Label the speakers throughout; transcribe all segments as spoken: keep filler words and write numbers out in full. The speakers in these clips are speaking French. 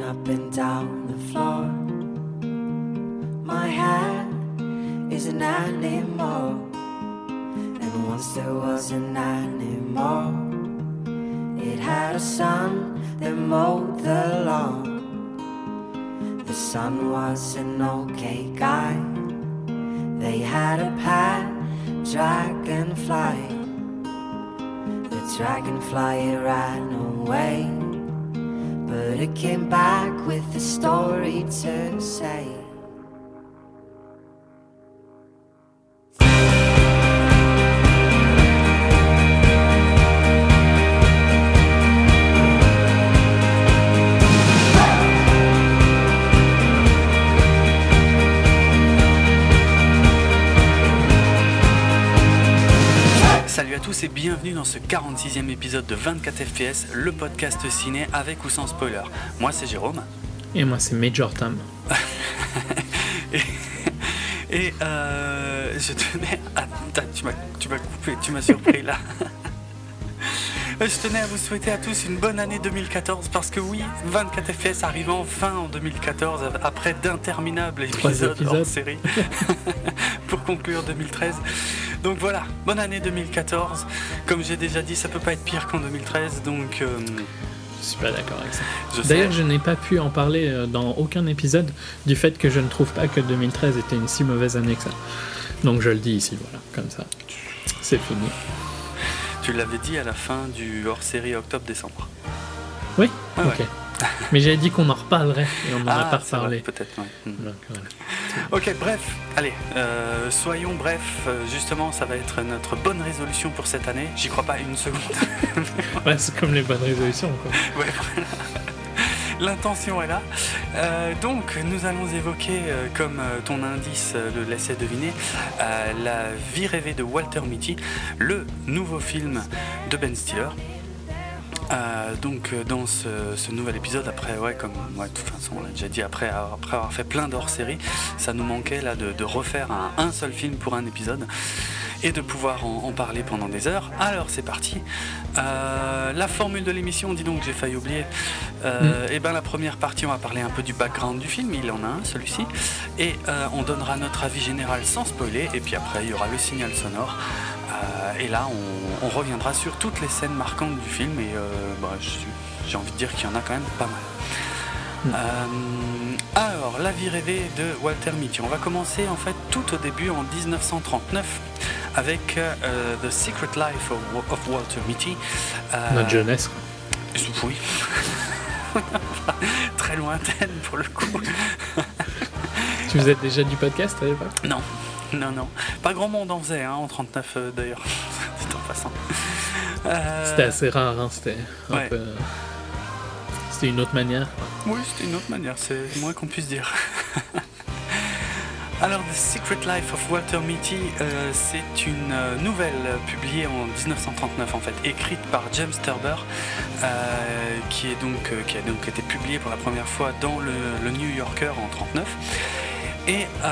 Speaker 1: up and down the floor. My hat is an animal, and once there was an animal. It had a son that mowed the lawn. The son was an okay guy. They had a pet dragonfly. The dragonfly ran away, but it came back with a story to say.
Speaker 2: Salut à tous et bienvenue dans ce quarante-sixième épisode de vingt-quatre F P S, le podcast ciné avec ou sans spoiler. Moi c'est Jérôme.
Speaker 3: Et moi c'est Major Tom.
Speaker 2: et et euh, je tenais à... Tu m'as, tu m'as coupé, tu m'as surpris là. Je tenais à vous souhaiter à tous une bonne année deux mille quatorze parce que oui, vingt-quatre F P S arrive enfin en deux mille quatorze après d'interminables épisodes hors série pour conclure deux mille treize. Donc voilà, bonne année deux mille quatorze. Comme j'ai déjà dit, ça peut pas être pire qu'en deux mille treize, donc... Euh...
Speaker 3: Je suis pas d'accord avec ça.
Speaker 2: Je
Speaker 3: D'ailleurs,
Speaker 2: sais.
Speaker 3: je n'ai pas pu en parler dans aucun épisode du fait que je ne trouve pas que deux mille treize était une si mauvaise année que ça. Donc je le dis ici, voilà, comme ça. C'est fini.
Speaker 2: Tu l'avais dit à la fin du hors-série octobre-décembre.
Speaker 3: Oui,
Speaker 2: ah,
Speaker 3: ok.
Speaker 2: Ouais.
Speaker 3: Mais j'avais dit qu'on en reparlerait et on n'en
Speaker 2: ah,
Speaker 3: a pas reparlé.
Speaker 2: Vrai, peut-être, ouais.
Speaker 3: Donc, voilà.
Speaker 2: Ok, bref, allez, euh, soyons brefs. Justement, ça va être notre bonne résolution pour cette année. J'y crois pas une seconde.
Speaker 3: Ouais, c'est comme les bonnes résolutions, quoi.
Speaker 2: Ouais, voilà. L'intention est là. Euh, donc, nous allons évoquer, euh, comme euh, ton indice euh, le laissait deviner, euh, La vie rêvée de Walter Mitty, le nouveau film de Ben Stiller. Euh, donc euh, dans ce, ce nouvel épisode, après ouais comme ouais, de toute façon on l'a déjà dit, après, après avoir fait plein d'hors-séries, ça nous manquait là de, de refaire un, un seul film pour un épisode et de pouvoir en, en parler pendant des heures. Alors c'est parti. Euh, la formule de l'émission, dis donc, j'ai failli oublier. Euh, mm. Et ben la première partie, on va parler un peu du background du film, il en a un celui-ci, et euh, on donnera notre avis général sans spoiler, et puis après il y aura le signal sonore. Euh, et là, on, on reviendra sur toutes les scènes marquantes du film et euh, bah, j'ai envie de dire qu'il y en a quand même pas mal. Mmh. Euh, alors, La vie rêvée de Walter Mitty. On va commencer en fait tout au début en dix-neuf cent trente-neuf avec euh, The Secret Life of, of Walter Mitty.
Speaker 3: Euh, Notre jeunesse.
Speaker 2: Oui. Très lointaine pour le coup.
Speaker 3: Tu faisais déjà du podcast à l'époque ?
Speaker 2: Non. Non, non. Pas grand monde en faisait, hein, en trente-neuf euh, d'ailleurs. C'est en passant. Euh...
Speaker 3: C'était assez rare, hein, c'était un
Speaker 2: ouais.
Speaker 3: peu... C'était une autre manière.
Speaker 2: Oui, c'était une autre manière, c'est le moins qu'on puisse dire. Alors, The Secret Life of Walter Mitty, euh, c'est une euh, nouvelle publiée en dix-neuf cent trente-neuf, en fait, écrite par James Thurber, euh, qui, est donc, euh, qui a donc été publiée pour la première fois dans le, le New Yorker en trente-neuf. Et... Euh,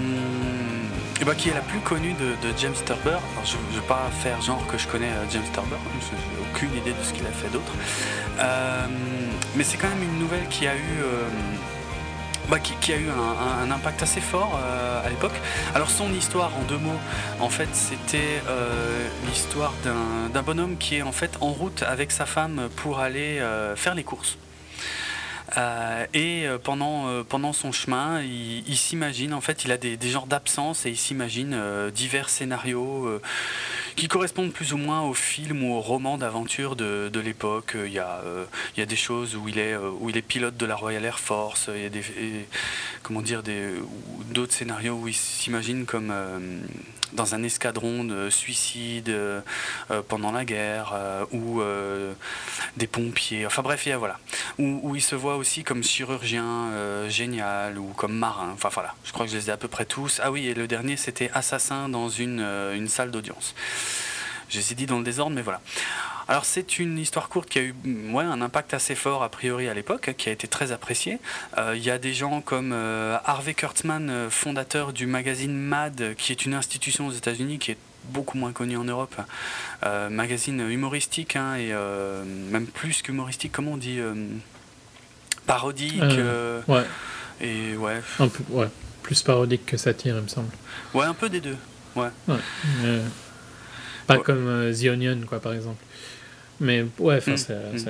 Speaker 2: Et bah, qui est la plus connue de, de James Thurber. Alors, je ne vais pas faire genre que je connais James Thurber, parce que j'ai aucune idée de ce qu'il a fait d'autre. Euh, mais c'est quand même une nouvelle qui a eu, euh, bah, qui, qui a eu un, un, un impact assez fort euh, à l'époque. Alors son histoire en deux mots, en fait, c'était euh, l'histoire d'un, d'un bonhomme qui est en fait en route avec sa femme pour aller euh, faire les courses. Euh, et pendant, euh, pendant son chemin, il, il s'imagine, en fait, il a des, des genres d'absence et il s'imagine euh, divers scénarios euh, qui correspondent plus ou moins aux films ou aux romans d'aventure de, de l'époque. Il y a, euh, il y a des choses où il est, euh, où il est pilote de la Royal Air Force. Il y a des, et, comment dire, des, d'autres scénarios où il s'imagine comme euh, dans un escadron de suicides euh, pendant la guerre euh, ou euh, des pompiers. Enfin bref, il y a, voilà. Où, où il se voit aussi comme chirurgien euh, génial ou comme marin. Enfin voilà, je crois que je les ai à peu près tous. Ah oui, et le dernier, c'était assassin dans une, euh, une salle d'audience. Je les ai dit dans le désordre, mais voilà. Alors c'est une histoire courte qui a eu ouais, un impact assez fort a priori à l'époque, qui a été très apprécié. Il euh, y a des gens comme euh, Harvey Kurtzman, fondateur du magazine Mad, qui est une institution aux États-Unis qui est beaucoup moins connue en Europe, euh, magazine humoristique hein, et euh, même plus qu'humoristique, comment on dit euh, parodique.
Speaker 3: Euh,
Speaker 2: euh,
Speaker 3: ouais.
Speaker 2: Et ouais.
Speaker 3: Un peu, ouais. Plus parodique que satire, il me semble.
Speaker 2: Ouais, un peu des deux. Ouais.
Speaker 3: Ouais. Euh, pas
Speaker 2: ouais.
Speaker 3: comme euh, The Onion, quoi, par exemple. Mais ouais, enfin,
Speaker 2: mmh,
Speaker 3: c'est,
Speaker 2: mmh.
Speaker 3: c'est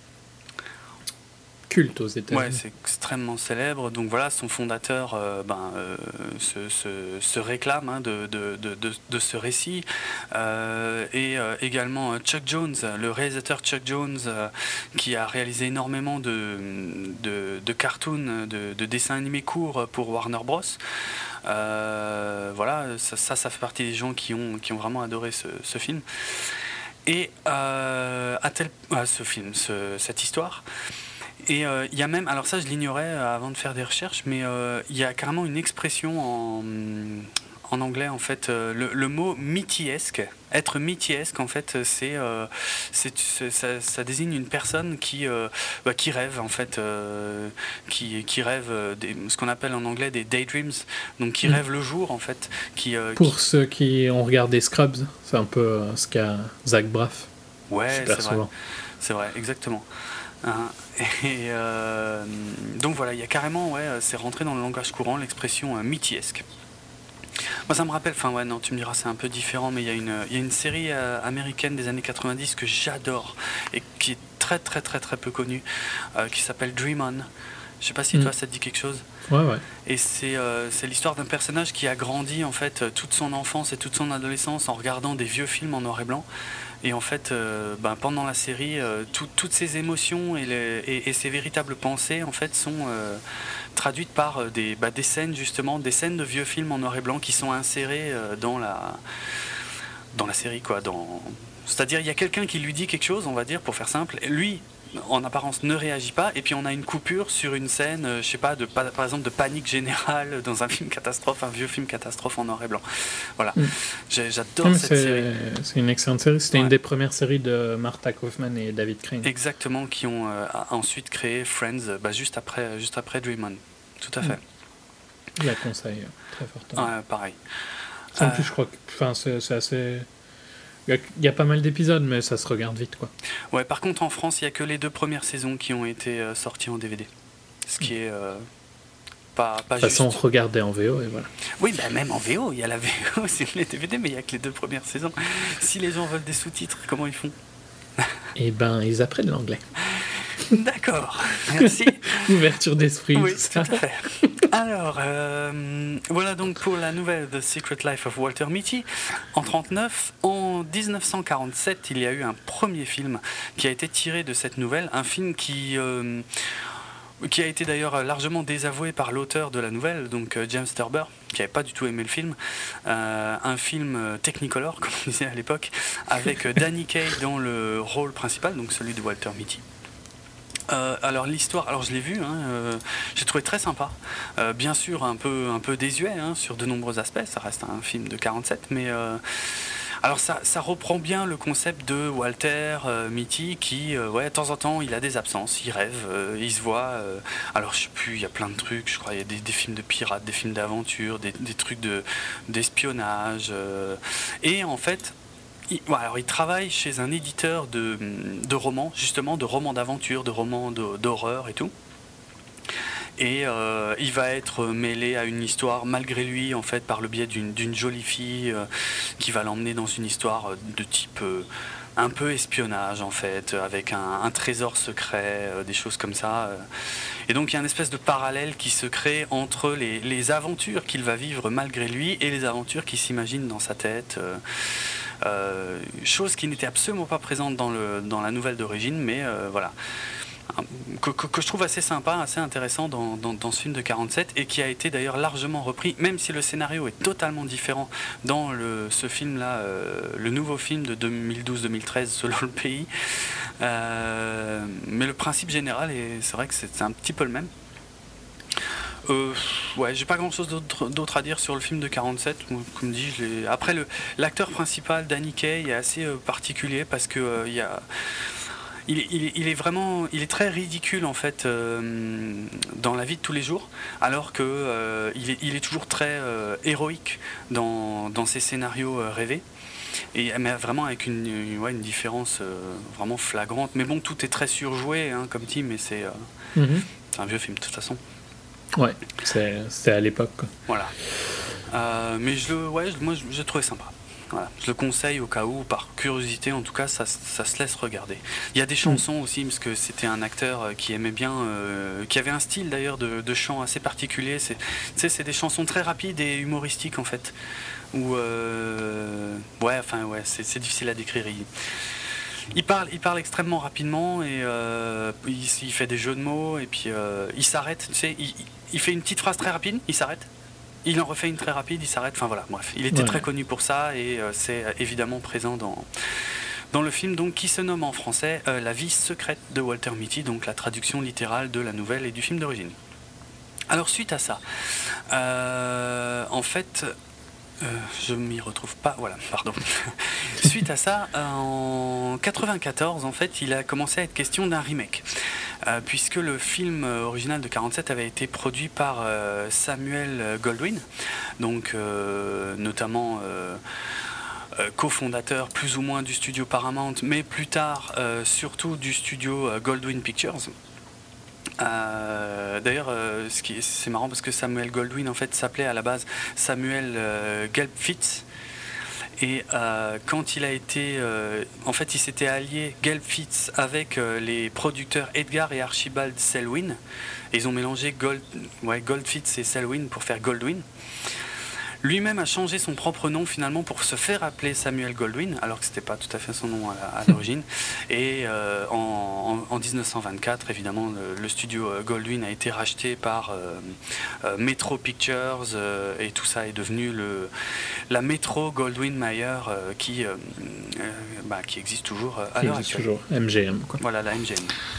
Speaker 3: culte aux États-Unis.
Speaker 2: Ouais, c'est extrêmement célèbre. Donc voilà, son fondateur euh, ben, euh, se, se, se réclame hein, de, de, de, de, de ce récit. Euh, et euh, également Chuck Jones, le réalisateur Chuck Jones, euh, qui a réalisé énormément de, de, de cartoons, de, de dessins animés courts pour Warner Bros. Euh, voilà, ça, ça, ça fait partie des gens qui ont, qui ont vraiment adoré ce, ce film. Et euh, à tel, à ce film, ce, cette histoire. Et il euh, y a même, alors ça je l'ignorais euh, avant de faire des recherches, mais il euh, y a carrément une expression en, en anglais en fait, euh, le, le mot mythiesque. Être mythiesque en fait, c'est, euh, c'est, c'est ça, ça désigne une personne qui, euh, bah, qui rêve en fait, euh, qui, qui rêve des, ce qu'on appelle en anglais des daydreams, donc qui mmh. rêve le jour en fait. Qui, euh,
Speaker 3: Pour
Speaker 2: qui...
Speaker 3: ceux qui ont regardé Scrubs, c'est un peu euh, ce qu'a Zach Braff.
Speaker 2: Ouais,
Speaker 3: super
Speaker 2: c'est
Speaker 3: souvent.
Speaker 2: vrai, c'est vrai, exactement. Hein, et euh, donc voilà, il y a carrément, ouais, c'est rentré dans le langage courant l'expression euh, mythiesque. Moi ça me rappelle, enfin ouais, non, tu me diras c'est un peu différent, mais il y a une, il y a une série euh, américaine des années quatre-vingt-dix que j'adore et qui est très très très très peu connue, euh, qui s'appelle Dream On. Je sais pas si mmh. toi ça te dit quelque chose.
Speaker 3: Ouais, ouais.
Speaker 2: Et c'est, euh, c'est l'histoire d'un personnage qui a grandi en fait toute son enfance et toute son adolescence en regardant des vieux films en noir et blanc. Et en fait, euh, ben, pendant la série, euh, tout, toutes ses émotions et, les, et, et ses véritables pensées en fait sont euh, traduites par des, bah, des scènes justement, des scènes de vieux films en noir et blanc qui sont insérées euh, dans la dans la série quoi. Dans... C'est-à-dire il y a quelqu'un qui lui dit quelque chose, on va dire pour faire simple. Et lui, en apparence, ne réagit pas, et puis on a une coupure sur une scène, euh, je sais pas, de, par exemple de panique générale dans un film catastrophe, un vieux film catastrophe en noir et blanc. Voilà, mmh. j'adore
Speaker 3: mmh,
Speaker 2: cette
Speaker 3: c'est,
Speaker 2: série.
Speaker 3: C'est une excellente série, c'était
Speaker 2: ouais.
Speaker 3: une des premières séries de Martha Kaufman et David Crane.
Speaker 2: Exactement, qui ont euh, ensuite créé Friends, bah, juste, après, juste après Dream On, tout à fait.
Speaker 3: Mmh. Je la conseille très fortement.
Speaker 2: Ouais, pareil.
Speaker 3: En
Speaker 2: euh...
Speaker 3: plus, je crois que c'est, c'est assez... Il y a pas mal d'épisodes, mais ça se regarde vite, quoi.
Speaker 2: Ouais, par contre, en France, il n'y a que les deux premières saisons qui ont été euh, sorties en D V D. Ce qui mmh. est euh, pas, pas
Speaker 3: de toute façon,
Speaker 2: juste.
Speaker 3: regardez en V O et voilà.
Speaker 2: Oui, bah, même en V O, il y a la V O, c'est les D V D, mais il n'y a que les deux premières saisons. Si les gens veulent des sous-titres, comment ils font?
Speaker 3: Eh ben, ils apprennent l'anglais.
Speaker 2: D'accord, merci.
Speaker 3: Ouverture d'esprit.
Speaker 2: Oui, tout à fait. Alors, euh, voilà donc pour la nouvelle The Secret Life of Walter Mitty. En trente-neuf, en dix-neuf cent quarante-sept, il y a eu un premier film qui a été tiré de cette nouvelle, un film qui... Euh, qui a été d'ailleurs largement désavoué par l'auteur de la nouvelle, donc James Thurber, qui n'avait pas du tout aimé le film. Euh, un film Technicolor, comme on disait à l'époque, avec Danny Kaye dans le rôle principal, donc celui de Walter Mitty. Euh, alors l'histoire, alors je l'ai vu, hein, euh, j'ai trouvé très sympa, euh, bien sûr un peu, un peu désuet hein, sur de nombreux aspects, ça reste un film de quarante-sept, mais euh, alors ça, ça reprend bien le concept de Walter euh, Mitty qui, euh, ouais, de temps en temps il a des absences, il rêve, euh, il se voit, euh, alors je sais plus, il y a plein de trucs, je crois, il y a des, des films de pirates, des films d'aventure, des, des trucs de, d'espionnage, euh, et en fait... Il, alors, il travaille chez un éditeur de, de romans, justement, de romans d'aventure, de romans de, d'horreur et tout. Et euh, il va être mêlé à une histoire, malgré lui, en fait, par le biais d'une, d'une jolie fille euh, qui va l'emmener dans une histoire de type euh, un peu espionnage, en fait, avec un, un trésor secret, euh, des choses comme ça. Euh. Et donc, il y a une espèce de parallèle qui se crée entre les, les aventures qu'il va vivre malgré lui et les aventures qu'il s'imagine dans sa tête. Euh. Euh, chose qui n'était absolument pas présente dans, le, dans la nouvelle d'origine, mais euh, voilà, que, que, que je trouve assez sympa, assez intéressant dans, dans, dans ce film de quarante-sept, et qui a été d'ailleurs largement repris, même si le scénario est totalement différent dans le, ce film-là, euh, le nouveau film de deux mille douze deux mille treize selon le pays, euh, mais le principe général, est, c'est vrai que c'est, c'est un petit peu le même. Euh, ouais, j'ai pas grand chose d'autre, d'autre à dire sur le film de quarante-sept. Comme dit, je l'ai... Après, le, l'acteur principal, Danny Kaye, est assez euh, particulier parce que euh, il y a. Il, il, il est vraiment, il est très ridicule en fait euh, dans la vie de tous les jours, alors que euh, il, est, il est toujours très euh, héroïque dans, dans ses scénarios euh, rêvés. Et mais vraiment avec une, une, ouais, une différence euh, vraiment flagrante. Mais bon, tout est très surjoué, hein, comme dit, mais c'est. Euh,
Speaker 3: mm-hmm.
Speaker 2: c'est un vieux film de toute façon.
Speaker 3: Ouais, c'est, c'est à l'époque, quoi.
Speaker 2: Voilà. Euh, mais je, ouais, moi, je, je trouvais sympa. Voilà. Je le conseille au cas où, par curiosité, en tout cas, ça, ça se laisse regarder. Il y a des chansons mmh. aussi, parce que c'était un acteur qui aimait bien, euh, qui avait un style d'ailleurs de, de chant assez particulier. C'est, tu sais, c'est des chansons très rapides et humoristiques en fait. Où, euh, ouais, enfin, ouais, c'est, c'est difficile à décrire. Il, il parle, il parle extrêmement rapidement et euh, il, il fait des jeux de mots et puis euh, il s'arrête. Tu sais, il, il fait une petite phrase très rapide, il s'arrête. Il en refait une très rapide, il s'arrête, enfin voilà, bref. Il était ouais. très connu pour ça et euh, c'est euh, évidemment présent dans, dans le film donc, qui se nomme en français euh, La vie secrète de Walter Mitty, donc la traduction littérale de la nouvelle et du film d'origine. Alors suite à ça, euh, en fait, euh, je m'y retrouve pas, voilà, pardon. Suite à ça, en quatre-vingt-quatorze, en fait, il a commencé à être question d'un remake. Euh, puisque le film original de quarante-sept avait été produit par euh, Samuel Goldwyn, donc euh, notamment euh, euh, cofondateur plus ou moins du studio Paramount, mais plus tard euh, surtout du studio Goldwyn Pictures. Euh, d'ailleurs, euh, ce qui est, c'est marrant parce que Samuel Goldwyn en fait s'appelait à la base Samuel euh, Gelbfitz. Et euh, quand il a été, euh, en fait, il s'était allié Gelbfitz avec euh, les producteurs Edgar et Archibald Selwyn. Et ils ont mélangé Gold, ouais, Goldfitz et Selwyn pour faire Goldwyn. Lui-même a changé son propre nom finalement pour se faire appeler Samuel Goldwyn, alors que c'était pas tout à fait son nom à, à l'origine. Et euh, en, en, en dix-neuf cent vingt-quatre, évidemment, le, le studio Goldwyn a été racheté par euh, euh, Metro Pictures euh, et tout ça est devenu le, la Metro Goldwyn Mayer euh, qui, euh, euh, bah, qui existe toujours à l'heure actuelle.
Speaker 3: Toujours M G M, quoi.
Speaker 2: Voilà, la M G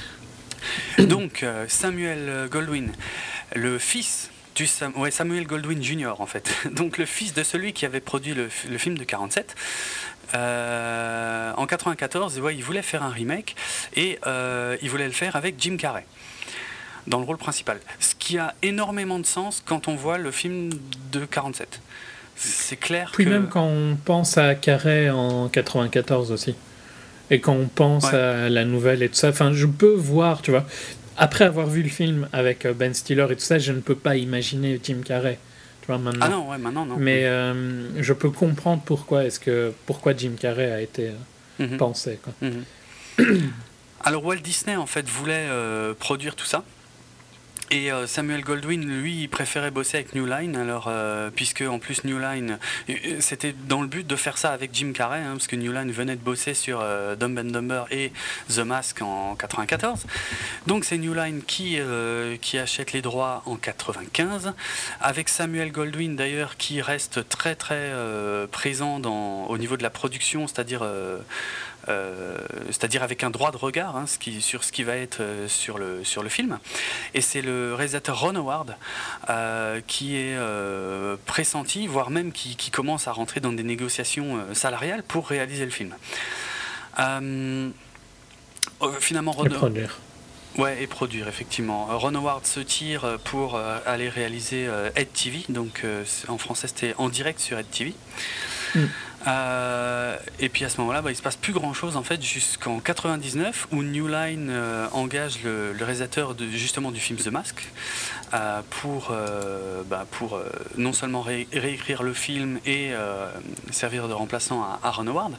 Speaker 2: M. Donc euh, Samuel Goldwyn, le fils du Sam- ouais, Samuel Goldwyn junior en fait, donc le fils de celui qui avait produit le, le film de quarante-sept. Euh, en quatre-vingt-quatorze, ouais, il voulait faire un remake et euh, il voulait le faire avec Jim Carrey dans le rôle principal. Ce qui a énormément de sens quand on voit le film de quarante-sept. C'est clair
Speaker 3: Puis
Speaker 2: que...
Speaker 3: même quand on pense à Carrey en quatre-vingt-quatorze aussi. Et quand on pense ouais. à la nouvelle et tout ça, enfin, je peux voir, tu vois. Après avoir vu le film avec Ben Stiller et tout ça, je ne peux pas imaginer Jim Carrey, tu vois, maintenant.
Speaker 2: Ah non, ouais, maintenant non.
Speaker 3: Mais euh, je peux comprendre pourquoi est-ce que pourquoi Jim Carrey a été euh, mm-hmm. pensé, quoi.
Speaker 2: Mm-hmm. Alors Walt Disney en fait voulait euh, produire tout ça. Et euh, Samuel Goldwyn, lui, il préférait bosser avec New Line, alors, euh, puisque en plus New Line, c'était dans le but de faire ça avec Jim Carrey, hein, parce que New Line venait de bosser sur euh, Dumb and Dumber et The Mask en quatre-vingt-quatorze. Donc c'est New Line qui, euh, qui achète les droits en quatre-vingt-quinze, avec Samuel Goldwyn d'ailleurs qui reste très très euh, présent dans, au niveau de la production, c'est-à-dire... Euh, Euh, c'est-à-dire avec un droit de regard hein, ce qui, sur ce qui va être euh, sur, le, sur le film. Et c'est le réalisateur Ron Howard euh, qui est euh, pressenti, voire même qui, qui commence à rentrer dans des négociations euh, salariales pour réaliser le film. Euh, euh, finalement, Ron...
Speaker 3: Et produire.
Speaker 2: Ouais, et produire, effectivement. Ron Howard se tire pour euh, aller réaliser euh, Ed T V, donc euh, en français c'était En direct sur Ed T V. Mm. Euh, et puis à ce moment-là, bah, il se passe plus grand-chose en fait jusqu'en quatre-vingt-dix-neuf où New Line euh, engage le, le réalisateur de, justement du film The Mask euh, pour, euh, bah, pour euh, non seulement ré- réécrire le film et euh, servir de remplaçant à, à Ron Howard.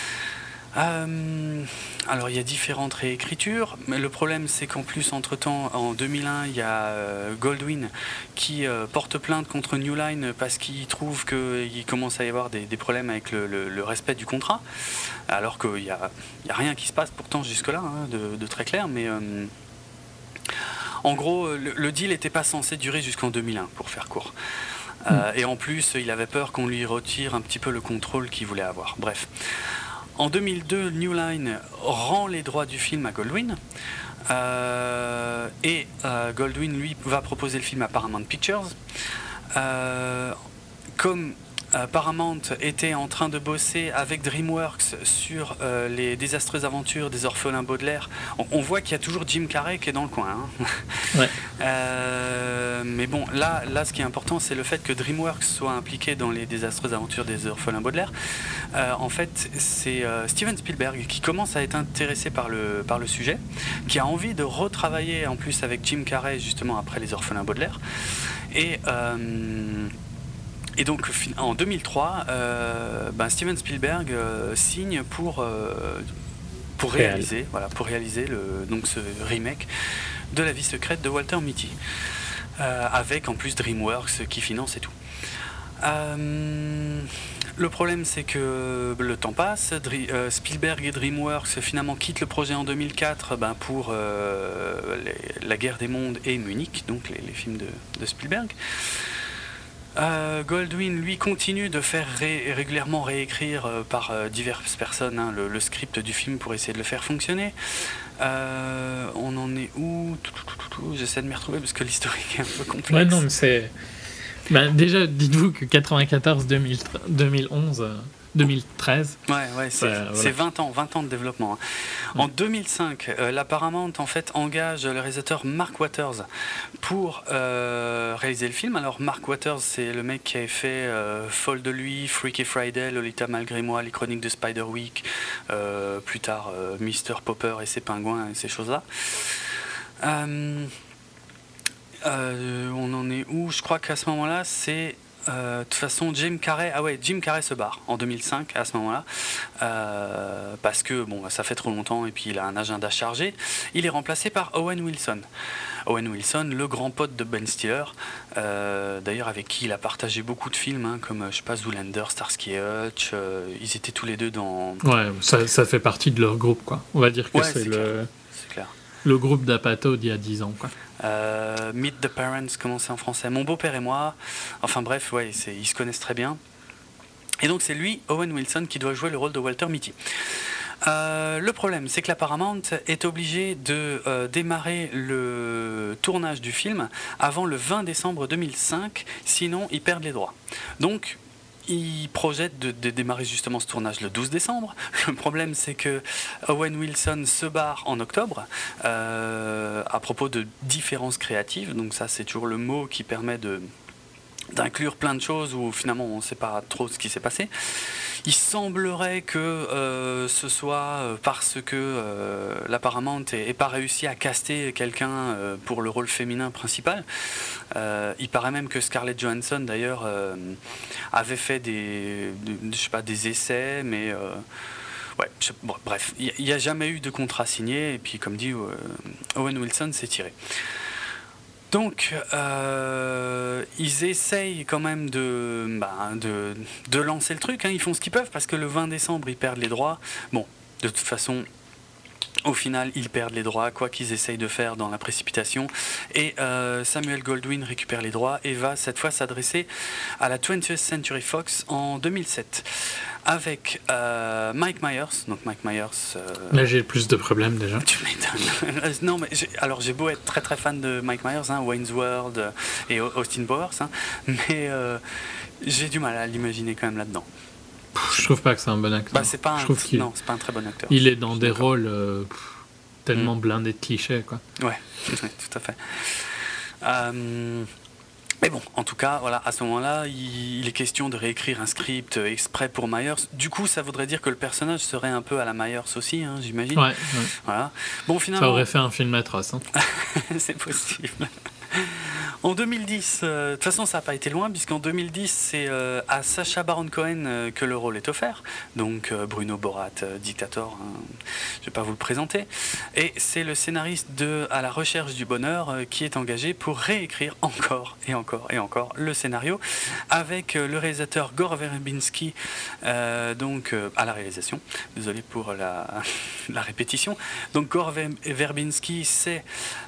Speaker 2: Euh, alors il y a différentes réécritures, mais le problème c'est qu'en plus entre temps en deux mille un il y a euh, Goldwyn qui euh, porte plainte contre New Line parce qu'il trouve qu'il commence à y avoir des, des problèmes avec le, le, le respect du contrat, alors qu'il n'y a, y a rien qui se passe pourtant jusque là hein, de, de très clair, mais euh, en gros le, le deal n'était pas censé durer jusqu'en deux mille un pour faire court. Euh, et en plus il avait peur qu'on lui retire un petit peu le contrôle qu'il voulait avoir, bref. En deux mille deux, New Line rend les droits du film à Goldwyn euh, et euh, Goldwyn, lui, va proposer le film à Paramount Pictures. Euh, comme euh, Paramount était en train de bosser avec DreamWorks sur euh, les désastreuses aventures des orphelins Baudelaire. On, on voit qu'il y a toujours Jim Carrey qui est dans le coin. Hein.
Speaker 3: Ouais.
Speaker 2: euh, mais bon, là, là, ce qui est important, c'est le fait que DreamWorks soit impliqué dans les désastreuses aventures des orphelins Baudelaire. Euh, en fait, c'est euh, Steven Spielberg qui commence à être intéressé par le, par le sujet, qui a envie de retravailler en plus avec Jim Carrey justement après les orphelins Baudelaire. Et... Euh, Et donc en deux mille trois, euh, ben Steven Spielberg euh, signe pour, euh, pour réaliser, voilà, pour réaliser le, donc ce remake de La vie secrète de Walter Mitty, euh, avec en plus DreamWorks qui finance et tout. Euh, le problème c'est que le temps passe, Dre- euh, Spielberg et DreamWorks finalement quittent le projet en deux mille quatre ben, pour euh, les, La guerre des mondes et Munich, donc les, les films de, de Spielberg. Euh, Goldwyn, lui, continue de faire ré- régulièrement réécrire euh, par euh, diverses personnes hein, le, le script du film pour essayer de le faire fonctionner. Euh, on en est où ? J'essaie de m'y retrouver parce que l'historique est un peu complexe.
Speaker 3: Ouais, non, mais c'est. Ben, déjà, dites-vous que quatre-vingt-quatorze deux mille onze, deux mille treize.
Speaker 2: Ouais, ouais, c'est,
Speaker 3: voilà.
Speaker 2: c'est vingt ans, vingt ans de développement. En mmh. deux mille cinq, euh, la Paramount en fait engage le réalisateur Mark Waters pour euh, réaliser le film. Alors Mark Waters, c'est le mec qui avait fait euh, Folle de lui, Freaky Friday, Lolita malgré moi, les Chroniques de Spiderwick, euh, plus tard euh, Mister Popper et ses pingouins et ces choses-là. Euh, euh, on en est où ? Je crois qu'à ce moment-là, c'est Euh, de toute façon, Jim Carrey, ah ouais, Jim Carrey se barre en deux mille cinq à ce moment-là euh, parce que bon, ça fait trop longtemps et puis il a un agenda chargé. Il est remplacé par Owen Wilson. Owen Wilson, le grand pote de Ben Stiller, euh, d'ailleurs avec qui il a partagé beaucoup de films, hein, comme je sais pas Zoolander, Starsky et Hutch. Euh, ils étaient tous les deux dans.
Speaker 3: Ouais, ça, ça fait partie de leur groupe, quoi. On va dire que
Speaker 2: ouais,
Speaker 3: c'est,
Speaker 2: c'est
Speaker 3: le.
Speaker 2: Clair. C'est clair.
Speaker 3: Le groupe d'Apatow d'il y a dix ans, quoi.
Speaker 2: Euh, Meet the Parents, comment c'est en français ? Mon beau-père et moi. Enfin bref, ouais, c'est, ils se connaissent très bien. Et donc c'est lui, Owen Wilson, qui doit jouer le rôle de Walter Mitty. Euh, le problème, c'est que la Paramount est obligée de euh, démarrer le tournage du film avant le vingt décembre deux mille cinq, sinon ils perdent les droits. Donc il projette de, de démarrer justement ce tournage le douze décembre. Le problème, c'est que Owen Wilson se barre en octobre euh, à propos de différences créatives. Donc ça, c'est toujours le mot qui permet de, d'inclure plein de choses où finalement on ne sait pas trop ce qui s'est passé. Il semblerait que euh, ce soit parce que euh, la Paramount n'ait pas réussi à caster quelqu'un euh, pour le rôle féminin principal. Euh, il paraît même que Scarlett Johansson d'ailleurs euh, avait fait des, de, je sais pas, des essais, mais euh, ouais, je, bon, bref, il n'y a jamais eu de contrat signé. Et puis comme dit, euh, Owen Wilson s'est tiré. Donc, euh, ils essayent quand même de, bah, de, de lancer le truc, hein. Ils font ce qu'ils peuvent parce que le vingt décembre, ils perdent les droits. Bon, de toute façon, au final, ils perdent les droits, quoi qu'ils essayent de faire dans la précipitation. Et euh, Samuel Goldwyn récupère les droits et va cette fois s'adresser à la twentieth Century Fox en deux mille sept. Avec euh, Mike Myers, donc Mike Myers. Euh,
Speaker 3: Là, j'ai plus de problèmes déjà.
Speaker 2: Tu m'étonnes. Non, mais j'ai, alors j'ai beau être très très fan de Mike Myers, hein, Wayne's World et Austin Powers, hein, mais euh, j'ai du mal à l'imaginer quand même là-dedans.
Speaker 3: Je trouve pas que c'est un bon acteur.
Speaker 2: Bah, c'est pas un,
Speaker 3: je trouve qu'il,
Speaker 2: non, c'est pas un très bon acteur.
Speaker 3: Il est dans des d'accord. rôles euh, tellement mmh. blindés de clichés, quoi.
Speaker 2: Ouais, ouais, tout à fait. Euh, Mais bon, en tout cas, voilà, à ce moment-là, il, il est question de réécrire un script exprès pour Myers. Du coup, ça voudrait dire que le personnage serait un peu à la Myers aussi, hein, j'imagine.
Speaker 3: Ouais, ouais.
Speaker 2: Voilà. Bon, finalement,
Speaker 3: ça aurait fait un film atroce. Hein.
Speaker 2: C'est possible. En deux mille dix, euh, de toute façon ça n'a pas été loin, puisqu'en deux mille dix c'est euh, à Sacha Baron Cohen euh, que le rôle est offert, donc euh, Bruno Borat, euh, Dictator, hein, je ne vais pas vous le présenter, et c'est le scénariste de À la recherche du bonheur euh, qui est engagé pour réécrire encore et encore et encore le scénario, avec euh, le réalisateur Gore Verbinski, euh, donc euh, à la réalisation, désolé pour la, la répétition, donc Gore Verbinski c'est...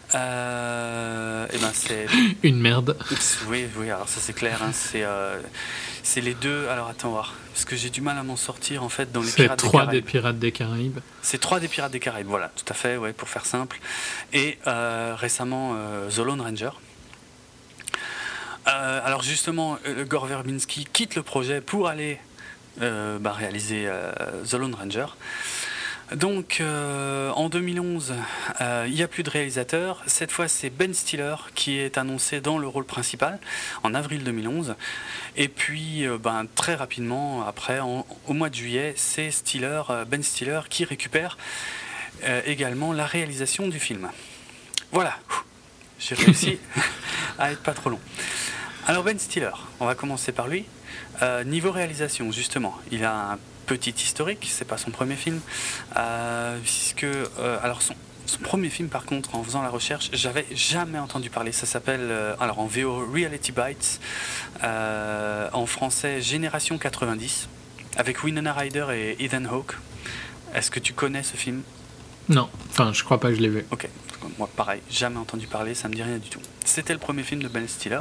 Speaker 2: Euh, et ben c'est
Speaker 3: une merde.
Speaker 2: Oui, oui, alors ça c'est clair, hein, c'est, euh, c'est les deux. Alors attends voir, parce que j'ai du mal à m'en sortir en fait dans les
Speaker 3: c'est
Speaker 2: Pirates
Speaker 3: trois
Speaker 2: des Caraïbes.
Speaker 3: des Pirates des Caraïbes.
Speaker 2: C'est trois des Pirates des Caraïbes, voilà, tout à fait, ouais, pour faire simple. Et euh, récemment euh, The Lone Ranger. Euh, alors justement, euh, Gore Verbinski quitte le projet pour aller euh, bah, réaliser euh, The Lone Ranger. Donc euh, en deux mille onze, euh, il n'y a plus de réalisateur. Cette fois, c'est Ben Stiller qui est annoncé dans le rôle principal en avril deux mille onze. Et puis, euh, ben, très rapidement, après, en, au mois de juillet, c'est Stiller, euh, Ben Stiller qui récupère euh, également la réalisation du film. Voilà, j'ai réussi à être pas trop long. Alors Ben Stiller, on va commencer par lui. Euh, niveau réalisation, justement, il a un petit historique, c'est pas son premier film, euh, puisque euh, alors son, son premier film par contre, en faisant la recherche, j'avais jamais entendu parler. Ça s'appelle euh, alors en V O Reality Bites, euh, en français Génération quatre-vingt-dix, avec Winona Ryder et Ethan Hawke. Est-ce que tu connais ce film?
Speaker 3: Non, enfin je crois pas que je l'ai vu.
Speaker 2: Ok, moi pareil, jamais entendu parler, ça me dit rien du tout. C'était le premier film de Ben Stiller.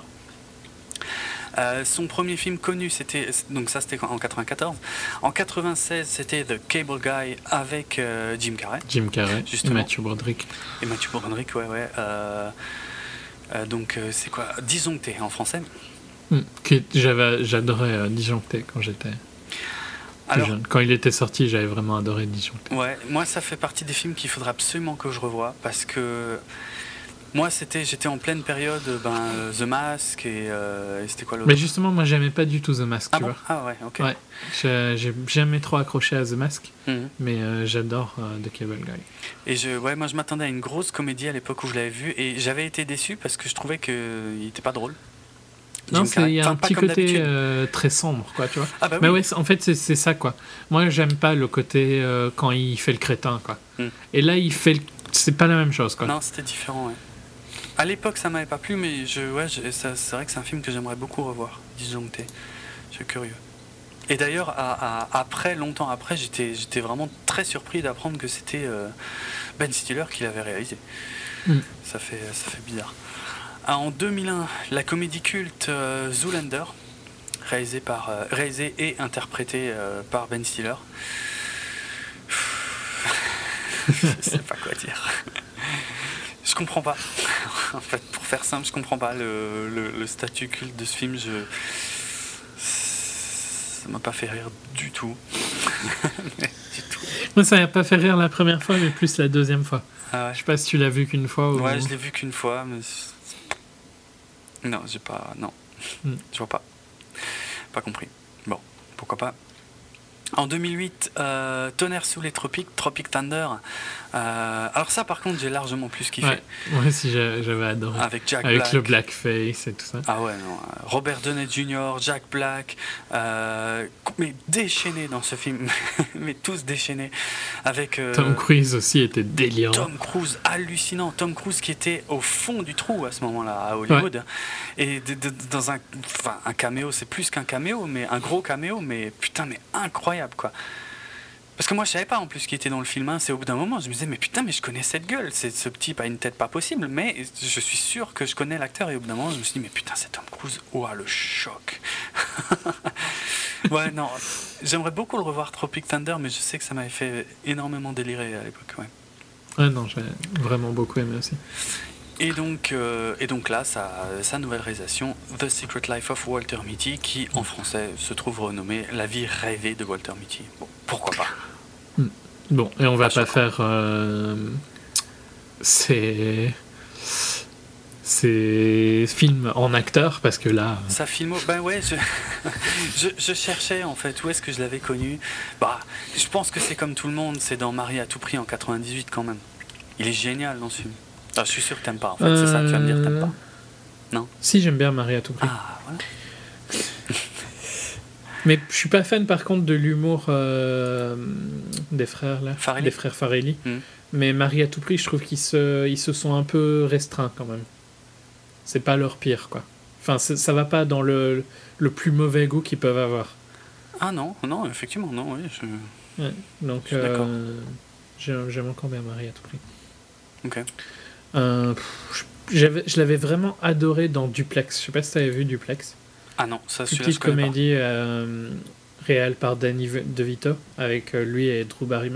Speaker 2: Euh, son premier film connu, c'était donc ça c'était en quatre-vingt-quatorze. En quatre-vingt-seize, c'était The Cable Guy avec euh, Jim Carrey.
Speaker 3: Jim Carrey.
Speaker 2: Justement.
Speaker 3: Et Matthew Broderick.
Speaker 2: Et Matthew Broderick, ouais, ouais. Euh, euh, donc euh, c'est quoi, Disjoncté en français.
Speaker 3: Mmh, que j'avais, j'adorais euh, Disjoncté quand j'étais
Speaker 2: Alors,
Speaker 3: jeune. Quand il était sorti, j'avais vraiment adoré Disjoncté.
Speaker 2: Ouais, moi ça fait partie des films qu'il faudra absolument que je revoie parce que moi, c'était, j'étais en pleine période ben, euh, The Mask et, euh, et c'était quoi l'autre?
Speaker 3: Mais justement, moi, j'aimais pas du tout The Mask,
Speaker 2: ah
Speaker 3: tu
Speaker 2: bon
Speaker 3: vois.
Speaker 2: Ah ouais, ok.
Speaker 3: Ouais, j'ai, j'ai jamais trop accroché à The Mask,
Speaker 2: Mmh.
Speaker 3: mais euh, j'adore euh, The Cable Guy.
Speaker 2: Et je, ouais, moi, je m'attendais à une grosse comédie à l'époque où je l'avais vu et j'avais été déçu parce que je trouvais qu'il était pas drôle.
Speaker 3: Non,
Speaker 2: Jim Carrey.
Speaker 3: il y a
Speaker 2: Enfin,
Speaker 3: un
Speaker 2: pas
Speaker 3: petit
Speaker 2: comme
Speaker 3: côté
Speaker 2: d'habitude.
Speaker 3: euh, très sombre, quoi, tu vois.
Speaker 2: Ah bah oui.
Speaker 3: Mais ouais, c'est- en fait, c'est, c'est ça, quoi. Moi, j'aime pas le côté euh, quand il fait le crétin, quoi.
Speaker 2: Mm.
Speaker 3: Et là, il fait le... C'est pas la même chose, quoi.
Speaker 2: Non, c'était différent, ouais. À l'époque, ça m'avait pas plu, mais je, ouais, je- ça- c'est vrai que c'est un film que j'aimerais beaucoup revoir, Disjoncté. Je suis curieux. Et d'ailleurs, à- à- après, longtemps après, j'étais, j'étais vraiment très surpris d'apprendre que c'était euh, Ben Stiller qui l'avait réalisé.
Speaker 3: Mm.
Speaker 2: Ça fait, ça fait bizarre. Ah, en deux mille un, la comédie culte euh, Zoolander, réalisée, par, euh, réalisée et interprétée euh, par Ben Stiller. Je sais pas quoi dire. Je comprends pas. En fait, pour faire simple, je comprends pas le, le, le statut culte de ce film. Je... Ça m'a pas fait rire du tout. Mais du tout.
Speaker 3: Moi, ça m'a pas fait rire la première fois, mais plus la deuxième fois.
Speaker 2: Ah ouais.
Speaker 3: Je sais pas si tu l'as vu qu'une fois ou...
Speaker 2: Ouais, je l'ai vu qu'une fois, mais non, j'ai pas, non,
Speaker 3: Mm.
Speaker 2: je vois pas, pas compris. Bon, pourquoi pas. En deux mille huit, euh, Tonnerre sous les tropiques, Tropic Thunder. Euh, alors ça, par contre, j'ai largement plus kiffé.
Speaker 3: Ouais, moi aussi j'a- j'avais adoré.
Speaker 2: Avec Jack
Speaker 3: Avec
Speaker 2: Black.
Speaker 3: le blackface et tout ça.
Speaker 2: Ah ouais, non. euh, Robert Downey junior, Jack Black, euh, mais déchaînés dans ce film, mais tous déchaînés. Avec euh,
Speaker 3: Tom Cruise aussi était délirant.
Speaker 2: Tom Cruise, hallucinant. Tom Cruise qui était au fond du trou à ce moment-là, à Hollywood. Et de- de- dans un, enfin, un caméo, c'est plus qu'un caméo, mais un gros caméo, mais putain, mais incroyable, quoi. Parce que moi, je savais pas en plus qui était dans le film. Hein. C'est au bout d'un moment, je me disais, mais putain, mais je connais cette gueule. C'est, ce type a une tête pas possible, mais je suis sûr que je connais l'acteur. Et au bout d'un moment, je me suis dit, mais putain, c'est Tom Cruise. Ouah, le choc. Ouais, non, j'aimerais beaucoup le revoir, Tropic Thunder, mais je sais que ça m'avait fait énormément délirer à l'époque, ouais.
Speaker 3: Ouais, non, j'ai vraiment beaucoup aimé aussi.
Speaker 2: Et donc, euh, et donc là, sa, sa nouvelle réalisation, The Secret Life of Walter Mitty, qui en français se trouve renommée La vie rêvée de Walter Mitty. Bon, pourquoi pas.
Speaker 3: Bon, et on va
Speaker 2: Ah,
Speaker 3: pas
Speaker 2: je
Speaker 3: faire euh, ces... ces films en acteur, parce que là...
Speaker 2: Sa filmo, ben ouais, je, je, je cherchais en fait où est-ce que je l'avais connu. Bah, je pense que c'est comme tout le monde, c'est dans Marie à tout prix en quatre-vingt-dix-huit quand même. Il est génial dans ce film. Ah, je suis sûr que t'aimes pas en fait, c'est ça que tu vas me dire, t'aimes pas. Non.
Speaker 3: Si, j'aime bien Marie à tout prix.
Speaker 2: Ah, voilà.
Speaker 3: Mais je suis pas fan par contre de l'humour euh, des frères là,
Speaker 2: Farrelly.
Speaker 3: des frères Farrelly.
Speaker 2: Mm.
Speaker 3: Mais Marie à tout prix, je trouve qu'ils se, ils se sont un peu restreints quand même. C'est pas leur pire quoi. Enfin, c'est- ça va pas dans le, le plus mauvais goût qu'ils peuvent avoir.
Speaker 2: Ah non, non, effectivement, non, oui. Je...
Speaker 3: Ouais. Donc,
Speaker 2: Je suis d'accord.
Speaker 3: euh, j'aime, j'aime encore bien Marie à tout prix.
Speaker 2: Ok.
Speaker 3: Euh, pff, j'avais, je l'avais vraiment adoré dans Duplex. Je sais pas si t'avais vu Duplex.
Speaker 2: Ah non, ça,
Speaker 3: Une
Speaker 2: celui-là, je
Speaker 3: petite
Speaker 2: connais
Speaker 3: comédie euh, réelle par Danny V- DeVito avec euh, lui et Drew Barrymore.
Speaker 2: pas.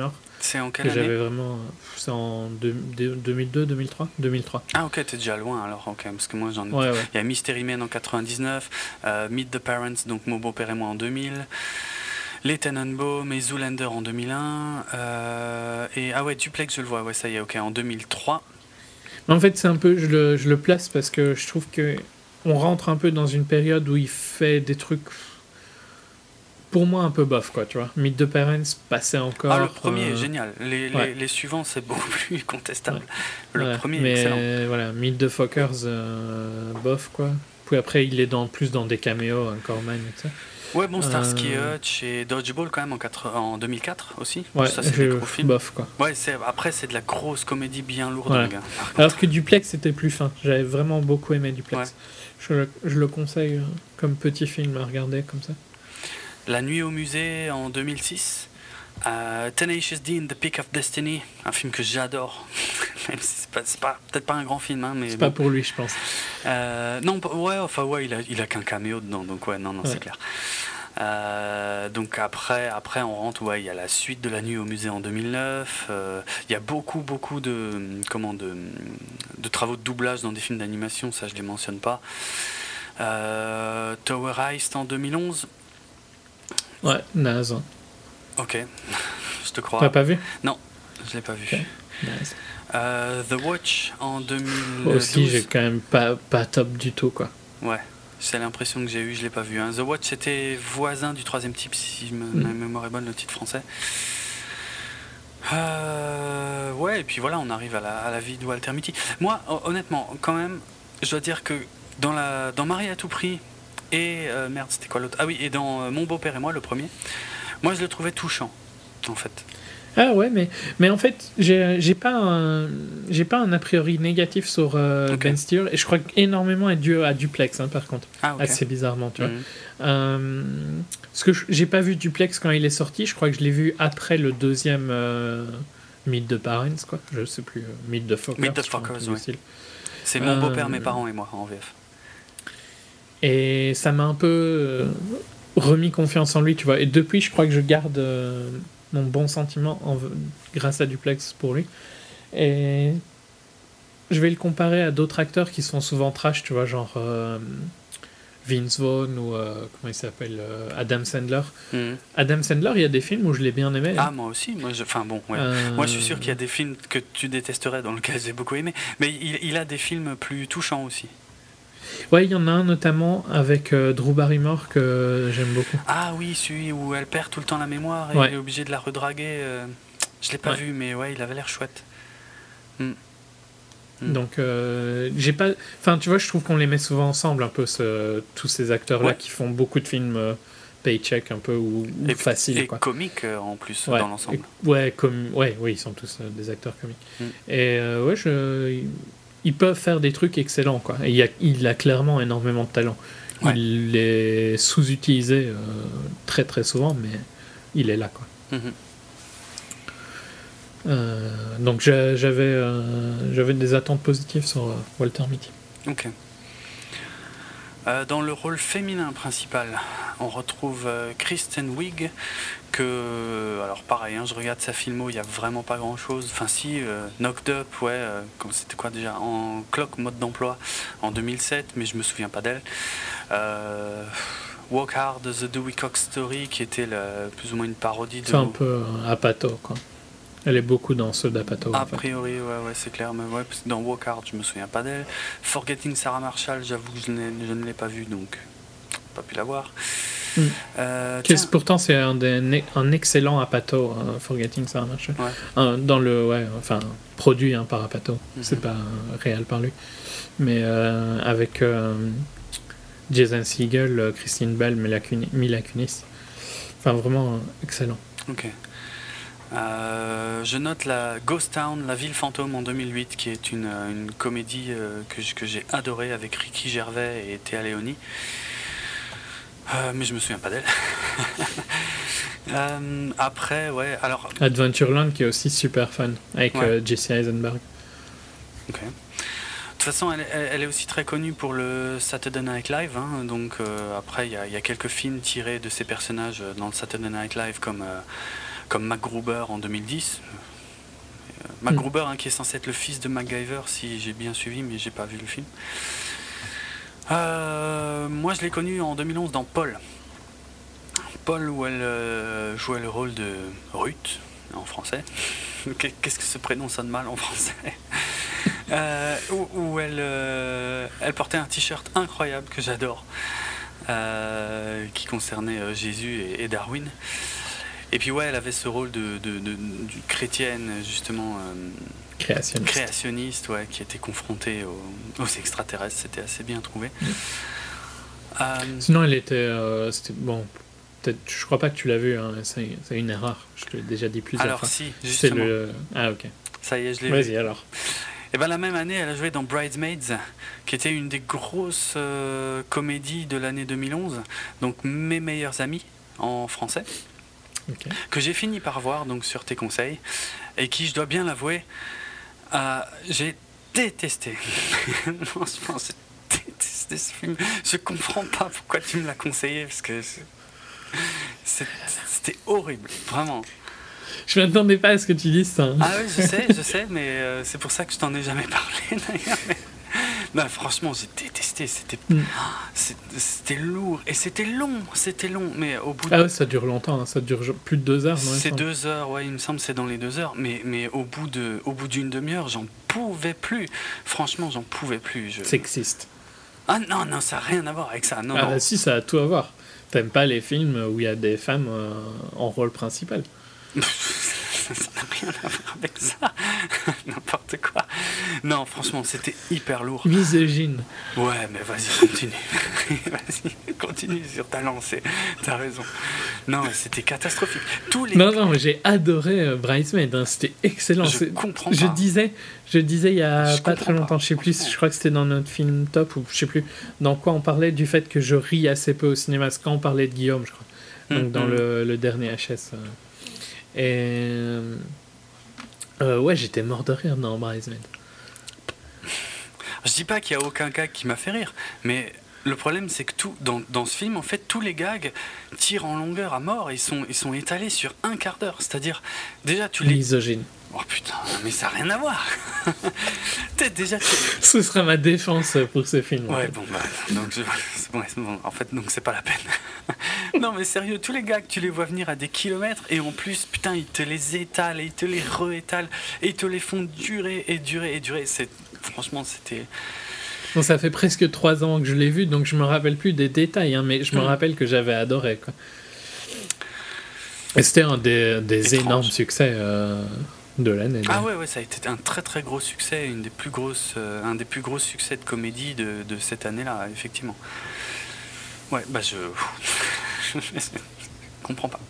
Speaker 2: C'est en quelle
Speaker 3: que
Speaker 2: année?
Speaker 3: j'avais vraiment. C'est en deux- deux- deux mille deux, deux mille trois deux mille trois.
Speaker 2: Ah ok, t'es déjà loin alors, ok, parce que moi j'en ai...
Speaker 3: Ouais, ouais.
Speaker 2: Il y a Mystery Men en quatre-vingt-dix-neuf, euh, Meet the Parents, donc Mon beau-père et moi en deux mille, Les Tenenbaums et Zoolander en deux mille un, euh, et ah ouais, Duplex je le vois, ouais ça y est, ok, en deux mille trois.
Speaker 3: En fait, c'est un peu, je le, je le place parce que je trouve que on rentre un peu dans une période où il fait des trucs, pour moi, un peu bof, quoi, tu vois. Meet the Parents passait encore.
Speaker 2: Ah, le premier
Speaker 3: euh,
Speaker 2: est génial, les,
Speaker 3: ouais.
Speaker 2: les, les suivants c'est beaucoup plus contestable.
Speaker 3: Ouais.
Speaker 2: Le
Speaker 3: Voilà.
Speaker 2: premier est
Speaker 3: Mais
Speaker 2: excellent.
Speaker 3: euh, voilà, Meet the Fockers, euh, bof, quoi. Puis après, il est dans, plus dans des caméos, un Corman et tout ça.
Speaker 2: Ouais, bon, Starsky
Speaker 3: Euh,
Speaker 2: Hutch et Dodgeball quand même en, quatre- en deux mille quatre aussi.
Speaker 3: Ouais,
Speaker 2: Ça c'est
Speaker 3: je-
Speaker 2: des gros films.
Speaker 3: bof, quoi.
Speaker 2: Ouais, c'est, après c'est de la grosse comédie bien lourde.
Speaker 3: Ouais.
Speaker 2: Hein, gars, par contre.
Speaker 3: Alors que Duplex, c'était plus fin. J'avais vraiment beaucoup aimé Duplex.
Speaker 2: Ouais.
Speaker 3: Je, le- je le conseille euh, comme petit film à regarder, comme ça.
Speaker 2: La nuit au musée en deux mille six. Euh, Tenacious D in the Peak of Destiny, un film que j'adore. Même si c'est, pas, c'est pas, peut-être pas un grand film, hein, mais
Speaker 3: C'est
Speaker 2: bon.
Speaker 3: pas pour lui, je pense.
Speaker 2: Euh, non, pas- ouais, enfin ouais, il a, il a qu'un caméo dedans, donc ouais, non, non,
Speaker 3: Ouais.
Speaker 2: c'est clair. Euh, donc après, après on rentre, ouais, il y a la suite de La nuit au musée en deux mille neuf. euh, Il y a beaucoup, beaucoup de, comment, de, de travaux de doublage dans des films d'animation, ça je les mentionne pas. Euh, Tower Heist en deux mille onze.
Speaker 3: Ouais, naze. hein.
Speaker 2: Ok, je te crois.
Speaker 3: T'as pas vu?
Speaker 2: Je l'ai pas vu.
Speaker 3: Ok. Naze.
Speaker 2: Euh, The Watch en deux mille douze.
Speaker 3: Aussi, j'ai quand même pas, pas top du tout, quoi.
Speaker 2: Ouais, c'est l'impression que j'ai eue, je l'ai pas vu. Hein. The Watch, c'était Voisin du troisième type, si me-
Speaker 3: Mm.
Speaker 2: ma mémoire est bonne, le titre français. Euh, ouais, et puis voilà, on arrive à la, à la vie de Walter Mitty. Moi, hon- honnêtement, quand même, je dois dire que dans, la, dans Marie à tout prix et euh, merde, c'était quoi l'autre? Ah oui, et dans euh, Mon beau-père et moi, le premier, moi je le trouvais touchant, en fait.
Speaker 3: Ah ouais, mais, mais en fait, j'ai j'ai pas, un- j'ai pas un a priori négatif sur euh,
Speaker 2: Ok.
Speaker 3: Ben Stiller, et je crois qu'énormément est dû à Duplex, hein, par contre.
Speaker 2: Ah ok.
Speaker 3: Assez bizarrement, tu vois.
Speaker 2: Mhm.
Speaker 3: Euh, parce que je- j'ai pas vu Duplex quand il est sorti, je crois que je l'ai vu après le deuxième euh, Meet the Parents, quoi. Je sais plus, euh, Meet the Fuckers.
Speaker 2: Meet the
Speaker 3: je crois, un
Speaker 2: Fuckers,
Speaker 3: truc du
Speaker 2: ouais.
Speaker 3: style.
Speaker 2: C'est Mon beau-père,
Speaker 3: Euh,
Speaker 2: mes parents et moi, en V F.
Speaker 3: Et ça m'a un peu euh, remis confiance en lui, tu vois. Et depuis, je crois que je garde euh, mon bon sentiment en- grâce à Duplex pour lui. Et je vais le comparer à d'autres acteurs qui sont souvent trash, tu vois, genre euh, Vince Vaughn ou euh, comment il s'appelle, euh, Adam Sandler.
Speaker 2: Mhm.
Speaker 3: Adam Sandler, il y a des films où je l'ai bien aimé.
Speaker 2: Ah,
Speaker 3: hein.
Speaker 2: moi aussi, moi, je... enfin bon, ouais.
Speaker 3: Euh,
Speaker 2: Moi, je suis sûr qu'il y a des films que tu détesterais dans lesquels j'ai beaucoup aimé, mais il, il a des films plus touchants aussi.
Speaker 3: Ouais, il y en a un notamment avec euh, Drew Barrymore que j'aime beaucoup.
Speaker 2: Ah oui, celui où elle perd tout le temps la mémoire et
Speaker 3: Ouais.
Speaker 2: il est obligé de la redraguer. euh, Je l'ai pas
Speaker 3: Ouais.
Speaker 2: vu, mais ouais, il avait l'air chouette. Mm. Mm.
Speaker 3: Donc, euh, j'ai pas. Enfin, tu vois, je trouve qu'on les met souvent ensemble, un peu, ce... tous ces acteurs-là
Speaker 2: Ouais.
Speaker 3: qui font beaucoup de films euh, paycheck, un peu, ou, ou
Speaker 2: Et,
Speaker 3: faciles,
Speaker 2: et
Speaker 3: quoi.
Speaker 2: comique euh, en plus
Speaker 3: Ouais.
Speaker 2: dans l'ensemble.
Speaker 3: Et- ouais, comme... ouais, oui, ils sont tous euh, des acteurs comiques.
Speaker 2: Mm.
Speaker 3: Et euh, ouais, je... ils- ils peuvent faire des trucs excellents, quoi. Et il, y a... il a clairement énormément de talent.
Speaker 2: Ouais.
Speaker 3: Il est sous-utilisé euh, très très souvent, mais il est là, quoi.
Speaker 2: Mhm.
Speaker 3: Euh, donc j'a- j'avais euh, j'avais des attentes positives sur euh, Walter Mitty.
Speaker 2: Ok. Euh, dans le rôle féminin principal, on retrouve euh, Kristen Wiig, que, alors pareil, hein, je regarde sa filmo, il n'y a vraiment pas grand chose. Enfin, si, euh, Knocked Up, ouais, euh, comme c'était quoi déjà, en cloque mode d'emploi en deux mille sept, mais je me souviens pas d'elle. Euh, Walk Hard, The Dewey Cox Story, qui était la- plus ou moins une parodie de.
Speaker 3: C'est un peu euh, Apatow, quoi. Elle est beaucoup dans ceux d'Apatow.
Speaker 2: A
Speaker 3: en fait.
Speaker 2: priori, ouais, ouais, c'est clair, mais ouais, parce que dans Walk Hard, je me souviens pas d'elle. Forgetting Sarah Marshall, j'avoue que je, n'ai- je ne l'ai pas vue, donc pas pu la voir.
Speaker 3: Mm.
Speaker 2: Euh,
Speaker 3: Qui est-
Speaker 2: tiens,
Speaker 3: pourtant, c'est un, des- un excellent Apatow, hein, Forgetting Sarah Marshall.
Speaker 2: Ouais.
Speaker 3: Un- dans le, ouais, enfin, produit hein, par Apatow.
Speaker 2: Mhm.
Speaker 3: C'est pas euh, réel par lui. Mais euh, avec euh, Jason Segel, euh, Christine Bell, Mila Kunis. Mila Kunis. Enfin, vraiment euh, excellent.
Speaker 2: ok. Euh, je note la Ghost Town, la ville fantôme en deux mille huit, qui est une, euh, une comédie euh, que, j- que j'ai adorée avec Ricky Gervais et Théa Leoni. Euh, mais je me souviens pas d'elle. Euh, après, ouais, alors.
Speaker 3: Adventureland, qui est aussi super fun, avec
Speaker 2: Ouais.
Speaker 3: euh, Jesse Eisenberg.
Speaker 2: Ok. De toute façon, elle, elle- elle est aussi très connue pour le Saturday Night Live. Hein, donc euh, après, il y, a- il y a quelques films tirés de ces personnages euh, dans le Saturday Night Live, comme euh, comme MacGruber en deux mille dix. Euh, MacGruber, hein, qui est censé être le fils de MacGyver, si j'ai bien suivi, mais j'ai pas vu le film. Euh, moi, je l'ai connu en deux mille onze dans Paul. Paul, où elle euh, jouait le rôle de Ruth, en français. Qu'est-ce que ce prénom sonne mal en français? euh, où, où elle, euh, elle portait un t-shirt incroyable que j'adore, euh, qui concernait euh, Jésus et, et Darwin. Et puis ouais, elle avait ce rôle de, de, de, de chrétienne, justement, euh,
Speaker 3: créationniste,
Speaker 2: créationniste ouais, qui était confrontée aux, aux extraterrestres. C'était assez bien trouvé.
Speaker 3: Mmh.
Speaker 2: Euh,
Speaker 3: Sinon, elle était, euh, c'était bon. Peut-être, je crois pas que tu l'as vu. Hein, c'est, c'est une erreur. Je te l'ai déjà dit plusieurs
Speaker 2: alors
Speaker 3: fois.
Speaker 2: si,
Speaker 3: C'est
Speaker 2: justement.
Speaker 3: le. Ah ok.
Speaker 2: Ça y est, je l'ai
Speaker 3: Vas-y
Speaker 2: vu.
Speaker 3: alors.
Speaker 2: Et ben la même année, elle a joué dans Bridesmaids, qui était une des grosses euh, comédies de l'année deux mille onze. Donc Mes meilleurs amis en français.
Speaker 3: Okay.
Speaker 2: Que j'ai fini par voir donc sur tes conseils et qui, je dois bien l'avouer, euh, j'ai détesté. Franchement, j'ai détesté ce film. Je comprends pas pourquoi tu me l'as conseillé, parce que c'est, c'était horrible, vraiment.
Speaker 3: Je m'attendais pas à ce que tu dises ça. Hein.
Speaker 2: Ah oui, je sais, je sais, mais euh, c'est pour ça que je t'en ai jamais parlé d'ailleurs. Mais... Non, franchement, j'ai détesté. C'était,
Speaker 3: mm.
Speaker 2: c'était lourd et c'était long, c'était long. Mais au bout.
Speaker 3: De... Ah
Speaker 2: ouais,
Speaker 3: ouais, ça dure longtemps. Hein. Ça dure plus de deux heures. Non,
Speaker 2: c'est deux heures, ouais, il me semble, c'est dans les deux heures. Mais mais au bout de, au bout d'une demi-heure, j'en pouvais plus. Franchement, j'en pouvais plus. Je...
Speaker 3: Sexiste.
Speaker 2: Ah non, non, ça n'a rien à voir avec ça. Non,
Speaker 3: ah
Speaker 2: non.
Speaker 3: Bah, si, ça a tout à voir. T'aimes pas les films où il y a des femmes euh, en rôle principal?
Speaker 2: Ça n'a rien à voir avec ça. N'importe quoi. Non, franchement, c'était hyper lourd.
Speaker 3: Misogyne.
Speaker 2: Ouais, mais vas-y, continue. Vas-y, continue sur ta lancée. T'as raison. Non, c'était catastrophique. Tous les...
Speaker 3: Non, non, mais j'ai adoré euh, Bridesmaid. Hein. C'était excellent.
Speaker 2: Je
Speaker 3: C'est...
Speaker 2: comprends
Speaker 3: je
Speaker 2: pas.
Speaker 3: Disais, je disais il y a
Speaker 2: je
Speaker 3: pas très longtemps,
Speaker 2: pas,
Speaker 3: je sais plus, je crois que c'était dans notre film top, ou je sais plus dans quoi on parlait du fait que je ris assez peu au cinéma. C'est quand on parlait de Guillaume, je crois. Donc mm-hmm. dans le, le dernier H S. Euh... Et euh, ouais, j'étais mort de rire dans Bridesmaid.
Speaker 2: Je dis pas qu'il y a aucun gag qui m'a fait rire, mais le problème c'est que tout dans, dans ce film, en fait, tous les gags tirent en longueur à mort. Ils sont ils sont étalés sur un quart d'heure. C'est-à-dire déjà tu les
Speaker 3: misogyne.
Speaker 2: Oh putain, mais ça n'a rien à voir. T'es déjà. T'es...
Speaker 3: Ce sera ma défense pour ce film.
Speaker 2: Ouais, bon, bah, donc je... c'est bon, c'est bon. En fait, donc c'est pas la peine. Non, mais sérieux, tous les gars que tu les vois venir à des kilomètres, et en plus, putain, ils te les étalent, et ils te les re-étalent, et ils te les font durer et durer et durer. C'est... Franchement, c'était.
Speaker 3: Bon, ça fait presque trois ans que je l'ai vu, donc je me rappelle plus des détails, hein, mais je me mmh. rappelle que j'avais adoré, quoi. Et c'était un des, des énormes succès. Euh... de l'année.
Speaker 2: Ah ouais, ouais, ça a été un très très gros succès, une des plus grosses, euh, un des plus gros succès de comédie de, de cette année-là, effectivement. Ouais, bah je, je comprends pas.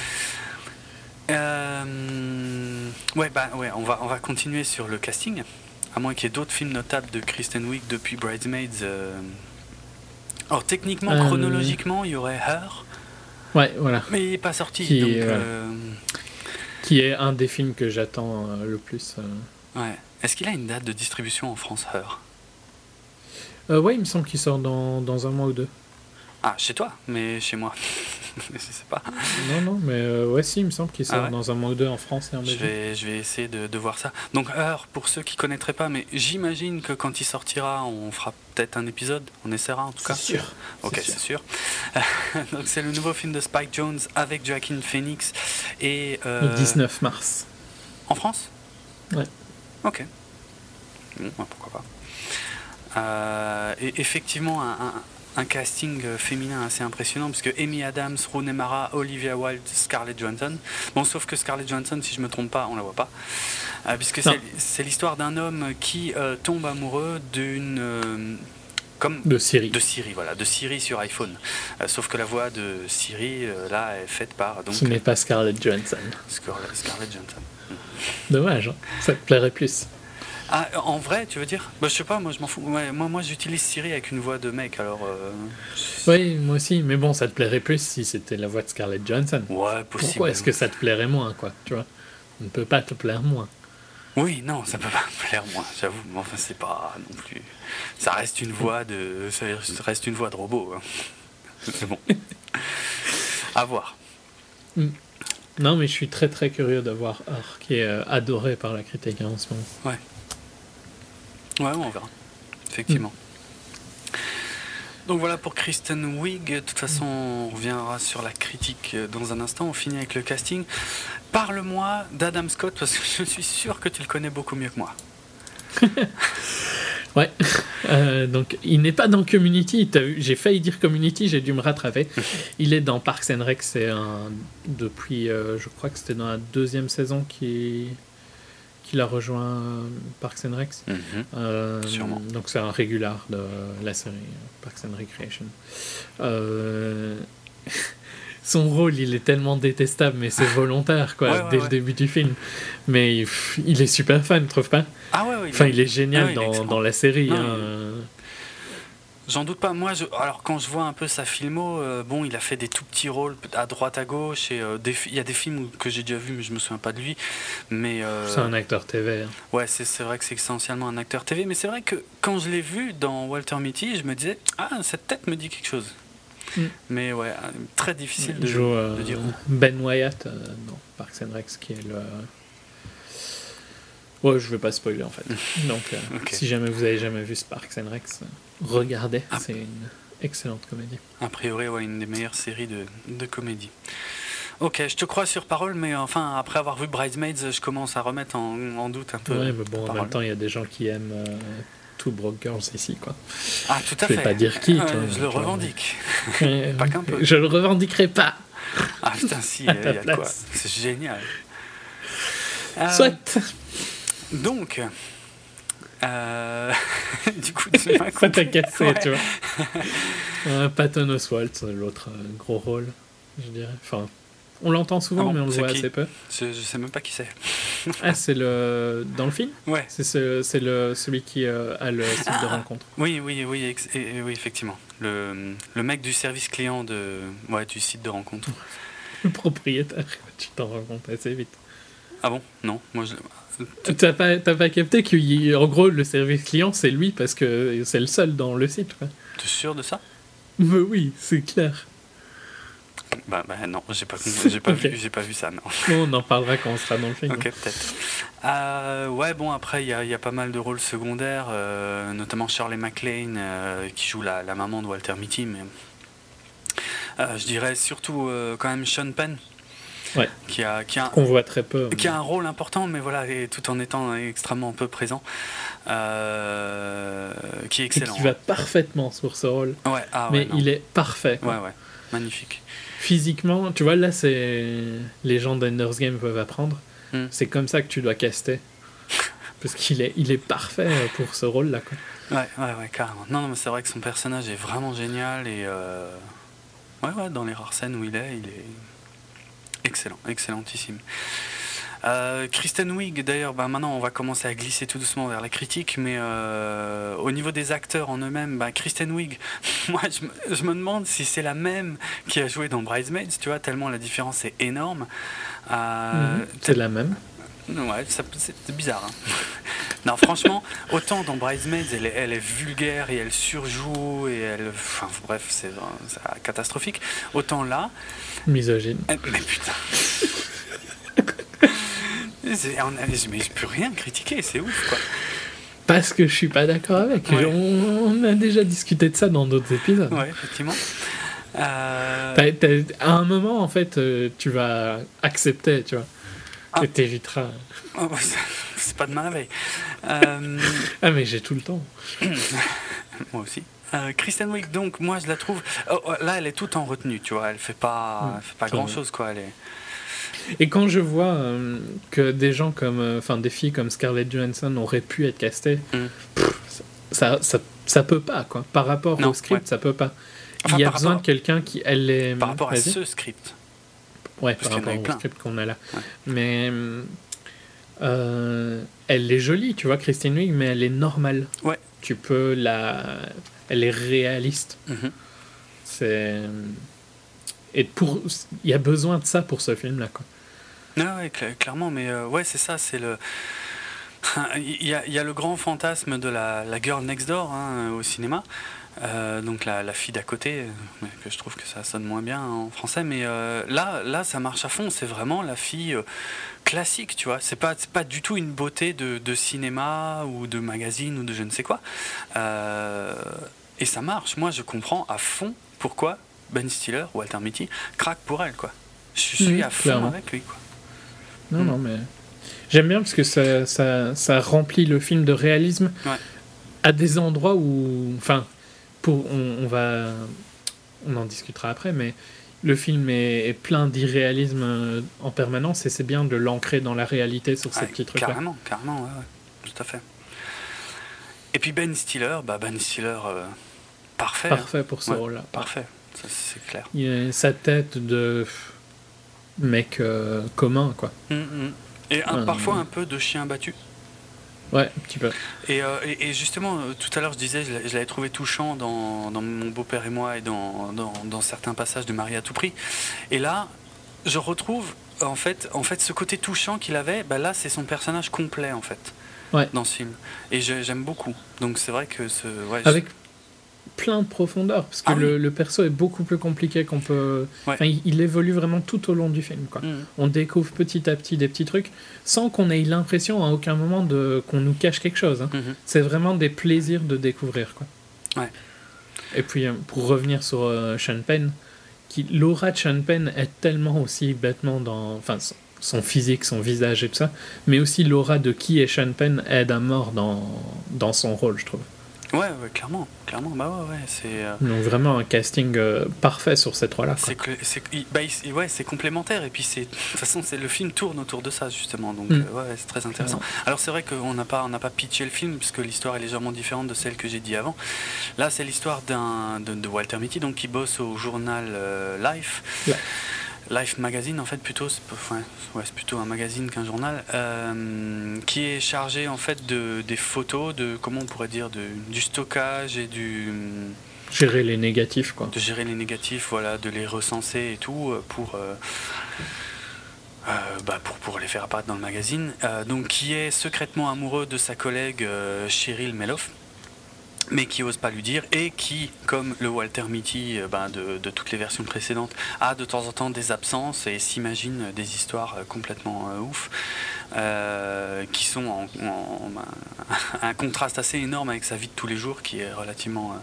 Speaker 2: Euh... Ouais, bah ouais, on va on va continuer sur le casting, à moins qu'il y ait d'autres films notables de Kristen Wiig depuis Bridesmaids. Euh... Alors techniquement, euh... chronologiquement, il y aurait Her.
Speaker 3: Ouais, voilà.
Speaker 2: Mais il n'est pas sorti,
Speaker 3: Qui,
Speaker 2: donc.
Speaker 3: euh...
Speaker 2: Euh...
Speaker 3: Qui est un des films que j'attends euh, le plus. Euh...
Speaker 2: Ouais. Est-ce qu'il a une date de distribution en France, Her?
Speaker 3: euh, Ouais, il me semble qu'il sort dans, dans un mois ou deux.
Speaker 2: Ah, chez toi, mais chez moi. Je sais pas.
Speaker 3: Non, non, mais euh, ouais, si, il me semble qu'il sort ah ouais dans un mois ou deux en France et en Belgique.
Speaker 2: Je vais, je vais essayer de, de voir ça. Donc, Her, pour ceux qui connaîtraient pas, mais j'imagine que quand il sortira, on fera peut-être un épisode. On essaiera en tout cas.
Speaker 3: C'est sûr.
Speaker 2: Ok, c'est sûr. C'est sûr. Donc, c'est le nouveau film de Spike Jonze avec Joaquin Phoenix. Et, euh...
Speaker 3: le dix-neuf mars.
Speaker 2: En France?
Speaker 3: Ouais.
Speaker 2: Ok. Bon, bah, pourquoi pas. Euh, et effectivement, un, un un casting féminin assez impressionnant, parce que Amy Adams, Rooney Mara, Olivia Wilde, Scarlett Johansson. Bon, sauf que Scarlett Johansson, si je me trompe pas, on la voit pas, euh, puisque c'est, c'est l'histoire d'un homme qui euh, tombe amoureux d'une euh, comme
Speaker 3: de Siri.
Speaker 2: De Siri, voilà, de Siri sur iPhone. Euh, sauf que la voix de Siri, euh, là, est faite par donc.
Speaker 3: Ce n'est pas Scarlett Johansson.
Speaker 2: Scarlett, Scarlett Johansson.
Speaker 3: Dommage, hein. Ça te plairait plus.
Speaker 2: Ah, en vrai, tu veux dire? Bah, je sais pas, moi je m'en fous. Ouais, moi, moi j'utilise Siri avec une voix de mec, alors. Euh...
Speaker 3: Oui, moi aussi, mais bon, ça te plairait plus si c'était la voix de Scarlett Johansson.
Speaker 2: Ouais, possible.
Speaker 3: Pourquoi est-ce que ça te plairait moins, quoi? Tu vois? On ne peut pas te plaire moins.
Speaker 2: Oui, non, ça peut pas me plaire moins, j'avoue. Mais enfin, c'est pas non plus. Ça reste une voix de. Ça reste une voix de robot. Hein. C'est bon. À voir.
Speaker 3: Mm. Non, mais je suis très très curieux de voir Her, qui est euh, adoré par la critique hein, en ce moment.
Speaker 2: Ouais. Ouais, on verra. Effectivement. Mm. Donc voilà pour Kristen Wiig. De toute façon, on reviendra sur la critique dans un instant. On finit avec le casting. Parle-moi d'Adam Scott, parce que je suis sûr que tu le connais beaucoup mieux que moi.
Speaker 3: Ouais, euh, donc il n'est pas dans Community. T'as vu, j'ai failli dire Community, j'ai dû me rattraper. Il est dans Parks and Rec, c'est un depuis, euh, je crois que c'était dans la deuxième saison qu'il qu'il a rejoint Parks and Rec.
Speaker 2: Mm-hmm.
Speaker 3: Euh,
Speaker 2: Sûrement.
Speaker 3: donc c'est un régular de la série Parks and Recreation. Euh... Son rôle, il est tellement détestable, mais c'est volontaire, quoi,
Speaker 2: ouais, ouais,
Speaker 3: dès
Speaker 2: ouais.
Speaker 3: le début du film. Mais pff, il est super fan, tu trouves pas?
Speaker 2: Ah ouais, ouais.
Speaker 3: Enfin, il est génial
Speaker 2: ah ouais,
Speaker 3: dans,
Speaker 2: il est
Speaker 3: dans la série.
Speaker 2: Non,
Speaker 3: hein.
Speaker 2: il... J'en doute pas. Moi, je... alors quand je vois un peu sa filmo, euh, bon, il a fait des tout petits rôles à droite, à gauche, et euh, des... il y a des films que j'ai déjà vus, mais je me souviens pas de lui. Mais euh...
Speaker 3: c'est un acteur T V. Hein.
Speaker 2: Ouais, c'est, c'est vrai que c'est essentiellement un acteur T V, mais c'est vrai que quand je l'ai vu dans Walter Mitty, je me disais, ah, cette tête me dit quelque chose. Mm. Mais ouais, très difficile de,
Speaker 3: joue, euh,
Speaker 2: de dire.
Speaker 3: Ben Wyatt euh, dans Parks and Rec, qui est le. Ouais, je vais pas spoiler en fait. Donc, euh, okay. Si jamais vous avez jamais vu Parks and Rec, regardez. Ah. C'est une excellente comédie.
Speaker 2: A priori, ouais, une des meilleures séries de, de comédie. Ok, je te crois sur parole, mais enfin, après avoir vu Bridesmaids, je commence à remettre en, en doute un peu.
Speaker 3: Ouais, mais bon, en parole. Même temps, il y a des gens qui aiment. Euh, Two Broke Girls ici, quoi.
Speaker 2: Ah, tout à
Speaker 3: je
Speaker 2: fait.
Speaker 3: vais pas dire qui, toi.
Speaker 2: Euh, je le revendique.
Speaker 3: Euh,
Speaker 2: pas qu'un peu.
Speaker 3: Je le revendiquerai pas.
Speaker 2: Ah putain, si, il y a place. Quoi. C'est génial.
Speaker 3: Euh, Soit.
Speaker 2: Donc, euh... du coup, tu m'as
Speaker 3: ça t'a cassé, ouais. Tu vois. euh, Patton Oswalt, l'autre euh, gros rôle, je dirais. Enfin, on l'entend souvent, ah bon, mais on le voit qui? assez peu.
Speaker 2: Je, je sais même pas qui c'est.
Speaker 3: Ah, c'est le dans le film.
Speaker 2: Ouais.
Speaker 3: C'est ce, c'est le celui qui euh, a le site ah, de rencontre.
Speaker 2: Oui, oui, oui, ex- et, et, oui, effectivement. Le, le mec du service client de, ouais, du site de rencontre.
Speaker 3: Le propriétaire, tu t'en rends compte assez vite.
Speaker 2: Ah bon? Non, moi je.
Speaker 3: T'as pas, t'as pas capté qu'en gros le service client c'est lui parce que c'est le seul dans le site. Quoi.
Speaker 2: T'es sûr de ça?
Speaker 3: Mais oui, c'est clair.
Speaker 2: Bah, bah non, j'ai pas, j'ai pas, okay. vu, j'ai pas vu ça, non.
Speaker 3: non. On en parlera quand on sera dans le film.
Speaker 2: Ok, peut-être. Euh, ouais, bon, après, il y, y a pas mal de rôles secondaires, euh, notamment Shirley MacLaine, euh, qui joue la, la maman de Walter Mitty, mais euh, je dirais surtout euh, quand même Sean Penn.
Speaker 3: Ouais.
Speaker 2: Qui a, qui a,
Speaker 3: qu'on voit très peu.
Speaker 2: Qui mais... a un rôle important, mais voilà, et tout en étant extrêmement peu présent, euh, qui est excellent.
Speaker 3: Et qui va parfaitement sur ce rôle.
Speaker 2: Ouais, ah,
Speaker 3: mais
Speaker 2: ouais,
Speaker 3: il est parfait. Quoi.
Speaker 2: Ouais, ouais, magnifique.
Speaker 3: Physiquement, tu vois, là, c'est les gens d'Ender's Game peuvent apprendre.
Speaker 2: Mm.
Speaker 3: C'est comme ça que tu dois caster. Parce qu'il est, il est parfait pour ce rôle-là. Quoi.
Speaker 2: Ouais, ouais, ouais, carrément. Non, non, mais c'est vrai que son personnage est vraiment génial et euh... ouais, ouais, dans les rares scènes où il est, il est excellent, excellentissime. Euh, Kristen Wiig, d'ailleurs, bah, maintenant on va commencer à glisser tout doucement vers la critique, mais euh, au niveau des acteurs en eux-mêmes, bah, Kristen Wiig, moi je me, je me demande si c'est la même qui a joué dans Bridesmaids, tu vois, tellement la différence est énorme. Euh,
Speaker 3: mmh, c'est la même.
Speaker 2: Ouais, ça, c'est bizarre. Hein. Non, franchement, autant dans Bridesmaids, elle est, elle est vulgaire et elle surjoue et elle, enfin bref, c'est, c'est catastrophique. Autant là,
Speaker 3: misogyne.
Speaker 2: Elle, mais putain. C'est, on a, mais je peux rien critiquer, c'est ouf quoi.
Speaker 3: Parce que je suis pas d'accord avec. Ouais. On, on a déjà discuté de ça dans d'autres épisodes.
Speaker 2: Ouais, effectivement. Euh...
Speaker 3: T'as, t'as, à un moment, en fait, tu vas accepter, tu vois. Ah. Et t'éviteras.
Speaker 2: Oh, c'est pas de ma veille. Euh...
Speaker 3: Ah, mais j'ai tout le temps.
Speaker 2: Moi aussi. Euh, Kristen Wiig, donc, moi, je la trouve. Oh, là, elle est toute en retenue, tu vois. Elle fait pas, elle fait pas grand chose, quoi. Elle est.
Speaker 3: Et quand je vois euh, que des gens comme, enfin euh, des filles comme Scarlett Johansson auraient pu être castées, mm. pff, ça, ça, ça peut pas quoi. Par rapport non, au script, ouais. ça peut pas. Enfin, il y a besoin rapport... de quelqu'un qui, elle est.
Speaker 2: Par rapport Vas-y. à ce script.
Speaker 3: Ouais, Parce par rapport au plein. script qu'on a là.
Speaker 2: Ouais.
Speaker 3: Mais euh, elle est jolie, tu vois, Kristen Wiig, mais elle est normale.
Speaker 2: Ouais.
Speaker 3: Tu peux la, elle est réaliste.
Speaker 2: Mm-hmm.
Speaker 3: C'est. Et pour, il y a besoin de ça pour ce film-là, quoi.
Speaker 2: Non, ouais, cl- clairement, mais euh, ouais, c'est ça, c'est le. Il y a, il y a le grand fantasme de la, la girl next door hein, au cinéma. Euh, donc la, la fille d'à côté, euh, que je trouve que ça sonne moins bien en français, mais euh, là, là ça marche à fond, c'est vraiment la fille euh, classique, tu vois, c'est pas, c'est pas du tout une beauté de, de cinéma ou de magazine ou de je ne sais quoi, euh, et ça marche, moi je comprends à fond pourquoi Ben Stiller, Walter Mitty, craque pour elle, quoi. Je suis
Speaker 3: mmh,
Speaker 2: à fond
Speaker 3: clairement.
Speaker 2: avec lui, quoi.
Speaker 3: Non,
Speaker 2: mmh.
Speaker 3: non, mais j'aime bien parce que ça, ça, ça remplit le film de réalisme
Speaker 2: Ouais.
Speaker 3: à des endroits où, enfin, pour, on, on va, on en discutera après, mais le film est, est plein d'irréalisme en permanence et c'est bien de l'ancrer dans la réalité sur ces
Speaker 2: Ouais,
Speaker 3: petits trucs-là.
Speaker 2: carrément, carrément, ouais, ouais, tout à fait. Et puis Ben Stiller, bah Ben Stiller, euh, parfait.
Speaker 3: Parfait
Speaker 2: hein.
Speaker 3: pour ce
Speaker 2: ouais,
Speaker 3: rôle-là.
Speaker 2: Parfait, ça, c'est clair.
Speaker 3: Il a sa tête de mec euh, commun, quoi.
Speaker 2: Mmh, mmh. Et un,
Speaker 3: Euh,
Speaker 2: parfois un peu de chien battu.
Speaker 3: Ouais, un petit peu.
Speaker 2: Et, euh, et, et justement, euh, tout à l'heure, je disais, je l'ai- je l'avais trouvé touchant dans, dans Mon beau-père et moi et dans, dans, dans certains passages de Marie à tout prix. Et là, je retrouve en fait, en fait ce côté touchant qu'il avait. Bah là, c'est son personnage complet en fait
Speaker 3: Ouais.
Speaker 2: dans ce film. Et je- j'aime beaucoup. Donc c'est vrai que ce, ouais, je-
Speaker 3: Avec plein de profondeur, parce que
Speaker 2: Ah oui.
Speaker 3: le, le perso est beaucoup plus compliqué qu'on peut...
Speaker 2: Ouais.
Speaker 3: Enfin, il, il évolue vraiment tout au long du film, quoi.
Speaker 2: Mmh.
Speaker 3: On découvre petit à petit des petits trucs, sans qu'on ait l'impression à aucun moment de, qu'on nous cache quelque chose. Hein.
Speaker 2: Mmh.
Speaker 3: C'est vraiment des plaisirs de découvrir, quoi.
Speaker 2: Ouais.
Speaker 3: Et puis, euh, pour revenir sur euh, Sean Penn, qui, l'aura de Sean Penn est tellement aussi bêtement dans... Enfin, son, son physique, son visage et tout ça, mais aussi l'aura de qui est Sean Penn aide à mort dans, dans son rôle, je trouve.
Speaker 2: Ouais, ouais, clairement, clairement, bah ouais, ouais, c'est. euh,
Speaker 3: Donc vraiment un casting euh, parfait sur ces trois-là, quoi.
Speaker 2: C'est que c'est il- bah, il- ouais, c'est complémentaire et puis c'est de toute façon c'est le film tourne autour de ça justement donc
Speaker 3: Mm.
Speaker 2: euh, ouais c'est très intéressant. Alors c'est vrai qu'on n'a pas on n'a pas pitché le film puisque l'histoire est légèrement différente de celle que j'ai dit avant. Là c'est l'histoire d'un de, de Walter Mitty donc qui bosse au journal euh, Life.
Speaker 3: Ouais.
Speaker 2: Life Magazine en fait plutôt c'est, enfin, ouais, c'est plutôt un magazine qu'un journal euh, qui est chargé en fait de des photos de comment on pourrait dire de, du stockage et du
Speaker 3: Gérer les négatifs, quoi.
Speaker 2: de gérer les négatifs, voilà, de les recenser et tout euh, pour, euh, euh, bah pour, pour les faire apparaître dans le magazine. Euh, donc qui est secrètement amoureux de sa collègue euh, Cheryl Meloff, mais qui ose pas lui dire et qui, comme le Walter Mitty euh, bah, de, de toutes les versions précédentes, a de temps en temps des absences et s'imagine des histoires euh, complètement euh, ouf, euh, qui sont en, en, en- un contraste assez énorme avec sa vie de tous les jours qui est relativement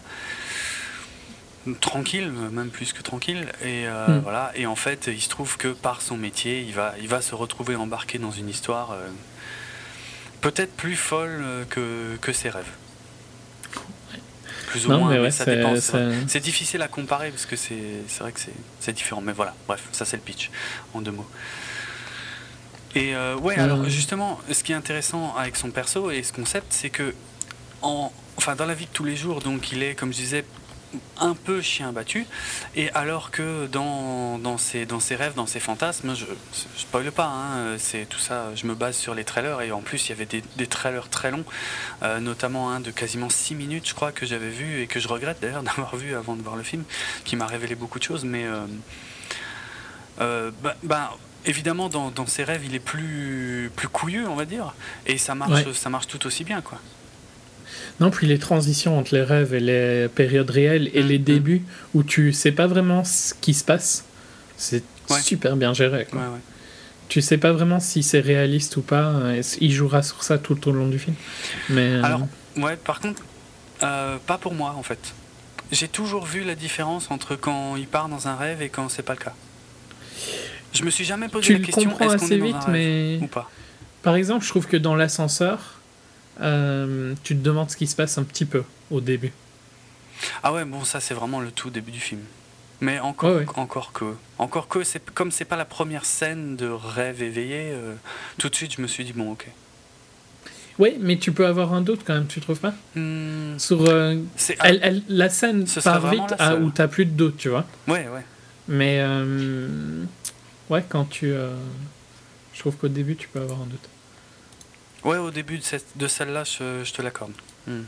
Speaker 2: euh, tranquille, même plus que tranquille. Et euh,
Speaker 3: Mm.
Speaker 2: voilà. Et en fait, il se trouve que par son métier, il va, il va se retrouver embarqué dans une histoire euh, peut-être plus folle euh, que, que ses rêves. Plus ou
Speaker 3: Non,
Speaker 2: moins,
Speaker 3: mais
Speaker 2: mais,
Speaker 3: ouais,
Speaker 2: ça
Speaker 3: c'est-
Speaker 2: dépend. C'est,
Speaker 3: c'est-
Speaker 2: vrai. C'est difficile à comparer parce que c'est, c'est vrai que c'est, c'est différent. Mais voilà, bref, ça c'est le pitch en deux mots. Et euh, ouais,
Speaker 3: Euh.
Speaker 2: alors justement, ce qui est intéressant avec son perso et ce concept, c'est que en, enfin, dans la vie de tous les jours, donc il est, comme je disais, un peu chien battu, et alors que dans, dans, ses, dans ses rêves, dans ses fantasmes, je, je spoil pas, hein, c'est tout ça, je me base sur les trailers, et en plus il y avait des, des trailers très longs, euh, notamment un de quasiment six minutes, je crois, que j'avais vu, et que je regrette d'ailleurs d'avoir vu avant de voir le film, qui m'a révélé beaucoup de choses, mais euh, euh, bah, bah, évidemment dans, dans ses rêves il est plus, plus couillu, on va dire, et ça marche,
Speaker 3: Ouais.
Speaker 2: ça marche tout aussi bien, quoi.
Speaker 3: Non, puis les transitions entre les rêves et les périodes réelles et
Speaker 2: Mm,
Speaker 3: les
Speaker 2: mm.
Speaker 3: débuts où tu sais pas vraiment ce qui se passe, c'est
Speaker 2: Ouais.
Speaker 3: super bien géré, quoi.
Speaker 2: Ouais, ouais.
Speaker 3: Tu sais pas vraiment si c'est réaliste ou pas, et il jouera sur ça tout au long du film. Mais euh,
Speaker 2: Alors, ouais, par contre, euh, pas pour moi en fait. J'ai toujours vu la différence entre quand il part dans un rêve et quand c'est pas le cas. Je me suis jamais posé
Speaker 3: tu
Speaker 2: la
Speaker 3: le
Speaker 2: question
Speaker 3: comprends
Speaker 2: est-ce qu'on
Speaker 3: assez
Speaker 2: est dans
Speaker 3: vite,
Speaker 2: un rêve
Speaker 3: mais
Speaker 2: ou pas.
Speaker 3: par exemple, je trouve que dans l'ascenseur, euh, tu te demandes ce qui se passe un petit peu au début.
Speaker 2: Ah ouais, bon, ça c'est vraiment le tout début du film. Mais encore,
Speaker 3: Ouais, ouais.
Speaker 2: encore que, encore que, c'est comme c'est pas la première scène de rêve éveillé, euh, tout de suite je me suis dit bon, ok.
Speaker 3: Oui, mais tu peux avoir un doute quand même, tu trouves pas
Speaker 2: Hmm,
Speaker 3: Sur euh,
Speaker 2: c'est
Speaker 3: elle, elle- la scène
Speaker 2: Ce serait
Speaker 3: part
Speaker 2: vraiment
Speaker 3: vite
Speaker 2: la
Speaker 3: à,
Speaker 2: seule.
Speaker 3: où t'as plus de doute, tu vois.
Speaker 2: ouais, ouais.
Speaker 3: Mais euh, ouais, quand tu, euh, je trouve qu'au début tu peux avoir un doute.
Speaker 2: Ouais, au début de, cette, de celle-là, je, je te l'accorde. Hmm.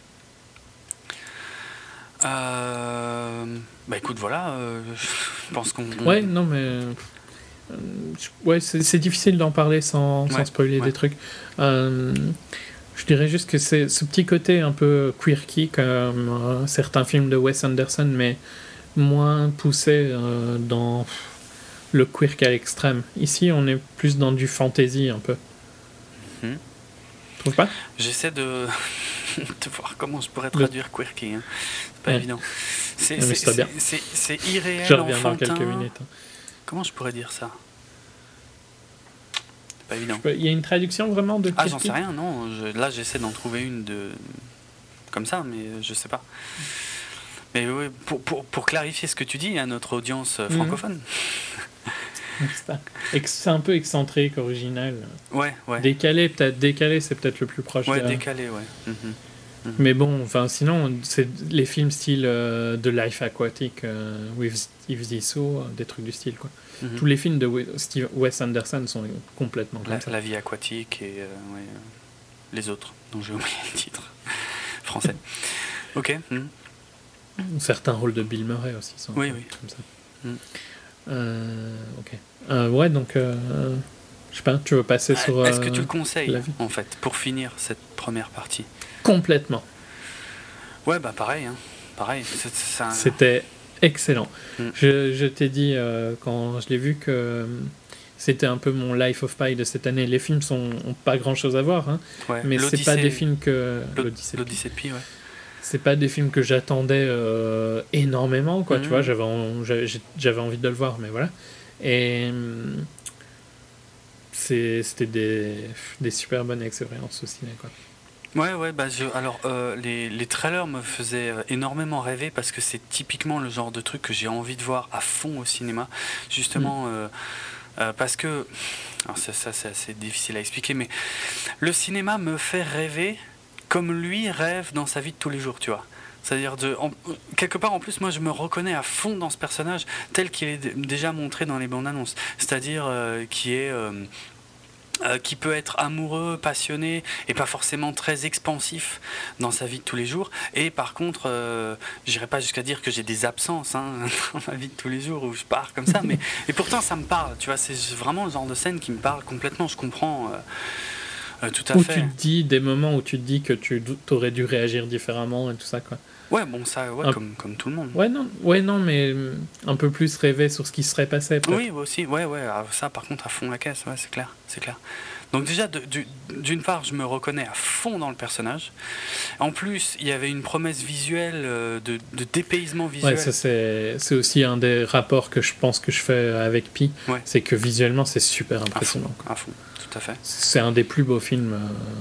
Speaker 2: Euh, bah écoute, voilà, euh, je pense qu'on... on-
Speaker 3: Ouais, non mais euh, je- ouais, c'est c'est difficile d'en parler sans, sans
Speaker 2: Ouais,
Speaker 3: spoiler
Speaker 2: ouais.
Speaker 3: des trucs. Euh, Je dirais juste que c'est ce petit côté un peu quirky comme euh, certains films de Wes Anderson, mais moins poussé euh, dans le quirk à l'extrême. Ici, on est plus dans du fantasy un peu.
Speaker 2: Hmm.
Speaker 3: Tu trouves pas?
Speaker 2: J'essaie de... de voir comment je pourrais traduire le... quirky. Hein. C'est pas ouais. évident. C'est,
Speaker 3: ouais,
Speaker 2: c'est,
Speaker 3: c'est,
Speaker 2: c'est, c'est irréel,
Speaker 3: je reviens
Speaker 2: enfantin.
Speaker 3: dans quelques minutes. Hein.
Speaker 2: Comment je pourrais dire ça? C'est pas évident.
Speaker 3: Il y a une traduction vraiment de
Speaker 2: Ah,
Speaker 3: quirky?
Speaker 2: j'en sais rien, non. Je, là, j'essaie d'en trouver une de... comme ça, mais je sais pas. Mais oui, pour, pour, pour clarifier ce que tu dis à notre audience mmh. francophone.
Speaker 3: C'est un peu excentrique, original.
Speaker 2: Ouais, ouais.
Speaker 3: Décalé, peut-être. Décalé, c'est peut-être le plus proche.
Speaker 2: Ouais,
Speaker 3: de...
Speaker 2: décalé, ouais. Mmh. Mmh.
Speaker 3: Mais bon, enfin, sinon, c'est les films style euh, de Life Aquatic, euh, with Steve Zissou, des trucs du style, quoi. Mmh. Tous les films de Steve, Wes Anderson sont complètement comme
Speaker 2: la,
Speaker 3: ça.
Speaker 2: La vie aquatique et euh, ouais, euh, les autres, dont j'ai oublié le titre français. Ok. Mmh.
Speaker 3: Certains rôles de Bill Murray aussi sont
Speaker 2: oui, oui.
Speaker 3: comme ça.
Speaker 2: Mm.
Speaker 3: Euh, ok. Euh, ouais, donc, euh, je sais pas, tu veux passer
Speaker 2: ah,
Speaker 3: sur. Euh,
Speaker 2: Est-ce que tu le conseilles, en fait, pour finir cette première partie?
Speaker 3: Complètement.
Speaker 2: Ouais, bah pareil. Hein. Pareil. C'est, c'est un...
Speaker 3: C'était excellent.
Speaker 2: Mm.
Speaker 3: Je, je t'ai dit, euh, quand je l'ai vu, que euh, c'était un peu mon Life of Pi de cette année. Les films sont, ont pas grand-chose à voir, hein,
Speaker 2: ouais.
Speaker 3: mais
Speaker 2: L'Odyssée...
Speaker 3: c'est pas des films que.
Speaker 2: L'Odyssée, L'Odyssée de Pi, ouais.
Speaker 3: C'est pas des films que j'attendais euh, énormément, quoi, mmh. tu vois, j'avais, en, j'avais, j'avais envie de le voir, mais voilà. Et c'est, c'était des, des super bonnes expériences au ciné, quoi.
Speaker 2: Ouais, ouais, bah je, alors euh, les, les trailers me faisaient énormément rêver parce que c'est typiquement le genre de truc que j'ai envie de voir à fond au cinéma, justement, mmh. euh, euh, parce que, alors ça, ça c'est assez difficile à expliquer, mais le cinéma me fait rêver comme lui rêve dans sa vie de tous les jours, tu vois. C'est-à-dire, de, en, quelque part, en plus, moi, je me reconnais à fond dans ce personnage tel qu'il est d- déjà montré dans les bandes annonces. C'est-à-dire, euh, qui est... Euh, euh, qui peut être amoureux, passionné et pas forcément très expansif dans sa vie de tous les jours. Et par contre, euh, j'irai pas jusqu'à dire que j'ai des absences hein, dans ma vie de tous les jours où je pars comme ça, mais et pourtant ça me parle, tu vois, c'est vraiment le genre de scène qui me parle complètement, je comprends... Euh, Euh, tout à
Speaker 3: où
Speaker 2: fait.
Speaker 3: tu te dis des moments où tu te dis que tu aurais dû réagir différemment et tout ça, quoi.
Speaker 2: Ouais, bon, ça, ouais,
Speaker 3: un...
Speaker 2: comme, comme tout le monde.
Speaker 3: Ouais non, ouais, non, mais un peu plus rêver sur ce qui serait passé. Peut-être.
Speaker 2: Oui, aussi, ouais, ouais, ça, par contre, à fond la caisse, ouais, c'est clair, c'est clair. Donc déjà, de, de, d'une part, je me reconnais à fond dans le personnage. En plus, il y avait une promesse visuelle, de, de dépaysement visuel.
Speaker 3: Ouais, ça, c'est, c'est aussi un des rapports que je pense que je fais avec Pi.
Speaker 2: Ouais.
Speaker 3: C'est que visuellement, c'est super impressionnant.
Speaker 2: À fond, à fond. Tout à fait.
Speaker 3: C'est un des plus beaux films euh,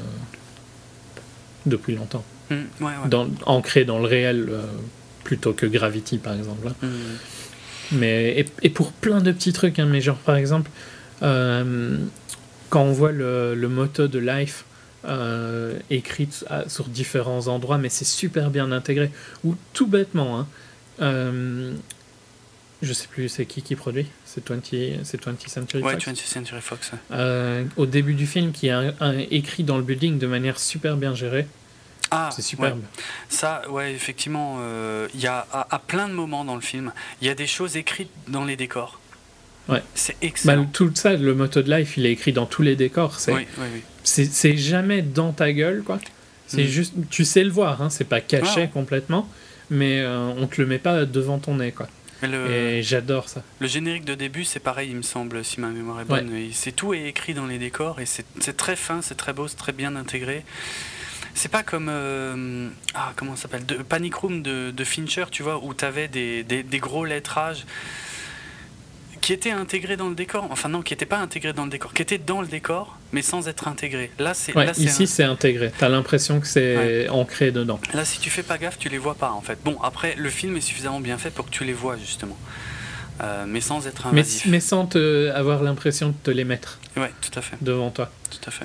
Speaker 3: depuis longtemps.
Speaker 2: Mmh, ouais, ouais.
Speaker 3: Dans, ancré dans le réel euh, plutôt que Gravity, par exemple. Hein. Mmh. Mais, et, et pour plein de petits trucs, hein, mais genre par exemple, euh, quand on voit le, le motto de Life euh, écrit à, sur différents endroits, mais c'est super bien intégré. Ou tout bêtement, hein, euh, je sais plus c'est qui qui produit, c'est vingt, c'est twentieth Century Fox.
Speaker 2: Ouais, twentieth Century Fox. Ouais.
Speaker 3: Euh, au début du film, qui est un, un, écrit dans le building de manière super bien gérée.
Speaker 2: Ah,
Speaker 3: c'est superbe.
Speaker 2: Ouais. Ça, ouais, effectivement, il euh, y a à, à plein de moments dans le film, il y a des choses écrites dans les décors.
Speaker 3: Ouais.
Speaker 2: C'est excellent.
Speaker 3: Bah, tout ça, le motto de Life, il est écrit dans tous les décors. C'est,
Speaker 2: oui, oui, oui.
Speaker 3: c'est, c'est jamais dans ta gueule, quoi. C'est mmh. juste, tu sais le voir, hein, c'est pas caché ah. complètement, mais euh, on te le met pas devant ton nez, quoi. Le, et j'adore ça.
Speaker 2: Le générique de début, c'est pareil, il me semble, si ma mémoire est bonne. Ouais. C'est tout est écrit dans les décors et c'est, c'est très fin, c'est très beau, c'est très bien intégré. C'est pas comme euh, ah comment ça s'appelle de, Panic Room de, de Fincher, tu vois, où t'avais des, des, des gros lettrages qui étaient intégrés dans le décor. Enfin non, qui n'étaient pas intégrés dans le décor, qui étaient dans le décor, mais sans être intégrés. Là, c'est
Speaker 3: ouais,
Speaker 2: là, c'est
Speaker 3: ici,
Speaker 2: un...
Speaker 3: c'est intégré. T'as l'impression que c'est ouais. ancré dedans.
Speaker 2: Là, si tu fais pas gaffe, tu les vois pas en fait. Bon, après, le film est suffisamment bien fait pour que tu les vois justement. Euh, mais sans être invasif.
Speaker 3: Mais, mais sans te, avoir l'impression de te les mettre.
Speaker 2: Ouais, tout à fait.
Speaker 3: Devant toi.
Speaker 2: Tout à fait.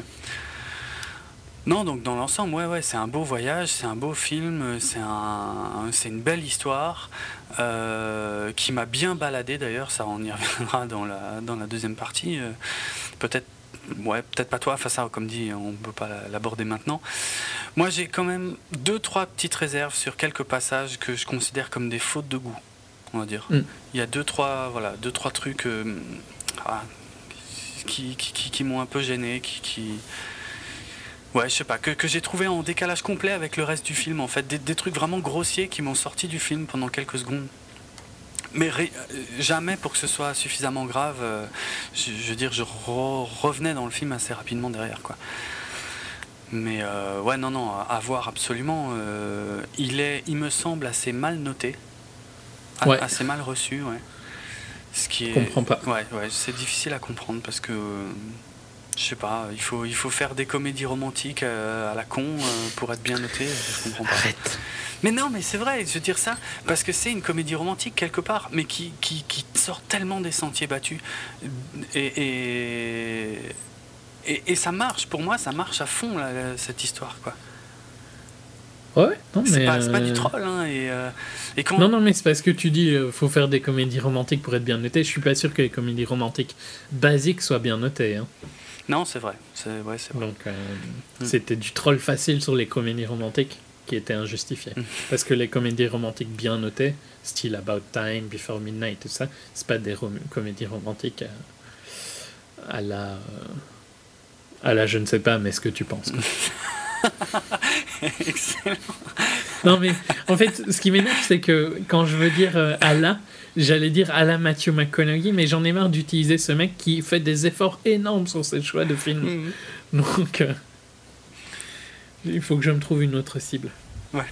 Speaker 2: Non, donc dans l'ensemble, ouais, ouais, c'est un beau voyage, c'est un beau film, c'est, un, c'est une belle histoire euh, qui m'a bien baladé d'ailleurs, ça on y reviendra dans la, dans la deuxième partie. Euh, peut-être, ouais, peut-être pas toi, enfin ça, comme dit, on ne peut pas l'aborder maintenant. Moi j'ai quand même deux, trois petites réserves sur quelques passages que je considère comme des fautes de goût, on va dire. Mm. Il y a deux, trois, voilà, deux, trois trucs euh, ah, qui, qui, qui, qui m'ont un peu gêné, qui... qui Ouais, je sais pas, que, que j'ai trouvé en décalage complet avec le reste du film, en fait. Des, des trucs vraiment grossiers qui m'ont sorti du film pendant quelques secondes. Mais ré, jamais pour que ce soit suffisamment grave. Euh, je, je veux dire, je re, revenais dans le film assez rapidement derrière, quoi. Mais euh, ouais, non, non, à, à voir absolument. Euh, il est, il me semble, assez mal noté. A,
Speaker 3: ouais.
Speaker 2: Assez mal reçu, ouais. Ce qui est...
Speaker 3: Je comprends pas.
Speaker 2: Ouais, ouais, c'est difficile à comprendre parce que... Euh, je sais pas, il faut, il faut faire des comédies romantiques euh, à la con euh, pour être bien noté, je comprends pas.
Speaker 3: Arrête.
Speaker 2: Mais non, mais c'est vrai, je veux dire ça, parce que c'est une comédie romantique quelque part, mais qui, qui, qui sort tellement des sentiers battus. Et, et, et, et ça marche, pour moi, ça marche à fond, là, cette histoire, quoi.
Speaker 3: Ouais, non, mais.
Speaker 2: C'est pas, c'est pas
Speaker 3: euh...
Speaker 2: du troll, hein, et, euh, et quand...
Speaker 3: Non, non, mais c'est parce que tu dis euh, faut faire des comédies romantiques pour être bien noté. Je suis pas sûr que les comédies romantiques basiques soient bien notées. Hein.
Speaker 2: Non, c'est vrai. C'est, ouais, c'est vrai.
Speaker 3: Donc, euh,
Speaker 2: mm.
Speaker 3: c'était du troll facile sur les comédies romantiques qui était injustifié. Mm. Parce que les comédies romantiques bien notées, style About Time, Before Midnight, tout ça, c'est pas des rom- comédies romantiques à, à la. Euh, à la je ne sais pas, mais ce que tu penses. Quoi.
Speaker 2: Excellent.
Speaker 3: Non, mais en fait, ce qui m'énerve, c'est que quand je veux dire euh, à la, j'allais dire à la Matthew McConaughey, mais j'en ai marre d'utiliser ce mec qui fait des efforts énormes sur ses choix de films. Mm-hmm. Donc, euh, il faut que je me trouve une autre cible.
Speaker 2: Ouais.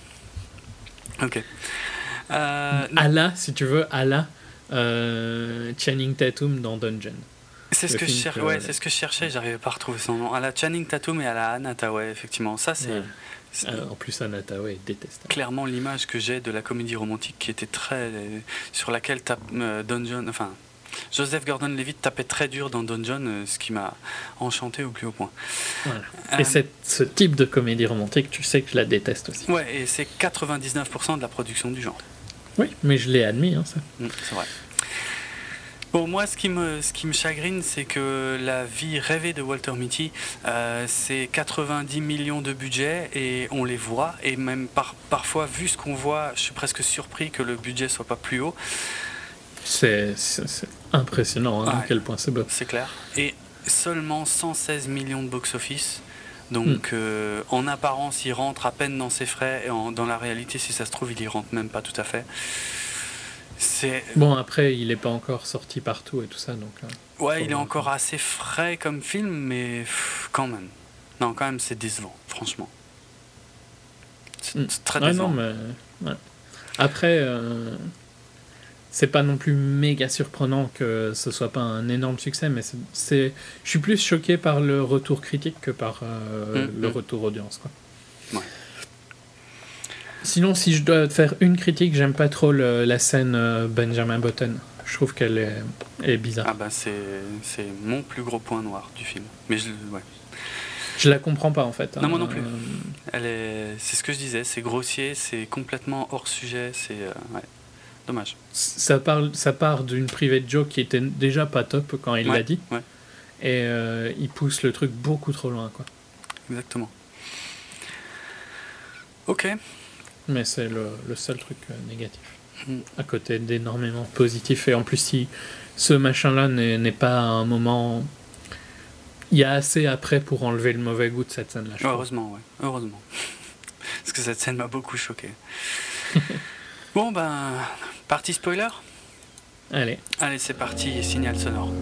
Speaker 2: Ok. Euh,
Speaker 3: à la, si tu veux, à la euh, Channing Tatum dans Dungeon.
Speaker 2: C'est ce, que je cher... que... ouais, c'est ce que je cherchais, j'arrivais pas à retrouver son nom. À la Channing Tatum et à la Anna Thaoué, effectivement. Ça, c'est.
Speaker 3: Ouais. c'est... Euh, en plus, Anna Thaoué est détestable.
Speaker 2: Clairement, l'image que j'ai de la comédie romantique qui était très. Sur laquelle tape, euh, Dungeon. Enfin, Joseph Gordon-Levitt tapait très dur dans Dungeon, euh, ce qui m'a enchanté au plus haut point.
Speaker 3: Voilà. Euh... Et cette, ce type de comédie romantique, tu sais que je la déteste aussi.
Speaker 2: Ouais, et c'est quatre-vingt-dix-neuf pour cent de la production du genre.
Speaker 3: Oui, mais je l'ai admis, hein, ça.
Speaker 2: Mmh, c'est vrai. Bon, moi, ce qui me, ce qui me chagrine, c'est que la vie rêvée de Walter Mitty, euh, c'est quatre-vingt-dix millions de budget et on les voit. Et même par, parfois, vu ce qu'on voit, je suis presque surpris que le budget soit pas plus haut.
Speaker 3: C'est, c'est, c'est impressionnant hein,
Speaker 2: ouais,
Speaker 3: à quel point c'est beau.
Speaker 2: C'est clair. Et seulement cent seize millions de box-office. Donc, mm. euh, en apparence, il rentre à peine dans ses frais. Et en, dans la réalité, si ça se trouve, il y rentre même pas tout à fait. C'est...
Speaker 3: Bon, après, il n'est pas encore sorti partout et tout ça, donc... Euh,
Speaker 2: ouais, il est encore faire. assez frais comme film, mais pff, quand même. Non, quand même, c'est décevant, franchement. C'est,
Speaker 3: mm.
Speaker 2: c'est très
Speaker 3: ouais,
Speaker 2: décevant.
Speaker 3: Non, mais... ouais. Après, euh, c'est pas non plus méga surprenant que ce soit pas un énorme succès, mais c'est... c'est... je suis plus choqué par le retour critique que par euh, mm. le retour audience, quoi.
Speaker 2: Ouais.
Speaker 3: Sinon, si je dois te faire une critique, j'aime pas trop le, la scène euh, Benjamin Button. Je trouve qu'elle est, est bizarre.
Speaker 2: Ah bah c'est, c'est mon plus gros point noir du film. Mais je, ouais.
Speaker 3: je la comprends pas en fait.
Speaker 2: Non,
Speaker 3: hein.
Speaker 2: moi non plus. Elle est, c'est ce que je disais, c'est grossier, c'est complètement hors sujet, c'est euh, ouais. Dommage.
Speaker 3: Ça, parle, ça part d'une private joke qui était déjà pas top quand il
Speaker 2: ouais,
Speaker 3: l'a dit.
Speaker 2: Ouais.
Speaker 3: Et euh, il pousse le truc beaucoup trop loin, quoi.
Speaker 2: Exactement. Ok.
Speaker 3: Mais c'est le, le seul truc euh, négatif. Mm. À côté d'énormément positif. Et en plus, si ce machin-là n'est, n'est pas à un moment... Il y a assez après pour enlever le mauvais goût de cette scène-là.
Speaker 2: Je Heureusement, crois. ouais. Heureusement. Parce que cette scène m'a beaucoup choqué. Bon, ben... Partie spoiler ?
Speaker 3: Allez.
Speaker 2: Allez, c'est parti. Signal sonore.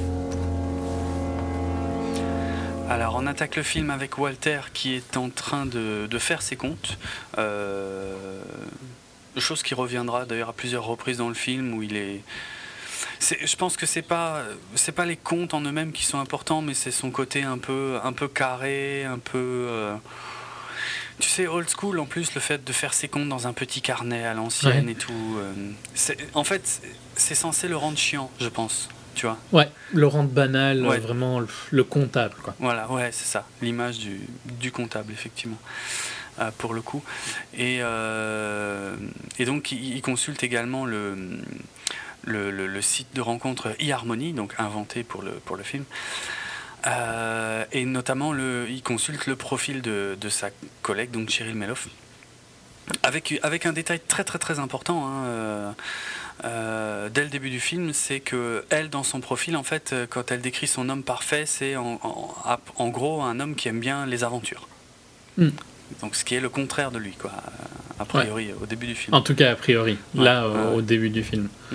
Speaker 2: Alors, on attaque le film avec Walter qui est en train de, de faire ses comptes. Euh, chose qui reviendra d'ailleurs à plusieurs reprises dans le film où il est... c'est je pense que c'est pas, c'est pas les comptes en eux-mêmes qui sont importants, mais c'est son côté un peu, un peu carré, un peu... Euh, tu sais, old school en plus, le fait de faire ses comptes dans un petit carnet à l'ancienne ouais. et tout. Euh, c'est, en fait, c'est censé le rendre chiant, je pense. Tu vois.
Speaker 3: Ouais, le rendre banal,
Speaker 2: ouais.
Speaker 3: vraiment le, le comptable, quoi.
Speaker 2: Voilà, ouais, c'est ça, l'image du, du comptable, effectivement, euh, pour le coup. Et, euh, et donc, il, il consulte également le, le, le, le site de rencontre eHarmony, donc inventé pour le, pour le film. Euh, et notamment, le, il consulte le profil de, de sa collègue, donc Cheryl Meloff, avec, avec un détail très très très important, hein, euh, euh, dès le début du film, c'est que elle, dans son profil, en fait, quand elle décrit son homme parfait, c'est en, en, en gros un homme qui aime bien les aventures. Mm. Donc ce qui est le contraire de lui, quoi, a priori, ouais. Au début du film.
Speaker 3: En tout cas, a priori, ouais. là, ouais. au début du film.
Speaker 2: Mm.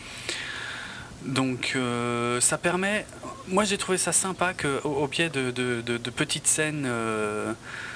Speaker 2: Donc euh, ça permet... Moi j'ai trouvé ça sympa qu'au au pied de, de, de, de petites scènes euh,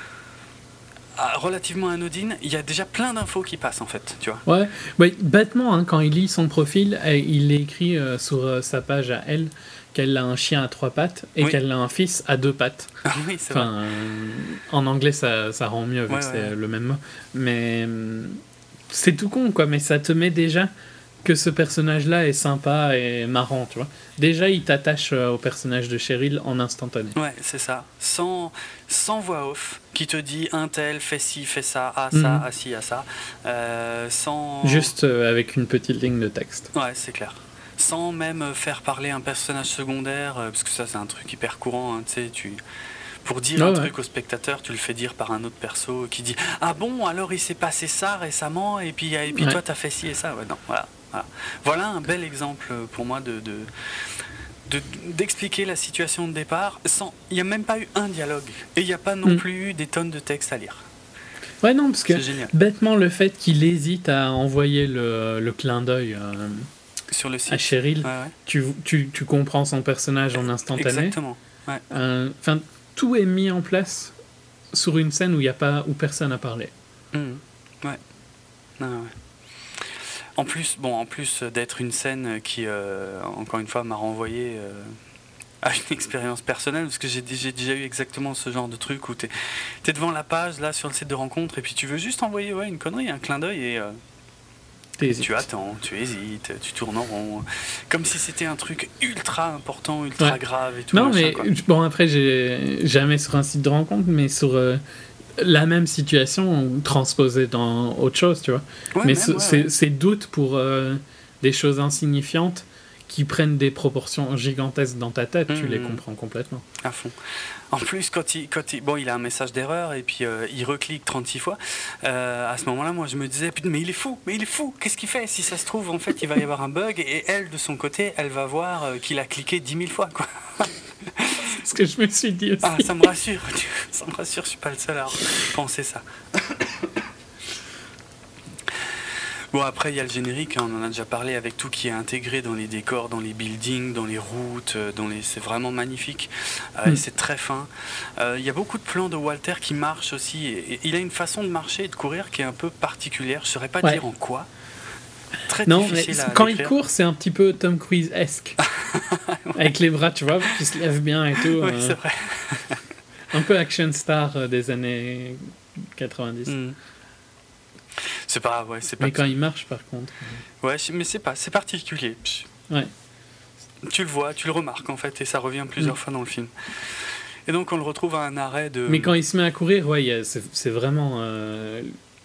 Speaker 2: relativement anodines, il y a déjà plein d'infos qui passent en fait, tu vois.
Speaker 3: Ouais, ouais bêtement, hein, quand il lit son profil, il écrit euh, sur euh, sa page à elle qu'elle a un chien à trois pattes et oui. qu'elle a un fils à deux pattes.
Speaker 2: Oui, c'est
Speaker 3: enfin,
Speaker 2: vrai.
Speaker 3: Euh, en anglais ça, ça rend mieux vu ouais, que c'est ouais. le même mot. Mais euh, c'est tout con quoi, mais ça te met déjà... que ce personnage-là est sympa et marrant, tu vois. Déjà, il t'attache au personnage de Cheryl en instantané.
Speaker 2: Ouais, c'est ça. Sans, sans voix off, qui te dit un tel, fais ci, fais ça, ah ça, mm-hmm. ah ci, ah ça. Euh, sans...
Speaker 3: Juste euh, avec une petite ligne de texte.
Speaker 2: Ouais, c'est clair. Sans même faire parler un personnage secondaire, euh, parce que ça, c'est un truc hyper courant, hein, tu sais, tu... Pour dire oh, un ouais. truc au spectateur, tu le fais dire par un autre perso qui dit « Ah bon, alors il s'est passé ça récemment, et puis, et puis ouais. toi, t'as fait ci et ça. » Ouais, non, voilà. Voilà. voilà un bel exemple pour moi de, de, de, d'expliquer la situation de départ sans... Il n'y a même pas eu un dialogue. Et il n'y a pas non mm. plus eu des tonnes de textes à lire.
Speaker 3: Ouais, non, parce que bêtement, le fait qu'il hésite à envoyer le, le clin d'œil euh,
Speaker 2: sur le site
Speaker 3: à Cheryl,
Speaker 2: ouais, ouais.
Speaker 3: Tu, tu, tu comprends son personnage en instantané.
Speaker 2: Exactement. Ouais.
Speaker 3: Euh, tout est mis en place sur une scène où, y a pas, où personne n'a parlé.
Speaker 2: Mm. Ouais. Ah, ouais. En plus, bon, en plus d'être une scène qui, euh, encore une fois, m'a renvoyé euh, à une expérience personnelle, parce que j'ai, j'ai déjà eu exactement ce genre de truc où t'es, t'es devant la page, là, sur le site de rencontre, et puis tu veux juste envoyer ouais, une connerie, un clin d'œil, et euh, tu attends, tu hésites, tu tournes en rond, comme si c'était un truc ultra important, ultra ouais. grave et tout.
Speaker 3: Non,
Speaker 2: machin,
Speaker 3: mais
Speaker 2: quoi.
Speaker 3: Bon, après, j'ai jamais sur un site de rencontre, mais sur... Euh... la même situation transposée dans autre chose, tu vois. Ouais, mais même, ouais, ouais. ces doutes pour euh, des choses insignifiantes qui prennent des proportions gigantesques dans ta tête, mmh, tu les comprends complètement.
Speaker 2: À fond. En plus, quand il, quand il, bon, il a un message d'erreur et puis euh, il reclique trente-six fois, euh, à ce moment-là, moi, je me disais, putain, mais il est fou, mais il est fou, qu'est-ce qu'il fait ? Si ça se trouve, en fait, il va y avoir un bug et elle, de son côté, elle va voir euh, qu'il a cliqué dix mille fois, quoi.
Speaker 3: C'est ce que je me suis dit aussi.
Speaker 2: Ah, ça me rassure, ça me rassure, je suis pas le seul à penser ça. Bon, après, il y a le générique, hein, on en a déjà parlé, avec tout qui est intégré dans les décors, dans les buildings, dans les routes, dans les... c'est vraiment magnifique, euh, mm. et c'est très fin. Euh, il y a beaucoup de plans de Walter qui marchent aussi, et, et il a une façon de marcher et de courir qui est un peu particulière, je saurais pas ouais. dire en quoi. Très
Speaker 3: non,
Speaker 2: difficile
Speaker 3: mais
Speaker 2: à
Speaker 3: quand
Speaker 2: décrire.
Speaker 3: Il court, c'est un petit peu Tom Cruise-esque. Ouais. Avec les bras, tu vois, qui se lève bien et tout.
Speaker 2: Oui,
Speaker 3: euh...
Speaker 2: c'est vrai.
Speaker 3: Un peu action star des années quatre-vingt-dix. Mm.
Speaker 2: C'est pas, ouais, c'est pas.
Speaker 3: Mais quand il marche, par contre.
Speaker 2: Ouais, mais c'est pas, c'est particulier.
Speaker 3: Ouais.
Speaker 2: Tu le vois, tu le remarques en fait, et ça revient plusieurs mm. fois dans le film. Et donc on le retrouve à un arrêt de.
Speaker 3: Mais quand il se met à courir, ouais, c'est, c'est vraiment euh,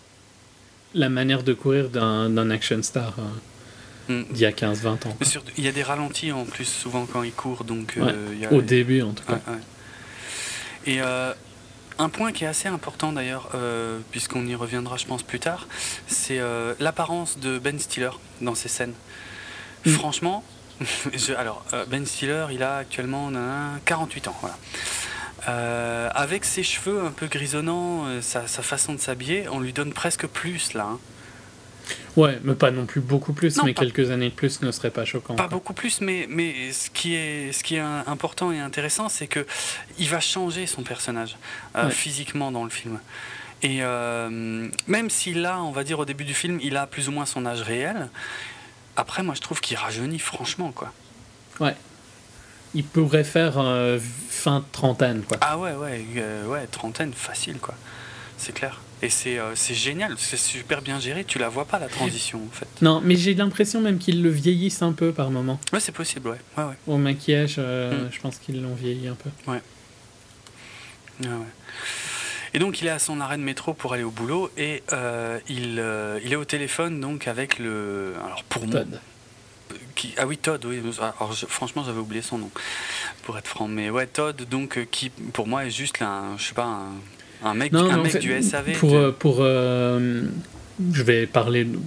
Speaker 3: la manière de courir d'un, d'un action star euh, mm. d'il y a quinze vingt ans.
Speaker 2: Surtout, il y a des ralentis en plus souvent quand il court, donc.
Speaker 3: Ouais.
Speaker 2: Euh, y a,
Speaker 3: Au début en tout cas.
Speaker 2: Ouais, ouais. Et euh, un point qui est assez important d'ailleurs, euh, puisqu'on y reviendra je pense plus tard, c'est euh, l'apparence de Ben Stiller dans ces scènes. Mm. Franchement, je, alors euh, Ben Stiller il a actuellement nan, quarante-huit ans, voilà. Euh, avec ses cheveux un peu grisonnants, euh, sa, sa façon de s'habiller, on lui donne presque plus là. Hein.
Speaker 3: Ouais, mais pas non plus beaucoup plus, non, mais
Speaker 2: pas,
Speaker 3: quelques années de plus ne serait pas choquant.
Speaker 2: Pas
Speaker 3: quoi.
Speaker 2: beaucoup plus, mais, mais ce, qui est, ce qui est important et intéressant, c'est qu'il va changer son personnage euh, ouais. physiquement dans le film. Et euh, même si là, on va dire au début du film, il a plus ou moins son âge réel, après moi je trouve qu'il rajeunit franchement, quoi.
Speaker 3: Ouais. Il pourrait faire euh, fin trentaine, quoi.
Speaker 2: Ah ouais, ouais, euh, ouais, trentaine, facile, quoi. C'est clair. Et c'est, euh, c'est génial, c'est super bien géré, tu la vois pas la transition en fait.
Speaker 3: Non, mais j'ai l'impression même qu'ils le vieillissent un peu par moment.
Speaker 2: Ouais, c'est possible, ouais. ouais, ouais.
Speaker 3: Au maquillage, euh, mm. je pense qu'ils l'ont vieilli un peu.
Speaker 2: Ouais. Ouais, ouais. Et donc il est à son arrêt de métro pour aller au boulot et euh, il, euh, il est au téléphone donc avec le... Alors pour moi...
Speaker 3: Todd.
Speaker 2: Qui, ah oui, Todd, oui. Alors, je, franchement, j'avais oublié son nom, pour être franc. Mais ouais, Todd, donc, qui pour moi est juste là, un, je sais pas, un... Un mec,
Speaker 3: non,
Speaker 2: un
Speaker 3: non,
Speaker 2: mec
Speaker 3: fait,
Speaker 2: du S A V.
Speaker 3: Pour,
Speaker 2: du...
Speaker 3: euh, pour euh, je vais parler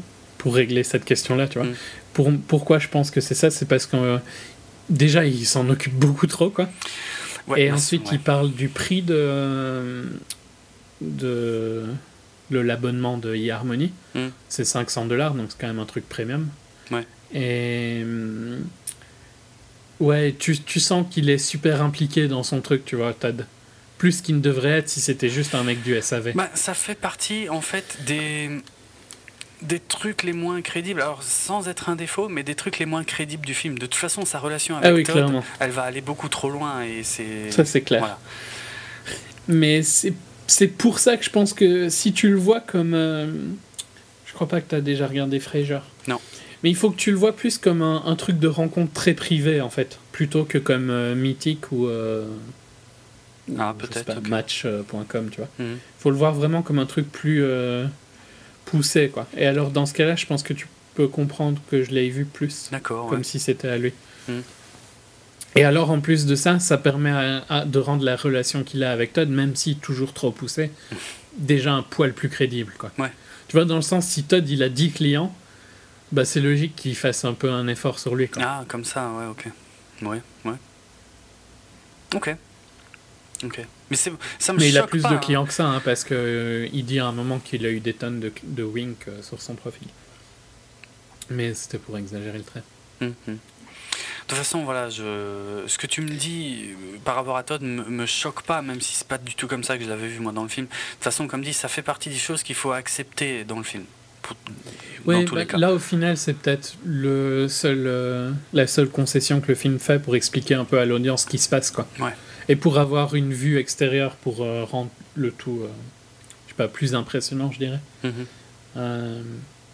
Speaker 3: pour régler cette question-là, tu vois.
Speaker 2: Mm.
Speaker 3: Pour, pourquoi je pense que c'est ça, c'est parce que euh, déjà, il s'en occupe beaucoup trop, quoi.
Speaker 2: Ouais,
Speaker 3: et
Speaker 2: bah,
Speaker 3: ensuite,
Speaker 2: ouais.
Speaker 3: il parle du prix de, de, de l'abonnement de eHarmony.
Speaker 2: Mm.
Speaker 3: C'est cinq cents dollars, donc c'est quand même un truc premium.
Speaker 2: Ouais.
Speaker 3: Et hum, ouais, tu, tu sens qu'il est super impliqué dans son truc, tu vois, Todd. Plus qu'il ne devrait être si c'était juste un mec du S A V.
Speaker 2: Bah, ça fait partie, en fait, des... des trucs les moins crédibles, alors sans être un défaut, mais des trucs les moins crédibles du film. De toute façon, sa relation avec
Speaker 3: Ah oui,
Speaker 2: Todd,
Speaker 3: clairement.
Speaker 2: elle va aller beaucoup trop loin et c'est...
Speaker 3: Ça, c'est clair.
Speaker 2: Voilà.
Speaker 3: Mais c'est, c'est pour ça que je pense que si tu le vois comme... euh, je crois pas que tu as déjà regardé Frasier.
Speaker 2: Non.
Speaker 3: Mais il faut que tu le vois plus comme un, un truc de rencontre très privé, en fait. Plutôt que comme euh, Mythic ou... euh,
Speaker 2: Ah,
Speaker 3: ou, je sais
Speaker 2: peut-être,
Speaker 3: pas,
Speaker 2: ok.
Speaker 3: match point com, tu vois.
Speaker 2: Mhm.
Speaker 3: Faut le voir vraiment comme un truc plus euh, poussé, quoi. Et alors, dans ce cas-là, je pense que tu peux comprendre que je l'ai vu plus.
Speaker 2: D'accord,
Speaker 3: Comme
Speaker 2: ouais.
Speaker 3: si c'était à lui.
Speaker 2: Mm.
Speaker 3: Et alors, en plus de ça, ça permet à- à- de rendre la relation qu'il a avec Todd, même si toujours trop poussée, déjà un poil plus crédible, quoi.
Speaker 2: Ouais.
Speaker 3: Tu vois, dans le sens, si Todd, il a dix clients, bah, c'est logique qu'il fasse un peu un effort sur lui, quoi.
Speaker 2: Ah, comme ça, ouais, ok. Ouais, ouais. Ok. Ok. Mais c'est, ça me
Speaker 3: Mais il a
Speaker 2: choque
Speaker 3: plus
Speaker 2: pas,
Speaker 3: de
Speaker 2: hein.
Speaker 3: clients que ça, hein, parce que euh, il dit à un moment qu'il a eu des tonnes de, de wink euh, sur son profil. Mais c'était pour exagérer le trait.
Speaker 2: Mhm. De toute façon, voilà, je... ce que tu me dis euh, par rapport à Todd me, me choque pas, même si c'est pas du tout comme ça que je l'avais vu moi dans le film. De toute façon, comme dit, ça fait partie des choses qu'il faut accepter dans le film. Pour...
Speaker 3: Ouais,
Speaker 2: dans tous
Speaker 3: bah,
Speaker 2: les cas.
Speaker 3: là au final c'est peut-être le seul, euh, la seule concession que le film fait pour expliquer un peu à l'audience ce qui se passe, quoi.
Speaker 2: Ouais.
Speaker 3: Et pour avoir une vue extérieure pour euh, rendre le tout euh, je sais pas, plus impressionnant, je dirais.
Speaker 2: Mhm.
Speaker 3: Euh,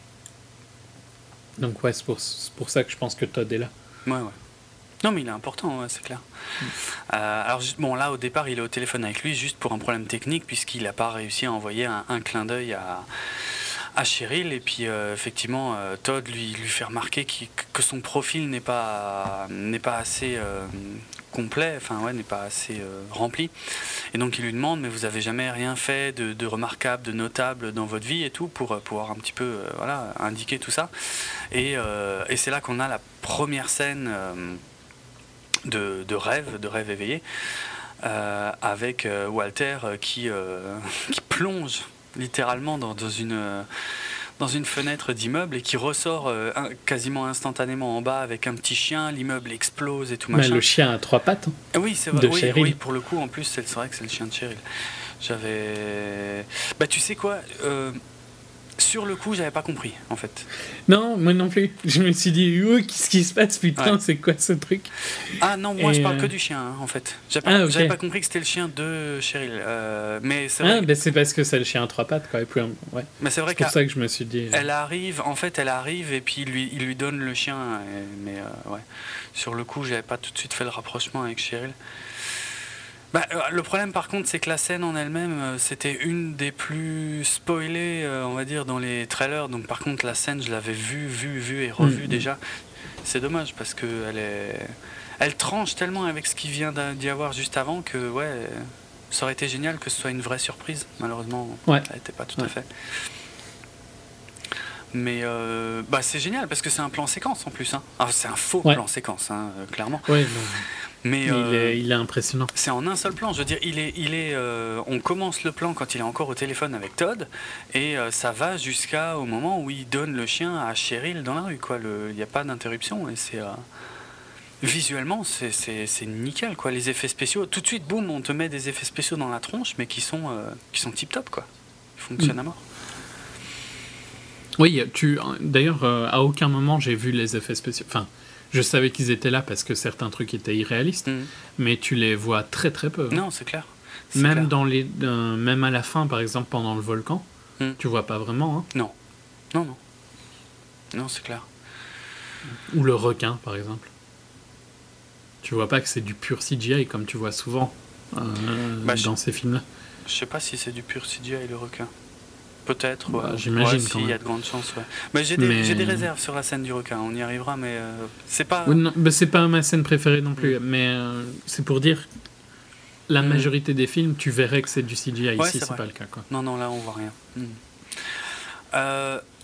Speaker 3: donc ouais, c'est pour, c'est pour ça que je pense que Todd est là.
Speaker 2: Ouais, ouais. Non, mais il est important, ouais, c'est clair.
Speaker 3: Mm.
Speaker 2: Euh, alors, ju- bon, là, au départ, il est au téléphone avec lui juste pour un problème technique, puisqu'il n'a pas réussi à envoyer un, un clin d'œil à, à Cheryl. Et puis, euh, effectivement, euh, Todd lui, lui fait remarquer qu'il- que son profil n'est pas, n'est pas assez euh, complet, enfin, ouais, n'est pas assez euh, rempli. Et donc, il lui demande, mais vous avez jamais rien fait de, de remarquable, de notable dans votre vie et tout, pour euh, pouvoir un petit peu, euh, voilà, indiquer tout ça. Et, euh, et c'est là qu'on a la première scène... euh, De, de rêve, de rêve éveillé, euh, avec euh, Walter euh, qui, euh, qui plonge littéralement dans, dans, une, euh, dans une fenêtre d'immeuble et qui ressort euh, un, quasiment instantanément en bas avec un petit chien, l'immeuble explose et tout
Speaker 3: Mais
Speaker 2: machin.
Speaker 3: le chien a trois pattes, hein.
Speaker 2: Ah oui, c'est vrai.
Speaker 3: de
Speaker 2: Oui,
Speaker 3: Cheryl.
Speaker 2: oui, pour le coup, en plus, c'est c'est vrai que c'est le chien de Cheryl. J'avais... Bah tu sais quoi euh, sur le coup, j'avais pas compris, en fait.
Speaker 3: Non, moi non plus. Je me suis dit, oh, qu'est-ce qui se passe, putain,
Speaker 2: Ouais.
Speaker 3: c'est quoi ce truc?
Speaker 2: Ah non, moi
Speaker 3: Et
Speaker 2: je parle
Speaker 3: euh,
Speaker 2: que du chien, hein, en fait. J'avais pas,
Speaker 3: Ah, ok.
Speaker 2: j'avais pas compris que c'était le chien de Cheryl. Euh, mais c'est
Speaker 3: Ah,
Speaker 2: vrai,
Speaker 3: ben c'est parce que c'est le chien à trois pattes, quoi. Et puis, euh, ouais.
Speaker 2: mais c'est vrai
Speaker 3: C'est pour
Speaker 2: qu'elle
Speaker 3: ça que je me suis dit. euh,
Speaker 2: arrive, en fait, elle arrive et puis il lui, il lui donne le chien. et- mais euh, ouais, sur le coup, j'avais pas tout de suite fait le rapprochement avec Cheryl. Bah, euh, le problème par contre c'est que la scène en elle-même euh, c'était une des plus spoilées euh, on va dire dans les trailers, donc par contre la scène je l'avais vue, vue, vue et revue
Speaker 3: Mhm.
Speaker 2: déjà. C'est dommage parce que elle est... elle tranche tellement avec ce qui vient d'a- d'y avoir juste avant que ouais, ça aurait été génial que ce soit une vraie surprise. Malheureusement
Speaker 3: Ouais.
Speaker 2: elle n'était pas tout à
Speaker 3: Ouais.
Speaker 2: fait. Mais euh, bah, c'est génial parce que c'est un plan séquence en plus, hein. Ah, c'est un faux
Speaker 3: Ouais.
Speaker 2: plan séquence hein, euh, clairement.
Speaker 3: Ouais, non.
Speaker 2: Mais
Speaker 3: Il,
Speaker 2: euh,
Speaker 3: est, il est impressionnant.
Speaker 2: c'est en un seul plan, je veux dire, il est, il est, euh, on commence le plan quand il est encore au téléphone avec Todd, et euh, ça va jusqu'au moment où il donne le chien à Cheryl dans la rue, quoi. Il n'y a pas d'interruption, et c'est... euh, visuellement, c'est, c'est, c'est nickel, quoi. Les effets spéciaux, tout de suite, boum, on te met des effets spéciaux dans la tronche, mais qui sont, euh, qui sont tip-top, quoi. Ils fonctionnent
Speaker 3: Mm.
Speaker 2: à mort.
Speaker 3: Oui, tu. D'ailleurs, euh, à aucun moment j'ai vu les effets spéciaux. Enfin, je savais qu'ils étaient là parce que certains trucs étaient irréalistes,
Speaker 2: Mhm.
Speaker 3: mais tu les vois très très peu.
Speaker 2: Non, c'est clair. C'est
Speaker 3: même
Speaker 2: clair.
Speaker 3: dans les, euh, même à la fin, par exemple, pendant le volcan,
Speaker 2: Mm.
Speaker 3: tu vois pas vraiment. Hein.
Speaker 2: Non. Non, non. Non, c'est clair.
Speaker 3: Ou le requin, par exemple. Tu vois pas que c'est du pur C G I comme tu vois souvent euh,
Speaker 2: Bah, je-
Speaker 3: dans ces films-là.
Speaker 2: Je sais pas si c'est du pur C G I le requin. Peut-être,
Speaker 3: Bah,
Speaker 2: ouais.
Speaker 3: j'imagine
Speaker 2: Ouais,
Speaker 3: quand
Speaker 2: si, il y a
Speaker 3: même.
Speaker 2: de grandes chances, ouais. Mais j'ai des,
Speaker 3: Mais-
Speaker 2: j'ai des réserves sur la scène du requin, on y arrivera, mais euh, c'est pas...
Speaker 3: Oui, non, bah, c'est pas ma scène préférée non plus, mais euh, c'est pour dire la
Speaker 2: Mm.
Speaker 3: majorité des films, tu verrais que c'est du C G I.
Speaker 2: Ouais,
Speaker 3: Ici,
Speaker 2: c'est
Speaker 3: c'est
Speaker 2: vrai.
Speaker 3: pas le cas, quoi.
Speaker 2: Non, non, là, on voit rien. Hmm. Euh,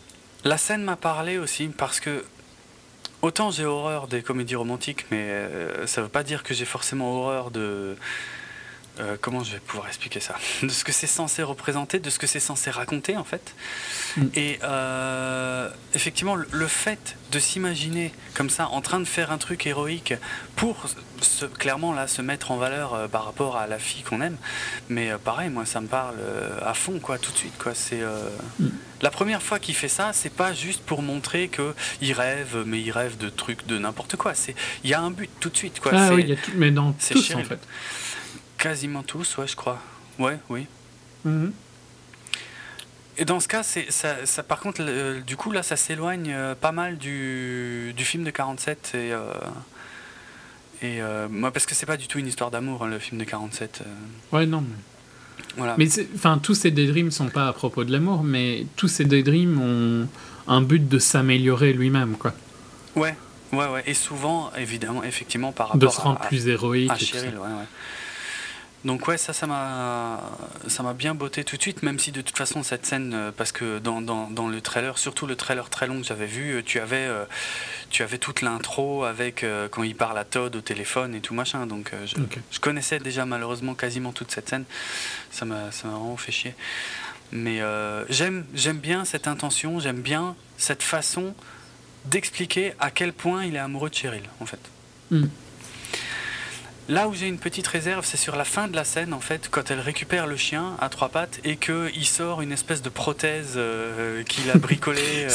Speaker 2: La scène m'a parlé aussi parce que autant j'ai horreur des comédies romantiques, mais euh, ça veut pas dire que j'ai forcément horreur de... Euh, comment je vais pouvoir expliquer ça ? De ce que c'est censé représenter, de ce que c'est censé raconter en fait. Mm. Et euh, effectivement, le fait de s'imaginer comme ça, en train de faire un truc héroïque pour se, clairement là se mettre en valeur euh, par rapport à la fille qu'on aime. Mais euh, pareil, moi ça me parle euh, à fond quoi, tout de suite quoi. C'est euh, mm. La première fois qu'il fait ça, c'est pas juste pour montrer que il rêve, mais il rêve de trucs de n'importe quoi. C'est il y a un but tout de suite quoi.
Speaker 3: Ah
Speaker 2: c'est,
Speaker 3: oui, il y a tout, mais dans tous Cheryl. En fait.
Speaker 2: Quasiment tous, ouais, je crois. Ouais, oui.
Speaker 3: Mm-hmm.
Speaker 2: Et dans ce cas, c'est, ça, ça, par contre, le, du coup, là, ça s'éloigne euh, pas mal du, du film de quarante-sept. Et, euh, et euh, moi, parce que c'est pas du tout une histoire d'amour, hein, le film de quarante-sept. Euh.
Speaker 3: Ouais, non. Mais,
Speaker 2: voilà.
Speaker 3: mais enfin, tous ces daydreams sont pas à propos de l'amour, mais tous ces daydreams ont un but de s'améliorer lui-même, quoi.
Speaker 2: Ouais, ouais, ouais. Et souvent, évidemment, effectivement, par rapport
Speaker 3: de se rendre
Speaker 2: à,
Speaker 3: plus héroïque.
Speaker 2: À Cheryl, ouais, ouais. Donc ouais, ça, ça m'a, ça m'a bien botté tout de suite, même si de toute façon cette scène, parce que dans, dans, dans le trailer, surtout le trailer très long que j'avais vu, tu avais, euh, tu avais toute l'intro avec euh, quand il parle à Todd au téléphone et tout machin, donc euh, je, okay. je connaissais déjà malheureusement quasiment toute cette scène, ça m'a, ça m'a vraiment fait chier. Mais euh, j'aime, j'aime bien cette intention, j'aime bien cette façon d'expliquer à quel point il est amoureux de Cheryl, en fait.
Speaker 3: Mm.
Speaker 2: Là où j'ai une petite réserve, c'est sur la fin de la scène, en fait, quand elle récupère le chien à trois pattes et qu'il sort une espèce de prothèse euh, qu'il a bricolée. Euh...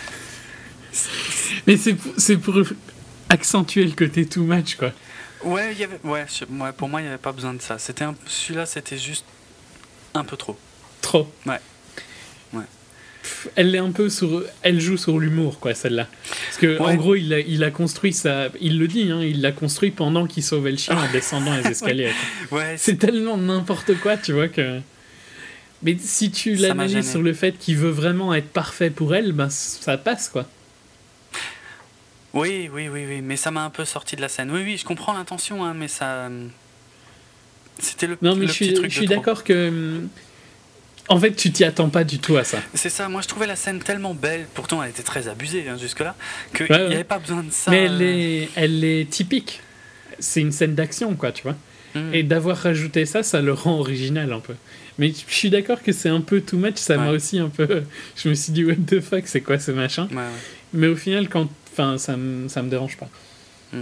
Speaker 3: Mais c'est pour, c'est pour accentuer le côté too much, quoi.
Speaker 2: Ouais, y avait, ouais, je, ouais, pour moi, il n'y avait pas besoin de ça. C'était un, celui-là, c'était juste un peu trop.
Speaker 3: Trop.
Speaker 2: Ouais. Ouais.
Speaker 3: Elle est un peu sur, elle joue sur l'humour, quoi, celle-là. Parce que ouais. En gros, il a, il a construit ça, il le dit, hein, il l'a construit pendant qu'il sauvait le chien en descendant les escaliers.
Speaker 2: Ouais,
Speaker 3: c'est... c'est tellement n'importe quoi, tu vois que. Mais si tu l'analyses sur le fait qu'il veut vraiment être parfait pour elle, ben ça passe, quoi.
Speaker 2: Oui, oui, oui, oui, mais ça m'a un peu sorti de la scène. Oui, oui, je comprends l'intention, hein, mais ça, c'était le,
Speaker 3: non, mais
Speaker 2: le
Speaker 3: je
Speaker 2: petit
Speaker 3: suis,
Speaker 2: truc
Speaker 3: je suis
Speaker 2: de
Speaker 3: d'accord que. En fait, tu t'y attends pas du tout à ça.
Speaker 2: C'est ça, moi je trouvais la scène tellement belle, pourtant elle était très abusée hein, jusque-là, qu'il n'y
Speaker 3: ouais, ouais.
Speaker 2: avait pas besoin de ça.
Speaker 3: Mais elle est, elle est typique. C'est une scène d'action, quoi, tu vois. Mmh. Et d'avoir rajouté ça, ça le rend original un peu. Mais je suis d'accord que c'est un peu too much, ça ouais. m'a aussi un peu... Je me suis dit, what the fuck, c'est quoi ce machin
Speaker 2: ouais, ouais.
Speaker 3: Mais au final, quand... enfin, ça me, ça me dérange pas.
Speaker 2: Mmh.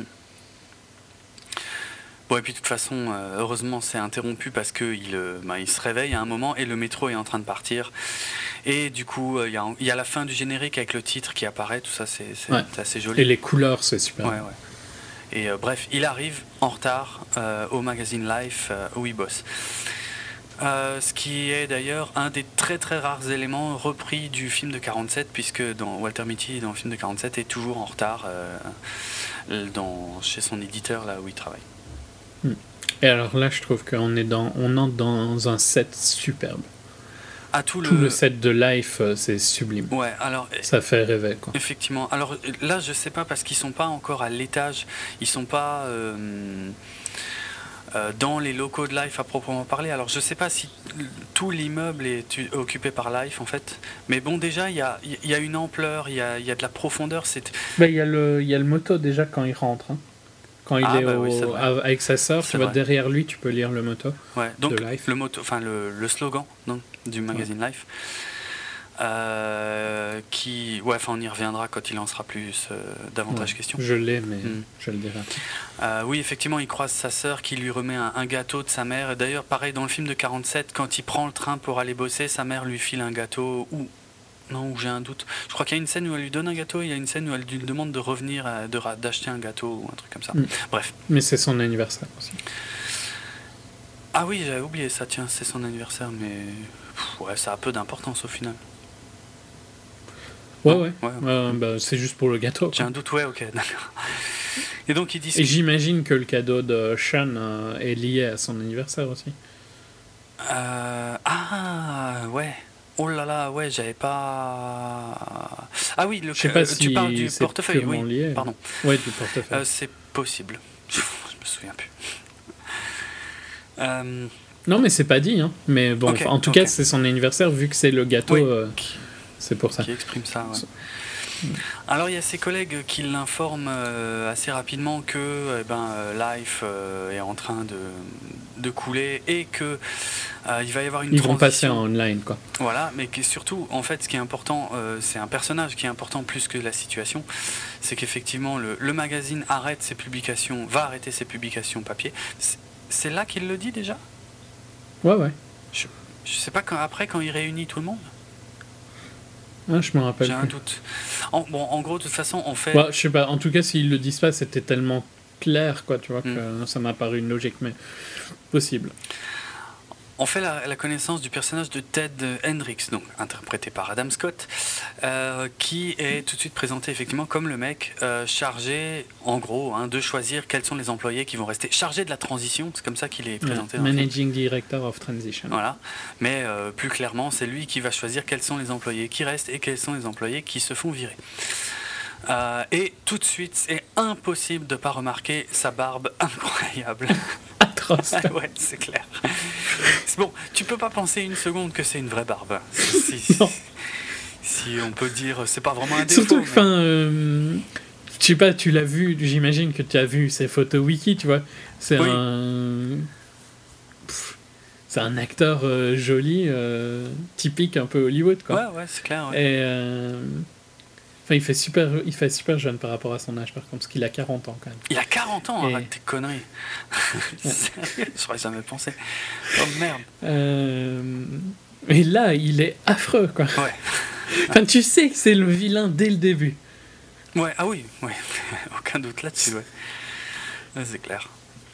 Speaker 2: Bon, et puis de toute façon, euh, heureusement, c'est interrompu parce qu'il euh, bah, il se réveille à un moment et le métro est en train de partir. Et du coup, il euh, y, y a la fin du générique avec le titre qui apparaît, tout ça, c'est, c'est,
Speaker 3: ouais.
Speaker 2: c'est assez joli.
Speaker 3: Et les couleurs, c'est super.
Speaker 2: Ouais, ouais. Et euh, bref, il arrive en retard euh, au magazine Life euh, où il bosse. Euh, ce qui est d'ailleurs un des très très rares éléments repris du film de quarante-sept, puisque dans Walter Mitty, dans le film de quarante-sept, est toujours en retard euh, dans, chez son éditeur, là où il travaille.
Speaker 3: Et alors là, je trouve qu'on est dans, on entre dans un set superbe.
Speaker 2: Ah, tout,
Speaker 3: tout
Speaker 2: le...
Speaker 3: le set de Life, c'est sublime.
Speaker 2: Ouais, alors
Speaker 3: ça fait rêver, quoi.
Speaker 2: Effectivement. Alors là, je sais pas parce qu'ils sont pas encore à l'étage, ils sont pas euh, euh, dans les locaux de Life à proprement parler. Alors je sais pas si tout l'immeuble est occupé par Life en fait, mais bon déjà il y a il y a une ampleur, il y a il y a de la profondeur. C'est.
Speaker 3: Ben il y a le il y a le moto déjà quand il rentre. Hein. Quand il
Speaker 2: ah,
Speaker 3: est,
Speaker 2: bah
Speaker 3: au,
Speaker 2: oui,
Speaker 3: avec sa sœur, tu vois, derrière lui, tu peux lire le motto.
Speaker 2: Ouais, donc
Speaker 3: de Life.
Speaker 2: le motto, enfin le, le slogan donc, du magazine ouais. Life, euh, qui, ouais, enfin on y reviendra quand il en sera plus euh, davantage
Speaker 3: ouais,
Speaker 2: question.
Speaker 3: Je l'ai, mais mm. je le dirai.
Speaker 2: Euh, oui, effectivement, il croise sa sœur qui lui remet un, un gâteau de sa mère. D'ailleurs, pareil dans le film de quarante-sept, quand il prend le train pour aller bosser, sa mère lui file un gâteau ou non, où j'ai un doute. Je crois qu'il y a une scène où elle lui donne un gâteau, et il y a une scène où elle lui demande de revenir, de, d'acheter un gâteau ou un truc comme ça. Mm. Bref.
Speaker 3: Mais c'est son anniversaire aussi.
Speaker 2: Ah oui, j'avais oublié ça, tiens, c'est son anniversaire, mais pff, ouais, ça a peu d'importance au final.
Speaker 3: Ouais, ouais. ouais. Euh, bah, c'est juste pour le gâteau.
Speaker 2: J'ai
Speaker 3: quoi.
Speaker 2: un doute, ouais, ok, d'accord. Et donc ils disent.
Speaker 3: Et j'imagine que le cadeau de Sean euh, est lié à son anniversaire aussi.
Speaker 2: Euh... Ah, ouais. Oh là là, ouais, j'avais pas. Ah oui, le.
Speaker 3: Je sais pas
Speaker 2: euh,
Speaker 3: si
Speaker 2: tu parles du
Speaker 3: c'est
Speaker 2: portefeuille, oui.
Speaker 3: Lié.
Speaker 2: Pardon.
Speaker 3: Ouais, du portefeuille.
Speaker 2: Euh, c'est possible. Je me souviens plus. Euh...
Speaker 3: Non, mais c'est pas dit, hein. Mais bon,
Speaker 2: okay,
Speaker 3: en tout
Speaker 2: okay.
Speaker 3: cas, c'est son anniversaire vu que c'est le gâteau.
Speaker 2: Oui.
Speaker 3: Euh, c'est pour ça.
Speaker 2: Qui exprime ça, ouais. Alors il y a ses collègues qui l'informent euh, assez rapidement que eh ben, euh, Life euh, est en train de, de couler et que euh, il va y avoir une
Speaker 3: Ils
Speaker 2: transition.
Speaker 3: vont passer en online, quoi.
Speaker 2: Voilà, mais que surtout, en fait, ce qui est important, euh, c'est un personnage qui est important plus que la situation, c'est qu'effectivement le, le magazine arrête ses publications, va arrêter ses publications papier. C'est, c'est là qu'il le dit déjà ?
Speaker 3: Ouais, ouais.
Speaker 2: Je, je sais pas quand après quand il réunit tout le monde.
Speaker 3: Ah, je me rappelle.
Speaker 2: J'ai
Speaker 3: plus.
Speaker 2: un doute. En, bon, en gros, de toute façon, on fait.
Speaker 3: Bah, je sais pas. En tout cas, s'ils le disent pas, c'était tellement clair, quoi, tu vois,
Speaker 2: Mm.
Speaker 3: que ça m'a paru une logique, mais possible.
Speaker 2: On fait la, la connaissance du personnage de Ted Hendricks, donc interprété par Adam Scott, euh, qui est tout de suite présenté effectivement comme le mec euh, chargé, en gros, hein, de choisir quels sont les employés qui vont rester chargés de la transition. C'est comme ça qu'il est présenté.
Speaker 3: Yeah.
Speaker 2: Dans le film.
Speaker 3: Managing Director of Transition.
Speaker 2: Voilà. Mais euh, plus clairement, c'est lui qui va choisir quels sont les employés qui restent et quels sont les employés qui se font virer. Euh, et tout de suite, c'est impossible de ne pas remarquer sa barbe incroyable.
Speaker 3: Atroce.
Speaker 2: Ouais, c'est clair. C'est bon, tu peux pas penser une seconde que c'est une vraie barbe. Si, si,
Speaker 3: Non.
Speaker 2: si on peut dire, c'est pas vraiment un défaut.
Speaker 3: Surtout que,
Speaker 2: mais-
Speaker 3: enfin, euh, je sais pas, tu l'as vu, j'imagine que tu as vu ses photos wiki, tu vois. C'est
Speaker 2: Oui.
Speaker 3: un. Pff, c'est un acteur euh, joli, euh, typique un peu Hollywood, quoi.
Speaker 2: Ouais, ouais, c'est clair. Ouais.
Speaker 3: Et. euh, Enfin, il fait, super, il fait super jeune par rapport à son âge, par contre, parce qu'il a quarante ans quand même.
Speaker 2: Il a quarante ans,
Speaker 3: Et-
Speaker 2: arrête tes conneries. Sérieux, j'aurais jamais pensé. Oh merde.
Speaker 3: Euh, Et là, il est affreux, quoi.
Speaker 2: Ouais.
Speaker 3: Enfin, tu sais que c'est le vilain dès le début.
Speaker 2: Ouais, ah oui, ouais. Aucun doute là-dessus, ouais. Ouais, c'est clair.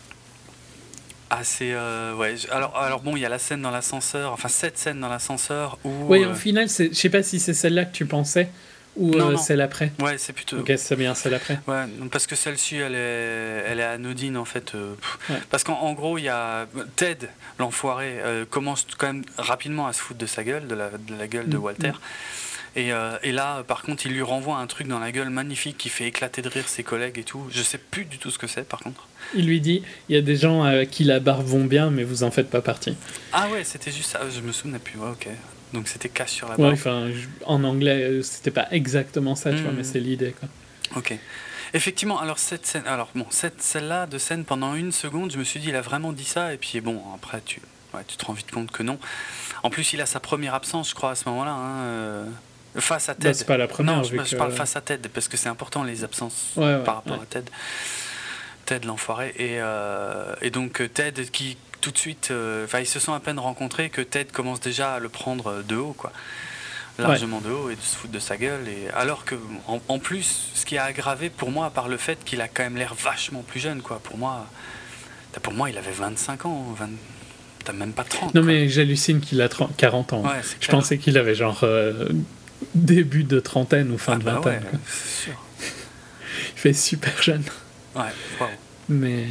Speaker 2: Ah, c'est. Euh, ouais. je- Alors, alors, bon, il y a la scène dans l'ascenseur, enfin, cette scène dans l'ascenseur où.
Speaker 3: Oui,
Speaker 2: euh,
Speaker 3: au final, c'est- je sais pas si c'est celle-là que tu pensais ou
Speaker 2: Non,
Speaker 3: euh,
Speaker 2: non.
Speaker 3: celle après.
Speaker 2: Ouais, c'est plutôt.
Speaker 3: Ok, c'est bien celle après.
Speaker 2: Ouais, non, parce que celle-ci, elle est, elle est anodine en fait. euh, pff.
Speaker 3: Ouais.
Speaker 2: Parce qu'en en gros, il y a Ted, l'enfoiré, euh, commence quand même rapidement à se foutre de sa gueule, de la, de la gueule de
Speaker 3: Mm,
Speaker 2: Walter. Et, euh, et là, par contre, il lui renvoie un truc dans la gueule magnifique qui fait éclater de rire ses collègues et tout. Je sais plus du tout ce que c'est, par contre.
Speaker 3: Il lui dit il y a des gens à qui la barbe vont bien, mais vous en faites pas partie.
Speaker 2: Ah ouais, c'était juste ça. Je me souvenais plus. Ouais, ok. Donc c'était casse sur la
Speaker 3: Ouais,
Speaker 2: barbe.
Speaker 3: enfin, je- en anglais, euh, c'était pas exactement ça, tu vois,
Speaker 2: Mm.
Speaker 3: mais c'est l'idée, quoi.
Speaker 2: Ok. Effectivement, alors cette scène, alors bon, cette celle-là de scène pendant une seconde, je me suis dit il a vraiment dit ça et puis bon après tu, ouais, tu te rends vite compte que non. En plus il a sa première absence, je crois à ce moment-là, hein, euh, face à Ted.
Speaker 3: Bah, c'est pas la première,
Speaker 2: Non, je,
Speaker 3: vu
Speaker 2: je
Speaker 3: que-
Speaker 2: parle face à Ted parce que c'est important les absences
Speaker 3: Ouais, ouais,
Speaker 2: par rapport
Speaker 3: ouais.
Speaker 2: à Ted. Ted l'enfoiré et euh, et donc euh, Ted qui tout de suite, enfin ils se sont à peine rencontrés que Ted commence déjà à le prendre de haut quoi. Largement de haut et de se foutre de sa gueule et alors que en, en plus ce qui a aggravé pour moi par le fait qu'il a quand même l'air vachement plus jeune quoi pour moi pour moi il avait vingt-cinq ans vingt t'as même pas trente
Speaker 3: Non,
Speaker 2: quoi.
Speaker 3: mais j'hallucine qu'il a trente quarante ans.
Speaker 2: Ouais, c'est
Speaker 3: Je
Speaker 2: clair.
Speaker 3: pensais qu'il avait genre euh, début de trentaine ou fin
Speaker 2: Ah
Speaker 3: de
Speaker 2: bah
Speaker 3: vingtaine.
Speaker 2: ouais,
Speaker 3: quoi.
Speaker 2: c'est sûr.
Speaker 3: Il fait super jeune.
Speaker 2: Ouais, waouh.
Speaker 3: Mais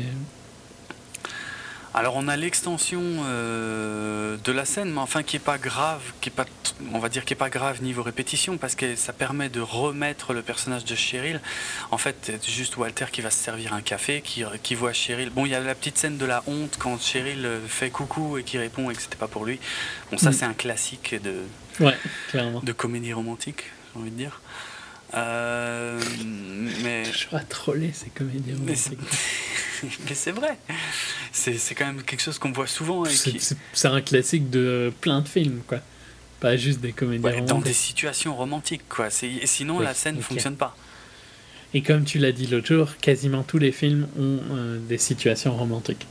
Speaker 2: Alors on a l'extension euh, de la scène, mais enfin qui est pas grave, qui est pas, on va dire qui est pas grave niveau répétition, parce que ça permet de remettre le personnage de Cheryl. En fait, c'est juste Walter qui va se servir un café, qui, qui voit Cheryl. Bon, il y a la petite scène de la honte quand Cheryl fait coucou et qui répond et que c'était pas pour lui. Bon, ça
Speaker 3: Mm.
Speaker 2: c'est un classique de,
Speaker 3: ouais, clairement.
Speaker 2: de comédie romantique, j'ai envie de dire. Euh, mais
Speaker 3: Toujours à troller ces comédiens.
Speaker 2: mais c'est, mais c'est vrai. C'est, c'est quand même quelque chose qu'on voit souvent. Et
Speaker 3: C'est
Speaker 2: qui...
Speaker 3: c'est- c'est un classique de plein de films, quoi. Pas juste des comédies
Speaker 2: Ouais, dans des
Speaker 3: romantiques.
Speaker 2: situations romantiques, quoi. C'est, et sinon,
Speaker 3: Oui,
Speaker 2: la scène ne
Speaker 3: ok.
Speaker 2: fonctionne pas.
Speaker 3: Et comme tu l'as dit l'autre jour, quasiment tous les films ont euh, des situations romantiques.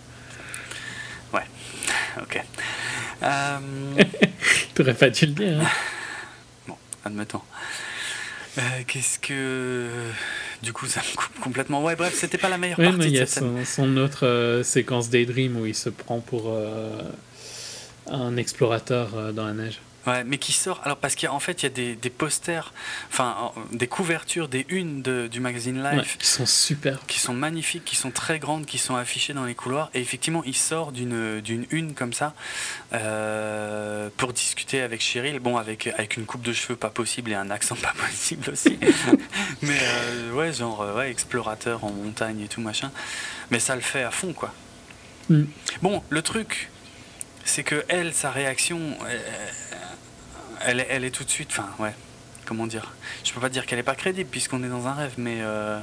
Speaker 2: Ok. Euh,
Speaker 3: T'aurais pas dû le dire, hein.
Speaker 2: bon, admettons. Euh, qu'est-ce que. Du coup, ça me coupe complètement. Ouais, bref, c'était pas la meilleure
Speaker 3: Oui,
Speaker 2: partie
Speaker 3: mais il
Speaker 2: de
Speaker 3: y a
Speaker 2: cette scène.
Speaker 3: son, son autre euh, séquence Daydream où il se prend pour euh, un explorateur euh, dans la neige.
Speaker 2: Ouais, mais qui sort. Alors, parce qu'en fait, il y a des, des posters, enfin, en- des couvertures, des unes de- du magazine Life.
Speaker 3: Ouais, qui sont super.
Speaker 2: Qui sont magnifiques, qui sont très grandes, qui sont affichées dans les couloirs. Et effectivement, il sort d'une, d'une une comme ça euh, pour discuter avec Cheryl. Bon, avec, avec une coupe de cheveux pas possible et un accent pas possible aussi. Mais euh, ouais, genre euh, ouais, explorateur en montagne et tout machin. Mais ça le fait à fond, quoi.
Speaker 3: Mm.
Speaker 2: Bon, le truc, c'est que elle, sa réaction, elle, elle, est- elle est tout de suite. Enfin, ouais. comment dire, je peux pas dire qu'elle est pas crédible puisqu'on est dans un rêve, mais euh,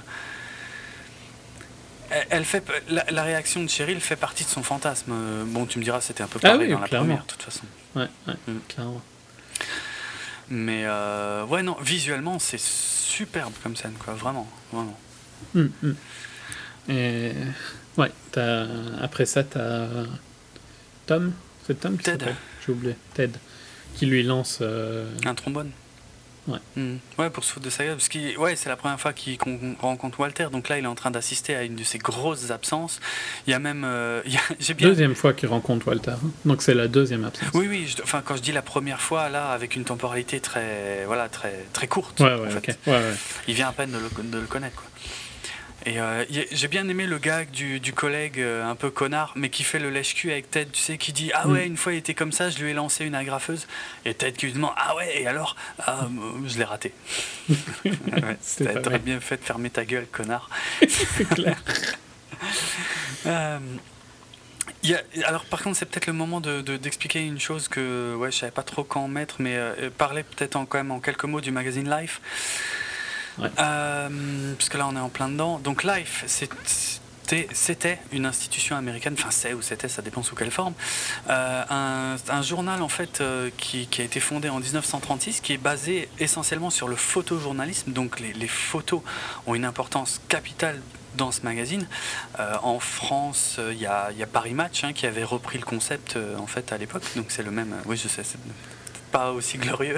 Speaker 2: elle, elle fait la, la réaction de Cheryl fait partie de son fantasme. Bon, tu me diras, c'était un peu pareil ah oui, dans la première, de toute façon.
Speaker 3: Ouais, ouais mm. clairement.
Speaker 2: Mais euh, ouais, non, visuellement, c'est superbe comme scène, quoi, vraiment, vraiment.
Speaker 3: Mm, mm. Et ouais, t'as... après ça, t'as Tom, c'est Tom qui
Speaker 2: Ted.
Speaker 3: s'appelle, j'ai oublié, Ted, qui lui lance euh...
Speaker 2: un trombone.
Speaker 3: Ouais.
Speaker 2: Mmh. Ouais, pour se foutre de sa gueule, parce que ouais, c'est la première fois qu'il, qu'on rencontre Walter, donc là il est en train d'assister à une de ses grosses absences. Il y a même, euh, il y a, j'ai bien...
Speaker 3: deuxième fois qu'il rencontre Walter, donc c'est la deuxième absence.
Speaker 2: Oui, oui. Je, enfin, quand je dis la première fois, là, avec une temporalité très, voilà, très, très courte.
Speaker 3: Ouais, ouais,
Speaker 2: en fait.
Speaker 3: okay. ouais, ouais.
Speaker 2: Il vient à peine de le, de le connaître, quoi. Et euh, j'ai bien aimé le gag du, du collègue euh, un peu connard, mais qui fait le lèche-cul avec Ted, tu sais, qui dit ah ouais, une fois il était comme ça, je lui ai lancé une agrafeuse, et Ted qui lui demande ah ouais, et alors ah, je l'ai raté. Ouais, t'as très bien fait de fermer ta gueule, connard.
Speaker 3: C'est clair.
Speaker 2: euh, y a, alors par contre, c'est peut-être le moment de, de, d'expliquer une chose que ouais, je savais pas trop quand mettre, mais euh, parler peut-être en, quand même en quelques mots du magazine Life.
Speaker 3: Ouais.
Speaker 2: Euh, parce que là on est en plein dedans. Donc Life, c'était, c'était une institution américaine, enfin c'est ou c'était, ça dépend sous quelle forme, euh, un, un journal en fait euh, qui, qui a été fondé en dix-neuf cent trente-six, qui est basé essentiellement sur le photojournalisme. Donc les, les photos ont une importance capitale dans ce magazine. Euh, en France, il euh, y, a, y a Paris Match hein, qui avait repris le concept euh, en fait à l'époque. Donc c'est le même. Euh, oui, je sais. C'est pas aussi glorieux.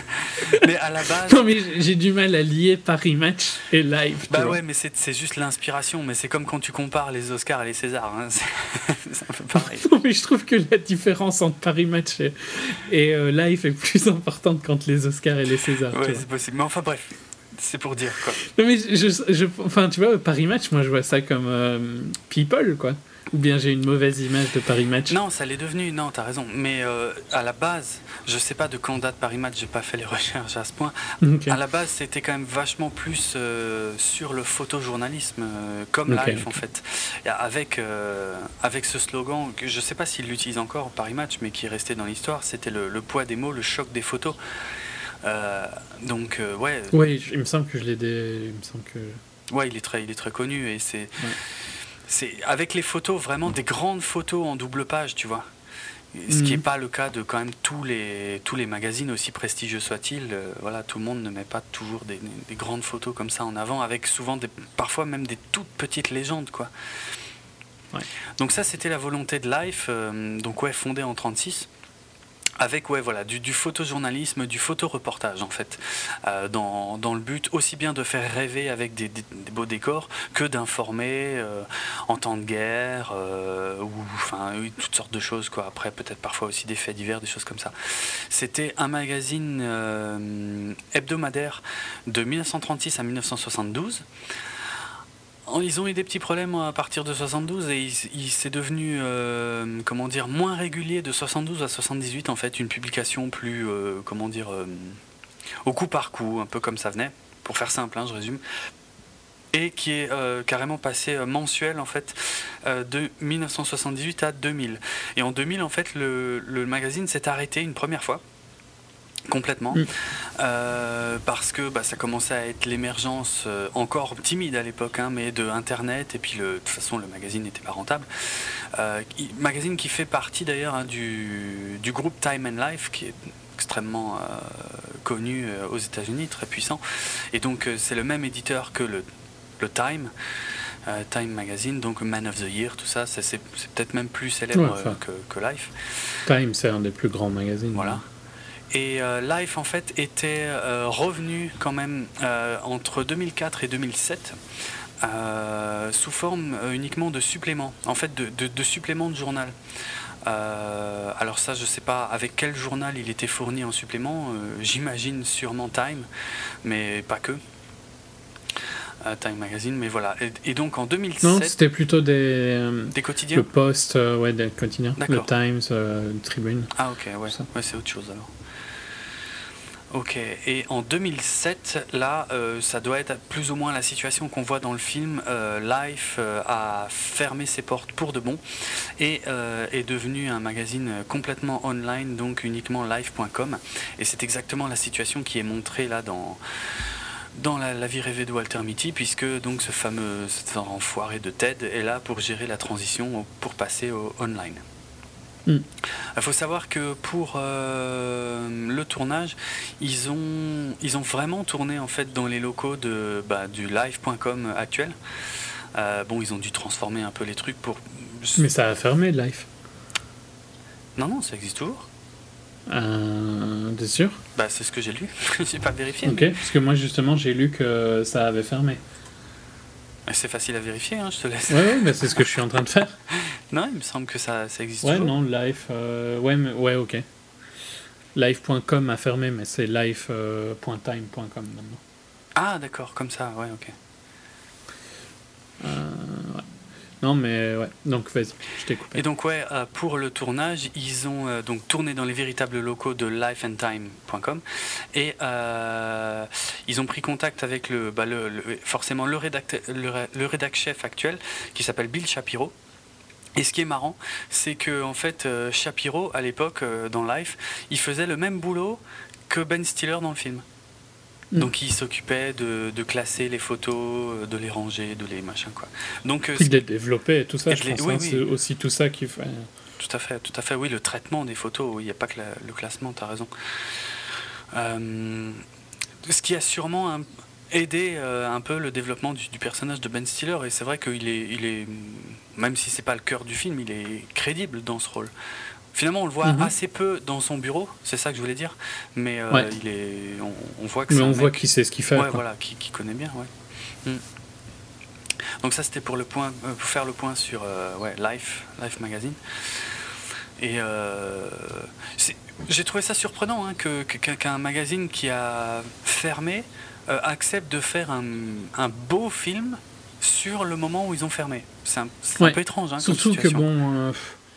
Speaker 2: Mais à la base...
Speaker 3: Non, mais j'ai du mal à lier Paris Match et Live.
Speaker 2: Bah ouais, mais c'est, c'est juste l'inspiration. Mais c'est comme quand tu compares les Oscars et les Césars. Hein. C'est, c'est un peu pareil.
Speaker 3: Non, mais je trouve que la différence entre Paris Match et, et euh, Live est plus importante qu'entre les Oscars et les Césars.
Speaker 2: Ouais, c'est possible. Mais enfin, bref. C'est pour dire quoi.
Speaker 3: Non, mais je, je, enfin, tu vois, Paris Match, moi je vois ça comme euh, People, quoi. Ou bien j'ai une mauvaise image de Paris Match.
Speaker 2: Non, ça l'est devenu, non, t'as raison. Mais euh, à la base, je sais pas de quand date Paris Match, j'ai pas fait les recherches à ce point. Okay. À la base, c'était quand même vachement plus euh, sur le photojournalisme, euh, comme okay, Life okay. en fait. Et avec, euh, avec ce slogan, que je sais pas s'il l'utilise encore, Paris Match, mais qui est resté dans l'histoire, c'était le, le poids des mots, le choc des photos. Euh, donc, euh, ouais.
Speaker 3: Oui, il me semble que je l'ai. Dé... Il me semble que.
Speaker 2: Ouais, il est très, il est très connu et c'est. Ouais. C'est avec les photos, vraiment des grandes photos en double page, tu vois. Ce mmh. qui n'est pas le cas de quand même tous les, tous les magazines, aussi prestigieux soient-ils. Euh, voilà, tout le monde ne met pas toujours des, des grandes photos comme ça en avant, avec souvent des, parfois même des toutes petites légendes, quoi. Ouais. Donc ça, c'était la volonté de Life, euh, donc ouais, fondée en trente-six. Avec ouais, voilà, du, du photojournalisme, du photoreportage en fait, euh, dans, dans le but aussi bien de faire rêver avec des, des, des beaux décors que d'informer euh, en temps de guerre, euh, ou enfin toutes sortes de choses, quoi. Après peut-être parfois aussi des faits divers, des choses comme ça. C'était un magazine euh, hebdomadaire de dix-neuf cent trente-six à dix-neuf cent soixante-douze. Ils ont eu des petits problèmes à partir de soixante-douze et il, il s'est devenu euh, comment dire, moins régulier de soixante-douze à soixante-dix-huit, en fait, une publication plus euh, comment dire euh, au coup par coup, un peu comme ça venait, pour faire simple, hein, je résume, et qui est euh, carrément passé euh, mensuel en fait euh, de dix-neuf cent soixante-dix-huit à deux mille. Et en deux mille, en fait, le, le magazine s'est arrêté une première fois. Complètement, mmh. euh, parce que bah, ça commençait à être l'émergence euh, encore timide à l'époque, hein, mais de Internet, et puis le, de toute façon le magazine n'était pas rentable. Euh, magazine qui fait partie d'ailleurs hein, du, du groupe Time and Life, qui est extrêmement euh, connu euh, aux États-Unis, très puissant, et donc euh, c'est le même éditeur que le, le Time. Euh, Time Magazine, donc Man of the Year, tout ça, c'est, c'est, c'est peut-être même plus célèbre ouais, euh, que, que Life.
Speaker 3: Time, c'est un des plus grands magazines.
Speaker 2: Voilà. Hein. Et euh, Life, en fait, était euh, revenu quand même euh, entre deux mille quatre et deux mille sept euh, sous forme euh, uniquement de suppléments, en fait, de, de, de suppléments de journal. Euh, alors ça, je ne sais pas avec quel journal il était fourni en supplément, euh, j'imagine sûrement Time, mais pas que. Euh, Time Magazine, mais voilà. Et, et donc en deux mille sept...
Speaker 3: Non, c'était plutôt des... Euh,
Speaker 2: des quotidiens.
Speaker 3: Le Post, euh, ouais, des quotidiens.
Speaker 2: D'accord.
Speaker 3: Le Times, euh, le Tribune.
Speaker 2: Ah ok, ouais. ouais, c'est autre chose alors. Ok, et en deux mille sept, là, euh, ça doit être plus ou moins la situation qu'on voit dans le film. Euh, Life euh, a fermé ses portes pour de bon et euh, est devenu un magazine complètement online, donc uniquement life point com. Et c'est exactement la situation qui est montrée là dans, dans la, la vie rêvée de Walter Mitty, puisque donc ce fameux cet enfoiré de Ted est là pour gérer la transition, pour passer au online. Il mm. faut savoir que pour euh, le tournage, ils ont, ils ont vraiment tourné en fait dans les locaux de, bah, du live point com actuel. Euh, bon, ils ont dû transformer un peu les trucs pour...
Speaker 3: Mais ça a fermé, Live.
Speaker 2: Non, non, ça existe toujours.
Speaker 3: Euh, t'es sûr ?
Speaker 2: Bah, c'est ce que j'ai lu. J'ai pas vérifié.
Speaker 3: Ok, mais... parce que moi justement j'ai lu que ça avait fermé.
Speaker 2: C'est facile à vérifier, hein, je te laisse.
Speaker 3: Ouais, ouais, mais c'est ce que je suis en train de faire.
Speaker 2: Non, il me semble que ça, ça existe
Speaker 3: ouais,
Speaker 2: toujours.
Speaker 3: Ouais, non, Live... Euh, ouais, mais, ouais, ok. live point com a fermé, mais c'est live point time point com maintenant.
Speaker 2: Ah, d'accord, comme ça, ouais, ok.
Speaker 3: Euh, ouais. Non, mais ouais, donc vas-y, je t'ai coupé.
Speaker 2: Et donc, ouais, euh, pour le tournage, ils ont euh, donc tourné dans les véritables locaux de life and time point com et euh, ils ont pris contact avec le, bah, le, le forcément le rédac, le, le rédac chef actuel qui s'appelle Bill Shapiro. Et ce qui est marrant, c'est que en fait, euh, Shapiro, à l'époque, euh, dans Life, il faisait le même boulot que Ben Stiller dans le film. Donc il s'occupait de, de classer les photos, de les ranger, de les machins quoi. Donc
Speaker 3: puis de les développer et tout ça, je
Speaker 2: les,
Speaker 3: pense.
Speaker 2: oui,
Speaker 3: hein,
Speaker 2: oui.
Speaker 3: C'est aussi tout ça qui fait.
Speaker 2: Tout à fait, tout à fait. Oui, le traitement des photos. Il n'y a pas que la, le classement. T'as raison. Euh, ce qui a sûrement un, aidé euh, un peu le développement du, du personnage de Ben Stiller. Et c'est vrai qu'il est, il est, même si c'est pas le cœur du film, il est crédible dans ce rôle. Finalement, on le voit mm-hmm. assez peu dans son bureau, c'est ça que je voulais dire. Mais euh, ouais. il est, on, on voit que
Speaker 3: Mais
Speaker 2: c'est
Speaker 3: on
Speaker 2: un
Speaker 3: voit
Speaker 2: mec,
Speaker 3: qu'il sait ce qu'il fait.
Speaker 2: Ouais,
Speaker 3: quoi.
Speaker 2: voilà, qui, qui connaît bien. Ouais. Mm. Donc ça, c'était pour le point, euh, pour faire le point sur euh, ouais, Life, Life Magazine. Et euh, j'ai trouvé ça surprenant hein, que, que, qu'un magazine qui a fermé euh, accepte de faire un, un beau film sur le moment où ils ont fermé. C'est un, c'est ouais. un peu étrange. Hein,
Speaker 3: Surtout que bon. Euh...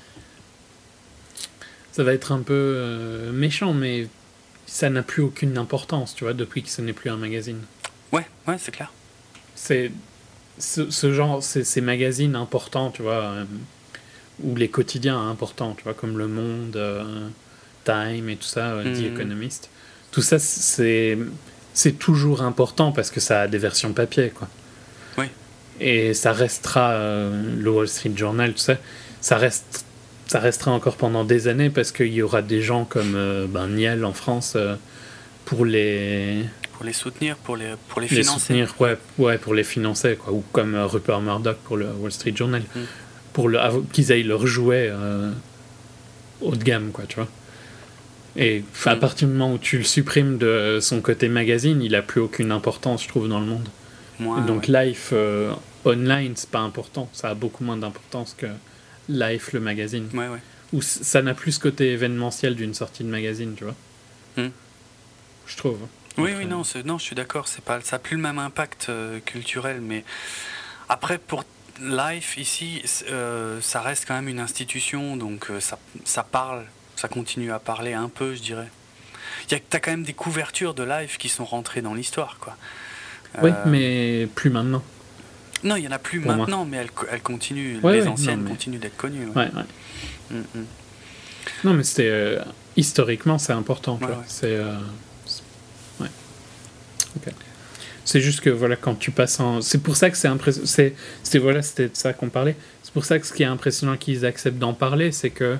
Speaker 3: Ça va être un peu euh, méchant, mais ça n'a plus aucune importance, tu vois, depuis que ce n'est plus un magazine.
Speaker 2: Ouais, ouais, c'est clair.
Speaker 3: C'est ce, ce genre, c'est, ces magazines importants, tu vois, euh, ou les quotidiens importants, tu vois, comme Le Monde, euh, Time et tout ça, euh, mmh. The Economist. Tout ça, c'est, c'est toujours important parce que ça a des versions papier, quoi.
Speaker 2: Oui.
Speaker 3: Et ça restera, euh, le Wall Street Journal, tout ça, ça reste... Ça restera encore pendant des années parce qu'il y aura des gens comme euh, ben, Niel en France euh, pour les...
Speaker 2: Pour les soutenir, pour les, pour les,
Speaker 3: les
Speaker 2: financer.
Speaker 3: Soutenir, ouais, ouais, pour les financer, quoi. Ou comme euh, Rupert Murdoch pour le Wall Street Journal. Mm. Pour le, qu'ils aillent leur jouet euh, haut de gamme, quoi, tu vois. Et mm. à partir du moment où tu le supprimes de son côté magazine, il n'a plus aucune importance, je trouve, dans le monde.
Speaker 2: Moi,
Speaker 3: donc
Speaker 2: ouais.
Speaker 3: Life euh, online, c'est pas important. Ça a beaucoup moins d'importance que... Life, le magazine.
Speaker 2: Ouais, ouais.
Speaker 3: Où ça n'a plus ce côté événementiel d'une sortie de magazine, tu vois.
Speaker 2: Mm.
Speaker 3: Je trouve.
Speaker 2: Oui,
Speaker 3: Après,
Speaker 2: oui, non, c'est, non, je suis d'accord. C'est pas, ça n'a plus le même impact euh, culturel, mais après, pour Life, ici, euh, ça reste quand même une institution, donc euh, ça, ça parle, ça continue à parler un peu, je dirais. Tu as quand même des couvertures de Life qui sont rentrées dans l'histoire, quoi.
Speaker 3: Oui,
Speaker 2: euh,
Speaker 3: mais plus maintenant.
Speaker 2: Non, il n'y en a plus
Speaker 3: Pour
Speaker 2: maintenant,
Speaker 3: moi.
Speaker 2: mais elles, elles continuent,
Speaker 3: ouais,
Speaker 2: les
Speaker 3: ouais,
Speaker 2: anciennes
Speaker 3: non, mais...
Speaker 2: continuent d'être connues.
Speaker 3: Ouais, ouais.
Speaker 2: ouais. Mm-hmm.
Speaker 3: Non, mais c'était... Euh, historiquement, c'est important, tu
Speaker 2: ouais,
Speaker 3: vois.
Speaker 2: Ouais.
Speaker 3: C'est... Euh, c'est... Ouais. Ok. C'est juste que, voilà, quand tu passes en... C'est pour ça que c'est impressionnant... C'est... C'était, voilà, c'était de ça qu'on parlait. C'est pour ça que ce qui est impressionnant qu'ils acceptent d'en parler, c'est que...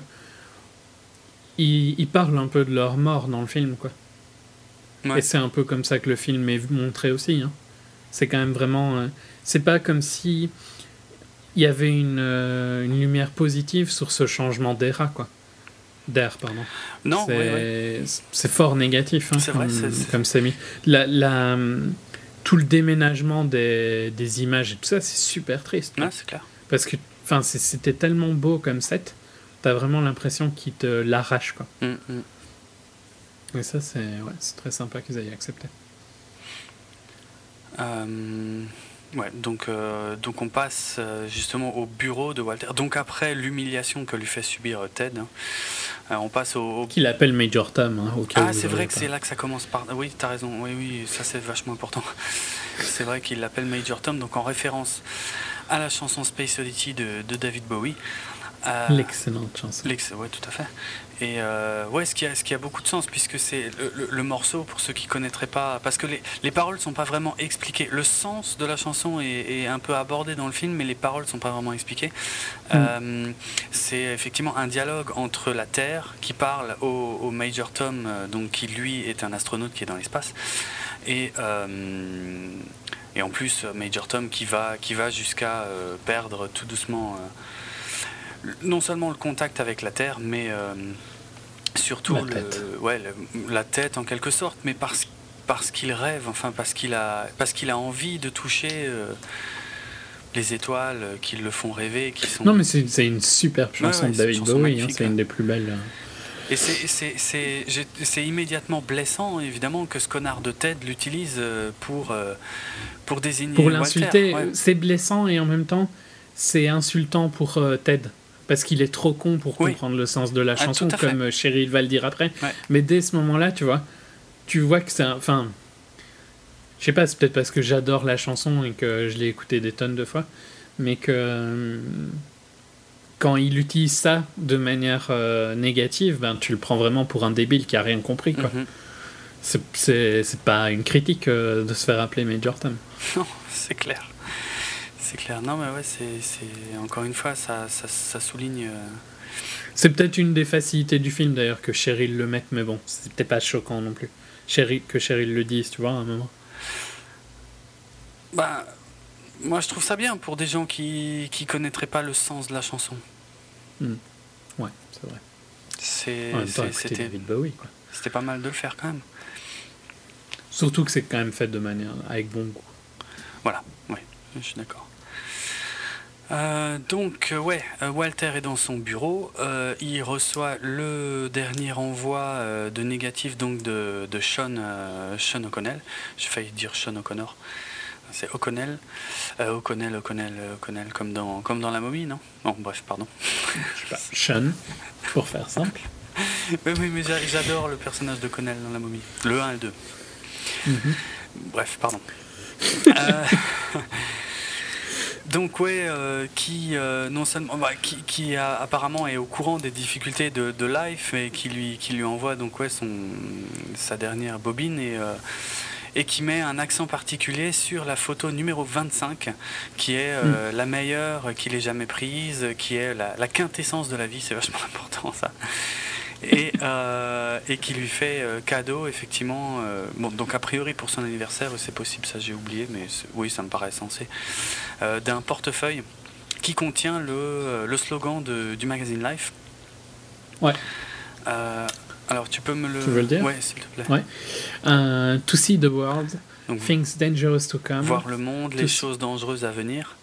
Speaker 3: Ils, ils parlent un peu de leur mort dans le film, quoi. Ouais. Et c'est un peu comme ça que le film est montré aussi, hein. C'est quand même vraiment... Euh, c'est pas comme si il y avait une, euh, une lumière positive sur ce changement d'air, quoi. D'air, pardon.
Speaker 2: Non,
Speaker 3: c'est,
Speaker 2: ouais, ouais.
Speaker 3: c'est fort négatif, hein,
Speaker 2: c'est
Speaker 3: comme,
Speaker 2: vrai, c'est, c'est...
Speaker 3: comme c'est mis. La, la, tout le déménagement des, des images et tout ça, c'est super triste.
Speaker 2: Ouais, c'est clair.
Speaker 3: Parce que c'est, c'était tellement beau comme set, t'as vraiment l'impression qu'il te l'arrache, quoi.
Speaker 2: Mm-hmm.
Speaker 3: Et ça, c'est, ouais, c'est très sympa qu'ils aient accepté.
Speaker 2: Euh... Ouais, donc, euh, donc on passe euh, justement au bureau de Walter. Donc après l'humiliation que lui fait subir euh, Ted, hein, Euh, on passe au... au...
Speaker 3: Qu'il appelle Major Tom. Hein, au cas
Speaker 2: ah,
Speaker 3: où
Speaker 2: c'est
Speaker 3: vous
Speaker 2: vrai que
Speaker 3: pas.
Speaker 2: c'est là que ça commence par... Oui, t'as raison, oui, oui, ça c'est vachement important. C'est vrai qu'il l'appelle Major Tom, donc en référence à la chanson Space Oddity de, de David Bowie. Euh,
Speaker 3: L'excellente chanson.
Speaker 2: L'ex... Oui, tout à fait. Et euh, ouais, ce qui, a, ce qui a beaucoup de sens, puisque c'est le, le, le morceau, pour ceux qui ne connaîtraient pas, parce que les, les paroles ne sont pas vraiment expliquées. Le sens de la chanson est, est un peu abordé dans le film, mais les paroles ne sont pas vraiment expliquées. Mm. Euh, c'est effectivement un dialogue entre la Terre, qui parle au, au Major Tom, euh, donc, qui lui est un astronaute qui est dans l'espace, et... Euh, et en plus, Major Tom qui va, qui va jusqu'à euh, perdre tout doucement... Euh, non seulement le contact avec la Terre, mais euh, surtout
Speaker 3: la
Speaker 2: le,
Speaker 3: tête.
Speaker 2: Ouais, le, la tête en quelque sorte, mais parce, parce qu'il rêve, enfin parce qu'il a, parce qu'il a envie de toucher euh, les étoiles qui le font rêver. Qui sont...
Speaker 3: Non, mais c'est, c'est une superbe chanson ouais, ouais, de David Bowie, hein, c'est une des plus belles.
Speaker 2: Et c'est, c'est, c'est, c'est immédiatement blessant, évidemment, que ce connard de Ted l'utilise pour, pour désigner
Speaker 3: Pour l'insulter,
Speaker 2: ouais.
Speaker 3: C'est blessant et en même temps, c'est insultant pour euh, Ted. Parce qu'il est trop con pour oui. comprendre le sens de la chanson, ah, comme Cheryl va le dire après.
Speaker 2: Ouais.
Speaker 3: Mais dès ce moment-là, tu vois, tu vois que c'est... Enfin, je sais pas, c'est peut-être parce que j'adore la chanson et que je l'ai écoutée des tonnes de fois, mais que... Euh, quand il utilise ça de manière euh, négative, ben, tu le prends vraiment pour un débile qui a rien compris, quoi. Mm-hmm. C'est, c'est, c'est pas une critique euh, de se faire appeler Major Tom.
Speaker 2: Non, c'est clair. C'est clair. Non, mais ouais, c'est, c'est... encore une fois, ça, ça, ça souligne... Euh...
Speaker 3: C'est peut-être une des facilités du film, d'ailleurs, que Cheryl le mette, mais bon, c'est peut-être pas choquant non plus. Cheryl, que Cheryl le dise, tu vois, à un moment.
Speaker 2: Bah... Moi, je trouve ça bien pour des gens qui qui connaîtraient pas le sens de la chanson.
Speaker 3: Mmh. Ouais, c'est vrai.
Speaker 2: C'est,
Speaker 3: en même temps,
Speaker 2: c'est c'était
Speaker 3: David Bowie, quoi.
Speaker 2: C'était pas mal de le faire quand même.
Speaker 3: Surtout que c'est quand même fait de manière avec bon goût.
Speaker 2: Voilà, oui, je suis d'accord. Euh, donc, euh, ouais, Walter est dans son bureau. Euh, il reçoit le dernier envoi euh, de négatif donc de de Sean euh, Sean O'Connell. J'ai failli dire Sean O'Connor. C'est O'Connell, euh, O'Connell, O'Connell, O'Connell, comme dans, comme dans La Momie, non ? Bon, bref, pardon.
Speaker 3: Je sais pas, Sean, pour faire simple.
Speaker 2: Oui, oui, mais j'adore le personnage d'O'Connell dans La Momie. Le un et le deux. Mm-hmm. Bref, pardon. euh, donc, ouais, euh, qui, euh, non seulement, bah, qui, qui a, apparemment est au courant des difficultés de, de Life et qui lui, qui lui envoie donc, ouais, son, sa dernière bobine et... Euh, et qui met un accent particulier sur la photo numéro vingt-cinq, qui est euh, mmh. la meilleure qu'il ait jamais prise, qui est la, la quintessence de la vie, c'est vachement important ça, et, euh, et qui lui fait euh, cadeau, effectivement, euh, bon, donc a priori pour son anniversaire, c'est possible, ça j'ai oublié, mais oui, ça me paraît censé, euh, d'un portefeuille qui contient le, le slogan de, du magazine Life.
Speaker 3: Ouais.
Speaker 2: Euh, Alors, tu peux me le...
Speaker 3: Tu veux le dire ?
Speaker 2: Ouais, s'il te plaît.
Speaker 3: Ouais. Uh, to see the world, donc, things dangerous to come.
Speaker 2: Voir le monde, les choses dangereuses à venir.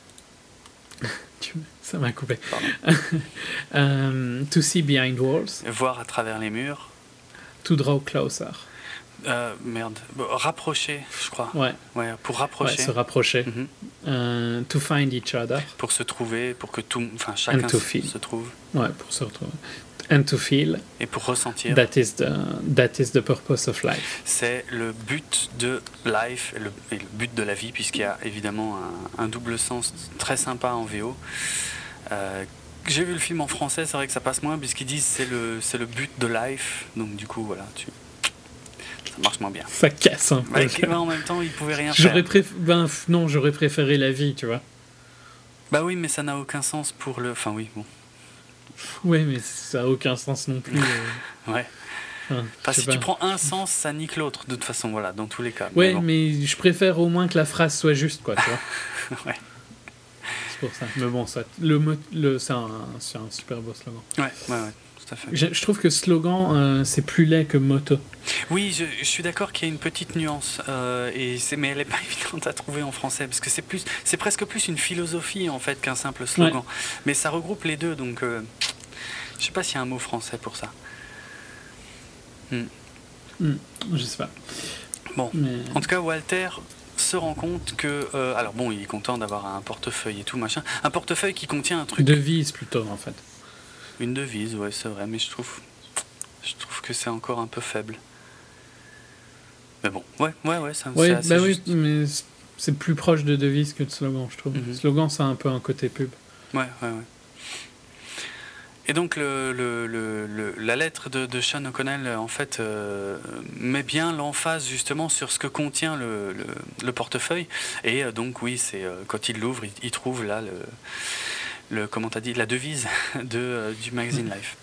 Speaker 3: Ça m'a coupé. um, to see behind walls.
Speaker 2: Voir à travers les murs.
Speaker 3: To draw closer.
Speaker 2: Euh, merde. Rapprocher, je crois.
Speaker 3: Ouais.
Speaker 2: Ouais, pour rapprocher.
Speaker 3: Ouais, se rapprocher.
Speaker 2: Mm-hmm.
Speaker 3: Uh, to find each other.
Speaker 2: Pour se trouver, pour que tout, enfin chacun se, se trouve.
Speaker 3: Ouais, pour se retrouver. And to feel.
Speaker 2: Et pour ressentir.
Speaker 3: That is the that is the purpose of life.
Speaker 2: C'est le but de life et le, et le but de la vie, puisqu'il y a évidemment un, un double sens très sympa en V O. Euh, j'ai vu le film en français, c'est vrai que ça passe moins puisqu'ils disent c'est le c'est le but de life, donc du coup voilà, tu ça marche moins bien.
Speaker 3: Ça casse un peu.
Speaker 2: Bah, ben, en même temps, ils pouvaient rien
Speaker 3: j'aurais
Speaker 2: faire.
Speaker 3: Préf... Ben non, j'aurais préféré la vie, tu vois.
Speaker 2: Bah oui, mais ça n'a aucun sens pour le. Enfin oui, bon.
Speaker 3: Oui, mais ça n'a aucun sens non plus. Euh...
Speaker 2: ouais.
Speaker 3: Enfin,
Speaker 2: Parce que si
Speaker 3: pas.
Speaker 2: tu prends un sens, ça nique l'autre, de toute façon, voilà, dans tous les cas.
Speaker 3: Ouais,
Speaker 2: mais, bon.
Speaker 3: mais je préfère au moins que la phrase soit juste, quoi, tu vois.
Speaker 2: ouais.
Speaker 3: C'est pour ça. Mais bon, ça, le, le, c'est, un, c'est un super beau slogan.
Speaker 2: Ouais, ouais, ouais. Tout à fait.
Speaker 3: Je, je trouve que slogan, euh, c'est plus laid que motto.
Speaker 2: Oui, je, je suis d'accord qu'il y a une petite nuance, euh, et c'est, mais elle n'est pas évidente à trouver en français, parce que c'est, plus, c'est presque plus une philosophie, en fait, qu'un simple slogan. Ouais. Mais ça regroupe les deux, donc euh, je ne sais pas s'il y a un mot français pour ça. Hmm.
Speaker 3: Hmm, je sais pas.
Speaker 2: Bon,
Speaker 3: mais...
Speaker 2: en tout cas, Walter se rend compte que... Euh, alors bon, il est content d'avoir un portefeuille et tout, machin. Un portefeuille qui contient un truc...
Speaker 3: Devise, plutôt, en fait.
Speaker 2: Une devise, ouais, c'est vrai, mais je trouve, je trouve que c'est encore un peu faible. Mais bon, ouais, ouais, ouais, ça,
Speaker 3: ouais,
Speaker 2: c'est assez
Speaker 3: bah
Speaker 2: juste.
Speaker 3: oui, mais c'est plus proche de devise que de slogan, je trouve.
Speaker 2: Mm-hmm.
Speaker 3: Slogan, ça a un peu un côté pub.
Speaker 2: Ouais, ouais, ouais. Et donc le, le, le, le, la lettre de, de Sean O'Connell en fait euh, met bien l'emphase justement sur ce que contient le, le, le portefeuille. Et euh, donc oui, c'est euh, quand il l'ouvre, il, il trouve là le, le comment t'as dit la devise de euh, du magazine Life.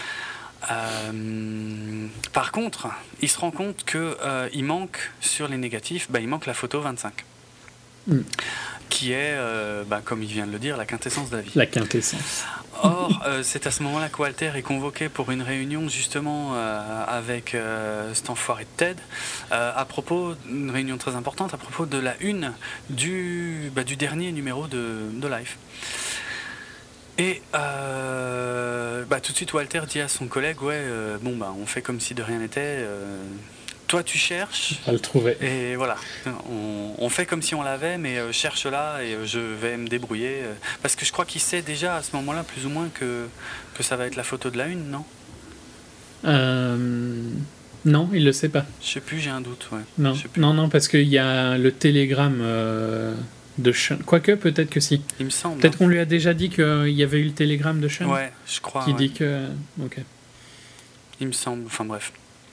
Speaker 2: Euh, par contre, il se rend compte que euh, il manque sur les négatifs, bah, il manque la photo vingt-cinq. Mm. Qui est, euh, bah, comme il vient de le dire, la quintessence de la vie.
Speaker 3: La quintessence.
Speaker 2: Or, euh, c'est à ce moment-là que Walter est convoqué pour une réunion justement euh, avec euh, cet enfoiré de Ted, euh, à propos, une réunion très importante, à propos de la une du, bah, du dernier numéro de, de Life. Et euh, bah, tout de suite, Walter dit à son collègue, ouais, euh, bon, bah, on fait comme si de rien n'était. Euh, Toi, tu cherches.
Speaker 3: À le trouver.
Speaker 2: Et voilà, on, on fait comme si on l'avait, mais euh, cherche là et euh, je vais me débrouiller. Euh, parce que je crois qu'il sait déjà à ce moment-là, plus ou moins, que, que ça va être la photo de la une, non
Speaker 3: euh, Non, il le sait pas.
Speaker 2: Je sais plus, j'ai un doute, ouais.
Speaker 3: Non, non, non, parce qu'il y a le télégramme euh, de Sean. Quoique, peut-être que si.
Speaker 2: Il me semble.
Speaker 3: Peut-être
Speaker 2: hein.
Speaker 3: qu'on lui a déjà dit qu'il y avait eu le télégramme de Sean.
Speaker 2: Ouais, je crois.
Speaker 3: Qui
Speaker 2: ouais.
Speaker 3: dit que. Ok.
Speaker 2: Il me semble, enfin bref.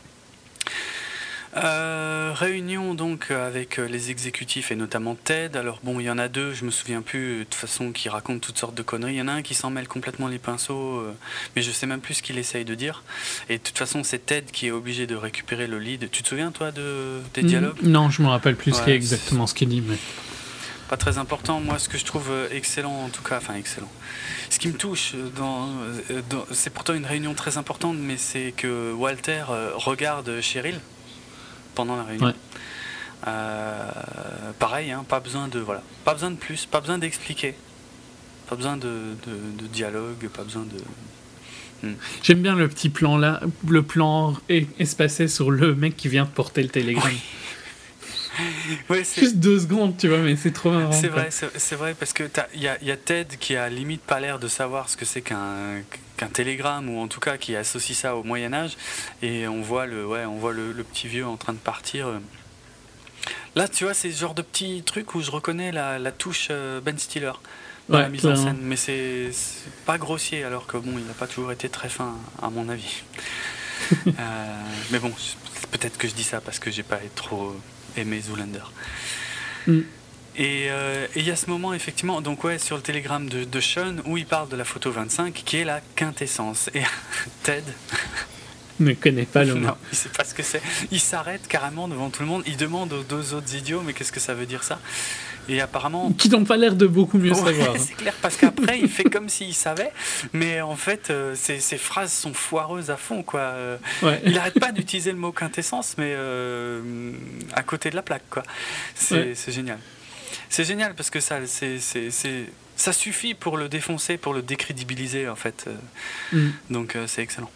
Speaker 2: Euh, réunion donc avec les exécutifs et notamment Ted. Alors bon, il y en a deux, je me souviens plus de toute façon, qui racontent toutes sortes de conneries. Il y en a un qui s'en mêle complètement les pinceaux, euh, mais je sais même plus ce qu'il essaye de dire. Et de toute façon, c'est Ted qui est obligé de récupérer le lead. Tu te souviens toi de des dialogues ?
Speaker 3: Non, je me rappelle plus
Speaker 2: ouais,
Speaker 3: ce qui est exactement ce qu'il dit, mais
Speaker 2: pas très important. Moi, ce que je trouve excellent, en tout cas, enfin excellent. Ce qui me touche, dans, dans, c'est pourtant une réunion très importante, mais c'est que Walter regarde Cheryl pendant la réunion. Ouais. Euh, pareil, hein, pas besoin de voilà, pas besoin de plus, pas besoin d'expliquer, pas besoin de, de, de dialogue, pas besoin de.
Speaker 3: Hmm. J'aime bien le petit plan là, le plan espacé sur le mec qui vient porter le télégramme. Oui. Ouais, c'est... Juste deux secondes, tu vois, mais c'est trop marrant.
Speaker 2: C'est vrai, c'est, c'est vrai, parce que il y a, y a Ted qui a limite pas l'air de savoir ce que c'est qu'un, qu'un télégramme, ou en tout cas qui associe ça au Moyen-Âge, et on voit le, ouais, on voit le, le petit vieux en train de partir. Là, tu vois, c'est ce genre de petit truc où je reconnais la, la touche Ben Stiller dans ouais, la mise clairement. En scène, mais c'est, c'est pas grossier, alors que bon, il n'a pas toujours été très fin, à mon avis. euh, mais bon, peut-être que je dis ça parce que j'ai pas trop aimé Zoolander. Mm. Et il euh, y a ce moment, effectivement, donc ouais, sur le télégramme de, de Sean, où il parle de la photo vingt-cinq, qui est la quintessence. Et Ted
Speaker 3: ne connaît pas le mot.
Speaker 2: Non, il sait pas ce que c'est. Il s'arrête carrément devant tout le monde. Il demande aux deux autres idiots, mais qu'est-ce que ça veut dire ça ? Et apparemment...
Speaker 3: Qui n'ont pas l'air de beaucoup mieux
Speaker 2: ouais,
Speaker 3: savoir.
Speaker 2: C'est clair, parce qu'après, il fait comme s'il savait, mais en fait, euh, ses, ses phrases sont foireuses à fond, quoi. Euh, ouais. Il n'arrête pas d'utiliser le mot quintessence, mais euh, à côté de la plaque, quoi. C'est, ouais. c'est génial. C'est génial, parce que ça, c'est, c'est, c'est, ça suffit pour le défoncer, pour le décrédibiliser, en fait. Mm. Donc, euh, c'est excellent.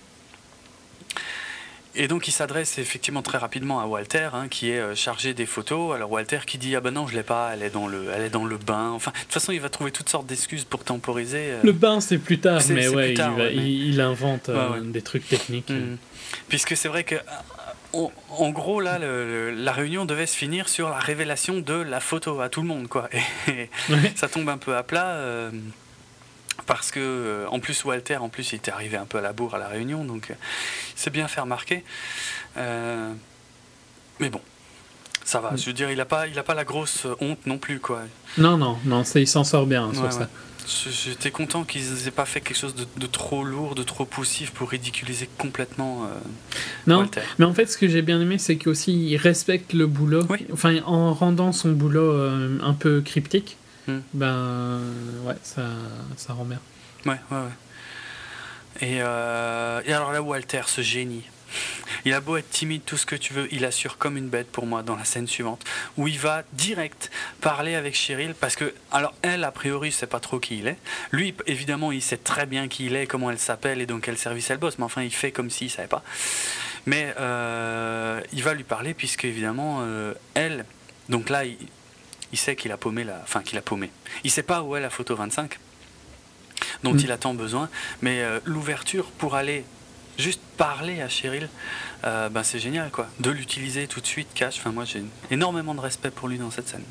Speaker 2: Et donc il s'adresse effectivement très rapidement à Walter, hein, qui est chargé des photos. Alors Walter qui dit ah ben non je l'ai pas, elle est dans le, elle est dans le bain. Enfin de toute façon il va trouver toutes sortes d'excuses pour temporiser.
Speaker 3: Le bain c'est plus tard, c'est, mais c'est ouais, tard, il, va, ouais, mais... il invente euh, ouais, ouais. des trucs techniques.
Speaker 2: Mmh. Puisque c'est vrai que en, en gros là le, le, la réunion devait se finir sur la révélation de la photo à tout le monde quoi. Et, et ouais. ça tombe un peu à plat. Euh, Parce que, euh, en plus, Walter, en plus, il était arrivé un peu à la bourre à la réunion, donc euh, il s'est bien fait remarquer. Euh, mais bon, ça va. Je veux dire, il n'a pas, il a pas la grosse honte non plus, quoi.
Speaker 3: Non, non, non, ça, il s'en sort bien hein, sur
Speaker 2: ouais,
Speaker 3: ça.
Speaker 2: Ouais. J'étais content qu'ils n'aient pas fait quelque chose de, de trop lourd, de trop poussif pour ridiculiser complètement euh,
Speaker 3: non,
Speaker 2: Walter.
Speaker 3: Mais en fait, ce que j'ai bien aimé, c'est qu'aussi, il respecte le boulot. Oui. Enfin, en rendant son boulot euh, un peu cryptique. Hmm. Ben ouais, ça, ça rend bien.
Speaker 2: Ouais, ouais, ouais. Et, euh, et alors là, Walter, ce génie, il a beau être timide, tout ce que tu veux, il assure comme une bête pour moi dans la scène suivante, où il va direct parler avec Cheryl, parce que, alors elle, a priori, sait pas trop qui il est. Lui, évidemment, il sait très bien qui il est, comment elle s'appelle et dans quel service elle bosse, mais enfin, il fait comme s'il savait pas. Mais euh, il va lui parler, puisque évidemment, euh, elle, donc là, il. Il sait qu'il a paumé la... Enfin, qu'il a paumé. Il sait pas où est la photo vingt-cinq. dont
Speaker 3: Mm.
Speaker 2: il a tant besoin. Mais euh, l'ouverture pour aller juste parler à Cheryl, euh, ben c'est génial, quoi. De l'utiliser tout de suite, cash. Enfin, moi, j'ai énormément de respect pour lui dans cette scène.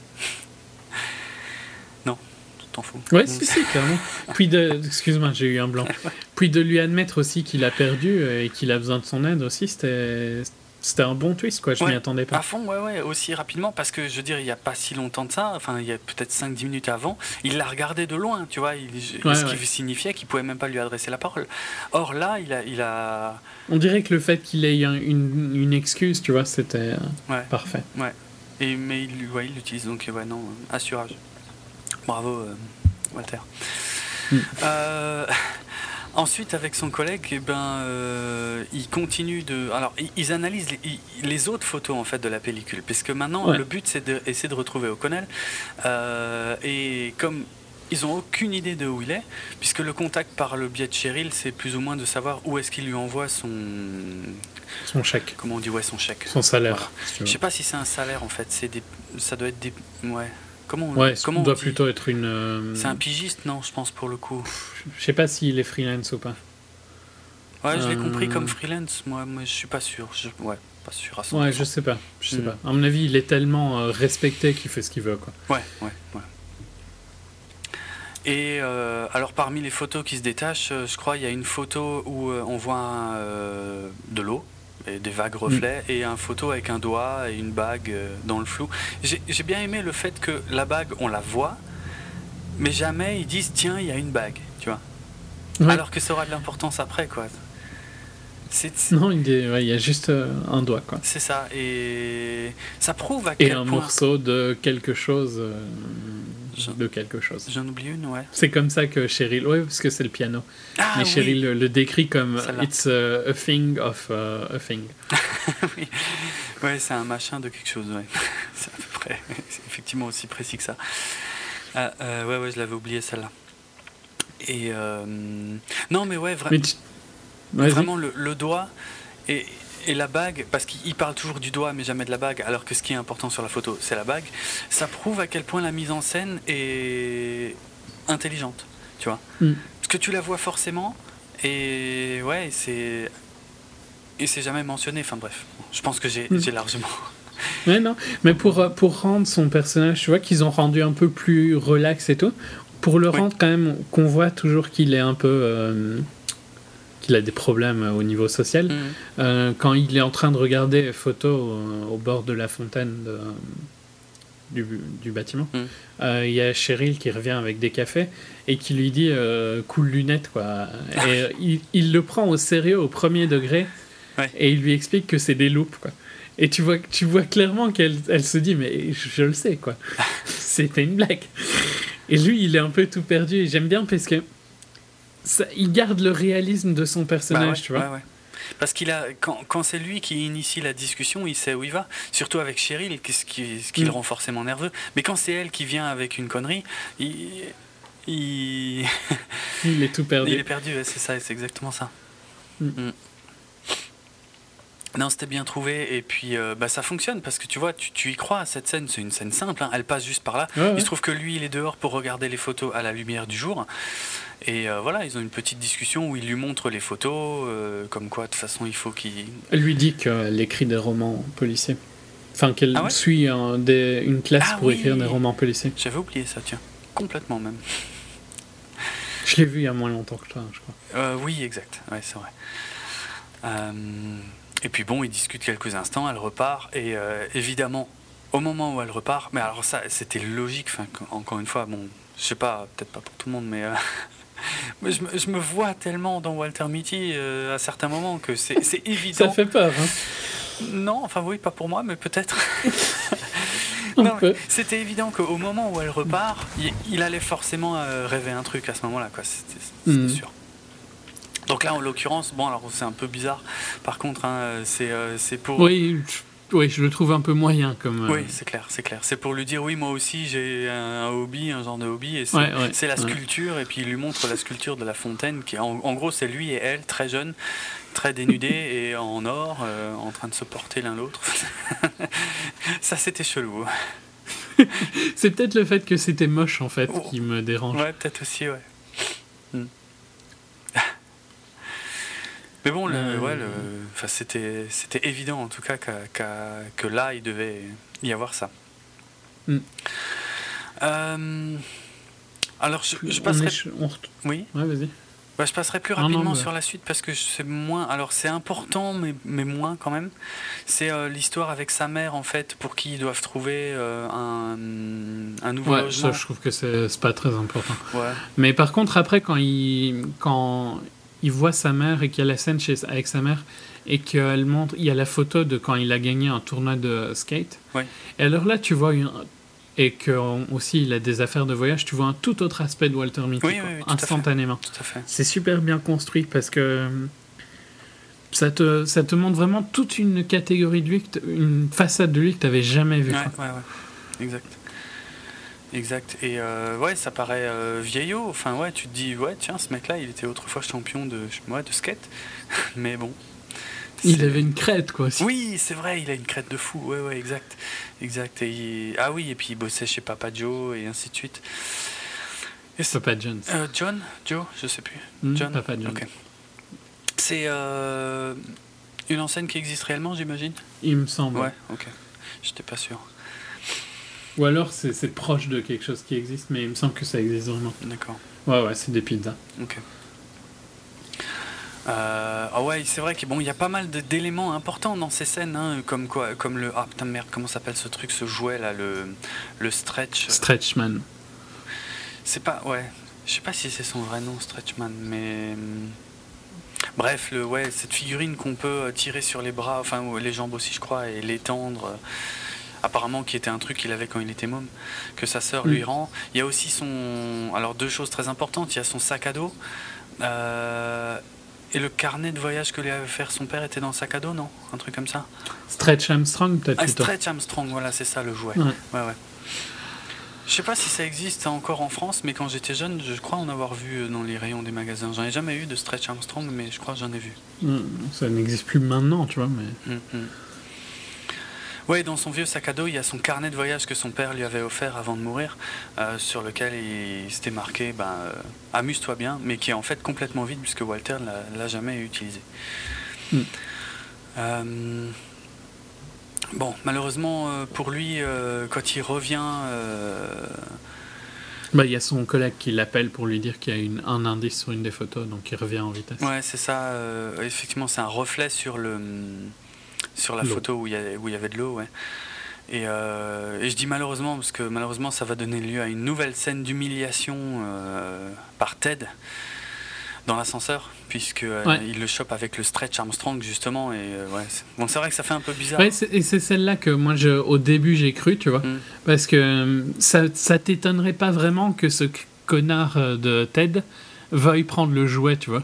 Speaker 2: Non, tu t'en fous.
Speaker 3: Ouais, si, si, clairement. Puis de... Excuse-moi, j'ai eu un blanc. Puis de lui admettre aussi qu'il a perdu et qu'il a besoin de son aide aussi, c'était... C'était un bon twist, quoi. Je
Speaker 2: Ouais,
Speaker 3: m'y attendais pas.
Speaker 2: À fond, ouais, ouais, aussi rapidement, parce que je veux dire, il n'y a pas si longtemps de ça, enfin, il y a peut-être cinq dix minutes avant, il la regardait de loin, tu vois, il,
Speaker 3: Ouais,
Speaker 2: ce
Speaker 3: ouais.
Speaker 2: qui signifiait qu'il pouvait même pas lui adresser la parole. Or là, il a. Il a...
Speaker 3: On dirait que le fait qu'il ait un- une, une excuse, tu vois, c'était euh,
Speaker 2: Ouais,
Speaker 3: parfait.
Speaker 2: ouais. Et, mais il ouais, il l'utilise, donc, ouais, non, euh, assurage. Bravo, euh, Walter.
Speaker 3: Mm.
Speaker 2: Euh. Ensuite, avec son collègue, eh ben, euh, ils continuent de. Alors, ils, ils analysent les, ils- les autres photos en fait de la pellicule, puisque maintenant
Speaker 3: Ouais.
Speaker 2: le but c'est d'essayer de retrouver O'Connell. Euh, et comme ils n'ont aucune idée de où il est, puisque le contact par le biais de Cheryl, c'est plus ou moins de savoir où est-ce qu'il lui envoie son.
Speaker 3: Son chèque,
Speaker 2: Comment on dit, ouais, son chèque.
Speaker 3: son salaire.
Speaker 2: Voilà.
Speaker 3: si tu
Speaker 2: Je
Speaker 3: veux.
Speaker 2: sais pas si c'est un salaire en fait. C'est des. Ça doit être des. Ouais. Comment on,
Speaker 3: Ouais,
Speaker 2: comment
Speaker 3: ça
Speaker 2: on
Speaker 3: doit
Speaker 2: dit
Speaker 3: plutôt être une. euh,
Speaker 2: C'est un pigiste, non, je pense pour le coup.
Speaker 3: Je sais pas s'il est freelance ou pas.
Speaker 2: Ouais, je l'ai
Speaker 3: Euh,
Speaker 2: compris comme freelance, moi, mais je suis pas sûr. Je... Ouais, pas sûr à cent pour cent.
Speaker 3: Ouais, je sais pas. Je sais
Speaker 2: Mm.
Speaker 3: pas. À mon avis, il est tellement euh, respecté qu'il fait ce qu'il veut, quoi.
Speaker 2: Ouais, ouais, ouais. Et euh, alors parmi les photos qui se détachent, euh, je crois il y a une photo où euh, on voit un, euh, de l'eau et des vagues reflets et une photo avec un doigt et une bague euh, dans le flou. J'ai j'ai bien aimé le fait que la bague, on la voit, mais jamais ils disent tiens, il y a une bague, tu vois.
Speaker 3: Ouais.
Speaker 2: Alors que ça aura de l'importance après, quoi. C'est c'est-
Speaker 3: Non, il est- ouais, il y a juste euh, un doigt, quoi.
Speaker 2: c'est ça, et ça prouve à
Speaker 3: Et
Speaker 2: quel
Speaker 3: un
Speaker 2: point...
Speaker 3: morceau de quelque chose. euh,
Speaker 2: Je-
Speaker 3: De quelque chose.
Speaker 2: J'en oublie une, ouais.
Speaker 3: C'est comme ça que Cheryl. Ouais, parce que c'est le piano.
Speaker 2: Ah
Speaker 3: Mais
Speaker 2: oui.
Speaker 3: Cheryl le, le décrit comme
Speaker 2: Celle-là.
Speaker 3: It's a, a thing of uh, a thing.
Speaker 2: Oui. Ouais, c'est un machin de quelque chose, ouais. C'est à peu près, c'est effectivement aussi précis que ça. Ah, euh, ouais, ouais, je l'avais oublié celle-là. Et euh, non, mais ouais, vra-
Speaker 3: Mais tu- Vas-y.
Speaker 2: vraiment le, le doigt et, et la bague, parce qu'il parle toujours du doigt mais jamais de la bague, alors que ce qui est important sur la photo, c'est la bague. Ça prouve à quel point la mise en scène est intelligente, tu vois.
Speaker 3: Mm.
Speaker 2: Parce que tu la vois forcément, et ouais, c'est et c'est jamais mentionné. Enfin bref, je pense que j'ai
Speaker 3: Mm.
Speaker 2: j'ai largement.
Speaker 3: Ouais, non. Mais pour, euh, pour rendre son personnage, tu vois qu'ils ont rendu un peu plus relax et tout. Pour le
Speaker 2: Oui.
Speaker 3: rendre quand même, qu'on voit toujours qu'il est un peu. euh, qu'il a des problèmes euh, au niveau social.
Speaker 2: Mm.
Speaker 3: Euh, quand il est en train de regarder les photos euh, au bord de la fontaine de, du, du bâtiment,
Speaker 2: Mm.
Speaker 3: euh, il y a Cheryl qui revient avec des cafés et qui lui dit euh, cool lunette, quoi. Et euh, il, il le prend au sérieux, au premier degré,
Speaker 2: Ouais.
Speaker 3: et il lui explique que c'est des loupes, quoi. Et tu vois, tu vois clairement qu'elle elle se dit, mais je, je le sais, quoi. C'était une blague. Et lui, il est un peu tout perdu. Et j'aime bien parce que ça, il garde le réalisme de son personnage,
Speaker 2: Bah ouais,
Speaker 3: tu vois.
Speaker 2: ouais, ouais. Parce qu'il a, quand, quand c'est lui qui initie la discussion, il sait où il va. Surtout avec Cheryl, ce qui, ce qui
Speaker 3: Mm.
Speaker 2: le rend forcément nerveux. Mais quand c'est elle qui vient avec une connerie, il, il,
Speaker 3: Il est tout perdu.
Speaker 2: il est perdu. Ouais, c'est ça, c'est exactement ça.
Speaker 3: Mm.
Speaker 2: Mm. Non, c'était bien trouvé. Et puis, euh, bah, ça fonctionne parce que tu vois, tu, tu y crois à cette scène. C'est une scène simple. Hein, elle passe juste par là.
Speaker 3: Ouais, ouais.
Speaker 2: Il se trouve que lui, il est dehors pour regarder les photos à la lumière du jour. Et euh, voilà, ils ont une petite discussion où il lui montre les photos, euh, comme quoi, de toute façon, il faut qu'il...
Speaker 3: Elle lui dit qu'elle écrit des romans policiers. Enfin, qu'elle
Speaker 2: Ah ouais
Speaker 3: suit un- des- une classe
Speaker 2: Ah
Speaker 3: pour
Speaker 2: oui.
Speaker 3: écrire des romans policiers.
Speaker 2: J'avais oublié ça, tiens. Complètement même.
Speaker 3: Je l'ai vu il y a moins longtemps que toi, je crois.
Speaker 2: Euh, oui, exact. Ouais, c'est vrai. Euh, et puis bon, ils discutent quelques instants, elle repart. Et euh, évidemment, au moment où elle repart, mais alors ça, c'était logique. Enfin, encore une fois, bon, je sais pas, peut-être pas pour tout le monde, mais... Euh, mais je, me, je me vois tellement dans Walter Mitty euh, à certains moments que c'est c'est évident.
Speaker 3: Ça fait peur, hein.
Speaker 2: Non, enfin oui, pas pour moi, mais peut-être.
Speaker 3: Un
Speaker 2: Non,
Speaker 3: peu.
Speaker 2: c'était évident qu'au moment où elle repart, il, il allait forcément euh, rêver un truc à ce moment-là, quoi. C'était c'était
Speaker 3: Mhm.
Speaker 2: sûr. Donc là, en l'occurrence, bon, alors c'est un peu bizarre. Par contre, hein, c'est euh, c'est pour.
Speaker 3: Oui, je, oui, je le trouve un peu moyen comme. euh,
Speaker 2: Oui, c'est clair, c'est clair. C'est pour lui dire oui, moi aussi j'ai un, un hobby, un genre de hobby, et c'est
Speaker 3: Ouais, ouais,
Speaker 2: c'est la
Speaker 3: ouais.
Speaker 2: sculpture, et puis il lui montre la sculpture de la fontaine, qui en, en gros c'est lui et elle, très jeunes, très dénudés et en or, euh, en train de se porter l'un l'autre. Ça c'était chelou.
Speaker 3: C'est peut-être le fait que c'était moche en fait
Speaker 2: Oh.
Speaker 3: qui me dérange.
Speaker 2: Ouais, peut-être aussi, ouais. Mm. Mais bon, le,
Speaker 3: Euh,
Speaker 2: ouais, le, enfin, c'était, c'était évident en tout cas qu'à, qu'à, que là, il devait y avoir ça.
Speaker 3: Mm.
Speaker 2: Euh, alors, je, je
Speaker 3: On
Speaker 2: passerai.
Speaker 3: est- on ret-
Speaker 2: Oui.
Speaker 3: Ouais, vas-y.
Speaker 2: Bah, je passerai plus
Speaker 3: Ah, non,
Speaker 2: rapidement
Speaker 3: bah.
Speaker 2: sur la suite parce que c'est moins. Alors, c'est important, mais, mais moins quand même. C'est euh, l'histoire avec sa mère en fait, pour qui ils doivent trouver euh, un, un nouveau
Speaker 3: Ouais,
Speaker 2: logement.
Speaker 3: ça, je trouve que c'est c'est pas très important.
Speaker 2: Ouais.
Speaker 3: Mais par contre, après, quand il, quand il voit sa mère et qu'il y a la scène chez, avec sa mère et qu'elle montre, il y a la photo de quand il a gagné un tournoi de skate.
Speaker 2: Ouais.
Speaker 3: Et alors là, tu vois une, et que aussi il a des affaires de voyage, tu vois un tout autre aspect de Walter Mitty,
Speaker 2: Oui,
Speaker 3: quoi,
Speaker 2: oui, oui, tout à fait.
Speaker 3: instantanément.
Speaker 2: Tout à fait.
Speaker 3: C'est super bien construit parce que ça te, ça te montre vraiment toute une catégorie de lui, que t- une façade de lui que tu n'avais jamais vue.
Speaker 2: Ouais,
Speaker 3: quoi.
Speaker 2: ouais, ouais. Exact. Exact. Et euh, ouais, ça paraît euh, vieillot. Enfin, ouais, tu te dis, ouais, tiens, ce mec-là, il était autrefois champion de, ouais, de skate. Mais bon.
Speaker 3: Il
Speaker 2: c'est-
Speaker 3: avait une crête, quoi. aussi.
Speaker 2: Oui, c'est vrai, il a une crête de fou. Ouais, ouais, exact. Exact. Et il- Ah oui, et puis il bossait chez Papa Joe et ainsi de suite. Et c'est-
Speaker 3: Papa Jones.
Speaker 2: Euh, John Joe Je sais plus.
Speaker 3: Hmm,
Speaker 2: John
Speaker 3: Papa Jones.
Speaker 2: Ok. C'est euh, une enseigne qui existe réellement, j'imagine.
Speaker 3: Il me semble.
Speaker 2: Ouais, ok. J'étais pas sûr.
Speaker 3: Ou alors c'est c'est proche de quelque chose qui existe, mais il me semble que ça existe vraiment.
Speaker 2: D'accord.
Speaker 3: Ouais, ouais, c'est des pizzas.
Speaker 2: Ok. Euh, ah ouais, c'est vrai qu'il bon, y a pas mal de- d'éléments importants dans ces scènes, hein, comme quoi, comme le ah putain merde, comment s'appelle ce truc, ce jouet là, le le stretch.
Speaker 3: Stretchman.
Speaker 2: C'est pas ouais, je sais pas si c'est son vrai nom, Stretchman, mais hum, bref, le ouais, cette figurine qu'on peut tirer sur les bras, enfin ou les jambes aussi, je crois, et l'étendre. euh, Apparemment, qui était un truc qu'il avait quand il était môme, que sa sœur lui
Speaker 3: Mm.
Speaker 2: rend. Il y a aussi son. Alors, deux choses très importantes. Il y a son sac à dos. euh, Et le carnet de voyage que lui avait fait son père était dans le sac à dos, non? Un truc comme ça?
Speaker 3: Stretch Armstrong, peut-être
Speaker 2: Ah,
Speaker 3: plutôt.
Speaker 2: Stretch Armstrong, voilà, c'est ça le jouet.
Speaker 3: Ouais.
Speaker 2: Ouais, ouais. Je sais pas si ça existe encore en France, mais quand j'étais jeune, je crois en avoir vu dans les rayons des magasins. J'en ai jamais eu de Stretch Armstrong, mais je crois que j'en ai vu.
Speaker 3: Mm, Ça n'existe plus maintenant, tu vois, mais...
Speaker 2: Hum, hum. Ouais, dans son vieux sac à dos, il y a son carnet de voyage que son père lui avait offert avant de mourir, euh, sur lequel il s'était marqué ben, euh, amuse-toi bien, mais qui est en fait complètement vide puisque Walter ne l'a, l'a jamais utilisé.
Speaker 3: Mm.
Speaker 2: Euh, bon, malheureusement euh, pour lui, euh, quand il revient. euh,
Speaker 3: Bah, il y a son collègue qui l'appelle pour lui dire qu'il y a une, un indice sur une des photos, donc il revient en vitesse.
Speaker 2: Ouais, c'est ça. euh, effectivement, c'est un reflet sur le sur la
Speaker 3: L'eau.
Speaker 2: photo où il y, a- où il y avait de l'eau, ouais. Et, euh, et je dis malheureusement parce que malheureusement ça va donner lieu à une nouvelle scène d'humiliation euh, par Ted dans l'ascenseur, puisque euh,
Speaker 3: Ouais.
Speaker 2: il le chope avec le Stretch Armstrong justement. Et euh, ouais, c'est... bon, c'est vrai que ça fait un peu bizarre.
Speaker 3: Ouais, c'est- et c'est celle-là que moi, je, au début, j'ai cru, tu vois.
Speaker 2: Mm.
Speaker 3: Parce que euh, ça, ça t'étonnerait pas vraiment que ce c- connard euh, de Ted veuille prendre le jouet, tu vois.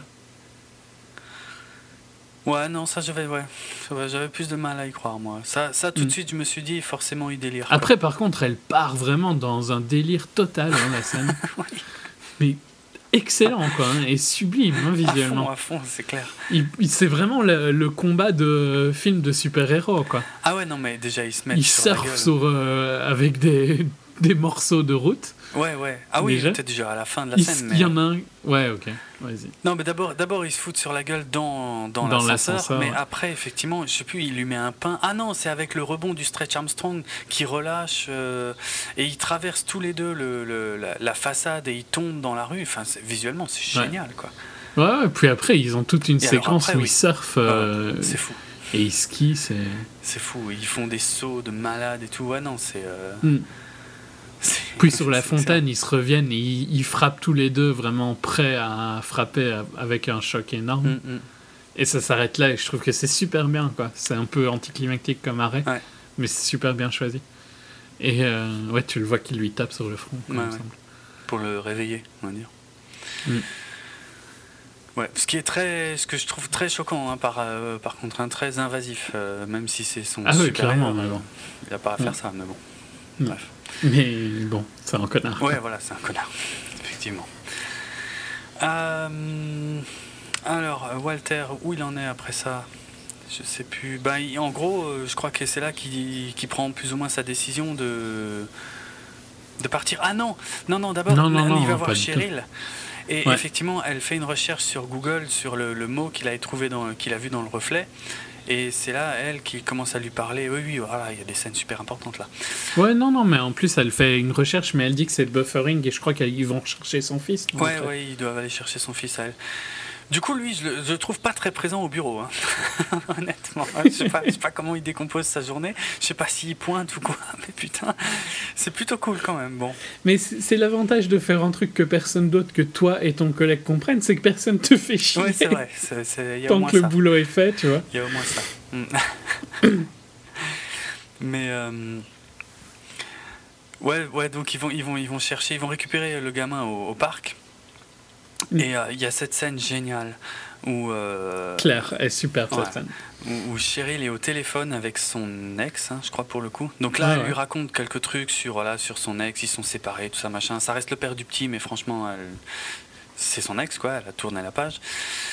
Speaker 2: Ouais, non, ça j'avais, ouais, Ouais, j'avais plus de mal à y croire moi. Ça, ça tout
Speaker 3: Mm.
Speaker 2: de suite, je me suis dit forcément il délire. quoi.
Speaker 3: Après, par contre, elle part vraiment dans un délire total, hein, la scène.
Speaker 2: Oui.
Speaker 3: Mais excellent, quoi, hein, et sublime, hein,
Speaker 2: à fond,
Speaker 3: visuellement.
Speaker 2: à fond, c'est clair.
Speaker 3: Il, il- c'est vraiment le, le combat de film de super-héros, quoi.
Speaker 2: Ah ouais, non, mais déjà il se met
Speaker 3: Il
Speaker 2: sur la
Speaker 3: surfe
Speaker 2: gueule.
Speaker 3: sur, euh, avec des, des morceaux de route.
Speaker 2: Ouais, ouais. Ah oui,
Speaker 3: Déjà
Speaker 2: peut-être déjà à la fin de la
Speaker 3: Il,
Speaker 2: scène.
Speaker 3: s-
Speaker 2: Mais...
Speaker 3: il y en a un... Ouais, ok, vas-y.
Speaker 2: Non, mais d'abord, d'abord, il se fout sur la gueule dans, dans,
Speaker 3: Dans
Speaker 2: l'ascenseur,
Speaker 3: l'ascenseur,
Speaker 2: mais
Speaker 3: ouais.
Speaker 2: après, effectivement, je sais plus, il lui met un pain. Ah non, c'est avec le rebond du Stretch Armstrong qui relâche euh, et ils traversent tous les deux le, le- la, la façade et ils tombent dans la rue. Enfin, c'est- visuellement, c'est
Speaker 3: Ouais.
Speaker 2: génial, quoi.
Speaker 3: Ouais, et puis après, ils ont toute une
Speaker 2: Et alors
Speaker 3: séquence
Speaker 2: après,
Speaker 3: où
Speaker 2: oui.
Speaker 3: ils surfent euh,
Speaker 2: C'est fou,
Speaker 3: et ils skient, c'est...
Speaker 2: c'est fou. Ils font des sauts de malades et tout. Ouais, non, c'est. euh,
Speaker 3: Hmm.
Speaker 2: c'est-
Speaker 3: Puis sur la
Speaker 2: c'est
Speaker 3: fontaine, ils se reviennent et ils, ils frappent tous les deux vraiment prêts à frapper a- avec un choc énorme.
Speaker 2: excellent. Mm, mm.
Speaker 3: Et ça s'arrête là et je trouve que c'est super bien, quoi. C'est un peu anticlimactique comme arrêt,
Speaker 2: Ouais.
Speaker 3: mais c'est super bien choisi. Et euh, ouais, tu le vois qu'il lui tape sur le front, quoi,
Speaker 2: Ouais,
Speaker 3: il me
Speaker 2: ouais.
Speaker 3: semble.
Speaker 2: Pour le réveiller, on va dire.
Speaker 3: Mm.
Speaker 2: Ouais, ce qui est très, ce que je trouve très choquant, hein, par, euh, par contre, un très invasif, euh, même si c'est son
Speaker 3: Ah oui,
Speaker 2: supérieur,
Speaker 3: clairement, mais
Speaker 2: euh,
Speaker 3: bon.
Speaker 2: il n'a pas à faire
Speaker 3: Mm.
Speaker 2: ça, mais bon.
Speaker 3: Mm.
Speaker 2: Bref.
Speaker 3: Mais bon, c'est un connard.
Speaker 2: Ouais, voilà, c'est un connard, effectivement. Euh, alors, euh, Walter, où il en est après ça? Je sais plus. Ben, il- en gros, euh, je crois que c'est là qu'il qu'il prend plus ou moins sa décision de de partir. Ah non, non, non. D'abord,
Speaker 3: Non, non,
Speaker 2: là,
Speaker 3: non,
Speaker 2: il va
Speaker 3: pas
Speaker 2: voir
Speaker 3: du tout.
Speaker 2: Cheryl. Et
Speaker 3: Ouais.
Speaker 2: effectivement, elle fait une recherche sur Google sur le, le mot qu'il a trouvé dans, qu'il a vu dans le reflet. Et c'est là, elle, qui commence à lui parler. Oui, oui, voilà, il y a des scènes super importantes là.
Speaker 3: Ouais, non, non, mais en plus, elle fait une recherche, mais elle dit que c'est le buffering et je crois qu'ils vont chercher son fils. non,
Speaker 2: Ouais,
Speaker 3: après.
Speaker 2: ouais, ils doivent aller chercher son fils à elle. Du coup, lui, je le, je le trouve pas très présent au bureau, hein. Honnêtement. Je sais pas, je sais pas comment il décompose sa journée. Je sais pas s'il pointe ou quoi, mais putain, c'est plutôt cool quand même. Bon.
Speaker 3: Mais c'est c'est l'avantage de faire un truc que personne d'autre que toi et ton collègue comprennent, c'est que personne te fait chier.
Speaker 2: Ouais, c'est vrai. C'est, c'est, y a au
Speaker 3: Tant
Speaker 2: moins
Speaker 3: que le
Speaker 2: ça.
Speaker 3: boulot est fait, tu vois.
Speaker 2: Il y a au moins ça. Mm. Mais euh, ouais, ouais. Donc ils vont, ils vont, ils vont chercher, ils vont récupérer le gamin au, au parc.
Speaker 3: Mm.
Speaker 2: Et il euh, y a cette scène géniale où euh,
Speaker 3: Claire est super
Speaker 2: ouais.
Speaker 3: cette scène.
Speaker 2: où, où Cheryl est au téléphone avec son ex, hein, je crois pour le coup. Donc là,
Speaker 3: Ouais,
Speaker 2: elle
Speaker 3: ouais.
Speaker 2: lui raconte quelques trucs sur, voilà, sur son ex, ils sont séparés, tout ça, machin. Ça reste le père du petit, mais franchement, elle, c'est son ex, quoi. Elle a tourné la page.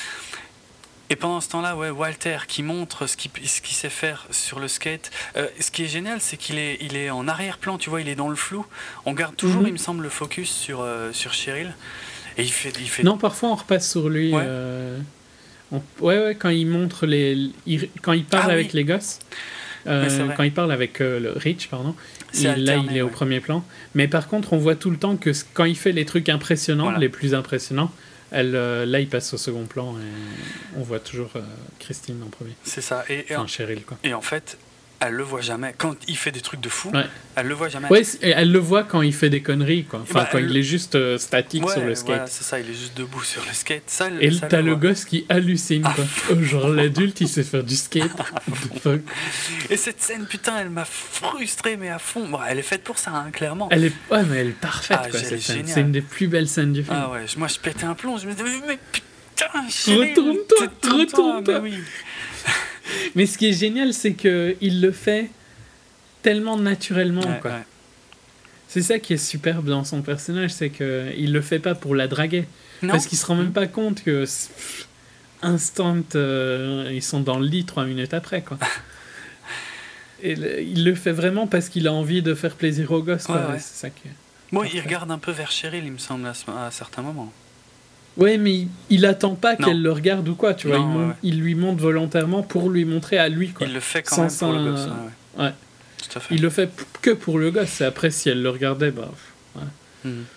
Speaker 2: Et pendant ce temps-là, ouais, Walter qui montre ce qu'il, ce qu'il sait faire sur le skate. Euh, ce qui est génial, c'est qu'il est, il est en arrière-plan, tu vois, il est dans le flou. On garde toujours,
Speaker 3: Mhm.
Speaker 2: il me semble, le focus sur, euh, sur Cheryl. Et il fait, il fait
Speaker 3: Non, parfois on repasse sur lui.
Speaker 2: Ouais.
Speaker 3: euh, on- ouais, ouais, quand il montre les. il- Quand il parle
Speaker 2: Ah,
Speaker 3: avec
Speaker 2: oui.
Speaker 3: les gosses. euh,
Speaker 2: Ouais, c'est vrai.
Speaker 3: quand il parle avec euh, le Rich, pardon.
Speaker 2: C'est
Speaker 3: il- là,
Speaker 2: alterné,
Speaker 3: il est au
Speaker 2: ouais.
Speaker 3: premier plan. Mais par contre, on voit tout le temps que c- quand il fait les trucs impressionnants,
Speaker 2: Voilà.
Speaker 3: les plus impressionnants, elle, euh, là, il passe au second plan et on voit toujours euh, Christine en premier.
Speaker 2: C'est ça. Et, et,
Speaker 3: Enfin,
Speaker 2: en,
Speaker 3: Cheryl, quoi.
Speaker 2: et en fait, elle le voit jamais. Quand il fait des trucs de fou,
Speaker 3: Ouais.
Speaker 2: elle le voit jamais.
Speaker 3: Ouais, c- et elle le voit quand il fait des conneries, quoi. Enfin,
Speaker 2: Bah,
Speaker 3: quand
Speaker 2: elle-
Speaker 3: il est juste euh, statique
Speaker 2: Ouais,
Speaker 3: sur le skate.
Speaker 2: voilà, c'est ça, il est juste debout sur le skate. Ça, elle-
Speaker 3: Et
Speaker 2: ça,
Speaker 3: t'as
Speaker 2: elle
Speaker 3: le
Speaker 2: voit.
Speaker 3: gosse qui hallucine, quoi. Oh, genre, l'adulte, il sait faire du skate. What the fuck.
Speaker 2: Et cette scène, putain, elle m'a frustré, mais à fond. Bon, elle est faite pour ça, hein, clairement.
Speaker 3: Elle est, ouais, mais elle est parfaite,
Speaker 2: Ah,
Speaker 3: quoi,
Speaker 2: elle est
Speaker 3: cette scène.
Speaker 2: géniale.
Speaker 3: C'est une des plus belles scènes du film.
Speaker 2: Ah ouais, moi je pétais un plomb, je me disais, mais, mais putain, Cheryl,
Speaker 3: Retourne-toi,
Speaker 2: t'es-
Speaker 3: retourne-toi.
Speaker 2: mais oui.
Speaker 3: Mais ce qui est génial, c'est que il le fait tellement naturellement,
Speaker 2: Ouais,
Speaker 3: quoi.
Speaker 2: ouais.
Speaker 3: C'est ça qui est superbe dans son personnage, c'est que il le fait pas pour la draguer.
Speaker 2: Non.
Speaker 3: Parce qu'il se rend même pas compte que c'est- pff, instant, euh, ils sont dans le lit trois minutes après, quoi. Et le- il le fait vraiment parce qu'il a envie de faire plaisir aux gosses, quoi.
Speaker 2: Ouais, ouais.
Speaker 3: Et c'est ça qui est-
Speaker 2: Bon,
Speaker 3: Parfait.
Speaker 2: il regarde un peu vers Cheryl, il me semble, à, ce- à certains moments.
Speaker 3: Ouais, mais il, il attend pas
Speaker 2: Non.
Speaker 3: qu'elle le regarde ou quoi, tu vois.
Speaker 2: Non,
Speaker 3: Il,
Speaker 2: ouais,
Speaker 3: monte-
Speaker 2: ouais.
Speaker 3: il lui montre volontairement pour lui montrer à lui, quoi.
Speaker 2: Il le fait quand
Speaker 3: Sans
Speaker 2: même pour le
Speaker 3: un-
Speaker 2: gosse. Ouais, ouais.
Speaker 3: Ouais.
Speaker 2: Tout à fait.
Speaker 3: Il le fait p- que pour le gosse. Et après, si elle le regardait, bah. pff, ouais.
Speaker 2: Mhm.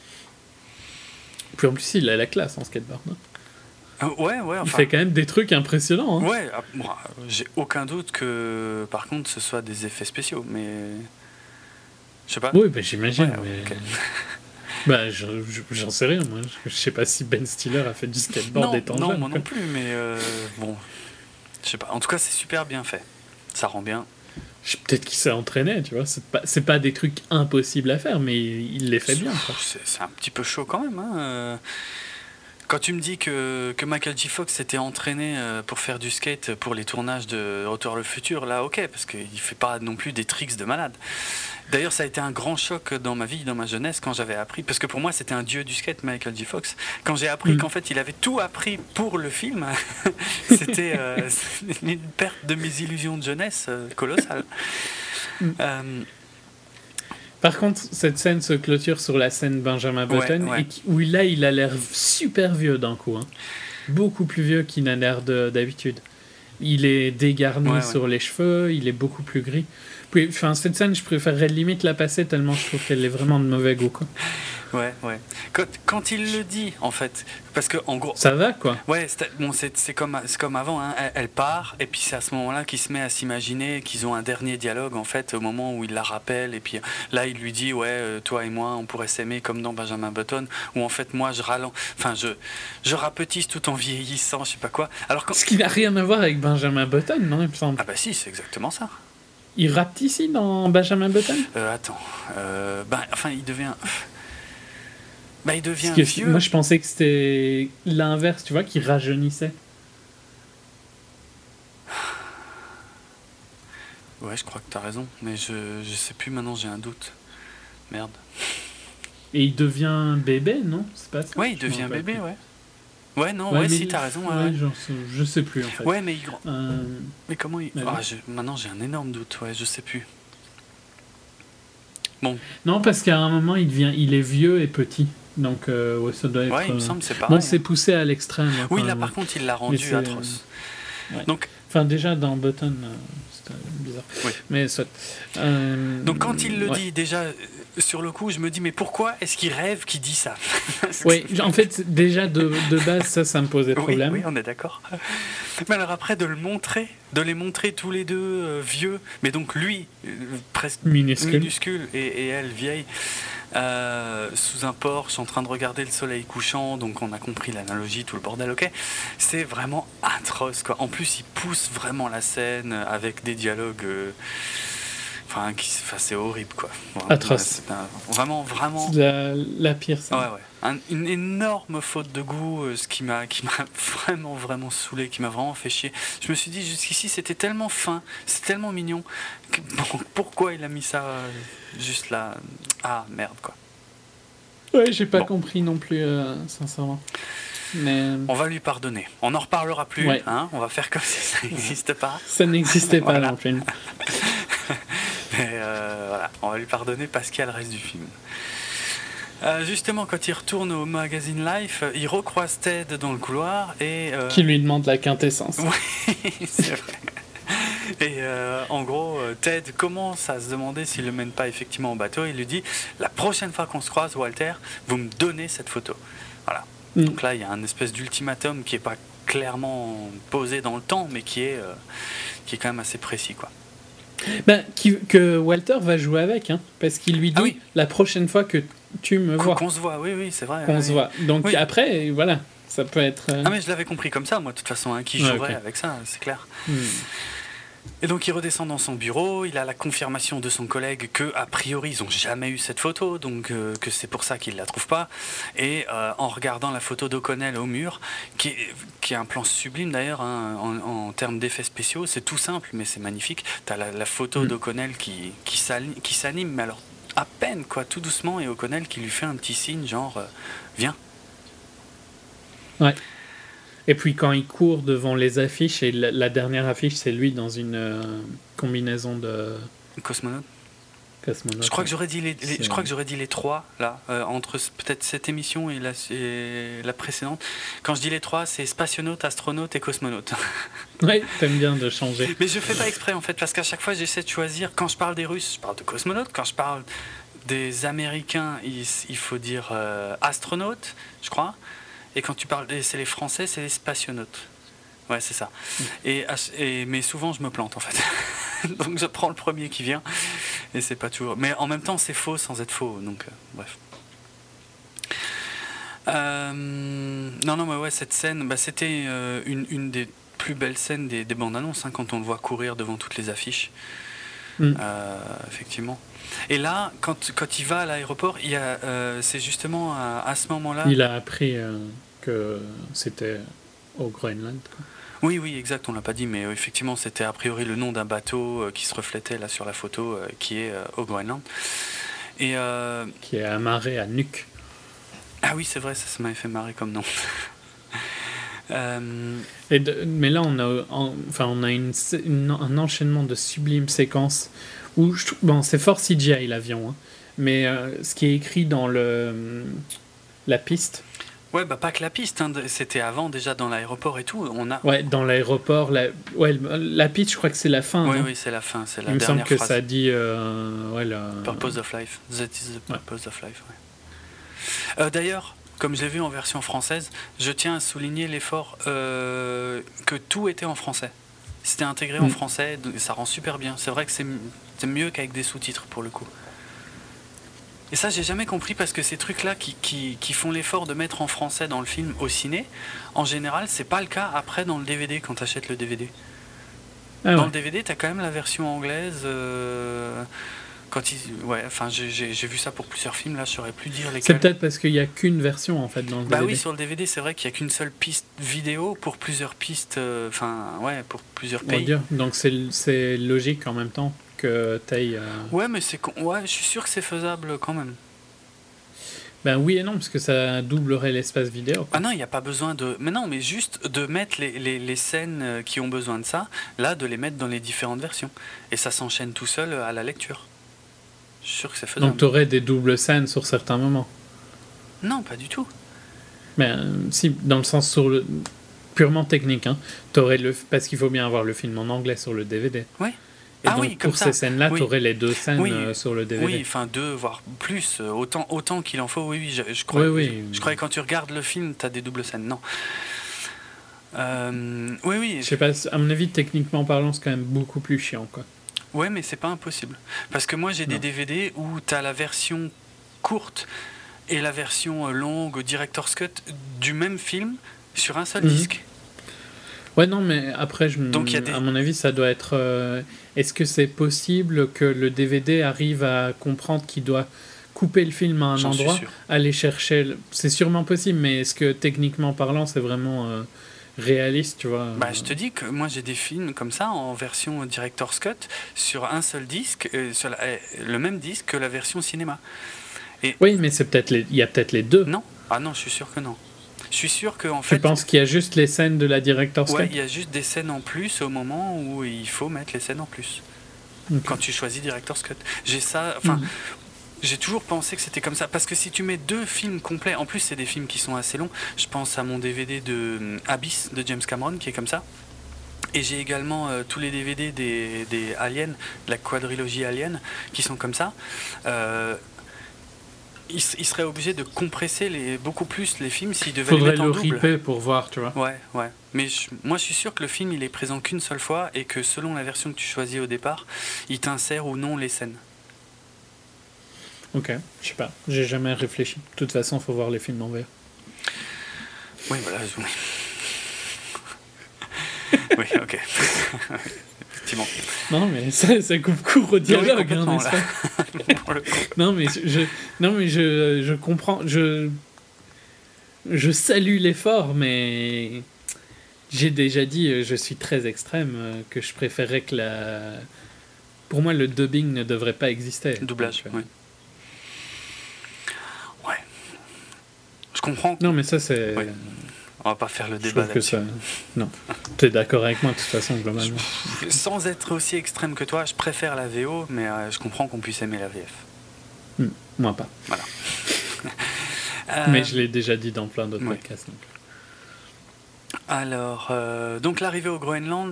Speaker 3: Puis en plus, il a la classe en skateboard. hein.
Speaker 2: Euh, ouais, ouais,
Speaker 3: Il
Speaker 2: enfin.
Speaker 3: fait quand même des trucs impressionnants. hein.
Speaker 2: Ouais, ah, moi, j'ai aucun doute que, par contre, ce soit des effets spéciaux, mais. Je sais pas.
Speaker 3: Oui, bah, j'imagine.
Speaker 2: Ouais,
Speaker 3: mais...
Speaker 2: ok.
Speaker 3: Bah, je- je- j'en sais rien, moi. Je, je sais pas si Ben Stiller a fait du skateboard
Speaker 2: Non,
Speaker 3: étant
Speaker 2: non,
Speaker 3: jeune,
Speaker 2: moi
Speaker 3: quoi.
Speaker 2: non plus, mais euh, bon. Je sais pas. En tout cas, c'est super bien fait. Ça rend bien.
Speaker 3: Je- Peut-être qu'il s'est entraîné, tu vois. C'est pas, c'est pas des trucs impossibles à faire, mais il les fait bien, quoi.
Speaker 2: C'est c'est un petit peu chaud quand même. Hein. euh. Quand tu me dis que, que Michael J. Fox s'était entraîné euh, pour faire du skate pour les tournages de Retour vers le futur, là, ok, parce qu'il fait pas non plus des tricks de malade. D'ailleurs, ça a été un grand choc dans ma vie, dans ma jeunesse, quand j'avais appris, parce que pour moi, c'était un dieu du skate, Michael J. Fox. Quand j'ai appris
Speaker 3: Mm.
Speaker 2: qu'en fait, il avait tout appris pour le film, c'était euh, une perte de mes illusions de jeunesse euh, colossale.
Speaker 3: Mm.
Speaker 2: Euh,
Speaker 3: Par contre, cette scène se clôture sur la scène Benjamin Button,
Speaker 2: Ouais, ouais.
Speaker 3: et qui- où là, il a l'air super vieux d'un coup. hein. Beaucoup plus vieux qu'il n'a l'air de- d'habitude. Il est dégarni
Speaker 2: Ouais, ouais.
Speaker 3: sur les cheveux, il est beaucoup plus gris. Puis, enfin, cette scène, je préférerais limite la passer tellement je trouve qu'elle est vraiment de mauvais goût. Quoi.
Speaker 2: ouais, ouais. Quand, quand il le dit, en fait, parce que en gros,
Speaker 3: Ça va, quoi.
Speaker 2: ouais, c'est, bon, c'est, c'est comme, c'est comme avant, hein. elle, elle part, et puis c'est à ce moment-là qu'il se met à s'imaginer qu'ils ont un dernier dialogue, en fait, au moment où il la rappelle, et puis là, il lui dit, ouais, euh, toi et moi, on pourrait s'aimer comme dans Benjamin Button, où en fait, moi, je ralent, enfin, je, je rapetisse tout en vieillissant, je sais pas quoi. Alors quand...
Speaker 3: Ce qui n'a rien à voir avec Benjamin Button, non, il me semble.
Speaker 2: Ah bah si, c'est exactement ça.
Speaker 3: Il rappe ici dans Benjamin Button
Speaker 2: Euh, attends, euh, ben, enfin, il devient... Bah, il devient
Speaker 3: Parce que
Speaker 2: vieux.
Speaker 3: moi, je pensais que c'était l'inverse, tu vois, qu'il rajeunissait.
Speaker 2: Ouais, je crois que t'as raison, mais je, je sais plus maintenant, j'ai un doute. Merde.
Speaker 3: Et il devient bébé, non? C'est pas ça?
Speaker 2: Ouais, il
Speaker 3: Je m'en
Speaker 2: devient
Speaker 3: rappelle
Speaker 2: bébé,
Speaker 3: plus.
Speaker 2: ouais. Ouais, non,
Speaker 3: Ouais,
Speaker 2: ouais,
Speaker 3: mais
Speaker 2: si,
Speaker 3: il-
Speaker 2: t'as raison. Ouais,
Speaker 3: ouais,
Speaker 2: ouais.
Speaker 3: j'en sais- je sais plus, en fait.
Speaker 2: Ouais, mais, il... grand-
Speaker 3: Euh,
Speaker 2: mais comment il...
Speaker 3: Mais
Speaker 2: Ah,
Speaker 3: oui.
Speaker 2: je- Maintenant, j'ai un énorme doute, ouais, je sais plus.
Speaker 3: Non, parce qu'à un moment, il, devient... il est vieux et petit. Donc, euh, ouais, ça doit être.
Speaker 2: Ouais, il me
Speaker 3: euh,
Speaker 2: semble c'est pareil.
Speaker 3: Bon, c'est poussé à l'extrême. hein,
Speaker 2: Oui,
Speaker 3: quand
Speaker 2: là
Speaker 3: même.
Speaker 2: par contre, il l'a rendu
Speaker 3: c'est-
Speaker 2: atroce.
Speaker 3: Ouais.
Speaker 2: Donc,
Speaker 3: Enfin, déjà dans Button, euh, c'était bizarre.
Speaker 2: Oui.
Speaker 3: Mais soit. Euh,
Speaker 2: donc quand il le
Speaker 3: ouais.
Speaker 2: dit, déjà, euh, sur le coup, je me dis, mais pourquoi est-ce qu'il rêve qu'il dit ça?
Speaker 3: Oui, en fait, déjà de, de base, ça, ça me posait
Speaker 2: Oui,
Speaker 3: problème.
Speaker 2: oui, on est d'accord. Mais alors après, de le montrer, de les montrer tous les deux euh, vieux, mais donc lui, euh, presque
Speaker 3: Minuscule.
Speaker 2: minuscule, et, et elle vieille, euh, sous un porche, en train de regarder le soleil couchant, donc on a compris l'analogie, tout le bordel, ok. C'est vraiment atroce, quoi. En plus, il pousse vraiment la scène avec des dialogues... euh, Enfin, qui, enfin, c'est horrible, quoi. Vraiment,
Speaker 3: Atroce.
Speaker 2: c'est un- vraiment, vraiment...
Speaker 3: C'est la, la pire, ça.
Speaker 2: Ouais, ouais. Un- une énorme faute de goût, euh, ce qui m'a, qui m'a vraiment, vraiment saoulé, qui m'a vraiment fait chier. Je me suis dit, jusqu'ici, c'était tellement fin, c'est tellement mignon. Que, bon, pourquoi il a mis ça euh, juste là? Ah, merde, quoi.
Speaker 3: Ouais, j'ai pas
Speaker 2: Bon.
Speaker 3: compris non plus, euh, sincèrement. Mais
Speaker 2: On va lui pardonner. On n'en reparlera plus,
Speaker 3: Ouais.
Speaker 2: hein. On va faire comme si ça n'existe pas.
Speaker 3: ça n'existait pas
Speaker 2: Voilà.
Speaker 3: dans le film.
Speaker 2: Mais euh, voilà, on va lui pardonner parce qu'il y a le reste du film. Euh, justement, quand il retourne au magazine Life, euh, il recroise Ted dans le couloir et... euh,
Speaker 3: Qui lui demande la quintessence.
Speaker 2: Oui, c'est vrai. Et euh, en gros, euh, Ted commence à se demander s'il ne le mène pas effectivement au bateau. Il lui dit, la prochaine fois qu'on se croise, Walter, vous me donnez cette photo. Voilà.
Speaker 3: Mm.
Speaker 2: Donc là, il y a un espèce d'ultimatum qui n'est pas clairement posé dans le temps, mais qui est, euh, qui est quand même assez précis, quoi.
Speaker 3: Ben, qui- que Walter va jouer avec, hein, parce qu'il lui dit
Speaker 2: Ah oui.
Speaker 3: la prochaine fois que tu me
Speaker 2: Qu'on
Speaker 3: vois,
Speaker 2: qu'on se voit, oui, oui, c'est vrai.
Speaker 3: qu'on
Speaker 2: oui.
Speaker 3: se voit. Donc
Speaker 2: Oui.
Speaker 3: après, voilà, ça peut être. euh,
Speaker 2: Ah mais je l'avais compris comme ça, moi, de toute façon, hein, qui
Speaker 3: Ouais,
Speaker 2: jouerait
Speaker 3: ok.
Speaker 2: avec ça, c'est clair.
Speaker 3: hmm.
Speaker 2: Et donc il redescend dans son bureau, il a la confirmation de son collègue que a priori ils n'ont jamais eu cette photo, donc euh, que c'est pour ça qu'il la trouve pas. Et euh, en regardant la photo d'O'Connell au mur, qui est, qui est un plan sublime d'ailleurs, hein, en, en termes d'effets spéciaux, c'est tout simple mais c'est magnifique. T'as la, la photo
Speaker 3: Mm.
Speaker 2: d'O'Connell qui, qui s'ali- qui s'anime, mais alors à peine quoi, tout doucement, et O'Connell qui lui fait un petit signe genre euh, viens.
Speaker 3: Et puis quand il court devant les affiches, et la, la dernière affiche, c'est lui dans une euh, combinaison de
Speaker 2: Cosmonaute.
Speaker 3: cosmonaute.
Speaker 2: Je crois que j'aurais dit les, les-
Speaker 3: C'est-
Speaker 2: je crois que j'aurais dit les trois là, euh, entre c- peut-être cette émission et la, et la précédente. Quand je dis les trois, c'est spationaute, astronaute et cosmonaute.
Speaker 3: Ouais, t'aimes bien de changer.
Speaker 2: Mais je fais pas exprès en fait, parce qu'à chaque fois j'essaie de choisir. Quand je parle des Russes, je parle de cosmonaute. Quand je parle des Américains, il, il faut dire euh, astronaute, je crois. Et quand tu parles des, c'est les Français, c'est les spationautes. Ouais, c'est ça. Et, et mais souvent je me plante en fait. Donc je prends le premier qui vient. Et c'est pas toujours. Mais en même temps, c'est faux sans être faux. Donc, euh, bref. Euh, non, non, mais ouais, cette scène, bah, c'était euh, une, une des plus belles scènes des, des bandes annonces, hein, quand on le voit courir devant toutes les affiches.
Speaker 3: Mm.
Speaker 2: Euh, effectivement. Et là, quand, quand il va à l'aéroport, il y a, euh, c'est justement à, à ce moment-là.
Speaker 3: Il a appris euh, que c'était au Groenland. Quoi.
Speaker 2: Oui, oui, exact, on l'a pas dit, mais euh, effectivement, c'était a priori le nom d'un bateau euh, qui se reflétait là sur la photo, euh, qui est euh, au Groenland. Et euh,
Speaker 3: Qui est amarré à Nuuk.
Speaker 2: ah oui, c'est vrai, ça, ça m'avait fait marrer comme nom. euh,
Speaker 3: Et de- mais là, on a, en- enfin, on a une, sé- une- un enchaînement de sublimes séquences où, je trou- bon, c'est fort C G I l'avion, hein, mais euh, ce qui est écrit dans le, la piste,
Speaker 2: ouais, bah pas que la piste, hein, de- c'était avant déjà dans l'aéroport et tout. On a.
Speaker 3: ouais, dans l'aéroport, la, ouais, le- la piste, je crois que c'est la fin.
Speaker 2: Oui,
Speaker 3: non
Speaker 2: oui, c'est la fin, c'est la
Speaker 3: Il me semble
Speaker 2: dernière
Speaker 3: que
Speaker 2: phrase.
Speaker 3: ça dit, euh, ouais, la-
Speaker 2: Purpose of life. That is the purpose of life. Ouais. Euh, D'ailleurs, comme je l'ai vu en version française, je tiens à souligner l'effort euh, que tout était en français. C'était intégré en
Speaker 3: Mm.
Speaker 2: français, donc ça rend super bien. C'est vrai que c'est m- c'est mieux qu'avec des sous-titres pour le coup. Et ça, j'ai jamais compris parce que ces trucs-là qui, qui, qui font l'effort de mettre en français dans le film au ciné, en général, c'est pas le cas après dans le D V D quand tu achètes le D V D.
Speaker 3: Ah
Speaker 2: Dans
Speaker 3: ouais.
Speaker 2: le D V D, tu as quand même la version anglaise. euh, quand ils, ouais, enfin, j'ai- j'ai j'ai vu ça pour plusieurs films. Là, je saurais plus dire
Speaker 3: C'est
Speaker 2: lesquels.
Speaker 3: peut-être parce qu'il n'y a qu'une version en fait dans le
Speaker 2: Bah
Speaker 3: D V D.
Speaker 2: oui, sur le D V D, c'est vrai qu'il n'y a qu'une seule piste vidéo pour plusieurs pistes. euh, Enfin, ouais, pour plusieurs
Speaker 3: On va
Speaker 2: pays.
Speaker 3: dire. Donc c'est c'est logique en même temps que t'ailles. euh,
Speaker 2: Ouais, mais c'est con- ouais, je suis sûr que c'est faisable quand même.
Speaker 3: Ben oui et non, parce que ça doublerait l'espace vidéo. quoi.
Speaker 2: Ah non, il n'y a pas besoin de. Mais non, mais juste de mettre les, les, les scènes euh, qui ont besoin de ça, là, de les mettre dans les différentes versions. Et ça s'enchaîne tout seul à la lecture. Je suis sûr que c'est faisable.
Speaker 3: Donc tu aurais des doubles scènes sur certains moments.
Speaker 2: Non, pas du tout.
Speaker 3: Mais euh, si, dans le sens sur le purement technique, hein, t'aurais le parce qu'il faut bien avoir le film en anglais sur le D V D.
Speaker 2: Oui.
Speaker 3: Et
Speaker 2: ah
Speaker 3: donc
Speaker 2: oui, comme
Speaker 3: pour
Speaker 2: ça.
Speaker 3: ces scènes-là,
Speaker 2: oui.
Speaker 3: tu aurais les deux scènes
Speaker 2: oui.
Speaker 3: euh, sur le D V D.
Speaker 2: Oui, enfin deux, voire plus, euh, autant, autant qu'il en faut. Oui, oui, je, je crois.
Speaker 3: Oui, oui.
Speaker 2: Je, je croyais que quand tu regardes le film, tu as des doubles scènes. Non. Euh, oui, oui.
Speaker 3: Je sais pas, à mon avis, techniquement parlant, c'est quand même beaucoup plus chiant, quoi.
Speaker 2: Ouais, mais c'est pas impossible. Parce que moi, j'ai
Speaker 3: Non.
Speaker 2: des D V D où tu as la version courte et la version longue, Director's Cut, du même film sur un seul
Speaker 3: Mhm.
Speaker 2: disque.
Speaker 3: Ouais, non, mais après, je,
Speaker 2: Donc, il y a des-
Speaker 3: à mon avis, ça doit être... euh, Est-ce que c'est possible que le D V D arrive à comprendre qu'il doit couper le film à un
Speaker 2: J'en suis
Speaker 3: endroit,
Speaker 2: sûr.
Speaker 3: aller chercher... le- C'est sûrement possible, mais est-ce que, techniquement parlant, c'est vraiment euh, réaliste, tu vois
Speaker 2: Bah, je te dis que moi j'ai des films comme ça en version Director's Cut sur un seul disque, euh, sur la- euh, le même disque que la version cinéma.
Speaker 3: Oui, mais c'est peut-être les... il y a peut-être les deux.
Speaker 2: Non. Ah non, je suis sûr que non. Je suis sûr que en
Speaker 3: Tu
Speaker 2: fait,
Speaker 3: penses qu'il y a juste les scènes de la Director's
Speaker 2: ouais,
Speaker 3: Cut
Speaker 2: il y a juste des scènes en plus au moment où il faut mettre les scènes en plus.
Speaker 3: Ok.
Speaker 2: Quand tu choisis Director's Cut. J'ai ça, enfin,
Speaker 3: Mhm.
Speaker 2: j'ai toujours pensé que c'était comme ça parce que si tu mets deux films complets, en plus c'est des films qui sont assez longs. Je pense à mon D V D de euh, Abyss de James Cameron qui est comme ça. Et j'ai également euh, tous les D V D des, des Aliens, de la quadrilogie Alien, qui sont comme ça. Euh, il, s- il serait obligé de compresser les, beaucoup plus les films s'il devait
Speaker 3: Faudrait
Speaker 2: les mettre
Speaker 3: le
Speaker 2: en double.
Speaker 3: ripper pour voir, tu vois.
Speaker 2: Ouais, ouais. Mais je- moi, je suis sûr que le film, il est présent qu'une seule fois et que selon la version que tu choisis au départ, il t'insère ou non les scènes.
Speaker 3: Ok, je sais pas. J'ai jamais réfléchi. De toute façon, faut voir les films en V R.
Speaker 2: Oui, voilà. je- Oui, ok. Effectivement.
Speaker 3: Non, mais ça, ça coupe court au dialogue, hein,
Speaker 2: complètement,
Speaker 3: n'est-ce
Speaker 2: là.
Speaker 3: pas
Speaker 2: Pour le coup.
Speaker 3: Non, mais je, je- non, mais je, je comprends. Je, je salue l'effort, mais j'ai déjà dit, euh, je suis très extrême, euh, que je préférais que la. Pour moi, le dubbing ne devrait pas exister.
Speaker 2: Doublage,
Speaker 3: Donc, euh,
Speaker 2: oui. Ouais. Je comprends.
Speaker 3: Non, mais ça, c'est.
Speaker 2: Ouais. On va pas faire le
Speaker 3: Je
Speaker 2: débat
Speaker 3: trouve que
Speaker 2: là-dessus.
Speaker 3: ça. Non. Tu es d'accord avec moi, de toute façon, globalement.
Speaker 2: Sans être aussi extrême que toi, je préfère la V O, mais euh, je comprends qu'on puisse aimer la V F.
Speaker 3: Hmm, moi pas.
Speaker 2: Euh,
Speaker 3: Mais je l'ai déjà dit dans plein d'autres
Speaker 2: ouais.
Speaker 3: podcasts. donc.
Speaker 2: Alors, euh, donc l'arrivée au Groenland,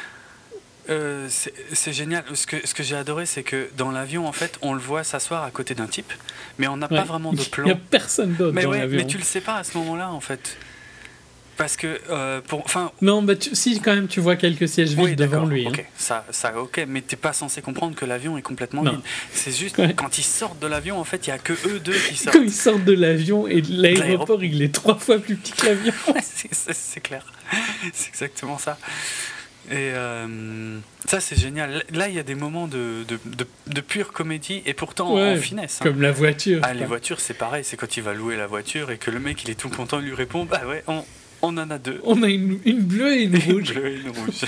Speaker 2: euh, c'est c'est génial. Ce que, ce que j'ai adoré, c'est que dans l'avion, en fait, on le voit s'asseoir à côté d'un type, mais on n'a
Speaker 3: Ouais.
Speaker 2: pas vraiment de
Speaker 3: Il n'y a
Speaker 2: plan.
Speaker 3: personne d'autre
Speaker 2: Mais
Speaker 3: dans
Speaker 2: ouais,
Speaker 3: l'avion.
Speaker 2: mais tu le sais pas à ce moment-là, en fait. Parce que, euh, pour, enfin,
Speaker 3: Non, bah tu- si quand même tu vois quelques sièges vides
Speaker 2: oui,
Speaker 3: devant
Speaker 2: d'accord,
Speaker 3: lui.
Speaker 2: ok,
Speaker 3: hein.
Speaker 2: ça, ça, ok, mais t'es pas censé comprendre que l'avion est complètement
Speaker 3: Non.
Speaker 2: vide. C'est juste
Speaker 3: Ouais.
Speaker 2: quand ils sortent de l'avion, en fait, il y a que eux deux qui
Speaker 3: Quand
Speaker 2: sortent.
Speaker 3: ils sortent de l'avion et de l'aéroport,
Speaker 2: L'aéroport.
Speaker 3: il est trois fois plus petit que l'avion.
Speaker 2: Ouais, c'est- c'est c'est clair, c'est exactement ça. Et euh, ça, c'est génial. Là, il y a des moments de, de, de, de pure comédie et pourtant en
Speaker 3: Ouais,
Speaker 2: finesse. hein.
Speaker 3: Comme la voiture.
Speaker 2: Ah, les
Speaker 3: quoi.
Speaker 2: voitures, c'est pareil. C'est quand il va louer la voiture et que le mec, il est tout content, il lui répond bah ouais, on, on en a deux.
Speaker 3: On a une, une bleue et une
Speaker 2: Une
Speaker 3: rouge.
Speaker 2: bleue et une rouge.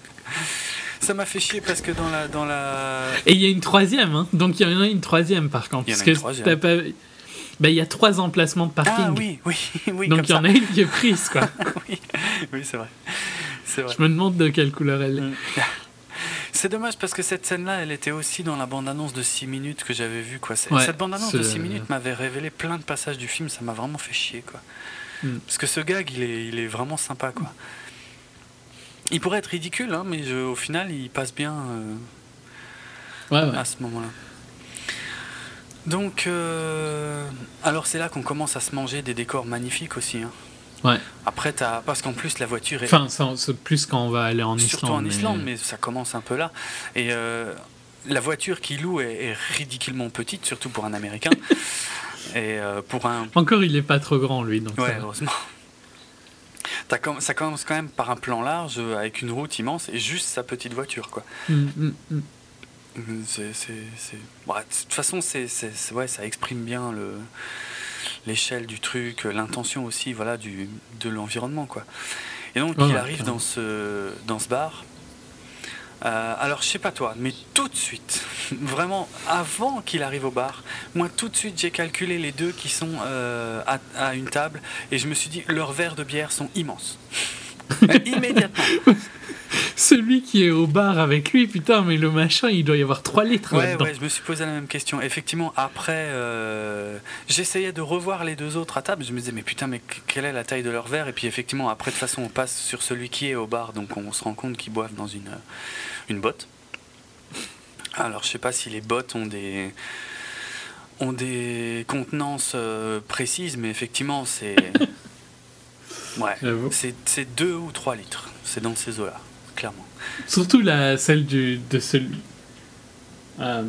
Speaker 2: Ça m'a fait chier parce que dans la, dans la...
Speaker 3: Et il y a une troisième, hein. Donc il y en a une troisième par contre.
Speaker 2: Il y en a
Speaker 3: parce
Speaker 2: une
Speaker 3: que
Speaker 2: troisième.
Speaker 3: t'as pas... bah, il y a trois emplacements de parking.
Speaker 2: Ah oui, oui, oui.
Speaker 3: Donc
Speaker 2: comme
Speaker 3: il y en
Speaker 2: ça.
Speaker 3: a une qui est prise, quoi.
Speaker 2: oui, oui, c'est vrai. C'est vrai.
Speaker 3: Je me demande de quelle couleur elle est.
Speaker 2: Mm. C'est dommage parce que cette scène-là, elle était aussi dans la bande-annonce de six minutes que j'avais vue. Quoi. C'est-
Speaker 3: Ouais,
Speaker 2: cette bande-annonce de
Speaker 3: c'est-
Speaker 2: six minutes m'avait révélé plein de passages du film, ça m'a vraiment fait chier. Quoi.
Speaker 3: Mm.
Speaker 2: Parce que ce gag, il est, il est vraiment sympa. Quoi. Il pourrait être ridicule, hein, mais je- au final, il passe bien euh,
Speaker 3: Ouais, ouais.
Speaker 2: à ce moment-là. Donc, euh, alors c'est là qu'on commence à se manger des décors magnifiques aussi. Hein.
Speaker 3: Ouais.
Speaker 2: Après, t'as, parce qu'en plus, la voiture est...
Speaker 3: Enfin, ça, c'est plus quand on va aller en
Speaker 2: Surtout
Speaker 3: Islande.
Speaker 2: en
Speaker 3: mais-
Speaker 2: Islande, mais ça commence un peu là. Et euh, la voiture qu'il loue est, est ridiculement petite, surtout pour un Américain. Et euh, pour un...
Speaker 3: Encore, il est pas trop grand, lui. Donc
Speaker 2: Ouais,
Speaker 3: ça va.
Speaker 2: heureusement. T'as com- ça commence quand même par un plan large, euh, avec une route immense, et juste sa petite voiture, quoi.
Speaker 3: Mm, mm, mm.
Speaker 2: C'est... c'est, c'est... Bon, de toute façon, c'est, c'est, c'est- ouais, ça exprime bien le... l'échelle du truc, l'intention aussi, voilà, du, de l'environnement, quoi. Et donc,
Speaker 3: Ouais,
Speaker 2: il
Speaker 3: ouais,
Speaker 2: arrive
Speaker 3: clairement.
Speaker 2: dans ce, dans ce bar. Euh, alors, je sais pas toi, mais tout de suite, vraiment, avant qu'il arrive au bar, moi, tout de suite, j'ai calculé les deux qui sont euh, à, à une table, et je me suis dit, leurs verres de bière sont immenses. Immédiatement.
Speaker 3: Celui qui est au bar avec lui, putain, mais le machin, il doit y avoir trois litres
Speaker 2: Ouais,
Speaker 3: là-dedans.
Speaker 2: ouais, je me suis posé la même question. Effectivement, après, euh, j'essayais de revoir les deux autres à table. Je me disais, mais putain, mais quelle est la taille de leur verre? Et puis effectivement, après, de toute façon, on passe sur celui qui est au bar, donc on se rend compte qu'ils boivent dans une, une botte. Alors, je sais pas si les bottes ont des ont des contenances euh, précises, mais effectivement, c'est ouais,
Speaker 3: J'avoue.
Speaker 2: c'est c'est deux ou trois litres. C'est dans ces eaux-là, clairement.
Speaker 3: Surtout la, celle du, de celui. Euh,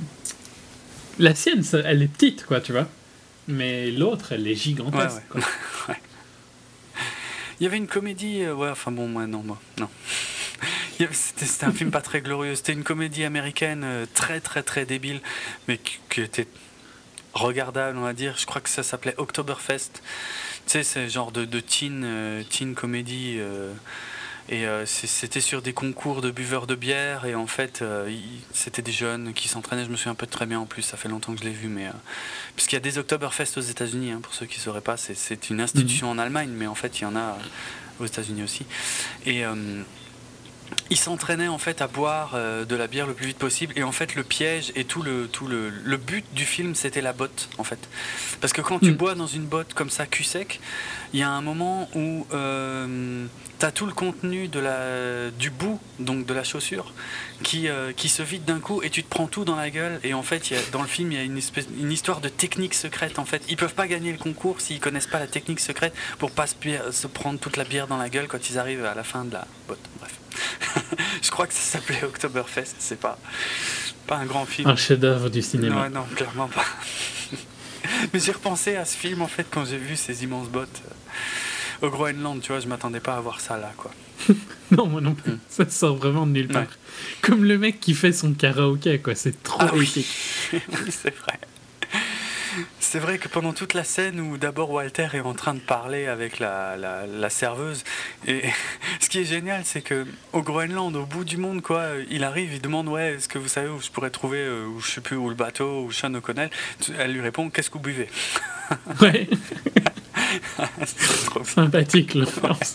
Speaker 3: la sienne, ça- elle est petite, quoi, tu vois. Mais l'autre, elle est gigantesque.
Speaker 2: Ouais,
Speaker 3: Quoi.
Speaker 2: ouais. Il y avait une comédie, euh, ouais, enfin bon, moi, non, moi, non. Il y avait- C'était c'était un film pas très glorieux. C'était une comédie américaine euh, très, très, très débile, mais qui, qui était regardable, on va dire. Je crois que ça s'appelait Oktoberfest. Tu sais, c'est le genre de, de teen, euh, teen comédie. euh, et euh, c'est- c'était sur des concours de buveurs de bière. Et en fait, euh, il- c'était des jeunes qui s'entraînaient. Je me souviens un peu très bien en plus. Ça fait longtemps que je l'ai vu. Mais, euh, puisqu'il y a des Oktoberfest aux États-Unis, hein, pour ceux qui ne sauraient pas. C'est, c'est une institution en Allemagne, mais en fait, il y en a euh, aux États-Unis aussi. Et. euh, Ils s'entraînaient en fait à boire euh, de la bière le plus vite possible, et en fait le piège et tout le tout le, le but du film, c'était la botte en fait, parce que quand tu
Speaker 3: Mm.
Speaker 2: bois dans une botte comme ça cul sec, il y a un moment où euh, t'as tout le contenu de la du bout, donc de la chaussure, qui euh, qui se vide d'un coup, et tu te prends tout dans la gueule. Et en fait, il y a, dans le film, il y a une espèce une histoire de technique secrète. En fait, ils peuvent pas gagner le concours s'ils connaissent pas la technique secrète pour pas se, bière- se prendre toute la bière dans la gueule quand ils arrivent à la fin de la botte. Bref. Je crois que ça s'appelait Oktoberfest, c'est pas, pas un grand film.
Speaker 3: Un chef-d'œuvre du cinéma.
Speaker 2: Non, non, clairement pas. Mais j'ai repensé à ce film en fait quand j'ai vu ces immenses bottes euh, au Groenland, tu vois, je m'attendais pas à voir ça là, quoi.
Speaker 3: Non, moi non plus.
Speaker 2: Mm.
Speaker 3: Ça sort vraiment de nulle part.
Speaker 2: Ouais.
Speaker 3: Comme le mec qui fait son karaoké, quoi. C'est trop
Speaker 2: Ah oui.
Speaker 3: épique.
Speaker 2: Oui, c'est vrai. C'est vrai que pendant toute la scène où d'abord Walter est en train de parler avec la, la, la serveuse, et ce qui est génial, c'est que au Groenland, au bout du monde, quoi, il arrive, il demande, ouais, est-ce que vous savez où je pourrais trouver, euh, ou je sais plus où le bateau, ou Sean O'Connell. Elle lui répond, qu'est-ce que vous buvez?
Speaker 3: Ouais,
Speaker 2: C'est trop
Speaker 3: sympathique, l'ambiance.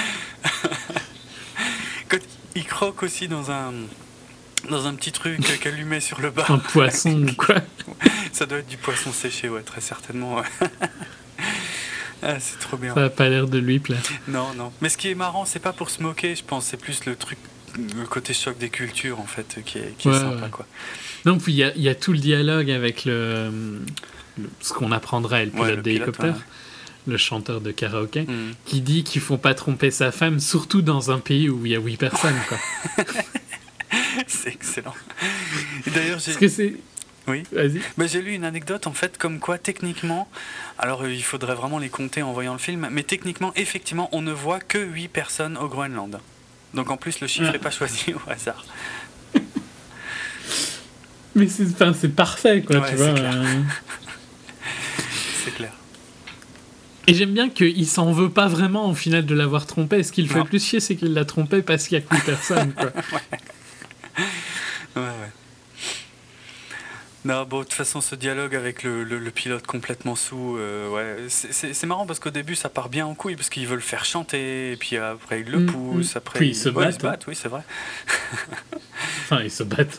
Speaker 2: Quand il croque aussi dans un dans un petit truc qu'elle lui met sur le bas.
Speaker 3: Un poisson ou quoi.
Speaker 2: Ça doit être du poisson séché, ouais, très certainement. Ouais. Ah, c'est trop bien.
Speaker 3: Ça a pas l'air de lui plaire.
Speaker 2: Non, non. Mais ce qui est marrant, c'est pas pour se moquer, je pense, c'est plus le truc, le côté choc des cultures, en fait, qui est, qui est
Speaker 3: Ouais,
Speaker 2: sympa,
Speaker 3: ouais.
Speaker 2: quoi.
Speaker 3: Non, puis il y a, il y a tout le dialogue avec le, le- ce qu'on apprendrait, le
Speaker 2: Ouais,
Speaker 3: pilote
Speaker 2: le
Speaker 3: d'hélicoptère,
Speaker 2: pilote,
Speaker 3: le chanteur de karaoké,
Speaker 2: Mm.
Speaker 3: qui dit qu'il faut pas tromper sa femme, surtout dans un pays où il y a huit personnes, quoi.
Speaker 2: C'est excellent. Et d'ailleurs, j'ai...
Speaker 3: Parce que c'est...
Speaker 2: Oui.
Speaker 3: Vas-y.
Speaker 2: Bah, j'ai lu une anecdote en fait comme quoi techniquement, alors euh, il faudrait vraiment les compter en voyant le film, mais techniquement effectivement on ne voit que huit personnes au Groenland. Donc en plus le chiffre n'est
Speaker 3: Ah.
Speaker 2: pas choisi au hasard.
Speaker 3: Mais c'est, enfin, c'est parfait, quoi,
Speaker 2: Ouais,
Speaker 3: tu
Speaker 2: c'est
Speaker 3: vois.
Speaker 2: clair.
Speaker 3: euh.
Speaker 2: C'est clair.
Speaker 3: Et j'aime bien qu'il s'en veut pas vraiment au final de l'avoir trompé. Ce qui le fait
Speaker 2: Non.
Speaker 3: le plus chier, c'est qu'il l'a trompé parce qu'il y a que huit personnes, quoi.
Speaker 2: Ouais, ouais. Non, bon, de toute façon, ce dialogue avec le, le, le pilote complètement sous, euh, ouais, c'est, c'est, c'est marrant parce qu'au début, ça part bien en couille parce qu'ils veulent faire chanter, et puis après, ils le
Speaker 3: Mm,
Speaker 2: poussent,
Speaker 3: mm.
Speaker 2: après,
Speaker 3: Puis ils se
Speaker 2: ouais,
Speaker 3: battent, hein.
Speaker 2: oui, c'est vrai.
Speaker 3: Enfin, ils se battent.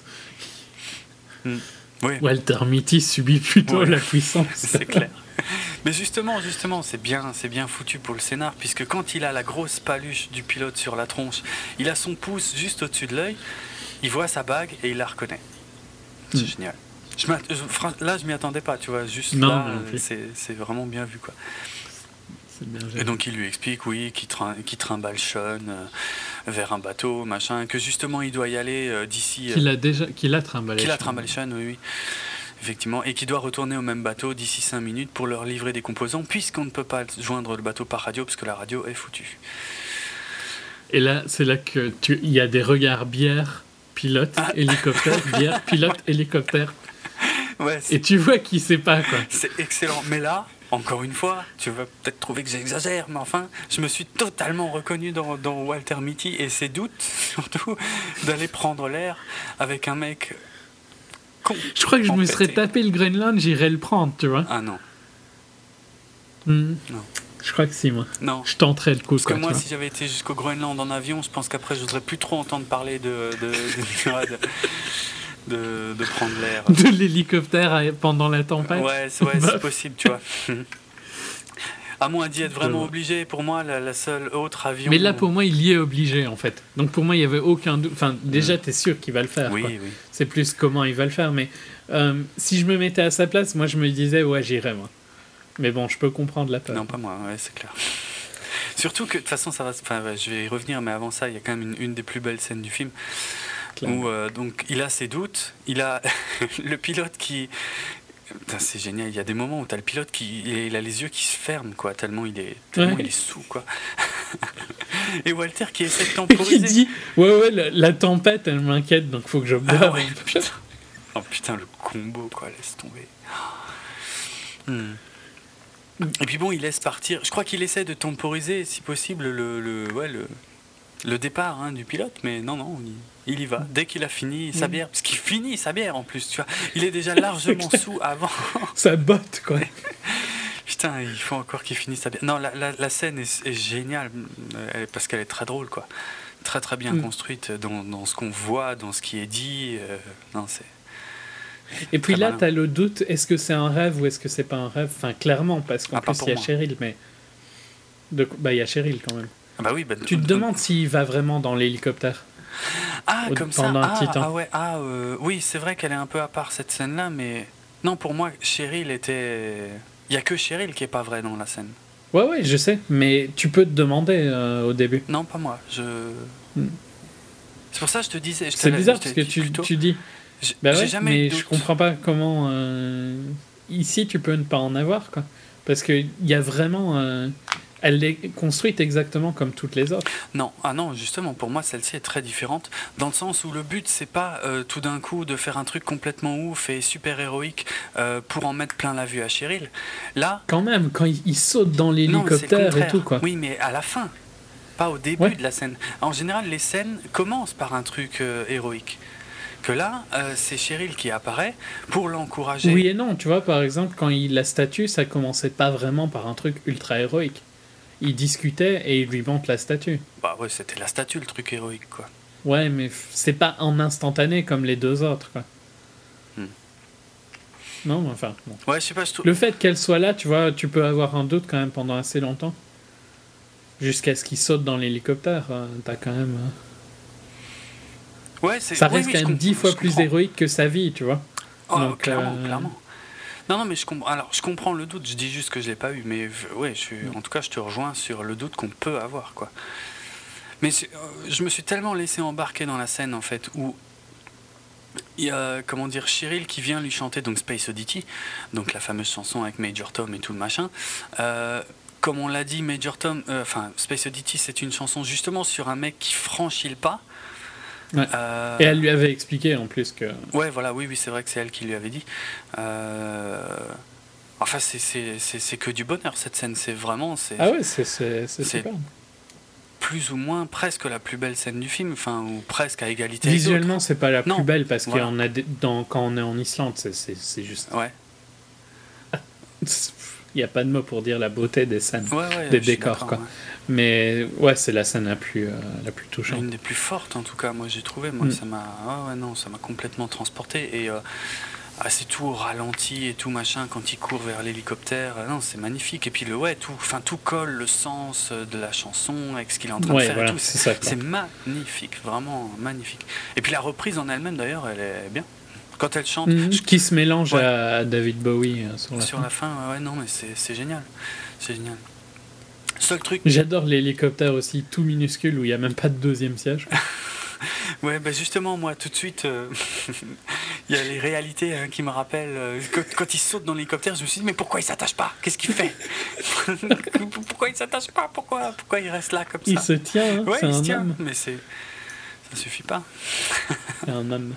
Speaker 2: Oui,
Speaker 3: Walter Mitty subit plutôt
Speaker 2: Ouais.
Speaker 3: la puissance.
Speaker 2: c'est clair. Mais justement, justement, c'est bien, c'est bien foutu pour le scénar, puisque quand il a la grosse paluche du pilote sur la tronche, il a son pouce juste au-dessus de l'œil, il voit sa bague et il la reconnaît. C'est
Speaker 3: Mm.
Speaker 2: génial. Je m'att- je- fran- là, je m'y attendais pas, tu vois, juste
Speaker 3: Non,
Speaker 2: là,
Speaker 3: moi non
Speaker 2: euh,
Speaker 3: plus.
Speaker 2: c'est, c'est vraiment bien vu, quoi.
Speaker 3: C'est bien
Speaker 2: Et
Speaker 3: géré.
Speaker 2: donc il lui explique, oui, qu'il, trim- qu'il trimballe Sean euh, vers un bateau, machin, que justement il doit y aller euh, d'ici... euh,
Speaker 3: Qu'il a déjà, qu'il a trimballé.
Speaker 2: qu'il a
Speaker 3: Sean.
Speaker 2: trimballé Sean, oui, oui. Effectivement, et qui doit retourner au même bateau d'ici cinq minutes pour leur livrer des composants, puisqu'on ne peut pas joindre le bateau par radio, parce que la radio est foutue.
Speaker 3: Et là, c'est là que tu, il y a des regards bière, pilote,
Speaker 2: Ah.
Speaker 3: hélicoptère, bière, pilote, hélicoptère.
Speaker 2: Ouais, c'est,
Speaker 3: Et tu vois qui sait pas, quoi.
Speaker 2: c'est excellent. Mais là, encore une fois, tu vas peut-être trouver que j'exagère, mais enfin, je me suis totalement reconnu dans, dans Walter Mitty et ses doutes, surtout, d'aller prendre l'air avec un mec... con.
Speaker 3: Je crois que je me
Speaker 2: Empêté.
Speaker 3: serais tapé le Groenland, j'irais le prendre, tu vois.
Speaker 2: Ah non.
Speaker 3: Hmm.
Speaker 2: Non.
Speaker 3: Je crois que si, moi.
Speaker 2: Non.
Speaker 3: Je tenterais le coup.
Speaker 2: Parce
Speaker 3: quoi,
Speaker 2: que moi,
Speaker 3: tu
Speaker 2: si j'avais été jusqu'au Groenland en avion, je pense qu'après, je voudrais plus trop entendre parler de, de, de, de, de, de prendre l'air.
Speaker 3: De l'hélicoptère pendant la tempête.
Speaker 2: Ouais, c'est, ouais, c'est possible, tu vois. À moins d'y être vraiment obligé, pour moi, la, la seule autre avion...
Speaker 3: Mais là, pour moi, il y est obligé, en fait. Donc pour moi, il n'y avait aucun doute. Enfin, déjà, mmh. t'es sûr qu'il va le faire.
Speaker 2: Oui,
Speaker 3: quoi.
Speaker 2: oui.
Speaker 3: C'est plus comment il va le faire. Mais euh, si je me mettais à sa place, moi, je me disais, ouais, j'irais, moi. Mais bon, je peux comprendre la peur.
Speaker 2: Non, pas moi, ouais, c'est clair. Surtout que, de toute façon, ça va... Enfin, ouais, je vais y revenir, mais avant ça, il y a quand même une, une des plus belles scènes du film. Clairement. Où, euh, donc, il a ses doutes. Il a le pilote qui... Putain, c'est génial, il y a des moments où t'as le pilote qui il a les yeux qui se ferment quoi, tellement il est tellement ouais. il est sous quoi. Et Walter qui essaie de temporiser.
Speaker 3: Et qui dit ouais ouais la, la tempête elle m'inquiète donc faut que je boive.
Speaker 2: Ah ouais, putain. Oh putain le combo quoi, laisse tomber. Hmm. Et puis bon il laisse partir. Je crois qu'il essaie de temporiser si possible le le ouais le le départ hein, du pilote, mais non non il... Il y va, dès qu'il a fini sa bière, parce qu'il finit sa bière en plus, tu vois. Il est déjà largement sous avant.
Speaker 3: Ça botte, quoi.
Speaker 2: Putain, il faut encore qu'il finisse sa bière. Non, la, la, la scène est, est géniale, parce qu'elle est très drôle, quoi. Très très bien mm. construite dans, dans ce qu'on voit, dans ce qui est dit. Euh, non, c'est...
Speaker 3: Et puis là, malin. T'as le doute, est-ce que c'est un rêve ou est-ce que c'est pas un rêve? Enfin, clairement, parce qu'en ah, plus, il y a moi. Cheryl, mais... De... Bah, il y a Cheryl, quand même.
Speaker 2: Ah bah oui, bah,
Speaker 3: tu te de... demandes s'il va vraiment dans l'hélicoptère.
Speaker 2: Ah, comme ça, ah, ah ouais, ah, euh, oui, c'est vrai qu'elle est un peu à part cette scène-là, mais non, pour moi, Cheryl était... Il n'y a que Cheryl qui est pas vraie dans la scène.
Speaker 3: Ouais, ouais, je sais, mais tu peux te demander euh, au début.
Speaker 2: Non, pas moi, je... Mm. C'est pour ça que je te disais... Je
Speaker 3: c'est bizarre, je parce que tu, tu dis...
Speaker 2: J-
Speaker 3: bah
Speaker 2: j'ai
Speaker 3: ouais,
Speaker 2: jamais
Speaker 3: mais je comprends pas comment... Euh... Ici, tu peux ne pas en avoir, quoi. Parce qu'il y a vraiment... Euh... Elle est construite exactement comme toutes les autres.
Speaker 2: Non, ah non, justement, pour moi, celle-ci est très différente, dans le sens où le but, c'est pas euh, tout d'un coup de faire un truc complètement ouf et super héroïque euh, pour en mettre plein la vue à Cheryl. Là...
Speaker 3: Quand même, quand il, il saute dans l'hélicoptère et tout, quoi.
Speaker 2: Oui, mais à la fin, pas au début ouais. de la scène. En général, les scènes commencent par un truc euh, héroïque. Que là, euh, c'est Cheryl qui apparaît pour l'encourager.
Speaker 3: Oui et non, tu vois, par exemple, quand il la statue, ça commençait pas vraiment par un truc ultra héroïque. Il discutait et il lui montre la statue.
Speaker 2: Bah ouais, c'était la statue le truc héroïque, quoi.
Speaker 3: Ouais, mais c'est pas en instantané comme les deux autres, quoi. Hmm. Non, enfin... Bon.
Speaker 2: Ouais, je sais pas... Je trouve...
Speaker 3: Le fait qu'elle soit là, tu vois, tu peux avoir un doute quand même pendant assez longtemps. Jusqu'à ce qu'il saute dans l'hélicoptère, euh, t'as quand même... Euh...
Speaker 2: Ouais, c'est...
Speaker 3: Ça reste
Speaker 2: oui,
Speaker 3: quand
Speaker 2: oui,
Speaker 3: même dix fois plus
Speaker 2: comprends.
Speaker 3: héroïque que sa vie, tu vois.
Speaker 2: Oh,
Speaker 3: donc,
Speaker 2: clairement,
Speaker 3: euh...
Speaker 2: clairement. Non, non, mais je comprends. Alors, je comprends le doute. Je dis juste que je l'ai pas eu, mais ouais, je suis... en tout cas, je te rejoins sur le doute qu'on peut avoir, quoi. Mais euh, je me suis tellement laissé embarquer dans la scène, en fait, où il y a, comment dire, Cheryl qui vient lui chanter donc Space Oddity, donc la fameuse chanson avec Major Tom et tout le machin. Euh, comme on l'a dit, Major Tom, enfin, euh, Space Oddity, c'est une chanson justement sur un mec qui franchit le pas.
Speaker 3: Ouais. Euh... Et elle lui avait expliqué en plus que...
Speaker 2: Ouais, voilà, oui, oui, c'est vrai que c'est elle qui lui avait dit. Euh... Enfin, c'est, c'est, c'est, c'est que du bonheur, cette scène. C'est vraiment... C'est,
Speaker 3: ah ouais, c'est, c'est, c'est, c'est super.
Speaker 2: Plus ou moins presque la plus belle scène du film, enfin, ou presque à égalité.
Speaker 3: Visuellement, c'est pas la
Speaker 2: non.
Speaker 3: plus belle, parce que
Speaker 2: voilà.
Speaker 3: a des... Dans... quand on est en Islande, c'est, c'est, c'est juste...
Speaker 2: Ouais.
Speaker 3: Il n'y a pas de mot pour dire la beauté des scènes,
Speaker 2: ouais, ouais,
Speaker 3: des décors, quoi. Ouais. Mais ouais, c'est la scène la plus, euh, la plus touchante.
Speaker 2: Une des plus fortes, en tout cas, moi j'ai trouvé. Moi, mm. ça m'a, oh, ouais, non, ça m'a complètement transporté. Et euh, ah, c'est tout au ralenti et tout machin quand il court vers l'hélicoptère. Non, c'est magnifique. Et puis le ouais, tout, enfin tout colle le sens de la chanson avec ce qu'il est en train
Speaker 3: ouais,
Speaker 2: de faire.
Speaker 3: Voilà,
Speaker 2: et tout.
Speaker 3: C'est, c'est,
Speaker 2: c'est magnifique, vraiment magnifique. Et puis la reprise en elle-même, d'ailleurs, elle est bien. Quand elle chante,
Speaker 3: mmh,
Speaker 2: je...
Speaker 3: qui se mélange
Speaker 2: ouais.
Speaker 3: à David Bowie euh, sur la
Speaker 2: sur
Speaker 3: fin.
Speaker 2: la fin, ouais, ouais, non, mais c'est, c'est génial, c'est génial. Seul truc.
Speaker 3: J'adore l'hélicoptère aussi, tout minuscule où il y a même pas de deuxième siège.
Speaker 2: Ouais, bah justement, moi, tout de suite, il euh, y a les réalités hein, qui me rappellent. Euh, quand, quand il saute dans l'hélicoptère, je me suis dit, mais pourquoi il s'attache pas? Qu'est-ce qu'il fait? Pourquoi il s'attache pas? Pourquoi, pourquoi il reste là comme ça?
Speaker 3: Il se tient, hein,
Speaker 2: ouais,
Speaker 3: c'est
Speaker 2: il
Speaker 3: un
Speaker 2: se tient,
Speaker 3: homme.
Speaker 2: mais c'est, ça suffit pas.
Speaker 3: C'est un homme.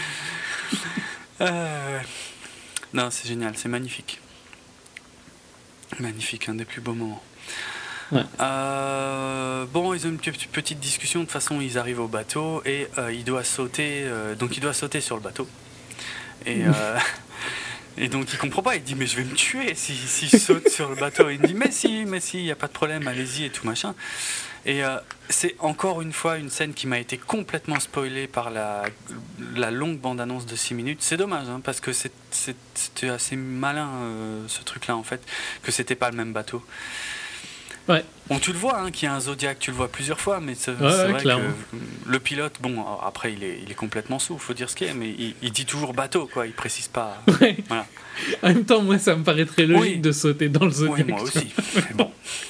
Speaker 2: Euh... Non, c'est génial, c'est magnifique. Magnifique, un des plus beaux moments.
Speaker 3: Ouais.
Speaker 2: Euh, bon, ils ont une petite, petite discussion. De toute façon, ils arrivent au bateau et euh, il doit sauter. Euh, donc, il doit sauter sur le bateau. Et euh, Et donc il comprend pas, il dit mais je vais me tuer si, si je saute sur le bateau. Il me dit mais si, mais si, il n'y a pas de problème, allez-y et tout machin. Et euh, c'est encore une fois une scène qui m'a été complètement spoilée par la, la longue bande-annonce de six minutes. C'est dommage, hein, parce que c'est, c'est, c'était assez malin euh, ce truc-là en fait, que c'était pas le même bateau.
Speaker 3: Ouais.
Speaker 2: Bon, tu le vois, hein, qu'il y a un Zodiac, tu le vois plusieurs fois, mais c'est,
Speaker 3: Ouais,
Speaker 2: c'est
Speaker 3: ouais,
Speaker 2: vrai
Speaker 3: clairement.
Speaker 2: que le pilote, bon, après il est, il est complètement sous, faut dire ce qu'il est, mais il, il dit toujours bateau, quoi, il précise pas.
Speaker 3: Ouais.
Speaker 2: Voilà.
Speaker 3: En même temps, moi, ça me paraîtrait logique
Speaker 2: Oui.
Speaker 3: de sauter dans le Zodiac.
Speaker 2: Oui, moi aussi. Mais bon.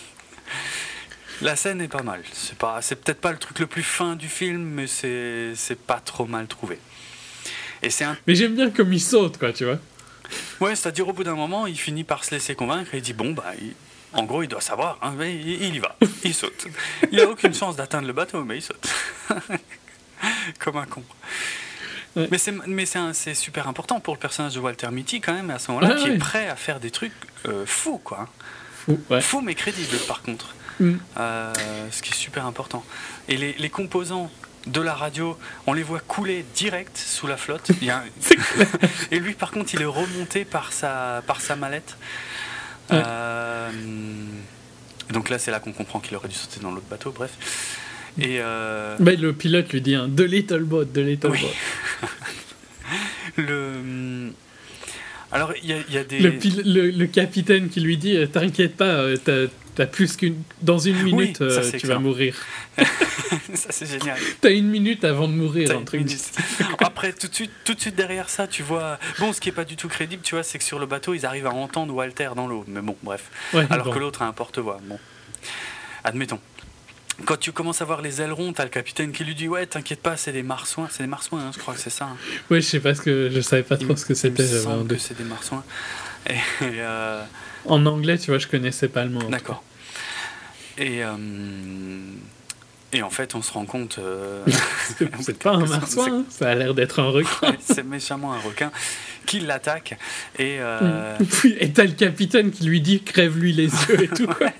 Speaker 2: La scène est pas mal. C'est, pas, c'est peut-être pas le truc le plus fin du film, mais c'est, c'est pas trop mal trouvé. Et c'est un...
Speaker 3: Mais j'aime bien comme il saute, quoi, tu vois.
Speaker 2: Ouais, c'est-à-dire au bout d'un moment, il finit par se laisser convaincre et il dit bon, bah, il... en gros, il doit savoir, hein, mais il, il y va, il saute. Il a aucune chance d'atteindre le bateau, mais il saute. Comme un con. Ouais. Mais, c'est, mais c'est, un, c'est super important pour le personnage de Walter Mitty, quand même, à ce moment-là, ah, qui ouais. est prêt à faire des trucs euh, fous, quoi.
Speaker 3: Fou, ouais.
Speaker 2: Fou, mais crédible, par contre.
Speaker 3: Mm.
Speaker 2: Euh, ce qui est super important. Et les, les composants de la radio, on les voit couler direct sous la flotte. Il y a un... Et lui, par contre, il est remonté par sa, par sa mallette. Ouais. Euh... Donc là, c'est là qu'on comprend qu'il aurait dû sauter dans l'autre bateau, bref. Et euh...
Speaker 3: bah, le pilote lui dit hein, The Little Boat, The Little
Speaker 2: oui.
Speaker 3: Boat.
Speaker 2: le... Alors, il y, y a des...
Speaker 3: Le, pil- le, le capitaine qui lui dit t'inquiète pas, t'as, t'as plus qu'une... Dans une minute, oui, ça, euh, tu excellent. vas mourir.
Speaker 2: Ça, c'est génial.
Speaker 3: T'as une minute avant de mourir.
Speaker 2: T'as
Speaker 3: un truc.
Speaker 2: Après, tout de, suite, tout de suite derrière ça, tu vois... Bon, ce qui est pas du tout crédible, tu vois, c'est que sur le bateau, ils arrivent à entendre Walter dans l'eau. Mais bon, bref.
Speaker 3: Ouais,
Speaker 2: Alors
Speaker 3: bon.
Speaker 2: que l'autre a un porte-voix. Bon. Admettons. Quand tu commences à voir les ailerons, t'as le capitaine qui lui dit ouais, t'inquiète pas, c'est des marsouins, c'est des marsouins, hein, je crois que c'est ça. Hein.
Speaker 3: Ouais, je sais pas ce que je savais pas trop il, ce que c'était.
Speaker 2: Il me semble que c'est des marsouins. Et, et euh...
Speaker 3: En anglais, tu vois, je connaissais pas le mot.
Speaker 2: D'accord. Et euh... et en fait, on se rend compte. Euh...
Speaker 3: c'est, c'est pas un marsouin, hein, ça a l'air d'être un requin.
Speaker 2: Ouais, c'est méchamment un requin qui l'attaque et. Euh...
Speaker 3: et t'as le capitaine qui lui dit crève-lui les yeux et tout. Quoi.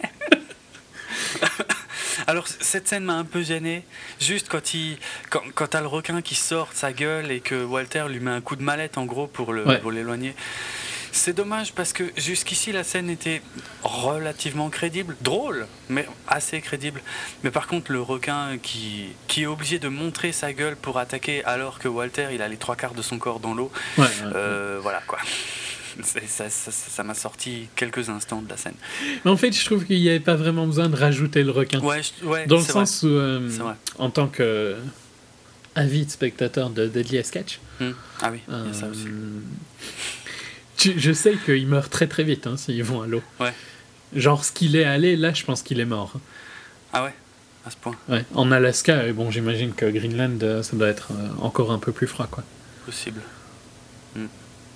Speaker 2: Alors cette scène m'a un peu gêné, juste quand il, quand, quand t'as le requin qui sort de sa gueule et que Walter lui met un coup de mallette en gros pour, le,
Speaker 3: ouais.
Speaker 2: pour l'éloigner. C'est dommage parce que jusqu'ici la scène était relativement crédible, drôle, mais assez crédible. Mais par contre le requin qui, qui est obligé de montrer sa gueule pour attaquer alors que Walter il a les trois quarts de son corps dans l'eau,
Speaker 3: ouais, ouais,
Speaker 2: euh, ouais. voilà quoi. C'est, ça, ça, ça m'a sorti quelques instants de la scène.
Speaker 3: Mais en fait, je trouve qu'il n'y avait pas vraiment besoin de rajouter le requin.
Speaker 2: Ouais, je, ouais,
Speaker 3: dans le
Speaker 2: c'est
Speaker 3: sens
Speaker 2: vrai.
Speaker 3: où, euh, en tant que avide spectateur de Deadliest Catch,
Speaker 2: mmh. ah oui, il euh, y a ça aussi.
Speaker 3: Tu, je sais qu'ils meurent très très vite hein, s'ils vont à l'eau.
Speaker 2: Ouais.
Speaker 3: Genre ce qu'il est allé, là, je pense qu'il est mort.
Speaker 2: Ah ouais, à ce point.
Speaker 3: Ouais. En Alaska, et bon, j'imagine que Greenland, ça doit être encore un peu plus froid, quoi.
Speaker 2: Possible. Mmh.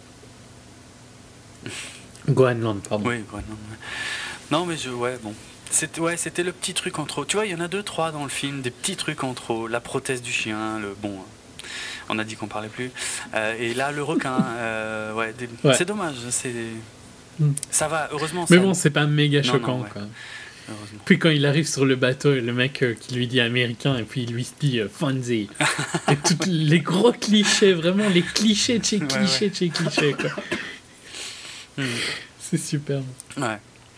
Speaker 3: Groenland, pardon.
Speaker 2: Oui, Groenland. Ouais. Non, mais je, ouais, bon. C'était, ouais, c'était le petit truc en trop. Tu vois, il y en a deux, trois dans le film, des petits trucs en trop. La prothèse du chien, le bon. On a dit qu'on parlait plus. Euh, et là, le requin. euh, ouais, des, ouais, c'est dommage. C'est, mm. ça va. Heureusement.
Speaker 3: Mais
Speaker 2: ça
Speaker 3: bon,
Speaker 2: va.
Speaker 3: C'est pas méga non, choquant,
Speaker 2: non, ouais.
Speaker 3: quoi.
Speaker 2: Heureusement.
Speaker 3: Puis quand il arrive sur le bateau, le mec euh, qui lui dit américain, et puis il lui dit euh, Fonzie. Et tous les gros clichés, vraiment les clichés de chez clichés de chez clichés, quoi.
Speaker 2: Mm.
Speaker 3: C'est super.
Speaker 2: Ouais.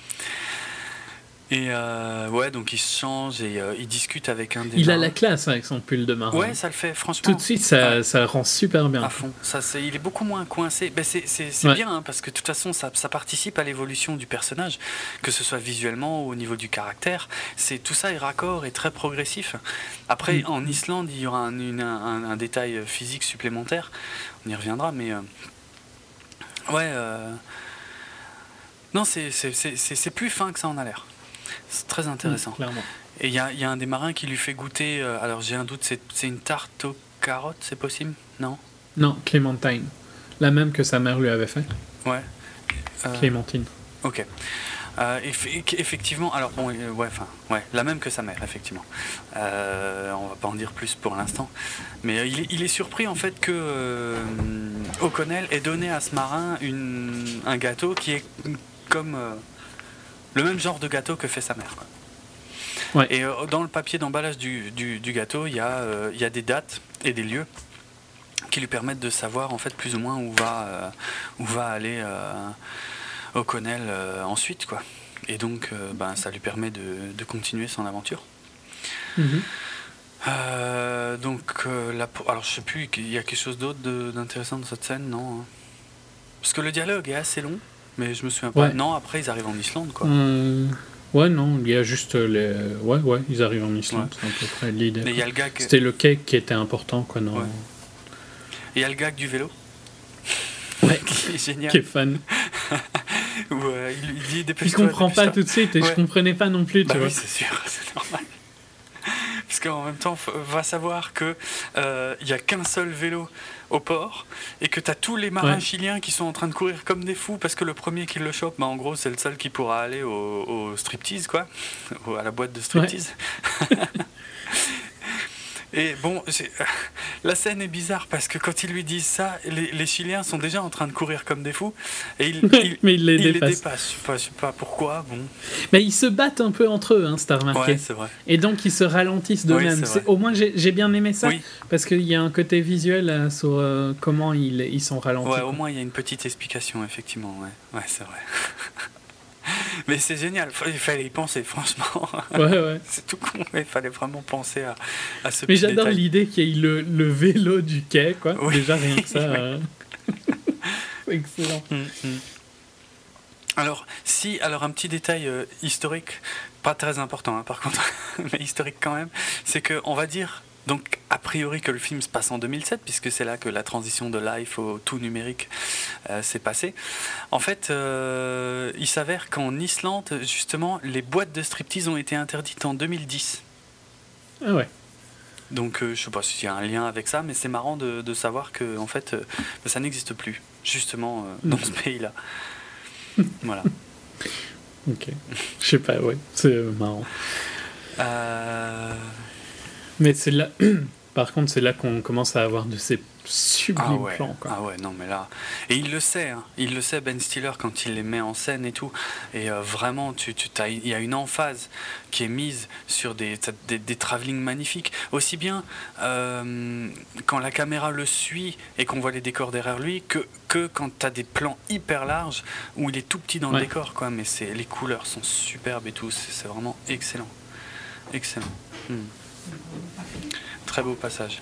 Speaker 2: Et euh, ouais, donc il se change et euh, il discute avec un des.
Speaker 3: Il
Speaker 2: marins.
Speaker 3: a la classe avec son pull de marin.
Speaker 2: Ouais, ça le fait, franchement.
Speaker 3: Tout de suite, ça,
Speaker 2: ouais.
Speaker 3: ça rend super bien.
Speaker 2: À fond. Ça, c'est, il est beaucoup moins coincé. Ben, c'est c'est, c'est ouais. bien, hein, parce que de toute façon, ça, ça participe à l'évolution du personnage, que ce soit visuellement ou au niveau du caractère. C'est, tout ça est raccord et très progressif. Après, mmh. en Islande, il y aura un, une, un, un détail physique supplémentaire. On y reviendra, mais. Euh, ouais. Euh, non, c'est, c'est, c'est, c'est, c'est plus fin que ça en a l'air. C'est très intéressant.
Speaker 3: Mmh, clairement.
Speaker 2: Et il y, y a un des marins qui lui fait goûter. Euh, alors j'ai un doute, c'est, c'est une tarte aux carottes, c'est possible? Non?
Speaker 3: Non, Clémentine. La même que sa mère lui avait fait.
Speaker 2: Ouais. Euh,
Speaker 3: Clémentine.
Speaker 2: Ok. Euh, eff- effectivement, alors bon, euh, ouais, enfin, ouais, la même que sa mère, effectivement. Euh, on va pas en dire plus pour l'instant, mais euh, il, est, il est surpris en fait que euh, O'Connell ait donné à ce marin une, un gâteau qui est comme euh, le même genre de gâteau que fait sa mère, quoi.
Speaker 3: Ouais.
Speaker 2: Et euh, dans le papier d'emballage du, du, du gâteau, il y a, euh, il y a des dates et des lieux qui lui permettent de savoir en fait plus ou moins où va, euh, où va aller euh, O'Connell euh, ensuite, quoi. Et donc, euh, ben, ça lui permet de, de continuer son aventure.
Speaker 3: Mm-hmm.
Speaker 2: Euh, donc, euh, là, alors je sais plus, il y a quelque chose d'autre de, d'intéressant dans cette scène, non hein. Parce que le dialogue est assez long, mais je me souviens pas.
Speaker 3: Ouais.
Speaker 2: Non, après ils arrivent en Islande, quoi.
Speaker 3: Euh... Ouais, non, il y a juste les. Ouais, ouais, ils arrivent en Islande,
Speaker 2: Ouais.
Speaker 3: c'est à peu près l'idée.
Speaker 2: Mais il y a le gag.
Speaker 3: C'était le cake qui était important, quoi, non.
Speaker 2: Ouais. Et il y a le gag du vélo.
Speaker 3: Ouais.
Speaker 2: Qui est génial.
Speaker 3: Qui est fan.
Speaker 2: Où euh, il lui dit
Speaker 3: Il
Speaker 2: dépêche-toi.
Speaker 3: comprend pas
Speaker 2: dépêche-toi.
Speaker 3: tout de suite, et
Speaker 2: Ouais.
Speaker 3: je comprenais pas non plus,
Speaker 2: Bah
Speaker 3: tu
Speaker 2: oui,
Speaker 3: vois.
Speaker 2: c'est sûr, c'est normal. Parce qu'en même temps, faut- va savoir que euh, il y a qu'un seul vélo au port et que t'as tous les marins
Speaker 3: Ouais.
Speaker 2: chiliens qui sont en train de courir comme des fous parce que le premier qui le chope, bah en gros, c'est le seul qui pourra aller au, au striptease, quoi, Au- à la boîte de striptease. Et bon, c'est- la scène est bizarre parce que quand ils lui disent ça, les, les Chiliens sont déjà en train de courir comme des fous et ils, ils,
Speaker 3: Mais il les
Speaker 2: ils les
Speaker 3: dépasse.
Speaker 2: dépassent. Je sais pas, je sais pas pourquoi. Bon,
Speaker 3: Mais ils se battent un peu entre eux, hein, si t'as remarqué.
Speaker 2: ouais, c'est vrai.
Speaker 3: Et donc ils se ralentissent
Speaker 2: Oui,
Speaker 3: d'eux-mêmes.
Speaker 2: c'est
Speaker 3: C'est-
Speaker 2: vrai.
Speaker 3: Au moins j'ai j'ai bien aimé ça,
Speaker 2: Oui.
Speaker 3: parce qu'il y a un côté visuel euh, sur euh, comment ils, ils sont ralentis.
Speaker 2: Ouais,
Speaker 3: quoi.
Speaker 2: au moins il y a une petite explication, effectivement. Ouais, ouais c'est vrai. Mais c'est génial, il fallait y penser, franchement.
Speaker 3: Ouais, ouais.
Speaker 2: C'est tout con, mais il fallait vraiment penser à, à ce
Speaker 3: Mais
Speaker 2: petit
Speaker 3: j'adore
Speaker 2: détail.
Speaker 3: l'idée qu'il y ait le, le vélo du quai, quoi.
Speaker 2: Oui.
Speaker 3: Déjà rien que ça. euh, c'est excellent.
Speaker 2: Mm, mm. Alors, si, alors un petit détail euh, historique, pas très important hein, par contre, mais historique quand même, c'est qu'on va dire, donc a priori que le film se passe en deux mille sept, puisque c'est là que la transition de live au tout numérique euh, s'est passée. En fait, euh, il s'avère qu'en Islande, justement, les boîtes de striptease ont été interdites en deux mille dix.
Speaker 3: Ah ouais.
Speaker 2: Donc euh, je sais pas s'il y a un lien avec ça, mais c'est marrant de, de savoir que en fait, euh, ça n'existe plus, justement, euh, dans ce pays-là. Voilà.
Speaker 3: Ok. Je sais pas, ouais. C'est euh, marrant.
Speaker 2: Euh...
Speaker 3: Mais c'est là. Par contre, c'est là qu'on commence à avoir de ces sublimes
Speaker 2: Ah ouais.
Speaker 3: plans, quoi.
Speaker 2: Ah ouais, non mais là... Et il le sait, hein. Il le sait, Ben Stiller, quand il les met en scène et tout. Et euh, vraiment, tu, tu, t'as, il y a une emphase qui est mise sur des, des, des travelling magnifiques. Aussi bien euh, quand la caméra le suit et qu'on voit les décors derrière lui, que, que quand tu as des plans hyper larges où il est tout petit dans
Speaker 3: Ouais.
Speaker 2: le décor, quoi. Mais c'est, les couleurs sont superbes et tout. C'est, c'est vraiment excellent. Excellent. Hmm. Très beau passage.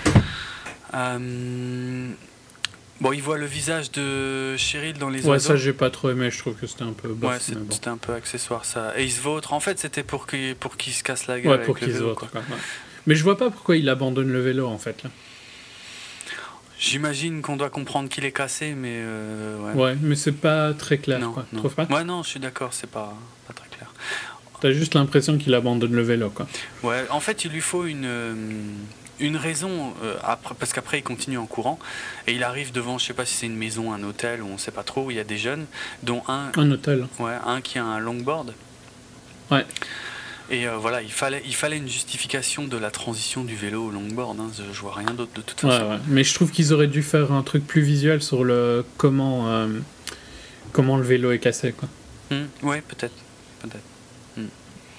Speaker 2: Euh, bon, il voit le visage de Cheryl dans les
Speaker 3: Ouais,
Speaker 2: oiseaux.
Speaker 3: ça j'ai pas trop aimé, je trouve que c'était un peu bof.
Speaker 2: Ouais, c'est-
Speaker 3: mais bon.
Speaker 2: c'était un peu accessoire ça. Et il se vautre. En fait, c'était pour qu'il pour qu'il se casse la gueule.
Speaker 3: Ouais,
Speaker 2: avec
Speaker 3: pour
Speaker 2: le
Speaker 3: qu'ils se
Speaker 2: vélo,
Speaker 3: votent,
Speaker 2: quoi.
Speaker 3: quoi. Ouais. Mais je vois pas pourquoi il abandonne le vélo, en fait, là.
Speaker 2: J'imagine qu'on doit comprendre qu'il est cassé, mais euh, ouais.
Speaker 3: Ouais, mais c'est pas très clair,
Speaker 2: non,
Speaker 3: quoi. Tu
Speaker 2: non.
Speaker 3: trouves pas?
Speaker 2: Ouais, non, je suis d'accord, c'est pas, pas très clair.
Speaker 3: T'as juste l'impression qu'il abandonne le vélo, quoi.
Speaker 2: Ouais, en fait, il lui faut une, euh, une raison, euh, après, parce qu'après, il continue en courant, et il arrive devant, je sais pas si c'est une maison, un hôtel, ou on sait pas trop, où il y a des jeunes, dont un,
Speaker 3: Un hôtel.
Speaker 2: ouais, un qui a un longboard.
Speaker 3: Ouais.
Speaker 2: Et euh, voilà, il fallait, il fallait une justification de la transition du vélo au longboard, hein, je, je vois rien d'autre de toute
Speaker 3: Ouais,
Speaker 2: façon.
Speaker 3: ouais. Mais je trouve qu'ils auraient dû faire un truc plus visuel sur le comment, euh, comment le vélo est cassé, quoi.
Speaker 2: Hmm, ouais, peut-être. Peut-être. Hmm.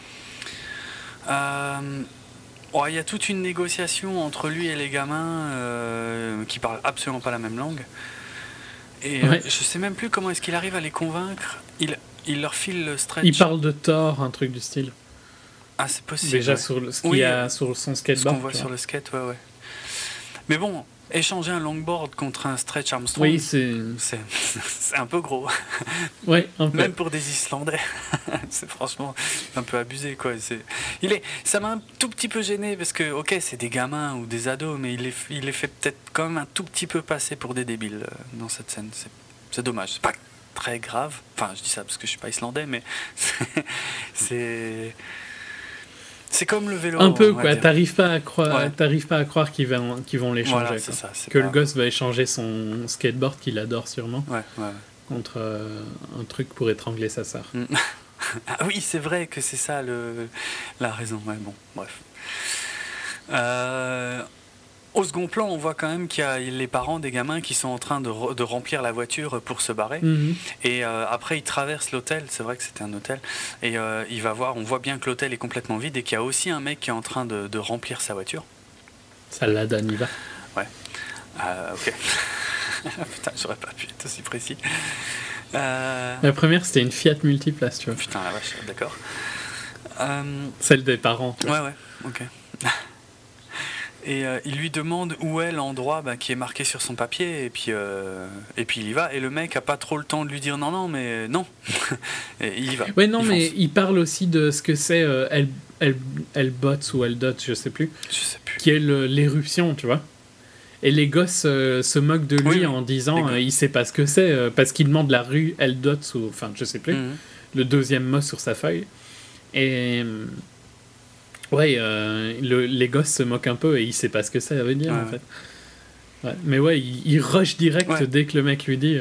Speaker 2: Euh, ouais, il y a toute une négociation entre lui et les gamins euh, qui parlent absolument pas la même langue. Et euh,
Speaker 3: Ouais.
Speaker 2: je sais même plus comment est-ce qu'il arrive à les convaincre. Il, il leur file le stretch.
Speaker 3: Il parle de Thor, un truc du style.
Speaker 2: Ah, c'est possible.
Speaker 3: Déjà
Speaker 2: ouais.
Speaker 3: sur le, ce qu'il
Speaker 2: Oui,
Speaker 3: y a
Speaker 2: euh,
Speaker 3: sur son
Speaker 2: Ce
Speaker 3: skateboard.
Speaker 2: qu'on voit
Speaker 3: tu
Speaker 2: sur
Speaker 3: vois.
Speaker 2: le skate, ouais, ouais. Mais bon, échanger un longboard contre un stretch Armstrong,
Speaker 3: Oui, c'est.
Speaker 2: c'est, c'est un peu gros.
Speaker 3: Ouais, un peu.
Speaker 2: Même pour des Islandais, c'est franchement un peu abusé, quoi. C'est, il est, ça m'a un tout petit peu gêné parce que, ok, c'est des gamins ou des ados, mais il les, il les fait peut-être quand même un tout petit peu passer pour des débiles euh, dans cette scène. C'est, c'est dommage. C'est pas très grave. Enfin, je dis ça parce que je suis pas islandais, mais c'est, c'est, c'est comme le vélo.
Speaker 3: Un peu,
Speaker 2: on va
Speaker 3: quoi.
Speaker 2: dire.
Speaker 3: T'arrives pas à croire,
Speaker 2: Ouais.
Speaker 3: t'arrives pas à croire qu'ils vont, qu'ils vont l'échanger.
Speaker 2: Voilà,
Speaker 3: quoi.
Speaker 2: c'est ça. C'est
Speaker 3: Que
Speaker 2: pas-
Speaker 3: le gosse va échanger son skateboard qu'il adore sûrement
Speaker 2: Ouais, ouais, ouais.
Speaker 3: contre euh, un truc pour étrangler sa sœur.
Speaker 2: Ah oui, c'est vrai que c'est ça le, la raison. Ouais, bon, bref. Euh, au second plan, on voit quand même qu'il y a les parents des gamins qui sont en train de, re- de remplir la voiture pour se barrer.
Speaker 3: Mhm.
Speaker 2: Et euh, après, il traverse l'hôtel. C'est vrai que c'était un hôtel. Et euh, il va voir. On voit bien que l'hôtel est complètement vide et qu'il y a aussi un mec qui est en train de, de remplir sa voiture.
Speaker 3: Ça l'aide à Niva.
Speaker 2: Ah, ok. Putain, j'aurais pas pu être aussi précis. Euh...
Speaker 3: La première, c'était une Fiat Multiplace, tu vois.
Speaker 2: Putain, la vache, d'accord. Euh...
Speaker 3: Celle des parents, tu vois.
Speaker 2: Ouais, ouais, ok. Et euh, il lui demande où est l'endroit bah, qui est marqué sur son papier, et puis, euh, et puis il y va. Et le mec a pas trop le temps de lui dire non, non, mais non. Et il y va.
Speaker 3: Ouais, non,
Speaker 2: il
Speaker 3: mais
Speaker 2: fonce.
Speaker 3: il parle aussi de ce que c'est euh, El, El, Elbots ou Eldot, je sais plus,
Speaker 2: Je sais plus.
Speaker 3: qui est le- l'éruption, tu vois. Et les gosses euh, se moquent de lui
Speaker 2: Oui, oui.
Speaker 3: en disant
Speaker 2: Les
Speaker 3: euh, il sait pas ce que c'est, euh, parce qu'il demande la rue Eldot, ou enfin, je sais plus,
Speaker 2: Mhm.
Speaker 3: le deuxième mot sur sa feuille. Et. euh, Ouais, euh, le- les gosses se moquent un peu et il sait pas ce que ça veut dire
Speaker 2: Ouais,
Speaker 3: en
Speaker 2: ouais.
Speaker 3: fait. Ouais. Mais ouais, il, il rush direct
Speaker 2: Ouais.
Speaker 3: dès que le mec lui dit. euh.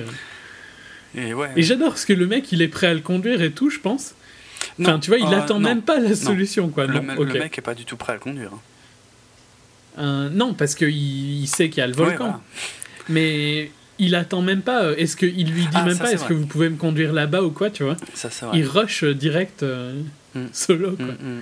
Speaker 2: Et ouais.
Speaker 3: Et j'adore parce que le mec il est prêt à le conduire et tout, je pense.
Speaker 2: Non,
Speaker 3: Enfin, tu vois, il
Speaker 2: euh,
Speaker 3: attend
Speaker 2: non.
Speaker 3: même pas la solution quoi.
Speaker 2: Le,
Speaker 3: Non,
Speaker 2: me-
Speaker 3: ok.
Speaker 2: le mec est pas du tout prêt à le conduire. hein.
Speaker 3: Euh, non, parce qu'il il sait qu'il y a le
Speaker 2: Ouais,
Speaker 3: volcan.
Speaker 2: voilà.
Speaker 3: Mais il attend même pas. euh, Est-ce qu'il lui dit
Speaker 2: Ah,
Speaker 3: même
Speaker 2: ça,
Speaker 3: pas
Speaker 2: c'est
Speaker 3: est-ce
Speaker 2: vrai.
Speaker 3: que vous pouvez me conduire là-bas ou quoi, tu vois.
Speaker 2: Ça, c'est vrai.
Speaker 3: Il rush euh, direct euh,
Speaker 2: Mm.
Speaker 3: solo quoi.
Speaker 2: Mm, mm.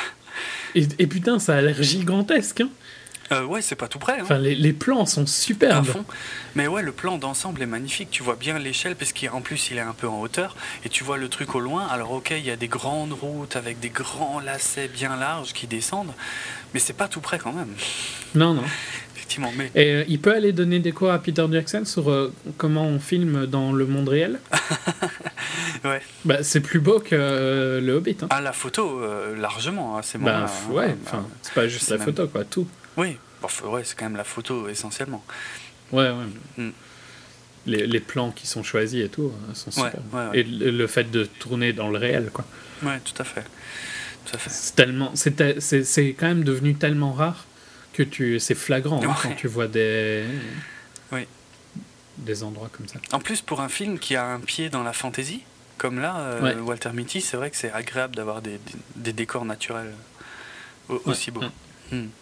Speaker 3: Et, et putain, ça a l'air gigantesque. Hein.
Speaker 2: Euh, ouais, c'est pas tout près. Hein.
Speaker 3: Enfin, les, les plans sont
Speaker 2: à
Speaker 3: superbes.
Speaker 2: fond. Mais ouais, le plan d'ensemble est magnifique. Tu vois bien l'échelle, parce qu'en plus, il est un peu en hauteur. Et tu vois le truc au loin. Alors, ok, il y a des grandes routes avec des grands lacets bien larges qui descendent. Mais c'est pas tout près quand même.
Speaker 3: Non, non.
Speaker 2: Effectivement. Mais
Speaker 3: Et euh, il peut aller donner des cours à Peter Jackson sur euh, comment on filme dans le monde réel.
Speaker 2: ouais.
Speaker 3: Bah, c'est plus beau que euh, le Hobbit. Hein.
Speaker 2: À la photo, euh, largement, à ces
Speaker 3: bah,
Speaker 2: moments-là.
Speaker 3: f-
Speaker 2: hein.
Speaker 3: ouais,
Speaker 2: Bah,
Speaker 3: enfin, c'est pas juste
Speaker 2: c'est
Speaker 3: la
Speaker 2: même-
Speaker 3: photo, quoi, tout.
Speaker 2: Oui, bon, f- ouais, c'est quand même la photo essentiellement.
Speaker 3: Ouais, ouais.
Speaker 2: Mm.
Speaker 3: Les, les plans qui sont choisis et tout euh, sont
Speaker 2: Ouais,
Speaker 3: super.
Speaker 2: ouais, ouais.
Speaker 3: Et le, le fait de tourner dans le réel, quoi.
Speaker 2: Ouais, tout à fait. Tout à fait.
Speaker 3: C'est tellement, c'est, te- c'est, c'est quand même devenu tellement rare que tu, c'est flagrant hein,
Speaker 2: Ouais.
Speaker 3: quand tu vois des,
Speaker 2: Oui.
Speaker 3: des endroits comme ça.
Speaker 2: En plus, pour un film qui a un pied dans la fantasy, comme là, euh,
Speaker 3: Ouais.
Speaker 2: Walter Mitty, c'est vrai que c'est agréable d'avoir des, des, des décors naturels au- aussi beaux.
Speaker 3: ouais.
Speaker 2: Hmm.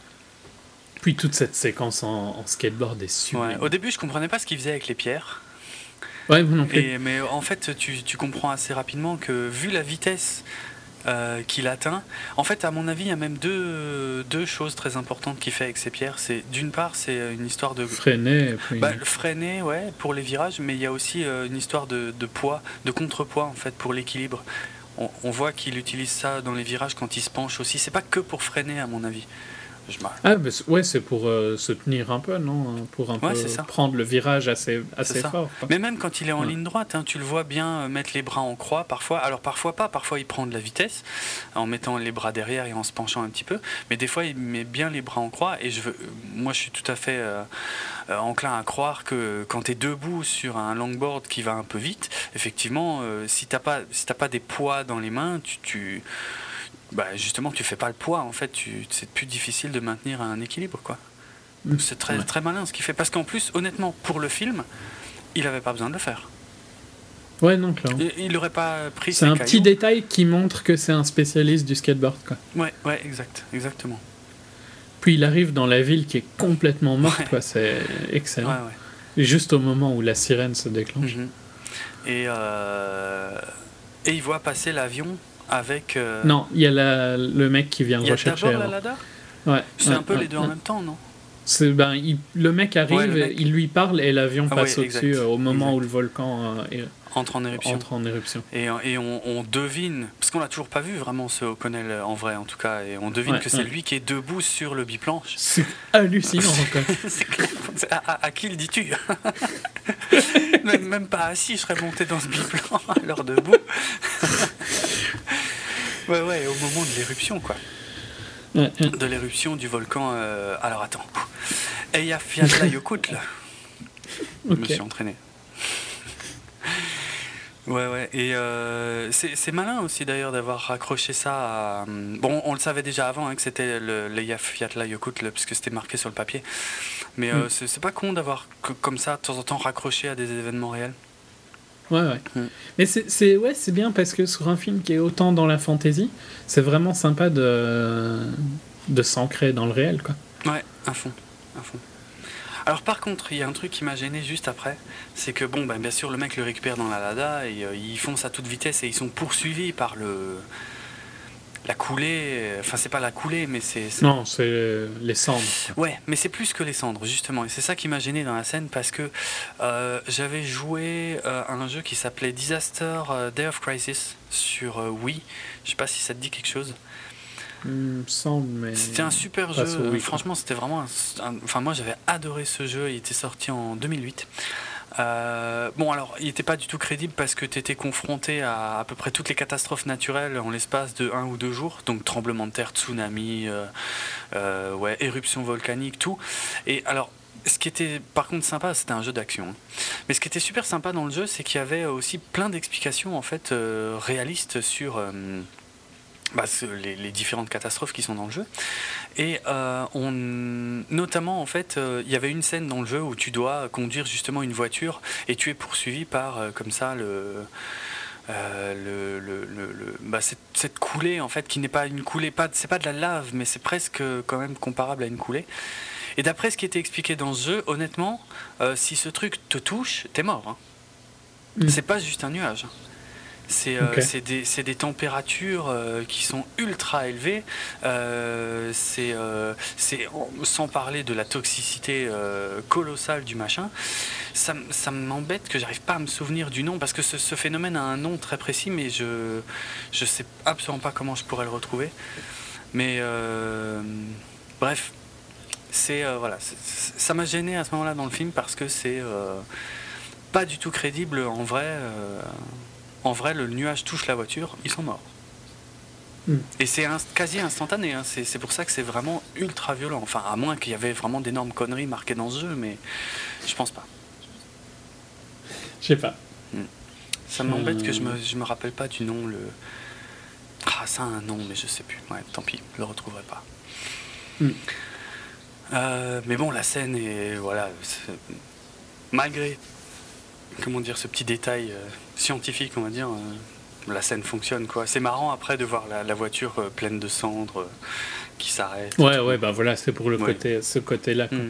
Speaker 3: Puis toute cette séquence en, en skateboard est
Speaker 2: Ouais.
Speaker 3: sublime.
Speaker 2: Au début, je comprenais pas ce qu'il faisait avec les pierres.
Speaker 3: Ouais, moi non plus.
Speaker 2: Et, mais en fait, tu, tu comprends assez rapidement que vu la vitesse euh, qu'il atteint, en fait, à mon avis, il y a même deux, deux choses très importantes qu'il fait avec ces pierres. C'est d'une part, c'est une histoire de
Speaker 3: Freiner, et puis...
Speaker 2: bah, le freiner, ouais, pour les virages, mais il y a aussi euh, une histoire de, de poids, de contrepoids en fait pour l'équilibre. On, on voit qu'il utilise ça dans les virages quand il se penche aussi. C'est pas que pour freiner, à mon avis. Je m'arrête.
Speaker 3: Ah, bah, c'est- ouais, c'est pour euh, se tenir un peu, non? Pour un
Speaker 2: Ouais,
Speaker 3: peu
Speaker 2: c'est ça.
Speaker 3: prendre le virage assez, assez
Speaker 2: ça.
Speaker 3: fort. quoi.
Speaker 2: Mais même quand il est en
Speaker 3: Ouais.
Speaker 2: ligne droite, hein, tu le vois bien euh, mettre les bras en croix parfois. Alors parfois pas, parfois il prend de la vitesse en mettant les bras derrière et en se penchant un petit peu. Mais des fois il met bien les bras en croix. Et je veux, euh, moi je suis tout à fait euh, euh, enclin à croire que quand tu es debout sur un longboard qui va un peu vite, effectivement, euh, si t'as pas, si t'as pas des poids dans les mains, tu, tu bah, justement tu fais pas le poids. En fait, tu, c'est plus difficile de maintenir un équilibre, quoi.
Speaker 3: Mm.
Speaker 2: C'est très,
Speaker 3: Ouais.
Speaker 2: très malin ce qu'il fait. Parce qu'en plus, honnêtement, pour le film, il n'avait pas besoin de le faire.
Speaker 3: Ouais, non, clairement.
Speaker 2: Il n'aurait pas pris
Speaker 3: C'est
Speaker 2: ses
Speaker 3: un
Speaker 2: cailloux.
Speaker 3: petit détail qui montre que c'est un spécialiste du skateboard, quoi.
Speaker 2: Ouais, ouais, exact, exactement.
Speaker 3: Puis il arrive dans la ville qui est complètement morte,
Speaker 2: Ouais.
Speaker 3: quoi. C'est
Speaker 2: Ouais,
Speaker 3: excellent.
Speaker 2: ouais.
Speaker 3: Et juste au moment où la sirène se déclenche.
Speaker 2: Mhm. Et, euh, et il voit passer l'avion avec. euh,
Speaker 3: Non, il y a la- le mec qui vient
Speaker 2: il
Speaker 3: le
Speaker 2: y a
Speaker 3: rechercher.
Speaker 2: d'abord la
Speaker 3: avant.
Speaker 2: Lada.
Speaker 3: Ouais,
Speaker 2: C'est
Speaker 3: ouais,
Speaker 2: un peu
Speaker 3: ouais,
Speaker 2: les deux en
Speaker 3: ouais.
Speaker 2: même temps, non?
Speaker 3: C'est, ben, il- le mec arrive,
Speaker 2: Ouais, le mec.
Speaker 3: il lui parle et l'avion
Speaker 2: Ah
Speaker 3: passe
Speaker 2: ouais,
Speaker 3: au-dessus
Speaker 2: exact,
Speaker 3: euh, au moment
Speaker 2: exact.
Speaker 3: où le volcan euh, est-
Speaker 2: Entre en éruption.
Speaker 3: entre en éruption.
Speaker 2: Et, et on, on devine, parce qu'on l'a toujours pas vu vraiment ce O'Connell en vrai en tout cas, et on devine
Speaker 3: Ouais,
Speaker 2: que c'est
Speaker 3: ouais.
Speaker 2: lui qui est debout sur le biplanche.
Speaker 3: C'est hallucinant, quoi.
Speaker 2: C'est clair. à, à- à qui le dis-tu? même, même pas assis, je serais monté dans ce biplan, alors debout. ouais, ouais, au moment de l'éruption, quoi.
Speaker 3: Ouais, ouais.
Speaker 2: De l'éruption du volcan. euh, Alors attends. Eyjafjallajökull. Je me
Speaker 3: Ok.
Speaker 2: suis entraîné. Ouais, ouais. Et euh, c'est c'est malin aussi d'ailleurs d'avoir raccroché ça à. Bon, on le savait déjà avant hein, que c'était le l'Eyjafjallajökull puisque c'était marqué sur le papier. Mais euh,
Speaker 3: Mm.
Speaker 2: c'est c'est pas con d'avoir que- comme ça de temps en temps raccroché à des événements réels.
Speaker 3: Ouais, ouais.
Speaker 2: Mm.
Speaker 3: Mais c'est, c'est, ouais, c'est bien parce que sur un film qui est autant dans la fantasy, c'est vraiment sympa de, de s'ancrer dans le réel, quoi.
Speaker 2: Ouais, à fond, à fond. Alors par contre, il y a un truc qui m'a gêné juste après, c'est que bon, ben, bien sûr, le mec le récupère dans la Lada et euh, ils foncent à toute vitesse et ils sont poursuivis par le la coulée. Enfin, c'est pas la coulée, mais c'est. c'est...
Speaker 3: Non, c'est euh, les cendres.
Speaker 2: Ouais, mais c'est plus que les cendres, justement. Et c'est ça qui m'a gêné dans la scène parce que euh, j'avais joué euh, à un jeu qui s'appelait Disaster euh, Day of Crisis sur euh, Wii. Je sais pas si ça te dit quelque chose.
Speaker 3: Il me semble, mais.
Speaker 2: C'était un super
Speaker 3: Pas
Speaker 2: jeu.
Speaker 3: sur Wii,
Speaker 2: Franchement, c'était vraiment. Un... un- Enfin, moi, j'avais adoré ce jeu. Il était sorti en deux mille huit. Euh, bon, alors, il n'était pas du tout crédible parce que tu étais confronté à à peu près toutes les catastrophes naturelles en l'espace de un ou deux jours. Donc, tremblement de terre, tsunami, euh, euh, ouais, éruption volcanique, tout. Et alors, ce qui était par contre sympa, c'était un jeu d'action, hein. Mais ce qui était super sympa dans le jeu, c'est qu'il y avait aussi plein d'explications en fait euh, réalistes sur. euh, bah, ce- les, les différentes catastrophes qui sont dans le jeu. Et euh, on, notamment, en fait, euh, il y avait une scène dans le jeu où tu dois conduire justement une voiture et tu es poursuivi par, euh, comme ça, le, euh, le, le, le- le- bah, cette, cette coulée, en fait, qui n'est pas une coulée, pas, c'est pas de la lave, mais c'est presque quand même comparable à une coulée. Et d'après ce qui était expliqué dans ce jeu, honnêtement, euh, si ce truc te touche, t'es mort, hein.
Speaker 3: Mm.
Speaker 2: C'est pas juste un nuage. C'est euh,
Speaker 3: Ok.
Speaker 2: c'est des, c'est des températures euh, qui sont ultra élevées. Euh, c'est euh, c'est- en- sans parler de la toxicité euh, colossale du machin. Ça, m- ça m'embête que j'arrive pas à me souvenir du nom parce que ce, ce phénomène a un nom très précis, mais je je sais absolument pas comment je pourrais le retrouver. Mais euh, bref, c'est euh, voilà, c'est- c'est- ça m'a gêné à ce moment-là dans le film parce que c'est euh, pas du tout crédible en vrai. euh, En vrai, le nuage touche la voiture, ils sont morts.
Speaker 3: Mm.
Speaker 2: Et c'est un- quasi instantané, hein. c'est, c'est pour ça que c'est vraiment ultra violent. Enfin, à moins qu'il y avait vraiment d'énormes conneries marquées dans ce jeu, mais je pense pas.
Speaker 3: Je sais pas.
Speaker 2: Ça m'embête que je me, je me rappelle pas du nom. Le... Ah, ça a un nom, mais je sais plus. Ouais, tant pis, je le retrouverai pas.
Speaker 3: Mm.
Speaker 2: Euh, mais bon, la scène est. Voilà. c'est- Malgré. Comment dire, ce petit détail euh, scientifique, on va dire. euh, La scène fonctionne, quoi. C'est marrant après de voir la, la voiture euh, pleine de cendres euh, qui s'arrête.
Speaker 3: Ouais, ouais, bah voilà, c'est pour le
Speaker 2: Ouais.
Speaker 3: côté, ce côté-là. quoi.
Speaker 2: Mm.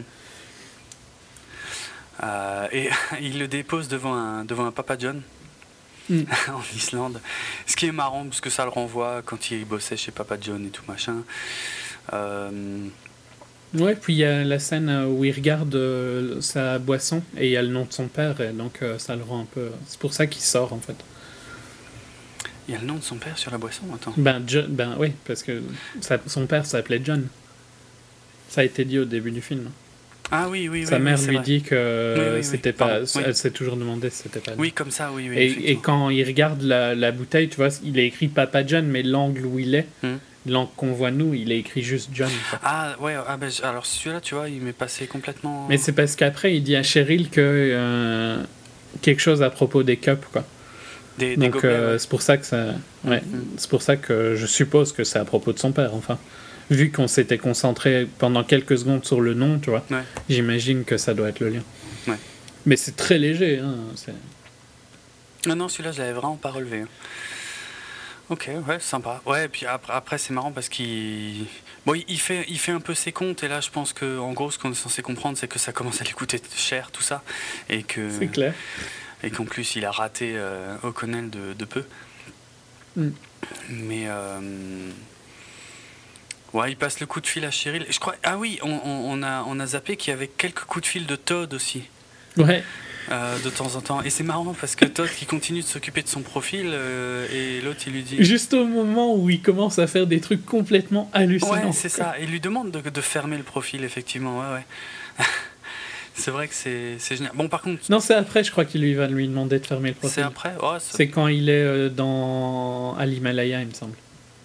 Speaker 2: Euh, et il le dépose devant un, devant un Papa John
Speaker 3: Mm.
Speaker 2: en Islande. Ce qui est marrant parce que ça le renvoie quand il bossait chez Papa John et tout machin. Euh,
Speaker 3: Ouais, puis il y a la scène euh, où il regarde euh, sa boisson et il y a le nom de son père, et donc euh, ça le rend un peu. C'est pour ça qu'il sort en fait.
Speaker 2: il y a le nom de son père sur la boisson, attends.
Speaker 3: Ben, Jo- ben oui, parce que sa- son père s'appelait John. Ça a été dit au début du film.
Speaker 2: Ah oui, oui, oui.
Speaker 3: Sa
Speaker 2: oui,
Speaker 3: mère
Speaker 2: c'est
Speaker 3: lui
Speaker 2: vrai.
Speaker 3: dit que
Speaker 2: Oui, oui, oui.
Speaker 3: c'était pas.
Speaker 2: Pardon, oui.
Speaker 3: Elle s'est toujours demandé si c'était pas.
Speaker 2: Oui, comme ça, oui, oui.
Speaker 3: et, et
Speaker 2: effectivement.
Speaker 3: quand il regarde la, la bouteille, tu vois, il est écrit Papa John, mais l'angle où il est,
Speaker 2: Hmm.
Speaker 3: l'angle qu'on voit nous, il est écrit juste John. quoi.
Speaker 2: Ah ouais, ah, ben, j- alors celui-là, tu vois, il m'est passé complètement.
Speaker 3: Mais c'est parce qu'après, il dit à Cheryl que euh, quelque chose à propos des cups, quoi.
Speaker 2: des, des
Speaker 3: Donc
Speaker 2: gobelets,
Speaker 3: euh,
Speaker 2: ouais.
Speaker 3: c'est pour ça que ça, ouais,
Speaker 2: Mhm.
Speaker 3: c'est pour ça que je suppose que c'est à propos de son père. Enfin, vu qu'on s'était concentré pendant quelques secondes sur le nom, tu vois,
Speaker 2: Ouais.
Speaker 3: j'imagine que ça doit être le lien.
Speaker 2: Ouais.
Speaker 3: Mais c'est très léger. Hein, c'est...
Speaker 2: Non, non, celui-là, je l'avais vraiment pas relevé, hein. Ok, ouais, sympa. Ouais, et puis après, après c'est marrant parce qu'il. Bon, il- il fait, il fait un peu ses comptes, et là, je pense que, en gros, ce qu'on est censé comprendre, c'est que ça commence à lui coûter cher, tout ça. Et que.
Speaker 3: c'est clair.
Speaker 2: Et qu'en plus, il a raté euh, O'Connell de, de peu.
Speaker 3: Mm.
Speaker 2: Mais. euh, Ouais, il passe le coup de fil à Cheryl. Je crois. Ah oui, on, on- on a, on a zappé qu'il y avait quelques coups de fil de Todd aussi.
Speaker 3: Ouais.
Speaker 2: euh, de temps en temps. Et c'est marrant parce que Todd qui continue de s'occuper de son profil euh, et l'autre il lui dit.
Speaker 3: Juste au moment où il commence à faire des trucs complètement hallucinants.
Speaker 2: Ouais, c'est
Speaker 3: quoi.
Speaker 2: ça. Il lui demande de, de fermer le profil, effectivement. Ouais, ouais. C'est vrai que c'est c'est génial. Bon, par contre,
Speaker 3: Non, c'est après, je crois qu'il lui va lui demander de fermer le
Speaker 2: c'est
Speaker 3: profil.
Speaker 2: après. Oh, ça-
Speaker 3: C'est quand il est euh, dans à l'Himalaya, il me semble.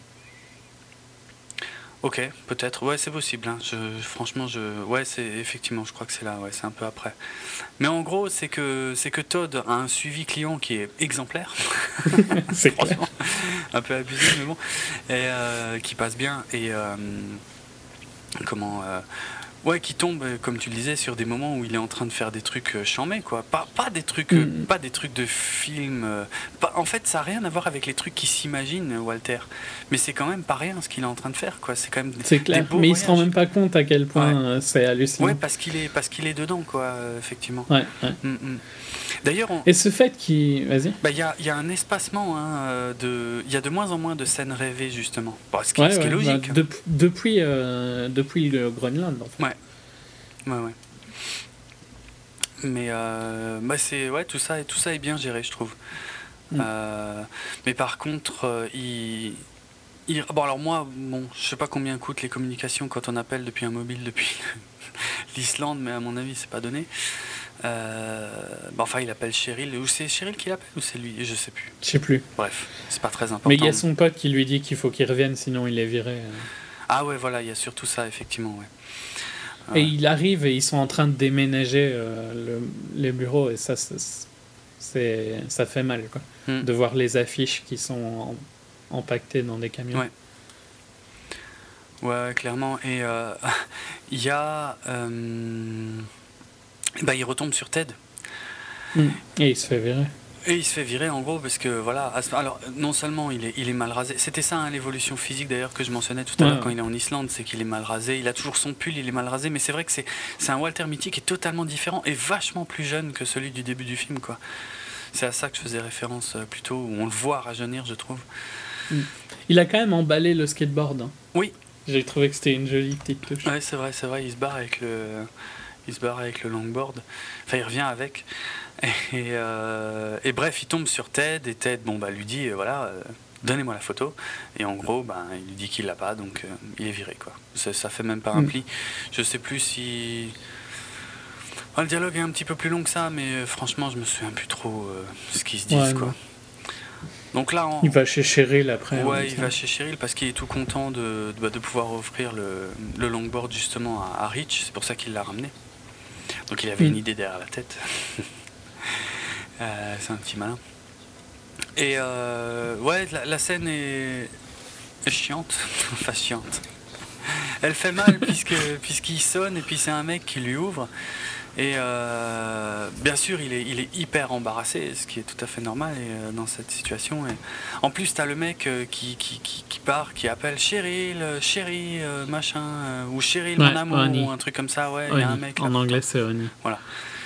Speaker 2: Ok, peut-être. Ouais, c'est possible, hein. Je, franchement, je. Ouais, c'est effectivement, je crois que c'est là. Ouais, c'est un peu après. Mais en gros, c'est que c'est que Todd a un suivi client qui est exemplaire.
Speaker 3: C'est clair.
Speaker 2: Franchement, un peu abusé, mais bon, et euh, qui passe bien. Et euh, comment euh, Ouais, qui tombe, comme tu le disais, sur des moments où il est en train de faire des trucs chambés, quoi. Pas, pas des trucs, mm. pas des trucs de film. Pas, en fait, ça n'a rien à voir avec les trucs qu'il s'imagine, Walter. Mais c'est quand même pas rien ce qu'il est en train de faire, quoi. C'est quand même.
Speaker 3: C'est clair. Mais il se rend même pas compte à quel point ouais. c'est hallucinant.
Speaker 2: Ouais, parce qu'il est, parce qu'il est dedans, quoi. Effectivement.
Speaker 3: Ouais. ouais.
Speaker 2: Mm, mm. D'ailleurs, on...
Speaker 3: et ce fait qu'il, vas-y.
Speaker 2: Bah, il y a, y a un espacement, hein, de, il y a de moins en moins de scènes rêvées justement. Bon, ce qui,
Speaker 3: ouais,
Speaker 2: ce qui
Speaker 3: ouais,
Speaker 2: est logique.
Speaker 3: Bah, de, depuis, euh, depuis le Groenland, en fait.
Speaker 2: Ouais. Ouais, ouais. Mais euh, bah c'est ouais, tout ça, tout ça est bien géré, je trouve. Mm. Euh, mais par contre, euh, il, il, bon alors moi, bon, je sais pas combien coûtent les communications quand on appelle depuis un mobile depuis l'Islande, mais à mon avis, c'est pas donné. Euh, bah enfin, il appelle Cheryl. Ou c'est Cheryl qui l'appelle ou c'est lui? Je sais plus.
Speaker 3: Je sais plus.
Speaker 2: Bref, c'est pas très important.
Speaker 3: Mais il y a son pote qui lui dit qu'il faut qu'il revienne, sinon il est viré.
Speaker 2: Ah ouais, voilà, il y a surtout ça, effectivement, ouais.
Speaker 3: Et ouais. il arrive et ils sont en train de déménager euh, le, les bureaux et ça, c'est, c'est, ça fait mal, quoi. Mm. De voir les affiches qui sont en, empaquetées dans des camions.
Speaker 2: Ouais, ouais clairement. Et il euh, y a... Euh, bah, il retombe sur Ted.
Speaker 3: Mm. Et il se fait virer.
Speaker 2: Et il se fait virer en gros parce que voilà, alors non seulement il est, il est mal rasé, c'était ça hein, l'évolution physique d'ailleurs que je mentionnais tout à ouais, l'heure ouais. quand il est en Islande, c'est qu'il est mal rasé, il a toujours son pull, il est mal rasé, mais c'est vrai que c'est, c'est un Walter Mitty qui est totalement différent et vachement plus jeune que celui du début du film, quoi. C'est à ça que je faisais référence euh, plutôt, où on le voit rajeunir, je trouve.
Speaker 3: Mm. Il a quand même emballé le skateboard. Hein.
Speaker 2: Oui.
Speaker 3: J'ai trouvé que c'était une jolie petite touche.
Speaker 2: Ouais, c'est vrai, c'est vrai, il se barre avec le, il se barre avec le longboard, enfin il revient avec. Et, euh, et bref, il tombe sur Ted et Ted, bon bah lui dit euh, voilà, euh, donnez-moi la photo. Et en gros, bah, il lui dit qu'il l'a pas, donc euh, il est viré, quoi. Ça, ça fait même pas un pli. Je sais plus si oh, le dialogue est un petit peu plus long que ça, mais euh, franchement, je me souviens plus trop euh, ce qu'ils se disent, ouais, quoi. Non. Donc là, on...
Speaker 3: il va chez Cheryl après.
Speaker 2: Ouais, il va chez Cheryl parce qu'il est tout content de, de, de pouvoir offrir le, le longboard justement à, à Rich. C'est pour ça qu'il l'a ramené. Donc il avait mm. une idée derrière la tête. Euh, c'est un petit malin. Et euh, ouais, la, la scène est, est chiante, enfin chiante. Elle fait mal puisque puisqu'il sonne et puis c'est un mec qui lui ouvre. Et euh, bien sûr, il est, il est hyper embarrassé, ce qui est tout à fait normal et, euh, dans cette situation. Et en plus, t'as le mec euh, qui, qui, qui, qui part, qui appelle Cheryl, euh, Chérie, euh, machin, euh, ou Cheryl, ouais, mon amour, Honey. Ou un truc comme ça. Ouais, il y a un mec. Là,
Speaker 3: en anglais, c'est Honey.
Speaker 2: Voilà.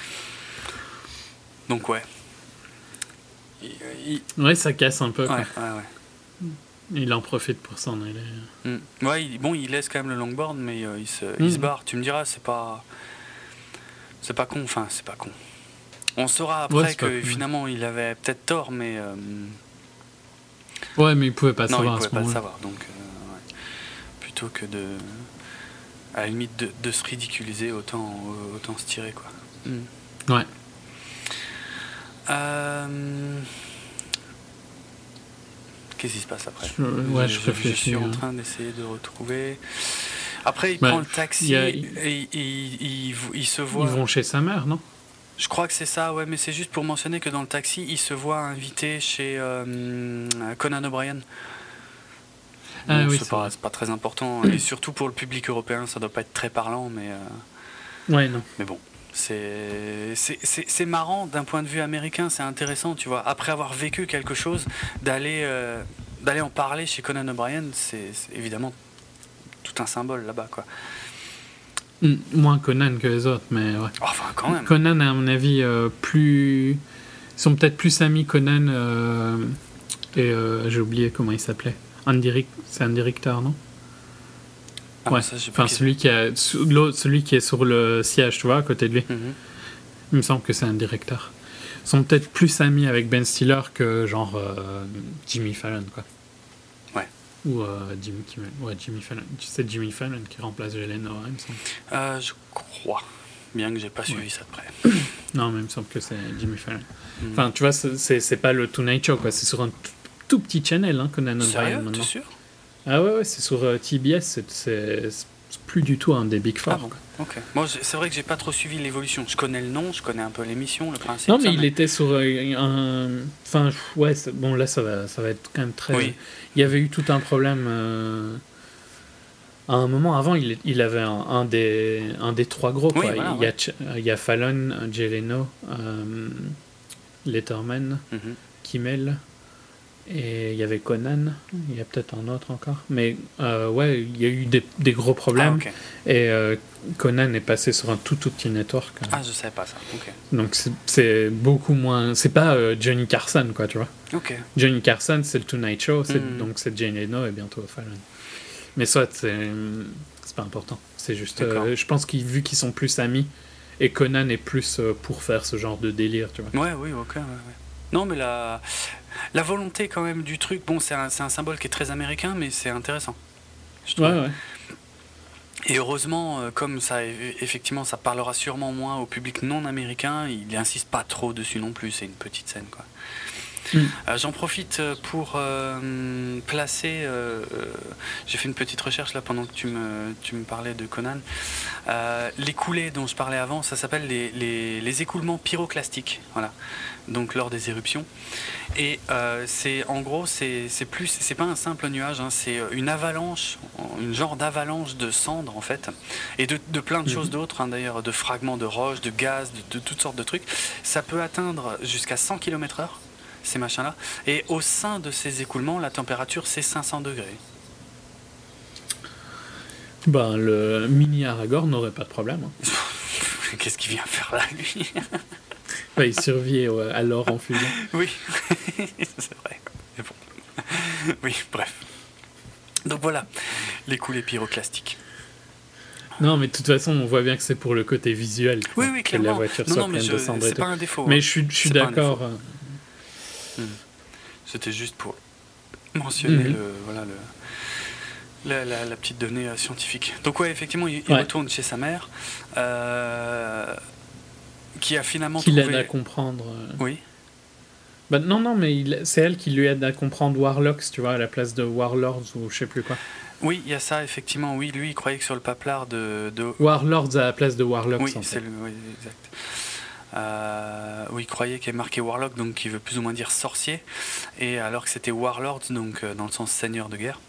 Speaker 2: Donc ouais.
Speaker 3: Il, il... Ouais, ça casse un peu.
Speaker 2: Ouais,
Speaker 3: quoi.
Speaker 2: ouais, ouais.
Speaker 3: Il en profite pour s'en aller.
Speaker 2: Mm. Ouais, il, bon, il laisse quand même le longboard, mais euh, il, se, mm. il se barre. Tu me diras, c'est pas, c'est pas con. Enfin, c'est pas con. On saura après ouais, que finalement con. Il avait peut-être tort, mais. Euh...
Speaker 3: Ouais, mais il pouvait pas
Speaker 2: non,
Speaker 3: savoir.
Speaker 2: Non, il pouvait pas
Speaker 3: le
Speaker 2: savoir. Donc, euh, ouais. Plutôt que de, à la limite, de, de se ridiculiser, autant, autant se tirer, quoi.
Speaker 3: Mm. Ouais.
Speaker 2: Euh... Qu'est-ce qui se passe après?
Speaker 3: je, ouais, je, je,
Speaker 2: je, je suis en train d'essayer de retrouver. Après, il bah, prend le taxi a, et il, il, il, il se voit.
Speaker 3: Ils vont chez sa mère, non?
Speaker 2: Je crois que c'est ça, ouais, mais c'est juste pour mentionner que dans le taxi, il se voit invité chez euh, Conan O'Brien.
Speaker 3: Ah,
Speaker 2: bon,
Speaker 3: oui,
Speaker 2: c'est,
Speaker 3: c'est,
Speaker 2: pas, c'est pas très important, et surtout pour le public européen, ça doit pas être très parlant, mais. Euh,
Speaker 3: ouais, non.
Speaker 2: Mais bon. C'est, c'est, c'est, c'est marrant d'un point de vue américain, c'est intéressant, tu vois. Après avoir vécu quelque chose, d'aller, euh, d'aller en parler chez Conan O'Brien, c'est, c'est évidemment tout un symbole là-bas, quoi.
Speaker 3: Mmh, moins Conan que les autres, mais ouais.
Speaker 2: Enfin, quand même.
Speaker 3: Conan, à mon avis, euh, plus. Ils sont peut-être plus amis, Conan euh, et euh, j'ai oublié comment il s'appelait. Andy Rick... C'est Andy Richter, non?
Speaker 2: Ah,
Speaker 3: ouais, enfin celui qui, a, celui qui est sur le siège, tu vois, à côté de lui. Mm-hmm. Il me semble que c'est un directeur. Ils sont peut-être plus amis avec Ben Stiller que genre euh, Jimmy Fallon, quoi.
Speaker 2: Ouais.
Speaker 3: Ou euh, Jimmy Kimmel. Ouais, Jimmy Fallon. C'est Jimmy Fallon qui remplace Hélène Noah, il me semble.
Speaker 2: Euh, je crois. Bien que j'ai pas suivi
Speaker 3: ouais.
Speaker 2: ça de près.
Speaker 3: Non, mais il me semble que c'est Jimmy Fallon. Mm-hmm. Enfin, tu vois, c'est, c'est, c'est pas le Tonight Show, quoi. C'est sur un tout, tout petit channel, hein, Conan O'Brien.
Speaker 2: Sérieux,
Speaker 3: maintenant.
Speaker 2: T'es sûr?
Speaker 3: Ah ouais, ouais, c'est sur euh, T B S, c'est, c'est, c'est plus du tout un des Big Four.
Speaker 2: Ah bon, ok. Moi, c'est vrai que j'ai pas trop suivi l'évolution. Je connais le nom, je connais un peu l'émission, le principe.
Speaker 3: Non, mais
Speaker 2: ça,
Speaker 3: il
Speaker 2: mais...
Speaker 3: était sur euh, un... Enfin, ouais, bon, là, ça va, ça va être quand même très... Oui. Il y avait eu tout un problème... Euh... à un moment avant, il, il avait un, un, des, un des trois gros. Quoi.
Speaker 2: Oui, voilà,
Speaker 3: il, y a,
Speaker 2: ouais.
Speaker 3: il y a Fallon, Jay Leno, euh, Letterman,
Speaker 2: Mm-hmm.
Speaker 3: Kimmel, et il y avait Conan. Il y a peut-être un autre encore. Mais euh, ouais, il y a eu des, des gros problèmes.
Speaker 2: Ah, okay.
Speaker 3: Et euh, Conan est passé sur un tout, tout petit network.
Speaker 2: Ah, je savais pas ça. Ok.
Speaker 3: Donc c'est, c'est beaucoup moins... C'est pas euh, Johnny Carson, quoi, tu vois.
Speaker 2: Ok.
Speaker 3: Johnny Carson, c'est le Tonight Show, c'est,
Speaker 2: Mm.
Speaker 3: donc c'est Jay Leno et bientôt Fallon. Mais soit, c'est, c'est pas important. C'est juste... Euh, je pense qu'ils, vu qu'ils sont plus amis, et Conan est plus euh, pour faire ce genre de délire, tu vois.
Speaker 2: Ouais, oui, ok. Ouais, ouais. Non, mais la, la volonté quand même du truc, bon, c'est un, c'est un symbole qui est très américain, mais c'est intéressant. Je trouve.
Speaker 3: Ouais, ouais.
Speaker 2: Et heureusement, euh, comme ça, effectivement, ça parlera sûrement moins au public non américain, il insiste pas trop dessus non plus, c'est une petite scène, quoi. Mm. Euh, j'en profite pour euh, placer. Euh, euh, j'ai fait une petite recherche là pendant que tu me, tu me parlais de Conan. Euh, les coulées dont je parlais avant, ça s'appelle les, les, les écoulements pyroclastiques. Voilà. Donc lors des éruptions. Et euh, c'est en gros, c'est, c'est plus, c'est pas un simple nuage, hein, c'est une avalanche, une genre d'avalanche de cendres en fait, et de, de plein de mmh. choses d'autres, hein, d'ailleurs, de fragments de roches, de gaz, de, de toutes sortes de trucs. Ça peut atteindre jusqu'à cent kilomètres heure. Ces machins-là. Et au sein de ces écoulements, la température, c'est cinq cents degrés.
Speaker 3: Ben, le mini Aragorn n'aurait pas de problème. Hein.
Speaker 2: Qu'est-ce qu'il vient faire là, lui?
Speaker 3: Ben, il survit ouais, à l'or en fusion.
Speaker 2: Oui, c'est vrai. Mais bon. Oui, bref. Donc voilà, les coulées pyroclastiques.
Speaker 3: Non, mais de toute façon, on voit bien que c'est pour le côté visuel.
Speaker 2: Oui, oui, clairement.
Speaker 3: Que la voiture
Speaker 2: non,
Speaker 3: soit
Speaker 2: non, mais
Speaker 3: pleine
Speaker 2: je,
Speaker 3: de cendres et
Speaker 2: c'est
Speaker 3: tout.
Speaker 2: pas un défaut.
Speaker 3: Mais
Speaker 2: hein.
Speaker 3: je suis, je suis
Speaker 2: c'est
Speaker 3: d'accord.
Speaker 2: Mmh. C'était juste pour mentionner
Speaker 3: mmh.
Speaker 2: le, voilà, le, la, la, la petite donnée euh, scientifique. Donc ouais, effectivement, il, il
Speaker 3: ouais.
Speaker 2: retourne chez sa mère, euh, qui a finalement
Speaker 3: qui
Speaker 2: trouvé...
Speaker 3: l'aide à comprendre. Euh...
Speaker 2: Oui.
Speaker 3: Bah, non, non, mais il, c'est elle qui lui aide à comprendre Warlocks, tu vois, à la place de Warlords ou je sais plus quoi.
Speaker 2: Oui, il y a ça, effectivement. Oui, lui, il croyait que sur le paplard de... de...
Speaker 3: Warlords à la place de Warlocks,
Speaker 2: oui,
Speaker 3: en
Speaker 2: c'est
Speaker 3: fait.
Speaker 2: le... Oui, exact. Euh, oui, il croyait qu'il y avait marqué Warlock, donc qui veut plus ou moins dire sorcier, et alors que c'était Warlords, donc euh, dans le sens seigneur de guerre.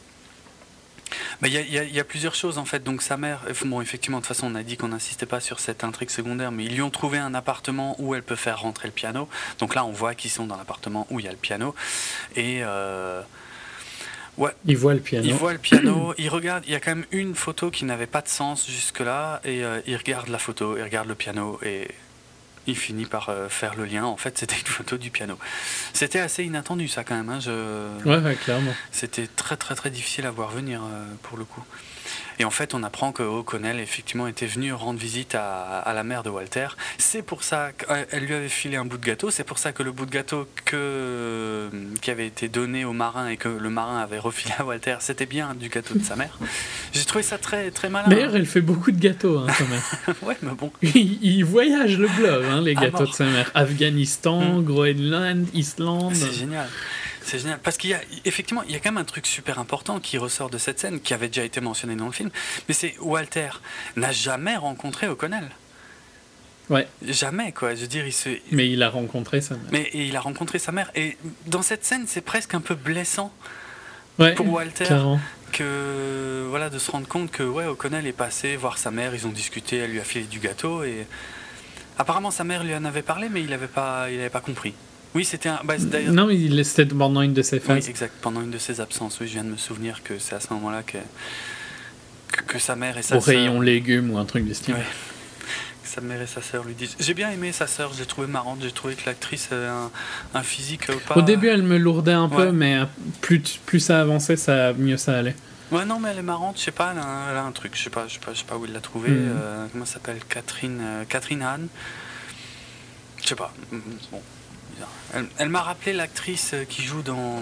Speaker 2: Il y, y, y a plusieurs choses en fait. Donc sa mère, bon, effectivement, de toute façon, on a dit qu'on n'insistait pas sur cette intrigue secondaire, mais ils lui ont trouvé un appartement où elle peut faire rentrer le piano. Donc là, on voit qu'ils sont dans l'appartement où il y a le piano, et euh, ouais,
Speaker 3: il voit le piano.
Speaker 2: Il voit le piano. Il regarde. Il y a quand même une photo qui n'avait pas de sens jusque-là, et euh, il regarde la photo, il regarde le piano, et il finit par euh, faire le lien. En fait, c'était une photo du piano. C'était assez inattendu, ça, quand même. Hein. Je...
Speaker 3: Ouais, ouais, clairement.
Speaker 2: C'était très, très, très difficile à voir venir, euh, pour le coup. Et en fait, on apprend que O'Connell, effectivement, était venu rendre visite à, à la mère de Walter. C'est pour ça qu'elle lui avait filé un bout de gâteau. C'est pour ça que le bout de gâteau que, qui avait été donné au marin et que le marin avait refilé à Walter, c'était bien du gâteau de sa mère. J'ai trouvé ça très, très malin.
Speaker 3: D'ailleurs, elle fait beaucoup de gâteaux, hein, quand même.
Speaker 2: Ouais, mais bon.
Speaker 3: Il, il voyage le globe, hein, les gâteaux de sa mère. Afghanistan,
Speaker 2: mmh.
Speaker 3: Groenland, Islande.
Speaker 2: C'est génial. C'est génial, parce qu'il y a, effectivement, il y a quand même un truc super important qui ressort de cette scène, qui avait déjà été mentionné dans le film, mais c'est Walter n'a jamais rencontré O'Connell.
Speaker 3: Ouais.
Speaker 2: Jamais, quoi. Je veux dire, il se...
Speaker 3: Mais il a rencontré sa mère.
Speaker 2: Mais et il a rencontré sa mère. Et dans cette scène, c'est presque un peu blessant
Speaker 3: ouais,
Speaker 2: pour Walter
Speaker 3: clairement.
Speaker 2: que, voilà, de se rendre compte que ouais, O'Connell est passé voir sa mère, ils ont discuté, elle lui a filé du gâteau, et apparemment sa mère lui en avait parlé, mais il n'avait pas, il avait pas compris. Oui, c'était un. Bah, d'ailleurs...
Speaker 3: Non, mais c'était pendant une de ses phases.
Speaker 2: Oui, exact. Pendant une de ses absences. Oui, je viens de me souvenir que c'est à ce moment-là que, que, que sa mère et sa
Speaker 3: Au
Speaker 2: sœur...
Speaker 3: rayon légumes ou un truc de style.
Speaker 2: Ouais. Que sa mère et sa sœur lui disent. J'ai bien aimé sa sœur, je l'ai trouvée marrante. J'ai trouvé que l'actrice avait un, un physique pas.
Speaker 3: Au début, elle me lourdait un peu,
Speaker 2: ouais.
Speaker 3: mais plus, plus ça avançait, ça, mieux ça allait.
Speaker 2: Ouais, non, mais elle est marrante. Je sais pas, elle a un, elle a un truc. Je sais pas, je sais pas, je sais pas où il l'a trouvée. Mm. Euh, comment elle s'appelle? Catherine, euh, Catherine Hahn. Je sais pas. Bon. Elle, elle m'a rappelé l'actrice qui joue dans...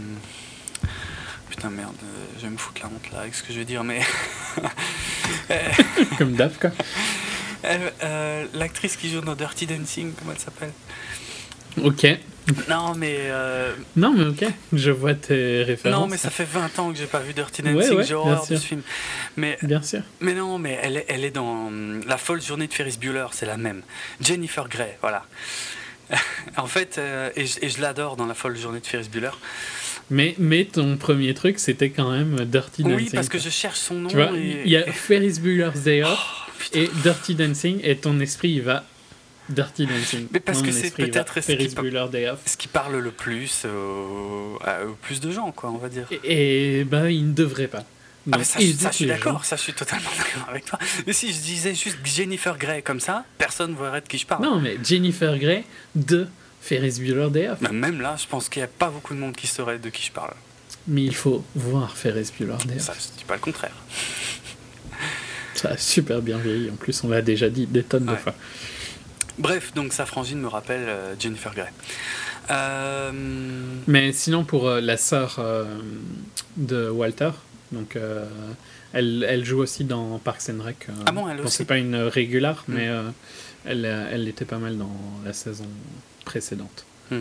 Speaker 2: Putain, merde, je vais me foutre la honte là avec ce que je vais dire, mais...
Speaker 3: Comme d'hab, quoi.
Speaker 2: Elle, euh, l'actrice qui joue dans Dirty Dancing, comment elle s'appelle?
Speaker 3: Ok.
Speaker 2: Non, mais... Euh...
Speaker 3: Non, mais ok, je vois tes références.
Speaker 2: Non, mais ça fait vingt ans que j'ai pas vu Dirty Dancing,
Speaker 3: ouais, ouais,
Speaker 2: j'ai horreur de ce film. Mais,
Speaker 3: bien sûr.
Speaker 2: Mais non, mais elle est, elle est dans La folle journée de Ferris Bueller, c'est la même. Jennifer Grey, voilà. En fait, euh, et, je, et je l'adore dans La folle journée de Ferris Bueller.
Speaker 3: Mais, mais ton premier truc, c'était quand même Dirty Dancing.
Speaker 2: Oui, parce que je cherche son nom.
Speaker 3: Tu vois,
Speaker 2: et...
Speaker 3: il y a Ferris Bueller's Day Off
Speaker 2: oh,
Speaker 3: et Dirty Dancing, et ton esprit, il va Dirty Dancing.
Speaker 2: Mais parce
Speaker 3: Mon
Speaker 2: que c'est
Speaker 3: esprit, il va
Speaker 2: peut-être ce
Speaker 3: Ferris
Speaker 2: qui,
Speaker 3: Bueller's Day Off.
Speaker 2: ce qui parle le plus euh, à, au plus de gens, quoi, on va dire.
Speaker 3: Et, et ben, il ne devrait pas.
Speaker 2: Donc, ah mais ça, ça je suis d'accord, gens. ça je suis totalement d'accord avec toi. Mais si je disais juste Jennifer Grey comme ça, personne ne verrait de qui je parle.
Speaker 3: Non, mais Jennifer Grey de Ferris Bueller's Day Off.
Speaker 2: Bah, même là, je pense qu'il n'y a pas beaucoup de monde qui saurait de qui je parle.
Speaker 3: Mais il faut voir Ferris Bueller's Day Off.
Speaker 2: Ça, je dis pas le contraire.
Speaker 3: Ça a super bien vieilli, en plus on l'a déjà dit des tonnes ouais. de fois.
Speaker 2: Bref, donc sa frangine me rappelle euh, Jennifer Grey. Euh...
Speaker 3: Mais sinon pour euh, la sœur euh, de Walter, donc euh, elle, elle joue aussi dans Parks and Rec. Euh,
Speaker 2: ah bon, elle
Speaker 3: bon,
Speaker 2: aussi.
Speaker 3: C'est pas une régulière, mm. mais euh, elle, elle était pas mal dans la saison précédente.
Speaker 2: Mm.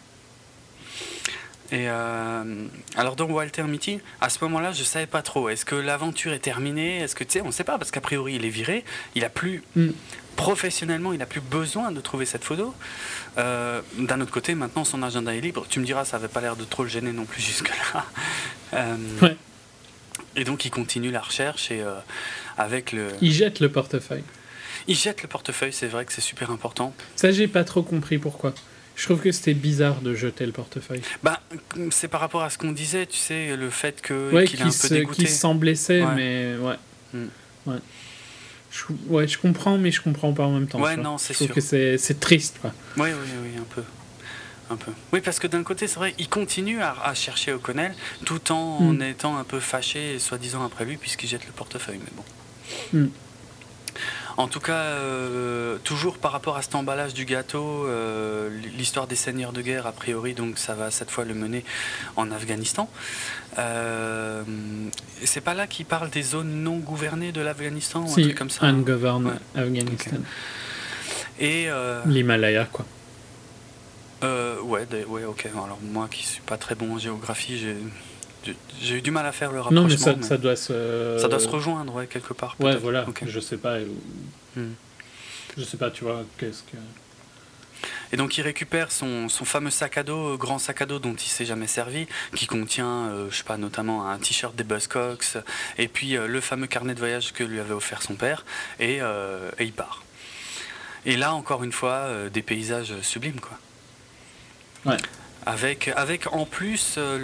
Speaker 2: Et euh, alors donc Walter Mitty, à ce moment-là, je savais pas trop. Est-ce que l'aventure est terminée ? Est-ce que tu sais, on sait pas parce qu'a priori il est viré. Il a plus mm. professionnellement, il a plus besoin de trouver cette photo. Euh, d'un autre côté, maintenant son agenda est libre. Tu me diras, ça avait pas l'air de trop le gêner non plus jusque-là. Euh,
Speaker 3: ouais.
Speaker 2: Et donc il continue la recherche et euh, avec le.
Speaker 3: Il jette le portefeuille.
Speaker 2: Il jette le portefeuille. C'est vrai que c'est super important.
Speaker 3: Ça, j'ai pas trop compris pourquoi. Je trouve que c'était bizarre de jeter le portefeuille.
Speaker 2: Bah, c'est par rapport à ce qu'on disait, tu sais, le fait que,
Speaker 3: ouais,
Speaker 2: qu'il est un
Speaker 3: se,
Speaker 2: peu dégoûté.
Speaker 3: Qu'il se sent blessé,
Speaker 2: ouais.
Speaker 3: mais ouais.
Speaker 2: Mm.
Speaker 3: ouais. Je, ouais, je comprends, mais je comprends pas en même temps.
Speaker 2: Ouais, non, c'est
Speaker 3: je trouve
Speaker 2: sûr.
Speaker 3: que c'est, c'est triste, quoi.
Speaker 2: Oui, oui, oui, un peu. Un peu. Oui, parce que d'un côté, c'est vrai, il continue à, à chercher O'Connell, tout en mm. étant un peu fâché, soi-disant, après lui, puisqu'il jette le portefeuille, mais bon.
Speaker 3: Mm.
Speaker 2: En tout cas, euh, toujours par rapport à cet emballage du gâteau, euh, l'histoire des seigneurs de guerre, a priori, donc ça va cette fois le mener en Afghanistan. Euh, c'est pas là qu'il parle des zones non gouvernées de l'Afghanistan ou
Speaker 3: si,
Speaker 2: un truc comme ça.
Speaker 3: ungoverned ouais. Afghanistan.
Speaker 2: Okay. Et euh,
Speaker 3: l'Himalaya, quoi.
Speaker 2: Euh, ouais, de, ouais, ok. Alors moi qui suis pas très bon en géographie, j'ai J'ai eu du mal à faire le rapprochement.
Speaker 3: Non, mais ça,
Speaker 2: mais
Speaker 3: ça doit se...
Speaker 2: Ça doit se rejoindre, ouais, quelque part.
Speaker 3: Ouais,
Speaker 2: peut-être.
Speaker 3: voilà.
Speaker 2: Okay.
Speaker 3: Je sais pas.
Speaker 2: Hmm.
Speaker 3: Je sais pas, tu vois, qu'est-ce que...
Speaker 2: Et donc il récupère son, son fameux sac à dos, euh, grand sac à dos dont il s'est jamais servi, qui contient, euh, je sais pas, notamment un t-shirt des Buzzcocks, et puis euh, le fameux carnet de voyage que lui avait offert son père, et, euh, et il part. Et là, encore une fois, euh, des paysages sublimes, quoi.
Speaker 3: Ouais.
Speaker 2: Avec, avec en plus euh,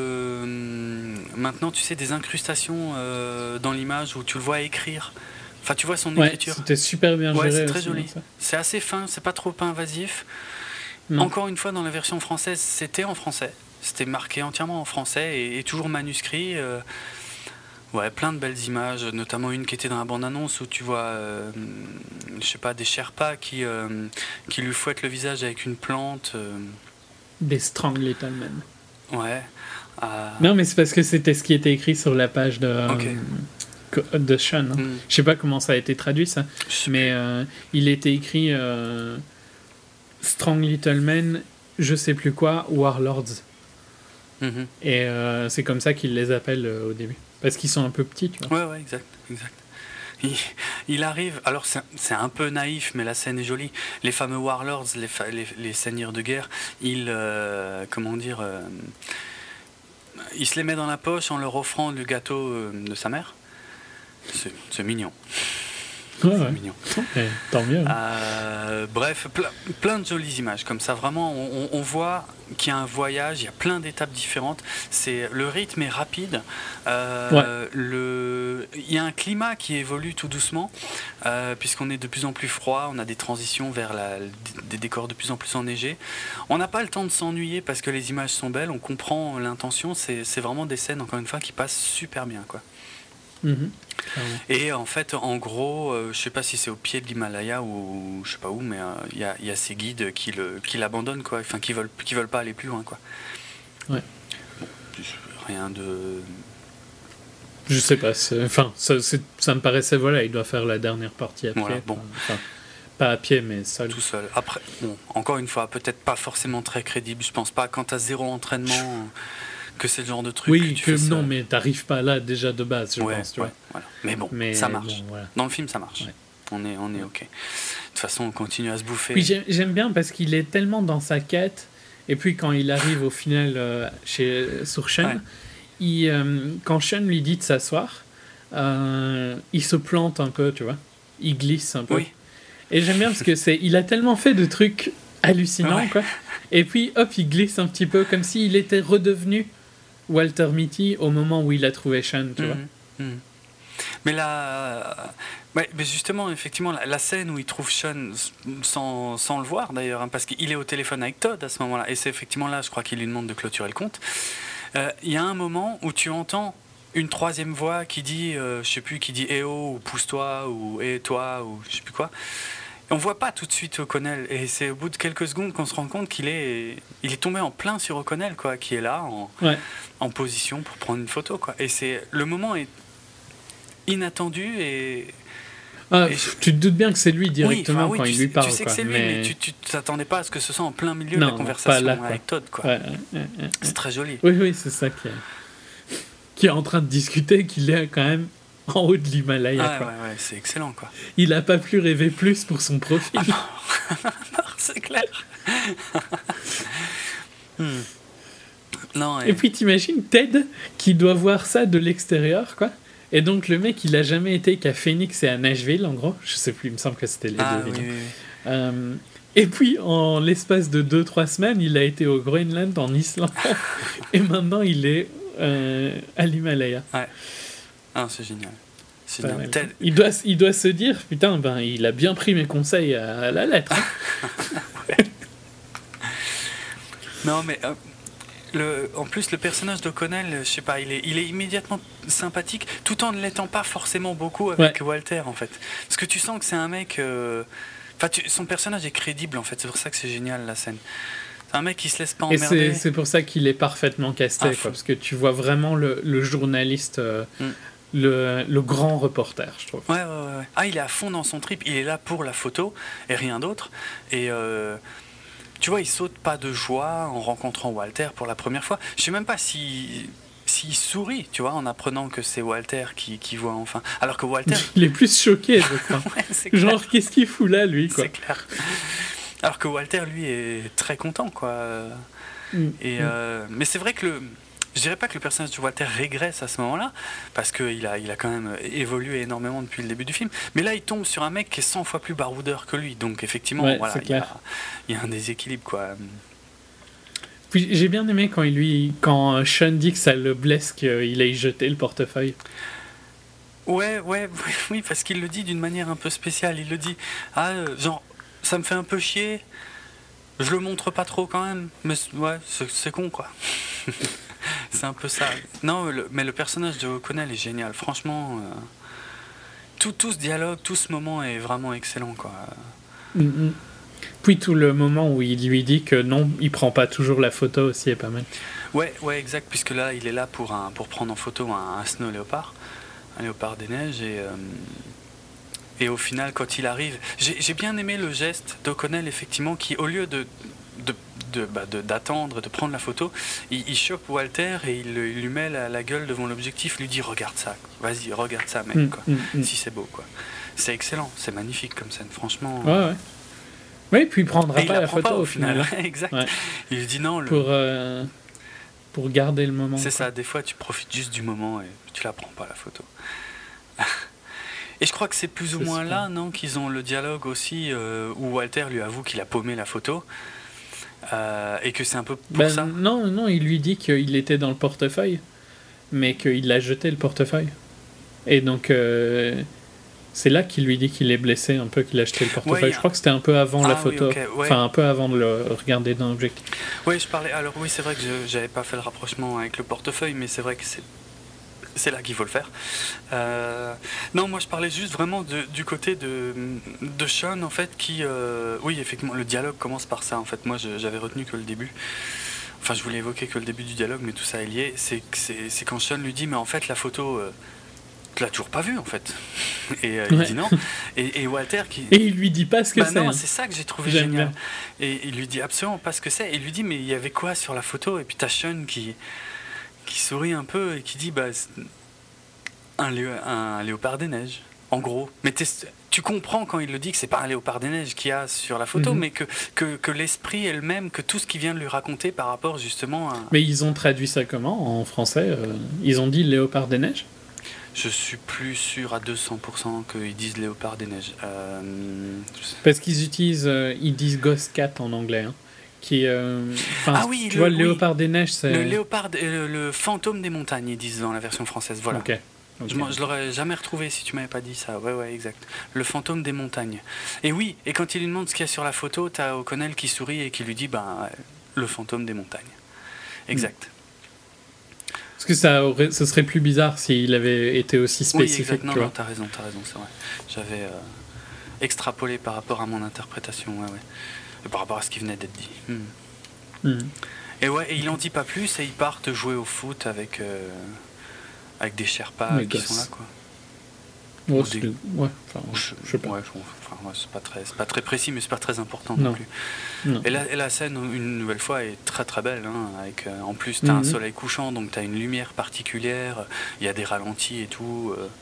Speaker 2: le maintenant tu sais des incrustations euh, dans l'image où tu le vois écrire. Enfin tu vois son
Speaker 3: ouais,
Speaker 2: écriture.
Speaker 3: C'était super bien
Speaker 2: ouais,
Speaker 3: géré.
Speaker 2: C'est très
Speaker 3: aussi,
Speaker 2: joli. C'est assez fin, c'est pas trop invasif. Non. Encore une fois dans la version française c'était en français, c'était marqué entièrement en français et, et toujours manuscrit. Euh, ouais, plein de belles images, notamment une qui était dans la bande-annonce où tu vois, euh, je sais pas, des Sherpas qui euh, qui lui fouettent le visage avec une plante. Euh,
Speaker 3: Des Strong Little Men.
Speaker 2: Ouais. Euh...
Speaker 3: Non, mais c'est parce que c'était ce qui était écrit sur la page de,
Speaker 2: okay.
Speaker 3: euh, de Sean. Hein.
Speaker 2: Mm.
Speaker 3: Je sais pas comment ça a été traduit, ça. Mais euh, il était écrit euh, Strong Little Men, je sais plus quoi, Warlords.
Speaker 2: Mm-hmm.
Speaker 3: Et euh, c'est comme ça qu'ils les appellent euh, au début. Parce qu'ils sont un peu petits, tu vois.
Speaker 2: Ouais, ouais, exact, exact. Il, il arrive, alors c'est, c'est un peu naïf, mais la scène est jolie. Les fameux warlords, les, fa, les, les seigneurs de guerre, il, euh, comment dire, euh, il se les met dans la poche en leur offrant le gâteau euh, de sa mère. C'est, c'est mignon.
Speaker 3: Ouais, ouais.
Speaker 2: C'est mignon.
Speaker 3: Okay, tant mieux.
Speaker 2: Euh, bref, plein, plein de jolies images comme ça. Vraiment, on, on voit qu'il y a un voyage, il y a plein d'étapes différentes. C'est, le rythme est rapide. Euh, ouais. le, il y a un climat qui évolue tout doucement, euh, puisqu'on est de plus en plus froid. On a des transitions vers la, des décors de plus en plus enneigés. On n'a pas le temps de s'ennuyer parce que les images sont belles. On comprend l'intention. C'est, c'est vraiment des scènes, encore une fois, qui passent super bien, quoi.
Speaker 3: Mmh.
Speaker 2: Et en fait, en gros, euh, je sais pas si c'est au pied de l'Himalaya ou je sais pas où, mais il euh, y, y a ces guides qui, le, qui l'abandonnent, quoi, enfin qui veulent, qui veulent pas aller plus loin, quoi.
Speaker 3: Ouais.
Speaker 2: Bon, rien de.
Speaker 3: Je sais pas. C'est, enfin, ça, c'est, ça me paraissait, voilà, il doit faire la dernière partie à pied.
Speaker 2: Voilà, bon.
Speaker 3: Enfin, pas à pied, mais seul.
Speaker 2: Tout seul. Après, bon, encore une fois, peut-être pas forcément très crédible. Je pense pas quand t'as zéro entraînement. Que c'est le genre de truc
Speaker 3: oui,
Speaker 2: que tu
Speaker 3: que
Speaker 2: fais
Speaker 3: non,
Speaker 2: ça.
Speaker 3: mais t'arrives pas là déjà de base, je
Speaker 2: ouais,
Speaker 3: pense. Tu
Speaker 2: ouais,
Speaker 3: vois.
Speaker 2: Voilà. Mais bon,
Speaker 3: mais
Speaker 2: ça marche.
Speaker 3: Bon, voilà.
Speaker 2: Dans le film, ça marche.
Speaker 3: Ouais.
Speaker 2: On est, on est ok. De toute façon, on continue à se bouffer.
Speaker 3: Oui, j'aime, j'aime bien parce qu'il est tellement dans sa quête Et puis quand il arrive au final euh, chez, sur Sean, ouais. il, euh, quand Sean lui dit de s'asseoir, euh, il se plante un peu, tu vois. Il glisse un peu.
Speaker 2: Oui.
Speaker 3: Et j'aime bien parce que c'est, il a tellement fait de trucs hallucinants, ouais. quoi. Et puis hop, il glisse un petit peu comme s'il était redevenu Walter Mitty au moment où il a trouvé Sean, tu mmh, vois. Mmh.
Speaker 2: Mais là, ouais, mais justement, effectivement, la, la scène où il trouve Sean sans, sans le voir d'ailleurs, hein, parce qu'il est au téléphone avec Todd à ce moment-là, et c'est effectivement là, je crois qu'il lui demande de clôturer le compte. Il euh, y a un moment où tu entends une troisième voix qui dit, euh, je sais plus, qui dit eh oh ou pousse-toi ou eh toi ou je sais plus quoi. Et on voit pas tout de suite O'Connell, et c'est au bout de quelques secondes qu'on se rend compte qu'il est, il est tombé en plein sur O'Connell, quoi, qui est là en,
Speaker 3: ouais.
Speaker 2: en position pour prendre une photo, quoi. Et c'est le moment est inattendu et,
Speaker 3: ah, et je... tu te doutes bien que c'est lui directement oui, enfin, oui, quand il lui parle.
Speaker 2: Tu sais
Speaker 3: quoi,
Speaker 2: que c'est lui,
Speaker 3: mais,
Speaker 2: mais tu, tu t'attendais pas à ce que ce soit en plein milieu
Speaker 3: non,
Speaker 2: de la conversation
Speaker 3: là,
Speaker 2: avec Todd, quoi.
Speaker 3: Ouais, ouais, ouais,
Speaker 2: c'est ouais. très joli.
Speaker 3: Oui, oui, c'est ça qui est, qui est en train de discuter, qu'il est quand même en haut de l'Himalaya.
Speaker 2: Ah,
Speaker 3: quoi.
Speaker 2: Ouais, ouais, c'est excellent, quoi.
Speaker 3: Il n'a pas pu rêver plus pour son profil.
Speaker 2: Ah non. C'est clair. hmm. Non, et...
Speaker 3: et puis t'imagines Ted qui doit voir ça de l'extérieur, quoi. Et donc le mec, il a jamais été qu'à Phoenix et à Nashville, en gros. Je sais plus, il me semble que c'était les
Speaker 2: ah,
Speaker 3: deux
Speaker 2: oui,
Speaker 3: villes.
Speaker 2: Oui, oui.
Speaker 3: Euh, et puis en l'espace de deux trois semaines, il a été au Groenland, en Islande, et maintenant il est euh, à l'Himalaya.
Speaker 2: Ouais. Ah, c'est génial. C'est génial. Ted...
Speaker 3: Il doit, il doit se dire, putain, ben il a bien pris mes conseils à, à la lettre. Hein.
Speaker 2: ouais. Non, mais. Euh... Le, en plus, le personnage d'O'Connell, je sais pas, il est, il est immédiatement sympathique, tout en ne l'étant pas forcément beaucoup avec ouais. Walter, en fait. Parce que tu sens que c'est un mec... Euh, tu, son personnage est crédible, en fait. C'est pour ça que c'est génial, la scène. C'est un mec qui se laisse pas emmerder.
Speaker 3: Et c'est, c'est pour ça qu'il est parfaitement casté, quoi, parce que tu vois vraiment le, le journaliste, euh, mm. le, le grand reporter, je trouve.
Speaker 2: Ouais, ouais, ouais. Ah, il est à fond dans son trip. Il est là pour la photo et rien d'autre. Et... Euh, tu vois, il saute pas de joie en rencontrant Walter pour la première fois. Je sais même pas si s'il sourit, tu vois, en apprenant que c'est Walter qui, qui voit enfin. Alors que Walter...
Speaker 3: Il est plus choqué, je crois.
Speaker 2: ouais, c'est
Speaker 3: Genre,
Speaker 2: clair.
Speaker 3: Qu'est-ce qu'il fout là, lui, quoi.
Speaker 2: C'est clair. Alors que Walter, lui, est très content, quoi. Mm. Et, mm. Euh, mais c'est vrai que le... Je dirais pas que le personnage de Walter régresse à ce moment-là, parce qu'il a, il a quand même évolué énormément depuis le début du film. Mais là, il tombe sur un mec qui est cent fois plus baroudeur que lui. Donc, effectivement,
Speaker 3: ouais,
Speaker 2: voilà, il y a, il y a un déséquilibre, quoi.
Speaker 3: Puis, j'ai bien aimé quand, il lui, quand Sean dit que ça le blesse qu'il ait jeté le portefeuille.
Speaker 2: Ouais, ouais, oui, parce qu'il le dit d'une manière un peu spéciale. Il le dit, ah, genre, ça me fait un peu chier, je le montre pas trop quand même, mais ouais, c'est, c'est con, quoi. C'est un peu ça. Non, le, mais le personnage de O'Connell est génial. Franchement, euh, tout, tout ce dialogue, tout ce moment est vraiment excellent, quoi.
Speaker 3: Mm-hmm. Puis tout le moment où il lui dit que non, il prend pas toujours la photo aussi est pas mal.
Speaker 2: Ouais, ouais, exact. Puisque là, il est là pour, un, pour prendre en photo un, un snow léopard, un léopard des neiges. Et, euh, et au final, quand il arrive... J'ai, j'ai bien aimé le geste d'O'Connell, effectivement, qui, au lieu de... de De, bah de, d'attendre, de prendre la photo, il, il chope Walter et il, il lui met la, la gueule devant l'objectif, lui dit regarde ça, vas-y regarde ça mec, quoi. Mmh, mmh. Si c'est beau, quoi. C'est excellent, c'est magnifique comme scène, franchement.
Speaker 3: Ouais, ouais. Oui, puis il prendra
Speaker 2: et
Speaker 3: pas
Speaker 2: il
Speaker 3: la photo
Speaker 2: pas,
Speaker 3: au final.
Speaker 2: final. Exact.
Speaker 3: Ouais.
Speaker 2: Il lui dit non. Le...
Speaker 3: Pour, euh, pour garder le moment.
Speaker 2: C'est
Speaker 3: quoi.
Speaker 2: ça, des fois tu profites juste du moment et tu la prends pas la photo. Et je crois que c'est plus ou c'est moins super. Là, non, qu'ils ont le dialogue aussi euh, où Walter lui avoue qu'il a paumé la photo. Euh, et que c'est un peu pour
Speaker 3: ben,
Speaker 2: ça.
Speaker 3: Non, non, il lui dit qu'il était dans le portefeuille, mais qu'il a jeté le portefeuille. Et donc, euh, c'est là qu'il lui dit qu'il est blessé, un peu, qu'il a jeté le portefeuille. Ouais, a... Je crois que c'était un peu avant ah, la photo, oui, okay, ouais. Enfin un peu avant de le regarder dans l'objectif.
Speaker 2: Oui, je parlais. Alors oui, c'est vrai que je j'avais pas fait le rapprochement avec le portefeuille, mais c'est vrai que c'est c'est là qu'il faut le faire. Euh, non, moi je parlais juste vraiment de, du côté de, de Sean, en fait, qui... Euh, oui, effectivement, le dialogue commence par ça, en fait. Moi, je, j'avais retenu que le début. Enfin, je voulais évoquer que le début du dialogue, mais tout ça est lié. C'est, c'est, c'est quand Sean lui dit, mais en fait, la photo... Euh, tu l'as toujours pas vue, en fait. Et euh, il ouais. dit non. Et, et Walter qui...
Speaker 3: Et il lui dit pas ce que
Speaker 2: bah
Speaker 3: c'est.
Speaker 2: Non,
Speaker 3: hein.
Speaker 2: c'est ça que j'ai trouvé
Speaker 3: J'aime
Speaker 2: génial.
Speaker 3: Bien.
Speaker 2: Et il lui dit absolument pas ce que c'est. Et il lui dit, mais il y avait quoi sur la photo? Et puis t'as Sean qui... qui sourit un peu et qui dit bah, un, léo- un léopard des neiges, en gros. Mais tu comprends quand il le dit que c'est pas un léopard des neiges qu'il y a sur la photo, mm-hmm. mais que, que, que l'esprit est le même, que tout ce qu'il vient de lui raconter par rapport justement à...
Speaker 3: Mais ils ont traduit ça comment en français euh, Ils ont dit léopard des neiges?
Speaker 2: Je suis plus sûr à deux cents pour cent qu'ils disent léopard des neiges. Euh,
Speaker 3: Parce qu'ils utilisent, euh, ils disent Ghost Cat en anglais. Hein, qui, euh,
Speaker 2: ah oui,
Speaker 3: tu
Speaker 2: le,
Speaker 3: vois, le
Speaker 2: oui.
Speaker 3: léopard des neiges, c'est...
Speaker 2: Le léopard, euh, le fantôme des montagnes, ils disent dans la version française. Voilà.
Speaker 3: Okay. Okay.
Speaker 2: Je, je l'aurais jamais retrouvé si tu m'avais pas dit ça. Ouais, ouais, exact. Le fantôme des montagnes. Et oui, et quand il lui demande ce qu'il y a sur la photo, t'as O'Connell qui sourit et qui lui dit, ben, le fantôme des montagnes. Exact.
Speaker 3: Mm. Parce que ça aurait, ce serait plus bizarre s'il avait été aussi spécifique.
Speaker 2: Oui, exact. Non,
Speaker 3: tu
Speaker 2: non,
Speaker 3: vois.
Speaker 2: t'as raison, t'as raison, c'est vrai. J'avais euh, extrapolé par rapport à mon interprétation, ouais, ouais. Et par rapport à ce qui venait d'être dit. Mm. Mm. Et ouais, et il en dit pas plus et ils partent jouer au foot avec, euh, avec des Sherpas
Speaker 3: Mais
Speaker 2: qui
Speaker 3: gosse.
Speaker 2: sont là, quoi.
Speaker 3: Oh,
Speaker 2: des...
Speaker 3: Ouais, enfin, je, je sais pas.
Speaker 2: Ouais, je... enfin, ouais, c'est pas très, c'est pas très précis, mais c'est pas très important non, non plus. Non. Et, la, et la scène, une nouvelle fois, est très très belle. Hein, avec, euh, en plus, t'as mm-hmm. un soleil couchant, donc t'as une lumière particulière. Il y a des ralentis et tout. Euh...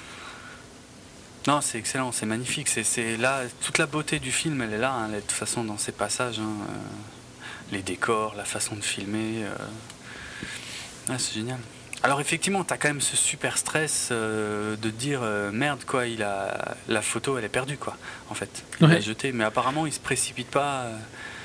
Speaker 2: Non, c'est excellent, c'est magnifique. C'est, c'est là, toute la beauté du film, elle est là. Hein, de toute façon, dans ces passages, hein, euh, les décors, la façon de filmer, euh... ah, c'est génial. Alors effectivement, t'as quand même ce super stress euh, de dire euh, merde quoi, il a la photo, elle est perdue quoi. En fait, il
Speaker 3: ouais.
Speaker 2: l'a jetée, mais apparemment il se précipite pas. Euh...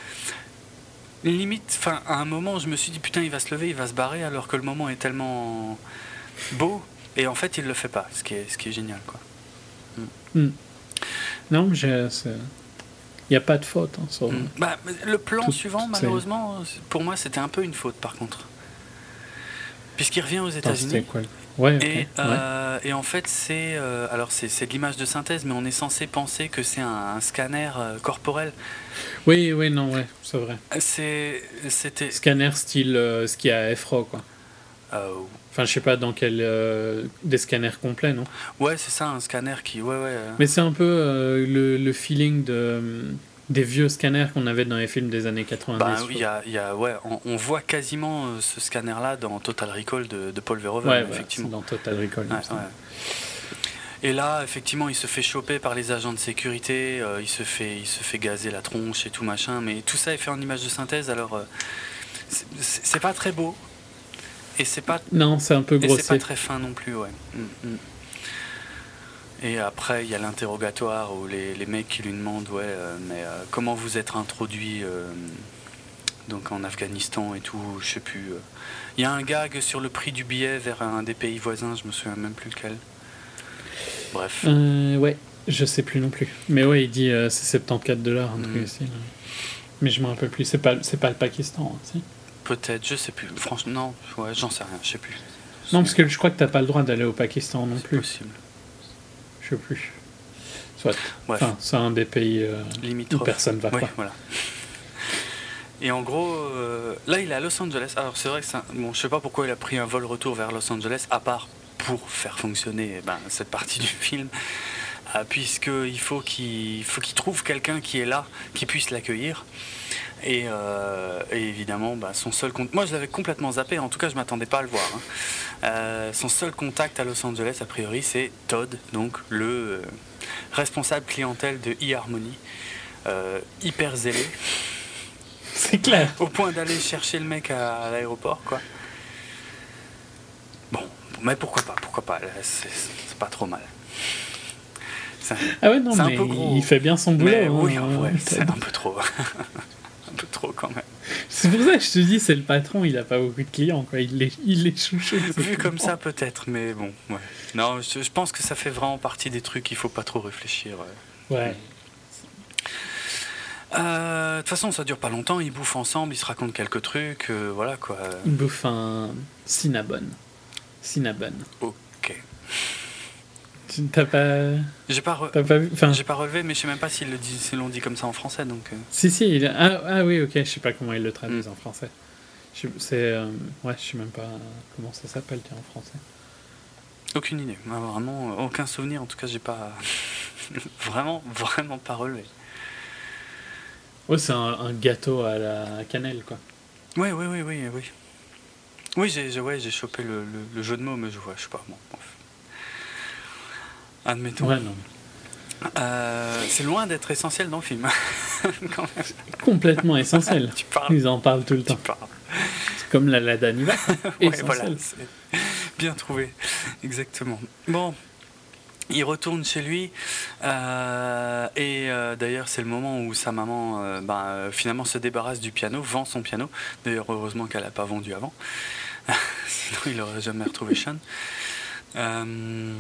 Speaker 2: Limite, enfin à un moment, je me suis dit putain, il va se lever, il va se barrer, alors que le moment est tellement beau, et en fait il le fait pas, ce qui est ce qui est génial quoi.
Speaker 3: Mm. Mm. Non, j'ai, c'est... il n'y a pas de faute. Hein, sur...
Speaker 2: mm. bah, le plan
Speaker 3: Tout,
Speaker 2: suivant, malheureusement, c'est... pour moi, c'était un peu une faute par contre. Puisqu'il revient aux États-Unis.
Speaker 3: Ouais, okay.
Speaker 2: et, euh, ouais. et en fait, c'est, euh, alors c'est, c'est de l'image de synthèse, mais on est censé penser que c'est un, un scanner euh, corporel.
Speaker 3: Oui, oui, non, ouais, c'est vrai.
Speaker 2: C'est, c'était...
Speaker 3: Scanner style euh, ce qu'il y a à F R O, quoi.
Speaker 2: Euh,
Speaker 3: enfin, je sais pas dans quel... Euh, des scanners complets, non?
Speaker 2: Ouais, c'est ça, un scanner qui... Ouais, ouais, euh...
Speaker 3: Mais c'est un peu euh, le, le feeling de... des vieux scanners qu'on avait dans les films des années quatre-vingt-dix.
Speaker 2: Bah, y a, y a, ouais, on, on voit quasiment euh, ce scanner-là dans Total Recall de, de Paul Verhoeven,
Speaker 3: ouais,
Speaker 2: effectivement.
Speaker 3: Ouais, dans Total Recall.
Speaker 2: Ouais, ouais. Et là, effectivement, il se fait choper par les agents de sécurité, euh, il, se fait, il se fait gazer la tronche et tout machin, mais tout ça est fait en image de synthèse, alors euh, c'est, c'est pas très beau, et c'est pas...
Speaker 3: Non, c'est un peu grossier.
Speaker 2: Et c'est pas très fin non plus, ouais. Mm, mm. Et après, il y a l'interrogatoire où les, les mecs qui lui demandent ouais, euh, mais euh, comment vous êtes introduit euh, donc en Afghanistan et tout, je sais plus. Il euh. y a un gag sur le prix du billet vers un des pays voisins, je me souviens même plus lequel. Bref.
Speaker 3: Euh, ouais, je sais plus non plus. Mais ouais, il dit euh, c'est soixante-quatorze dollars un truc
Speaker 2: mm.
Speaker 3: ici. Là. Mais je me rappelle plus. C'est pas, c'est pas le Pakistan, hein, si.
Speaker 2: Peut-être, je sais plus. Franchement, non, ouais, j'en sais rien, je sais plus.
Speaker 3: Non, parce que je crois que t'as pas le droit d'aller au Pakistan non
Speaker 2: c'est
Speaker 3: plus.
Speaker 2: Possible.
Speaker 3: Je sais plus. Soit.
Speaker 2: Bref.
Speaker 3: Enfin, c'est un des pays euh, où personne va.
Speaker 2: Oui,
Speaker 3: quoi.
Speaker 2: Voilà. Et en gros, euh, là, il est à Los Angeles. Alors, c'est vrai que c'est un... bon, je sais pas pourquoi il a pris un vol retour vers Los Angeles, à part pour faire fonctionner ben, cette partie du film, euh, puisqu'il faut qu'il faut qu'il trouve quelqu'un qui est là, qui puisse l'accueillir. Et, euh, et évidemment, bah, son seul contact... Moi, je l'avais complètement zappé. En tout cas, je m'attendais pas à le voir. Hein. Euh, son seul contact à Los Angeles, a priori, c'est Todd, donc le euh, responsable clientèle de eHarmony, euh, hyper zélé.
Speaker 3: C'est clair.
Speaker 2: Au point d'aller chercher le mec à, à l'aéroport, quoi. Bon, mais pourquoi pas, pourquoi pas. C'est, c'est pas trop mal. C'est,
Speaker 3: ah ouais, non,
Speaker 2: c'est
Speaker 3: mais
Speaker 2: un peu gros.
Speaker 3: Il fait bien son boulot.
Speaker 2: Mais,
Speaker 3: hein,
Speaker 2: oui,
Speaker 3: hein,
Speaker 2: ouais,
Speaker 3: c'est
Speaker 2: c'est un peu trop. Un peu trop quand même.
Speaker 3: C'est pour ça que je te dis, c'est le patron, il a pas beaucoup de clients, quoi. Il les, il les chouchoute.
Speaker 2: Vu comme ça, peut-être, mais bon, ouais. Non, je, je pense que ça fait vraiment partie des trucs qu'il faut pas trop réfléchir.
Speaker 3: Ouais. ouais.
Speaker 2: Euh, de toute façon, ça dure pas longtemps. Ils bouffent ensemble, ils se racontent quelques trucs, euh, voilà quoi.
Speaker 3: Ils bouffent un cinnabon. Cinnabon.
Speaker 2: Ok.
Speaker 3: T'as pas.
Speaker 2: J'ai pas, re...
Speaker 3: T'as pas vu enfin...
Speaker 2: J'ai pas relevé, mais je sais même pas s'ils, le disent, s'ils l'ont dit comme ça en français. Donc, euh...
Speaker 3: Si, si. Il a... ah, ah oui, ok. Je sais pas comment ils le traduisent mm. en français. Je... C'est. Euh... Ouais, je sais même pas comment ça s'appelle tiens, en français.
Speaker 2: Aucune idée. Vraiment, aucun souvenir. En tout cas, j'ai pas. vraiment, vraiment pas relevé.
Speaker 3: Ouais, c'est un, un gâteau à la cannelle, quoi.
Speaker 2: Oui, oui, oui, oui, oui. Oui, j'ai, j'ai, ouais, j'ai chopé le, le, le jeu de mots, mais je vois, je sais pas. Bon, bref. Admettons.
Speaker 3: Ouais, non.
Speaker 2: Euh, c'est loin d'être essentiel dans le film. Quand même.
Speaker 3: Complètement essentiel.
Speaker 2: Tu parles.
Speaker 3: Ils en parlent tout le
Speaker 2: Tu
Speaker 3: temps.
Speaker 2: parles.
Speaker 3: C'est comme la Lada Niva.
Speaker 2: Ouais,
Speaker 3: Essentiel.
Speaker 2: voilà, c'est bien trouvé. Exactement. Bon. Il retourne chez lui euh, et euh, d'ailleurs c'est le moment où sa maman euh, bah, euh, finalement se débarrasse du piano, vend son piano. D'ailleurs heureusement qu'elle n'a pas vendu avant, sinon il n'aurait jamais retrouvé Sean. Euh,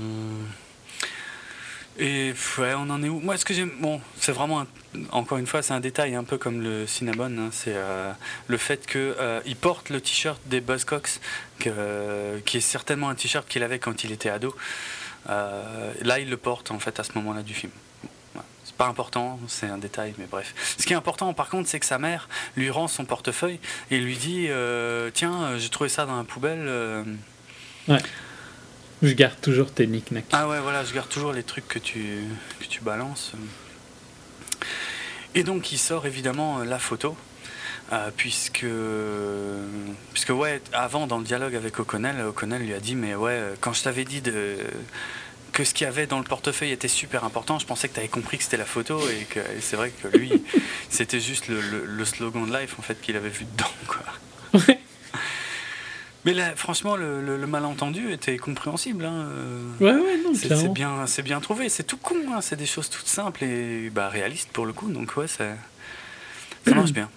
Speaker 2: et ouais, on en est où? Moi, ce que j'aime, bon, c'est vraiment un, encore une fois, c'est un détail un peu comme le Cinnabon, hein, c'est euh, le fait que euh, il porte le t-shirt des Buzzcocks, que, euh, qui est certainement un t-shirt qu'il avait quand il était ado. Euh, là, il le porte en fait à ce moment-là du film. Bon, voilà. C'est pas important, c'est un détail, mais bref. Ce qui est important, par contre, c'est que sa mère lui rend son portefeuille et lui dit euh, tiens, j'ai trouvé ça dans la poubelle. Euh...
Speaker 3: Ouais. Je garde toujours tes knick-knacks.
Speaker 2: Ah ouais, voilà, je garde toujours les trucs que tu que tu balances. Et donc, il sort évidemment la photo. Euh, puisque, puisque ouais, avant dans le dialogue avec O'Connell, O'Connell lui a dit mais ouais, quand je t'avais dit de, que ce qu'il y avait dans le portefeuille était super important, je pensais que tu avais compris que c'était la photo et que et c'est vrai que lui c'était juste le, le, le slogan de Life en fait qu'il avait vu dedans quoi.
Speaker 3: Ouais.
Speaker 2: Mais là, franchement, le, le, le malentendu était compréhensible. Hein.
Speaker 3: Ouais, ouais, non,
Speaker 2: c'est,
Speaker 3: clairement.
Speaker 2: c'est bien, c'est bien trouvé. C'est tout con. Hein. C'est des choses toutes simples et bah, réalistes pour le coup. Donc ouais, ça, ça marche bien.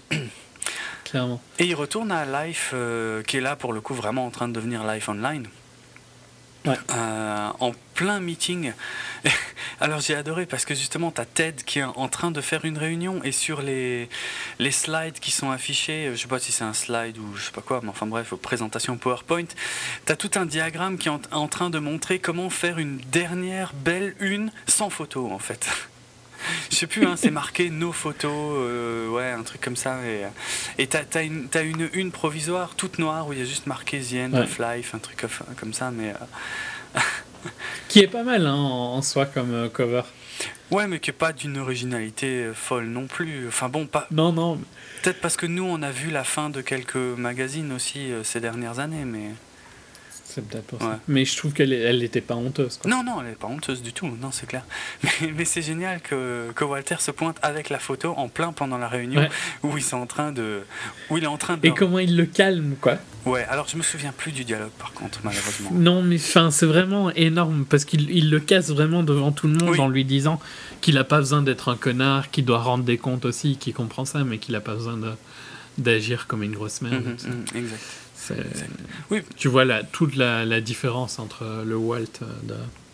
Speaker 3: Clairement.
Speaker 2: Et il retourne à Life, euh, qui est là pour le coup vraiment en train de devenir Life Online.
Speaker 3: Ouais.
Speaker 2: Euh, en plein meeting. Alors j'ai adoré parce que justement t'as Ted qui est en train de faire une réunion et sur les, les slides qui sont affichés, je sais pas si c'est un slide ou je sais pas quoi, mais enfin bref, aux présentations PowerPoint, t'as tout un diagramme qui est en, en train de montrer comment faire une dernière belle une sans photo en fait. Je sais plus, hein, c'est marqué nos photos, euh, ouais, un truc comme ça. Et, et t'as, t'as, une, t'as une une provisoire toute noire où il y a juste marqué The End
Speaker 3: ouais.
Speaker 2: of Life, un truc comme ça, mais. Euh...
Speaker 3: Qui est pas mal hein, en, en soi comme euh, cover.
Speaker 2: Ouais, mais qui est pas d'une originalité folle non plus. Enfin bon, pas.
Speaker 3: Non, non.
Speaker 2: Peut-être parce que nous, on a vu la fin de quelques magazines aussi euh, ces dernières années, mais.
Speaker 3: C'est peut-être pour
Speaker 2: ouais.
Speaker 3: ça. Mais je trouve qu'elle elle n'était pas honteuse. Quoi.
Speaker 2: Non, non, elle n'est pas honteuse du tout, non, c'est clair. Mais, mais c'est génial que, que Walter se pointe avec la photo en plein pendant la réunion ouais. où ils sont en train de, où il est en train de.
Speaker 3: Et comment il le calme, quoi.
Speaker 2: Ouais, alors je me souviens plus du dialogue par contre, malheureusement.
Speaker 3: Non, mais enfin, c'est vraiment énorme parce qu'il il le casse vraiment devant tout le monde oui. en lui disant qu'il n'a pas besoin d'être un connard, qu'il doit rendre des comptes aussi, qu'il comprend ça, mais qu'il n'a pas besoin de, d'agir comme une grosse merde.
Speaker 2: Mmh, mmh, exact.
Speaker 3: C'est... Oui. Tu vois la, toute la, la différence entre le Walt de...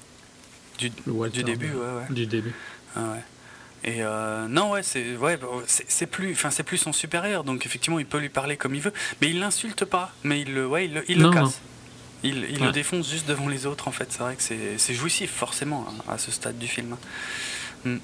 Speaker 2: du,
Speaker 3: le Walter
Speaker 2: du début,
Speaker 3: de...
Speaker 2: ouais, ouais.
Speaker 3: Du début.
Speaker 2: Ah ouais. Et euh, non, ouais, c'est, ouais, c'est, c'est plus, enfin, c'est plus son supérieur, donc effectivement, il peut lui parler comme il veut, mais il l'insulte pas, mais il le, ouais, il, il
Speaker 3: non,
Speaker 2: le casse.
Speaker 3: Non.
Speaker 2: Il, il
Speaker 3: ouais.
Speaker 2: le défonce juste devant les autres, en fait. C'est vrai que c'est, c'est jouissif, forcément, hein, à ce stade du film. Mm.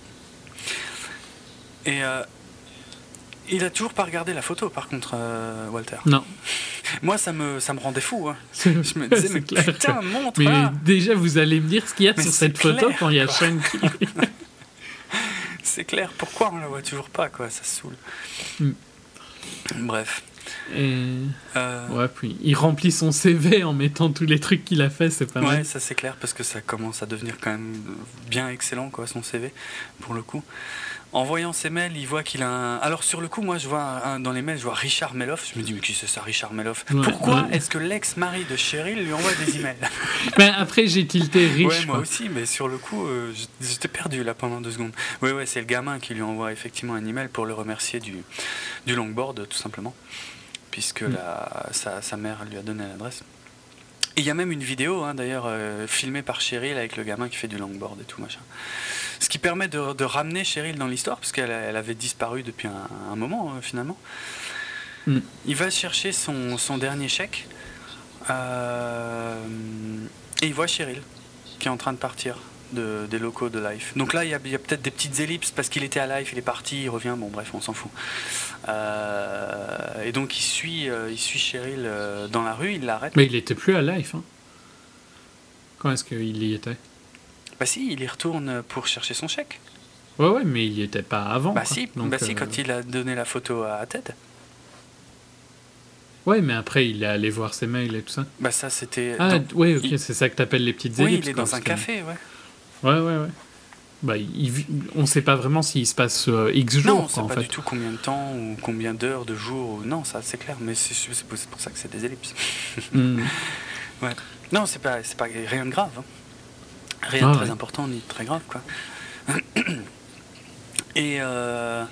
Speaker 2: Et euh, il a toujours pas regardé la photo, par contre, euh, Walter.
Speaker 3: Non.
Speaker 2: Moi, ça me, ça me rendait fou. Hein. Je me disais, mais clair, putain, quoi. montre
Speaker 3: Mais
Speaker 2: là.
Speaker 3: déjà, vous allez me dire ce qu'il y a
Speaker 2: mais
Speaker 3: sur cette
Speaker 2: clair,
Speaker 3: photo quand il y a
Speaker 2: quoi.
Speaker 3: Sean qui...
Speaker 2: C'est clair, pourquoi on la voit toujours pas, quoi. Ça saoule. Mm. Bref.
Speaker 3: Et...
Speaker 2: Euh...
Speaker 3: Ouais, puis il remplit son C V en mettant tous les trucs qu'il a fait, c'est pas
Speaker 2: ouais,
Speaker 3: mal.
Speaker 2: Ouais, ça c'est clair, parce que ça commence à devenir quand même bien excellent, quoi, son C V, pour le coup. En voyant ses mails, il voit qu'il a un... Alors sur le coup, moi je vois un... dans les mails, je vois Richard Meloff. Je me dis, mais qui c'est ça, Richard Meloff? ouais, Pourquoi ouais. est-ce que l'ex-mari de Cheryl lui envoie des emails?
Speaker 3: Ben après j'ai tilté riche.
Speaker 2: Ouais, moi
Speaker 3: quoi.
Speaker 2: aussi, mais sur le coup, euh, j'étais perdu là pendant deux secondes. Oui, ouais, c'est le gamin qui lui envoie effectivement un email pour le remercier du, du longboard, tout simplement, puisque mm. la... sa... sa mère lui a donné l'adresse. Et il y a même une vidéo, hein, d'ailleurs, euh, filmée par Cheryl avec le gamin qui fait du longboard et tout, machin. Ce qui permet de, de ramener Cheryl dans l'histoire, parce qu'elle elle avait disparu depuis un, un moment, euh, finalement. Mm. Il va chercher son, son dernier chèque, euh, et il voit Cheryl, qui est en train de partir de, des locaux de Life. Donc là, il y a, il y a peut-être des petites ellipses, parce qu'il était à Life, il est parti, il revient, bon bref, on s'en fout. Euh, et donc il suit, euh, il suit Cheryl euh, dans la rue, il l'arrête.
Speaker 3: Mais il était plus à Life, hein. Quand est-ce qu'il y était?
Speaker 2: Bah si, il y retourne pour chercher son chèque.
Speaker 3: Ouais, ouais, mais il y était pas avant.
Speaker 2: Bah
Speaker 3: quoi.
Speaker 2: si,
Speaker 3: donc,
Speaker 2: bah si
Speaker 3: euh...
Speaker 2: quand il a donné la photo à Ted.
Speaker 3: Ouais, mais après, il est allé voir ses mails et tout ça.
Speaker 2: Bah ça, c'était...
Speaker 3: Ah,
Speaker 2: dans...
Speaker 3: ouais, ok,
Speaker 2: il...
Speaker 3: c'est ça que t'appelles les petites ellipses.
Speaker 2: Oui, il est
Speaker 3: quoi,
Speaker 2: dans un café,
Speaker 3: que...
Speaker 2: ouais.
Speaker 3: Ouais, ouais, ouais. Bah, il, on ne sait pas vraiment s'il se passe euh, X jours.
Speaker 2: Non, on ne sait
Speaker 3: en
Speaker 2: pas
Speaker 3: fait.
Speaker 2: du tout combien de temps ou combien d'heures, de jours. Ou... Non, ça c'est clair, mais c'est, c'est pour ça que c'est des ellipses.
Speaker 3: Mm.
Speaker 2: Ouais. Non, c'est pas, c'est pas rien de grave. Hein. Rien
Speaker 3: Ah,
Speaker 2: de très
Speaker 3: ouais.
Speaker 2: important ni de très grave, quoi. Et, euh...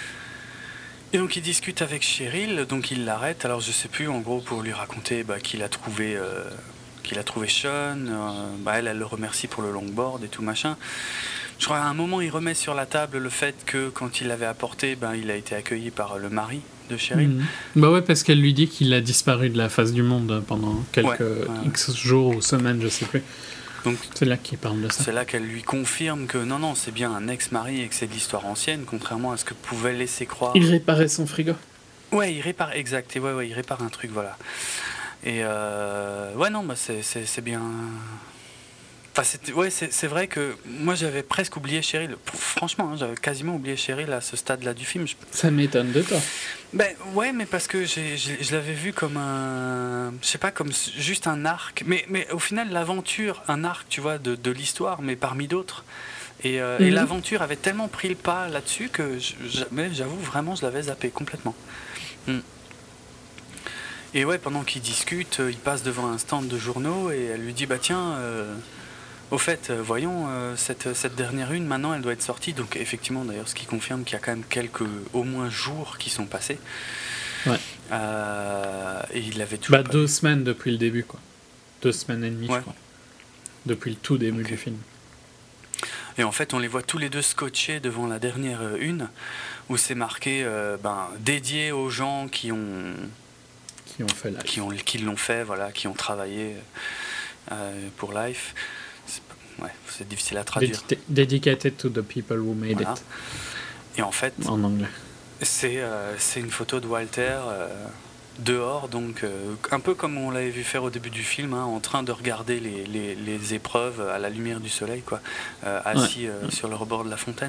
Speaker 2: Et donc il discute avec Cheryl, donc il l'arrête. Alors je sais plus, en gros, pour lui raconter bah, qu'il a trouvé, euh, qu'il a trouvé Sean. Euh, bah, elle, elle le remercie pour le longboard et tout machin. Je crois qu'à un moment, il remet sur la table le fait que quand il l'avait apporté, ben, il a été accueilli par le mari de Cheryl.
Speaker 3: Mm. Bah ouais, parce qu'elle lui dit qu'il a disparu de la face du monde pendant quelques
Speaker 2: Ouais, ouais, ouais.
Speaker 3: X jours ou semaines, je sais plus.
Speaker 2: Donc
Speaker 3: c'est là qu'il parle de ça.
Speaker 2: C'est là qu'elle lui confirme que non, non, c'est bien un ex-mari et que c'est de l'histoire ancienne, contrairement à ce que pouvait laisser croire.
Speaker 3: Il réparait son frigo.
Speaker 2: Ouais, il répare, exact. Et ouais, ouais, il répare un truc, voilà. Et euh, ouais, non, bah c'est, c'est, c'est bien. Enfin, c'est, ouais, c'est, c'est vrai que moi j'avais presque oublié Cheryl. Franchement, hein, j'avais quasiment oublié Cheryl à ce stade-là du film. Je...
Speaker 3: Ça m'étonne de toi.
Speaker 2: Ben ouais, mais parce que j'ai, j'ai, je l'avais vu comme un, je sais pas, comme juste un arc. Mais, mais au final, l'aventure, un arc, tu vois, de, de l'histoire, mais parmi d'autres. Et, euh, mm-hmm. et l'aventure avait tellement pris le pas là-dessus que, je, je, mais j'avoue, vraiment, je l'avais zappé complètement. Mm. Et ouais, pendant qu'ils discutent, il passe devant un stand de journaux et elle lui dit, bah tiens. Euh, Au fait, euh, voyons, euh, cette, cette dernière une, maintenant, elle doit être sortie. Donc, effectivement, d'ailleurs, ce qui confirme qu'il y a quand même quelques, au moins, jours qui sont passés.
Speaker 3: Ouais.
Speaker 2: Euh, et il avait toujours
Speaker 3: Bah,
Speaker 2: pas
Speaker 3: deux
Speaker 2: vu.
Speaker 3: semaines depuis le début, quoi. Deux semaines et demie,
Speaker 2: Ouais.
Speaker 3: je crois. Depuis le tout début
Speaker 2: okay.
Speaker 3: du film.
Speaker 2: Et en fait, on les voit tous les deux scotchés devant la dernière une, où c'est marqué, euh, ben, dédié aux gens qui ont...
Speaker 3: Qui ont fait Life.
Speaker 2: Qui, ont, qui l'ont fait, voilà, qui ont travaillé euh, pour Life. Ouais, c'est difficile à traduire.
Speaker 3: Dédicate, dedicated to the people who made
Speaker 2: voilà.
Speaker 3: it.
Speaker 2: Et en fait,
Speaker 3: en anglais.
Speaker 2: C'est, euh, c'est une photo de Walter euh, dehors, donc euh, un peu comme on l'avait vu faire au début du film, hein, en train de regarder les, les, les épreuves à la lumière du soleil, quoi, euh, assis ouais. euh, sur le rebord de la fontaine.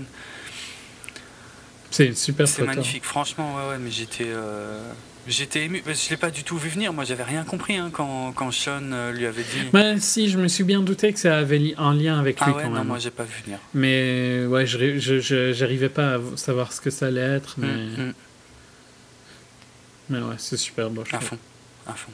Speaker 3: C'est une super
Speaker 2: c'est
Speaker 3: photo.
Speaker 2: C'est magnifique, franchement, ouais, ouais, mais j'étais... Euh... J'étais ému, je ne l'ai pas du tout vu venir, moi j'avais rien compris hein, quand, quand Sean euh, lui avait dit...
Speaker 3: Ouais, si, je me suis bien douté que ça avait li- un lien avec lui
Speaker 2: ah ouais,
Speaker 3: quand
Speaker 2: non,
Speaker 3: même.
Speaker 2: moi j'ai pas vu venir.
Speaker 3: Mais ouais, je, je, je, j'arrivais pas à savoir ce que ça allait être, mais...
Speaker 2: Mmh, mmh.
Speaker 3: Mais ouais, c'est super beau.
Speaker 2: À fond, à fond.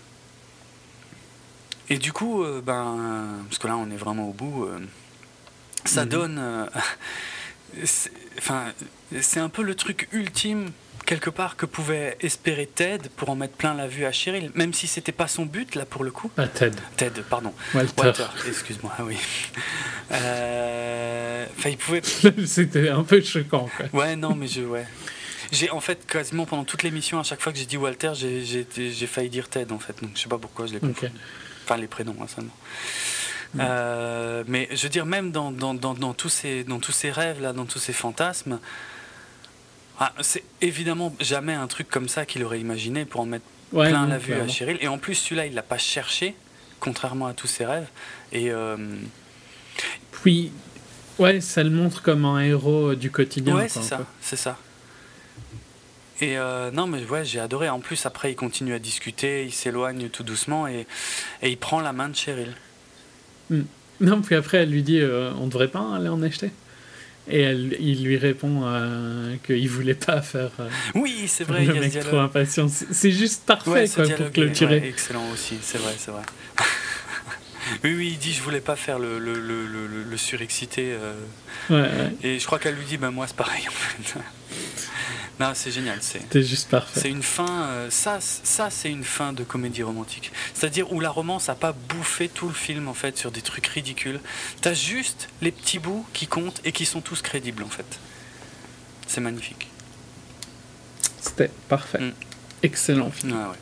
Speaker 2: Et du coup, euh, ben, parce que là on est vraiment au bout, euh, ça mmh. donne... Euh, c'est, enfin, c'est un peu le truc ultime... quelque part que pouvait espérer Ted pour en mettre plein la vue à Cheryl, même si c'était pas son but là pour le coup.
Speaker 3: Ah, Ted.
Speaker 2: Ted, pardon.
Speaker 3: Walter.
Speaker 2: Walter, excuse-moi, ah oui. Enfin, euh... il pouvait.
Speaker 3: C'était un peu choquant, quoi.
Speaker 2: Ouais, non, mais je, ouais. J'ai en fait quasiment pendant toute l'émission, à chaque fois que j'ai dit Walter, j'ai, j'ai, j'ai failli dire Ted en fait, donc je sais pas pourquoi je l'ai confondu. Okay. Enfin, les prénoms, hein, seulement. Mmh. Euh, mais je veux dire, même dans, dans, dans, dans tous ces, dans tous ces rêves là, dans tous ces fantasmes. Ah, c'est évidemment jamais un truc comme ça qu'il aurait imaginé pour en mettre ouais, plein non, la vue clairement. À Cheryl. Et en plus, celui-là, il l'a pas cherché, contrairement à tous ses rêves. Et euh...
Speaker 3: puis, ouais, ça le montre comme un héros du quotidien.
Speaker 2: Ouais,
Speaker 3: quoi,
Speaker 2: c'est ça, peu. c'est ça. Et euh, non, mais ouais, j'ai adoré. En plus, après, il continue à discuter, il s'éloigne tout doucement et, et il prend la main de Cheryl.
Speaker 3: Mm. Non, puis après, elle lui dit, euh, on devrait pas aller en acheter. Et elle, il lui répond euh, qu'il voulait pas faire. Euh,
Speaker 2: oui, c'est vrai.
Speaker 3: Le mec trop impatient. C'est, c'est juste parfait
Speaker 2: ouais,
Speaker 3: quoi, pour clôturer.
Speaker 2: Ouais, excellent aussi, c'est vrai, c'est vrai. oui, oui, il dit je voulais pas faire le, le, le, le, le surexcité. Euh,
Speaker 3: ouais, ouais.
Speaker 2: Et je crois qu'elle lui dit ben moi c'est pareil en fait. Non, c'est génial. C'est,
Speaker 3: C'était juste parfait.
Speaker 2: C'est une fin. Euh, ça, ça, c'est une fin de comédie romantique. C'est-à-dire où la romance n'a pas bouffé tout le film en fait sur des trucs ridicules. T'as juste les petits bouts qui comptent et qui sont tous crédibles en fait. C'est magnifique.
Speaker 3: C'était parfait. Mm. Excellent film.
Speaker 2: Ah, ouais.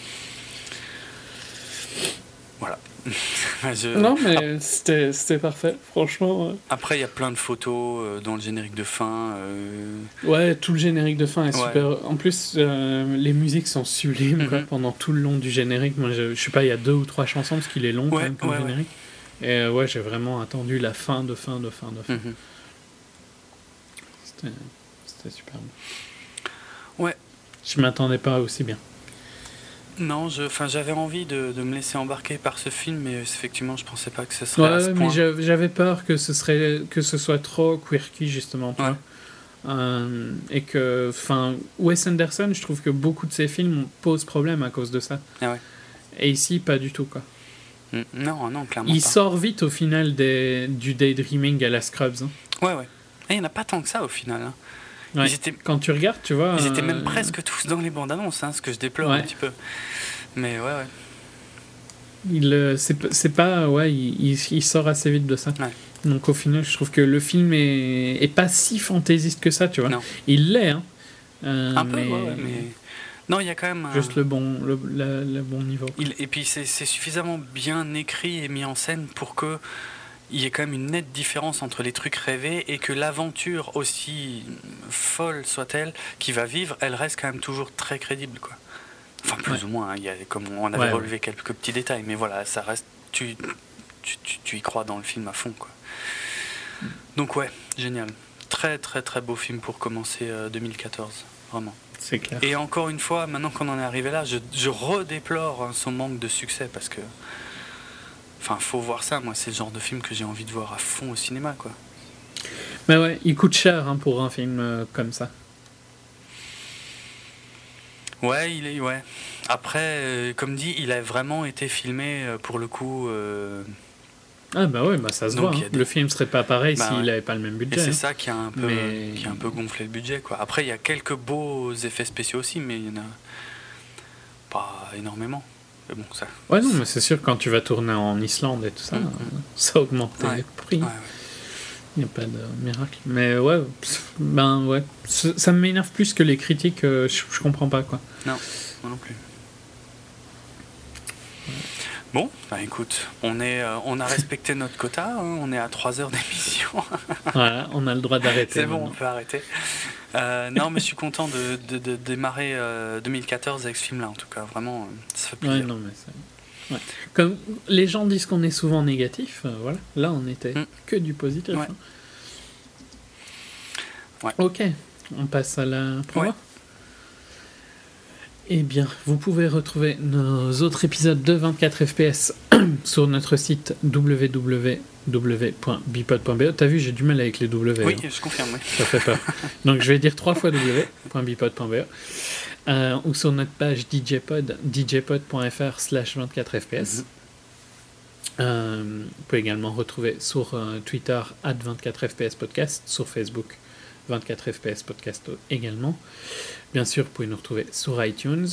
Speaker 2: Voilà.
Speaker 3: Je... Non, mais ah. c'était, c'était parfait, franchement. Ouais.
Speaker 2: Après, il y a plein de photos euh, dans le générique de fin. Euh...
Speaker 3: Ouais, tout le générique de fin est ouais. super. En plus, euh, les musiques sont sublimes mm-hmm. quoi, pendant tout le long du générique. Moi, je, je sais pas, il y a deux ou trois chansons parce qu'il est long
Speaker 2: ouais,
Speaker 3: quand même comme
Speaker 2: ouais,
Speaker 3: générique.
Speaker 2: Ouais.
Speaker 3: Et euh, ouais, j'ai vraiment attendu la fin de fin de fin de fin.
Speaker 2: Mm-hmm.
Speaker 3: C'était, c'était superbe.
Speaker 2: Ouais.
Speaker 3: Je m'attendais pas aussi bien.
Speaker 2: Non, je, enfin, j'avais envie de, de me laisser embarquer par ce film, mais effectivement, je pensais pas que ce serait à ce
Speaker 3: Ouais,
Speaker 2: point.
Speaker 3: mais j'avais j'avais peur que ce serait que ce soit trop quirky justement, tu
Speaker 2: Ouais.
Speaker 3: vois. Euh, et que, enfin, Wes Anderson, je trouve que beaucoup de ses films posent problème à cause de ça.
Speaker 2: Ah ouais.
Speaker 3: Et ici, pas du tout, quoi.
Speaker 2: Mm, Non, non, clairement
Speaker 3: Il
Speaker 2: pas.
Speaker 3: sort vite au final des, du daydreaming à la Scrubs. Hein.
Speaker 2: Ouais, ouais. Et il n'y en a pas tant que ça au final. Hein.
Speaker 3: Ouais.
Speaker 2: Ils étaient,
Speaker 3: Quand tu regardes, tu vois.
Speaker 2: ils étaient
Speaker 3: euh,
Speaker 2: même presque tous dans les bandes annonces, hein, ce que je déplore
Speaker 3: Ouais.
Speaker 2: un petit peu. Mais ouais, ouais.
Speaker 3: Il, euh, c'est, p- c'est pas. Ouais, il, il, il sort assez vite de ça.
Speaker 2: Ouais.
Speaker 3: Donc au final, je trouve que le film est, est pas si fantaisiste que ça, tu vois.
Speaker 2: Non.
Speaker 3: Il l'est, hein. Euh,
Speaker 2: Un peu,
Speaker 3: mais
Speaker 2: ouais, ouais, mais. Non, il y a quand même. un-
Speaker 3: Juste le bon, le, la- le bon niveau.
Speaker 2: Il- Et puis c'est c'est suffisamment bien écrit et mis en scène pour que il y ait quand même une nette différence entre les trucs rêvés et que l'aventure, aussi folle soit-elle, qu'il va vivre, elle reste quand même toujours très crédible, quoi. Enfin, plus
Speaker 3: Ouais.
Speaker 2: ou moins, hein, il y a, comme on avait
Speaker 3: Ouais,
Speaker 2: relevé quelques petits détails, mais voilà, ça reste. Tu, tu, tu, tu y crois dans le film à fond, quoi. Donc, ouais, génial. Très, très, très beau film pour commencer euh, deux mille quatorze, vraiment.
Speaker 3: C'est clair.
Speaker 2: Et encore une fois, maintenant qu'on en est arrivé là, je, je redéplore hein, son manque de succès parce que. Enfin, faut voir ça, moi, c'est le genre de film que j'ai envie de voir à fond au cinéma, quoi.
Speaker 3: Mais ouais, il coûte cher hein, pour un film euh, comme ça.
Speaker 2: Ouais, il est. Ouais. Après, euh, comme dit, il a vraiment été filmé euh, pour le coup. euh,
Speaker 3: Ah bah ouais, bah ça se
Speaker 2: Donc,
Speaker 3: voit.
Speaker 2: il y
Speaker 3: Hein.
Speaker 2: a des-
Speaker 3: Le film serait pas pareil
Speaker 2: Bah
Speaker 3: s'il
Speaker 2: ouais.
Speaker 3: avait pas le même
Speaker 2: Et
Speaker 3: budget.
Speaker 2: c'est
Speaker 3: hein.
Speaker 2: ça qui a un peu,
Speaker 3: Mais-
Speaker 2: qui a un peu gonflé le budget, quoi. Après, il y a quelques beaux effets spéciaux aussi, mais il y en a pas énormément. Mais bon, ça.
Speaker 3: Ouais, non, mais c'est sûr, quand tu vas tourner en Islande et tout ça,
Speaker 2: Mhm.
Speaker 3: euh, ça augmente
Speaker 2: Ouais.
Speaker 3: les prix.
Speaker 2: Ouais, ouais.
Speaker 3: Il n'y a pas de miracle. Mais ouais, pff, ben ouais, ça ça m'énerve plus que les critiques, euh, je, je comprends pas quoi.
Speaker 2: Non, moi non plus. Bon, bah écoute, on, est, euh, on a respecté notre quota, hein, on est à trois heures d'émission.
Speaker 3: Voilà, on a le droit d'arrêter.
Speaker 2: C'est bon, on
Speaker 3: maintenant.
Speaker 2: peut arrêter. Euh, non, mais je suis content de, de, de démarrer euh, deux mille quatorze avec ce film-là, en tout cas. Vraiment, euh, ça fait plaisir.
Speaker 3: Ouais, non, mais c'est- ouais. Comme les gens disent qu'on est souvent négatif, euh, voilà, là on était
Speaker 2: Mm.
Speaker 3: que du positif.
Speaker 2: Ouais.
Speaker 3: hein.
Speaker 2: Ouais.
Speaker 3: Ok, on passe à la promo.
Speaker 2: Ouais.
Speaker 3: Eh bien, vous pouvez retrouver nos autres épisodes de vingt-quatre F P S sur notre site w w w point bipod point b e. T'as vu, j'ai du mal avec les W.
Speaker 2: Oui,
Speaker 3: hein.
Speaker 2: je confirme, oui.
Speaker 3: Ça fait peur. Donc je vais dire trois fois w point bipod point b e euh, ou sur notre page djpod, djpod point f r slash vingt-quatre F P S.
Speaker 2: Mhm.
Speaker 3: Euh, vous pouvez également retrouver sur euh, Twitter at vingt-quatre F P S podcast, sur Facebook vingt-quatre F P S podcast également. Bien sûr, vous pouvez nous retrouver sur iTunes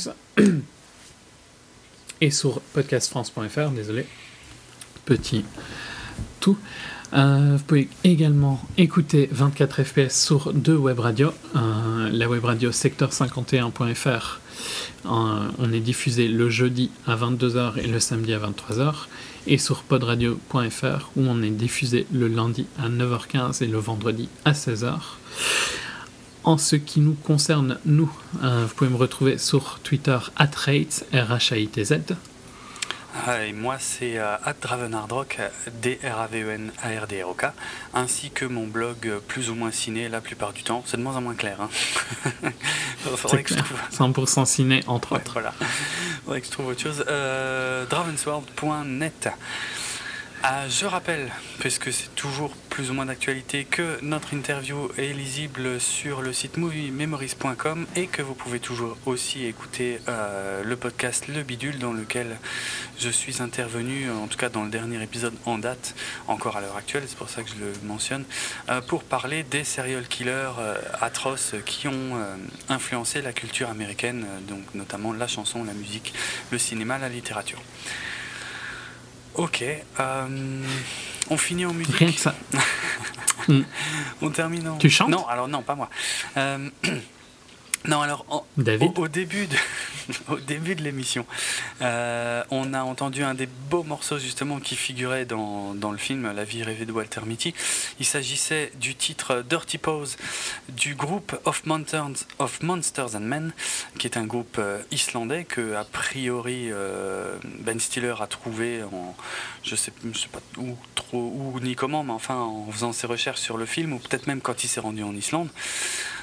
Speaker 3: et sur podcast france point f r, désolé, petit tout. Euh, vous pouvez également écouter vingt-quatre F P S sur deux web radios. Euh, la web radio secteur cinquante et un point f r, euh, on est diffusé le jeudi à vingt-deux heures et le samedi à vingt-trois heures. Et sur podradio point f r où on est diffusé le lundi à neuf heures quinze et le vendredi à seize heures. En ce qui nous concerne, nous, euh, vous pouvez me retrouver sur Twitter at rates, R H A I T Z.
Speaker 2: Ah, et moi, c'est euh, at dravenhardrock, D R A V E N A R D R O K, ainsi que mon blog euh, plus ou moins ciné la plupart du temps. C'est de moins en moins clair. Hein. Faudrait
Speaker 3: C'est
Speaker 2: que je
Speaker 3: clair.
Speaker 2: trouve.
Speaker 3: cent pour cent ciné, entre
Speaker 2: Ouais,
Speaker 3: autres.
Speaker 2: voilà. Faudrait que je trouve autre chose. Euh, dravensword point net. Ah, je rappelle, puisque c'est toujours plus ou moins d'actualité, que notre interview est lisible sur le site movie memories point com et que vous pouvez toujours aussi écouter euh, le podcast Le Bidule, dans lequel je suis intervenu, en tout cas dans le dernier épisode en date, encore à l'heure actuelle, c'est pour ça que je le mentionne, euh, pour parler des serial killers euh, atroces qui ont euh, influencé la culture américaine, euh, donc notamment la chanson, la musique, le cinéma, la littérature. Ok, euh, on finit en musique.
Speaker 3: Rien que ça.
Speaker 2: On termine en...
Speaker 3: Tu chantes ?
Speaker 2: Non, alors non, pas moi. Euh, non, alors en-
Speaker 3: David
Speaker 2: au, au début de, au début de l'émission, euh, on a entendu un des beaux morceaux justement qui figurait dans, dans le film La vie rêvée de Walter Mitty. Il s'agissait du titre Dirty Pose du groupe Of Monsters, of Monsters and Men, qui est un groupe euh, islandais que a priori euh, Ben Stiller a trouvé en, je sais, je sais pas où, trop, où ni comment, mais enfin en faisant ses recherches sur le film, ou peut-être même quand il s'est rendu en Islande.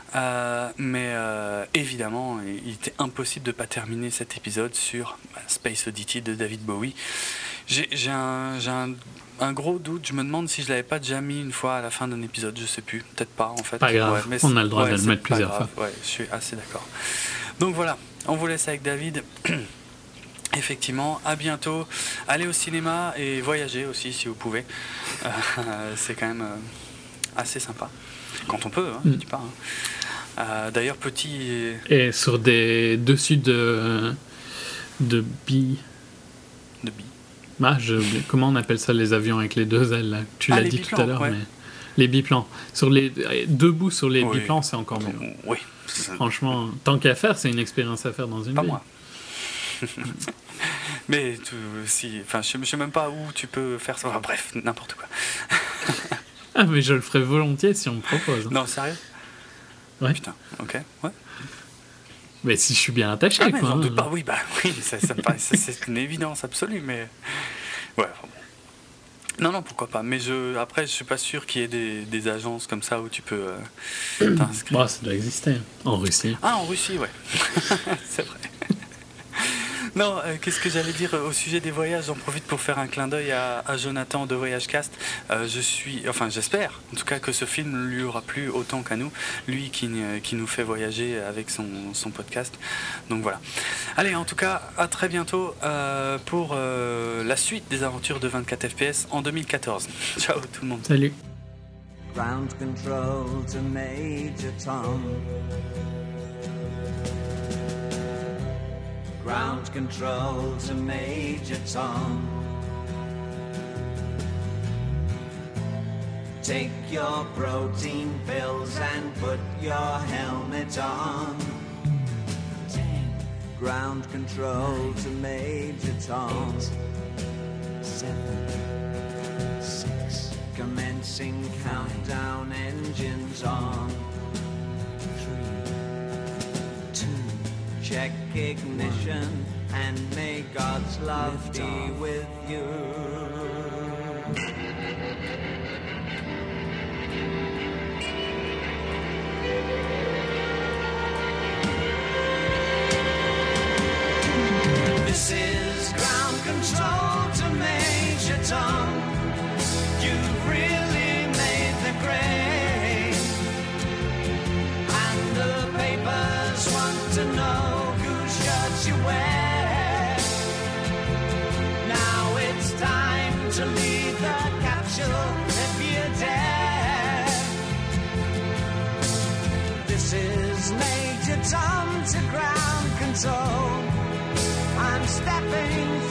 Speaker 2: Euh, mais euh, évidemment, il était impossible de ne pas terminer cet épisode sur bah, Space Oddity de David Bowie. J'ai, j'ai, un, j'ai un, un gros doute, je me demande si je l'avais pas déjà mis une fois à la fin d'un épisode, je sais plus, peut-être pas en fait.
Speaker 3: Pas grave,
Speaker 2: ouais, mais
Speaker 3: on a le droit
Speaker 2: ouais,
Speaker 3: de le mettre plusieurs
Speaker 2: grave.
Speaker 3: fois.
Speaker 2: Ouais, je suis assez d'accord. Donc voilà, on vous laisse avec David. Effectivement, à bientôt. Allez au cinéma et voyagez aussi si vous pouvez. Euh, c'est quand même euh, assez sympa. Quand on peut, hein, mm. je dis pas. Hein. Euh, d'ailleurs, petit.
Speaker 3: Et sur des dessus de. de billes.
Speaker 2: De billes.
Speaker 3: Ah, je... Comment on appelle ça les avions avec les deux ailes là? Tu
Speaker 2: ah,
Speaker 3: l'as dit
Speaker 2: biplans,
Speaker 3: tout à l'heure,
Speaker 2: ouais.
Speaker 3: mais. Les biplans. Sur les... Debout sur les
Speaker 2: oui.
Speaker 3: biplans, c'est encore mieux.
Speaker 2: Oui.
Speaker 3: Franchement, tant qu'à faire, c'est une expérience à faire dans une
Speaker 2: pas
Speaker 3: vie.
Speaker 2: Moi. Mais tu, si, enfin, je ne sais même pas où tu peux faire ça. Enfin, bref, n'importe quoi.
Speaker 3: Ah, mais je le ferais volontiers si on me propose.
Speaker 2: Non, sérieux?
Speaker 3: Ouais.
Speaker 2: Putain, ok, ouais.
Speaker 3: Mais si je suis bien attaché,
Speaker 2: ah, mais
Speaker 3: quoi.
Speaker 2: J'en doute pas, oui, bah oui, ça, ça me paraît, ça, c'est une évidence absolue, mais. Ouais, bon. Non, non, pourquoi pas. Mais je, après, je suis pas sûr qu'il y ait des, des agences comme ça où tu peux euh, t'inscrire.
Speaker 3: Bah, ça doit exister. En Russie.
Speaker 2: Ah, en Russie, ouais. C'est vrai. Non, euh, qu'est-ce que j'allais dire au sujet des voyages? J'en profite pour faire un clin d'œil à, à Jonathan de Voyage Cast. Euh, je suis, enfin, j'espère, en tout cas, que ce film lui aura plu autant qu'à nous. Lui qui, qui nous fait voyager avec son, son podcast. Donc voilà. Allez, en tout cas, à très bientôt euh, pour euh, la suite des aventures de vingt-quatre F P S en deux mille quatorze. Ciao tout le monde.
Speaker 3: Salut.
Speaker 1: Ground control to Major Tom. Ground control to Major Tom. Take your protein pills and put your helmet on. Ten. Ground control to Major Tom. Eight. Seven. Six. Commencing countdown, engines on. Three. Two. Check ignition and may God's love Lift be off. With you. This is ground control to Major Tom. You've really made the grade, and the papers want to know you wear. Now it's time to leave the capsule if you dare. This is Major Tom to ground control. I'm stepping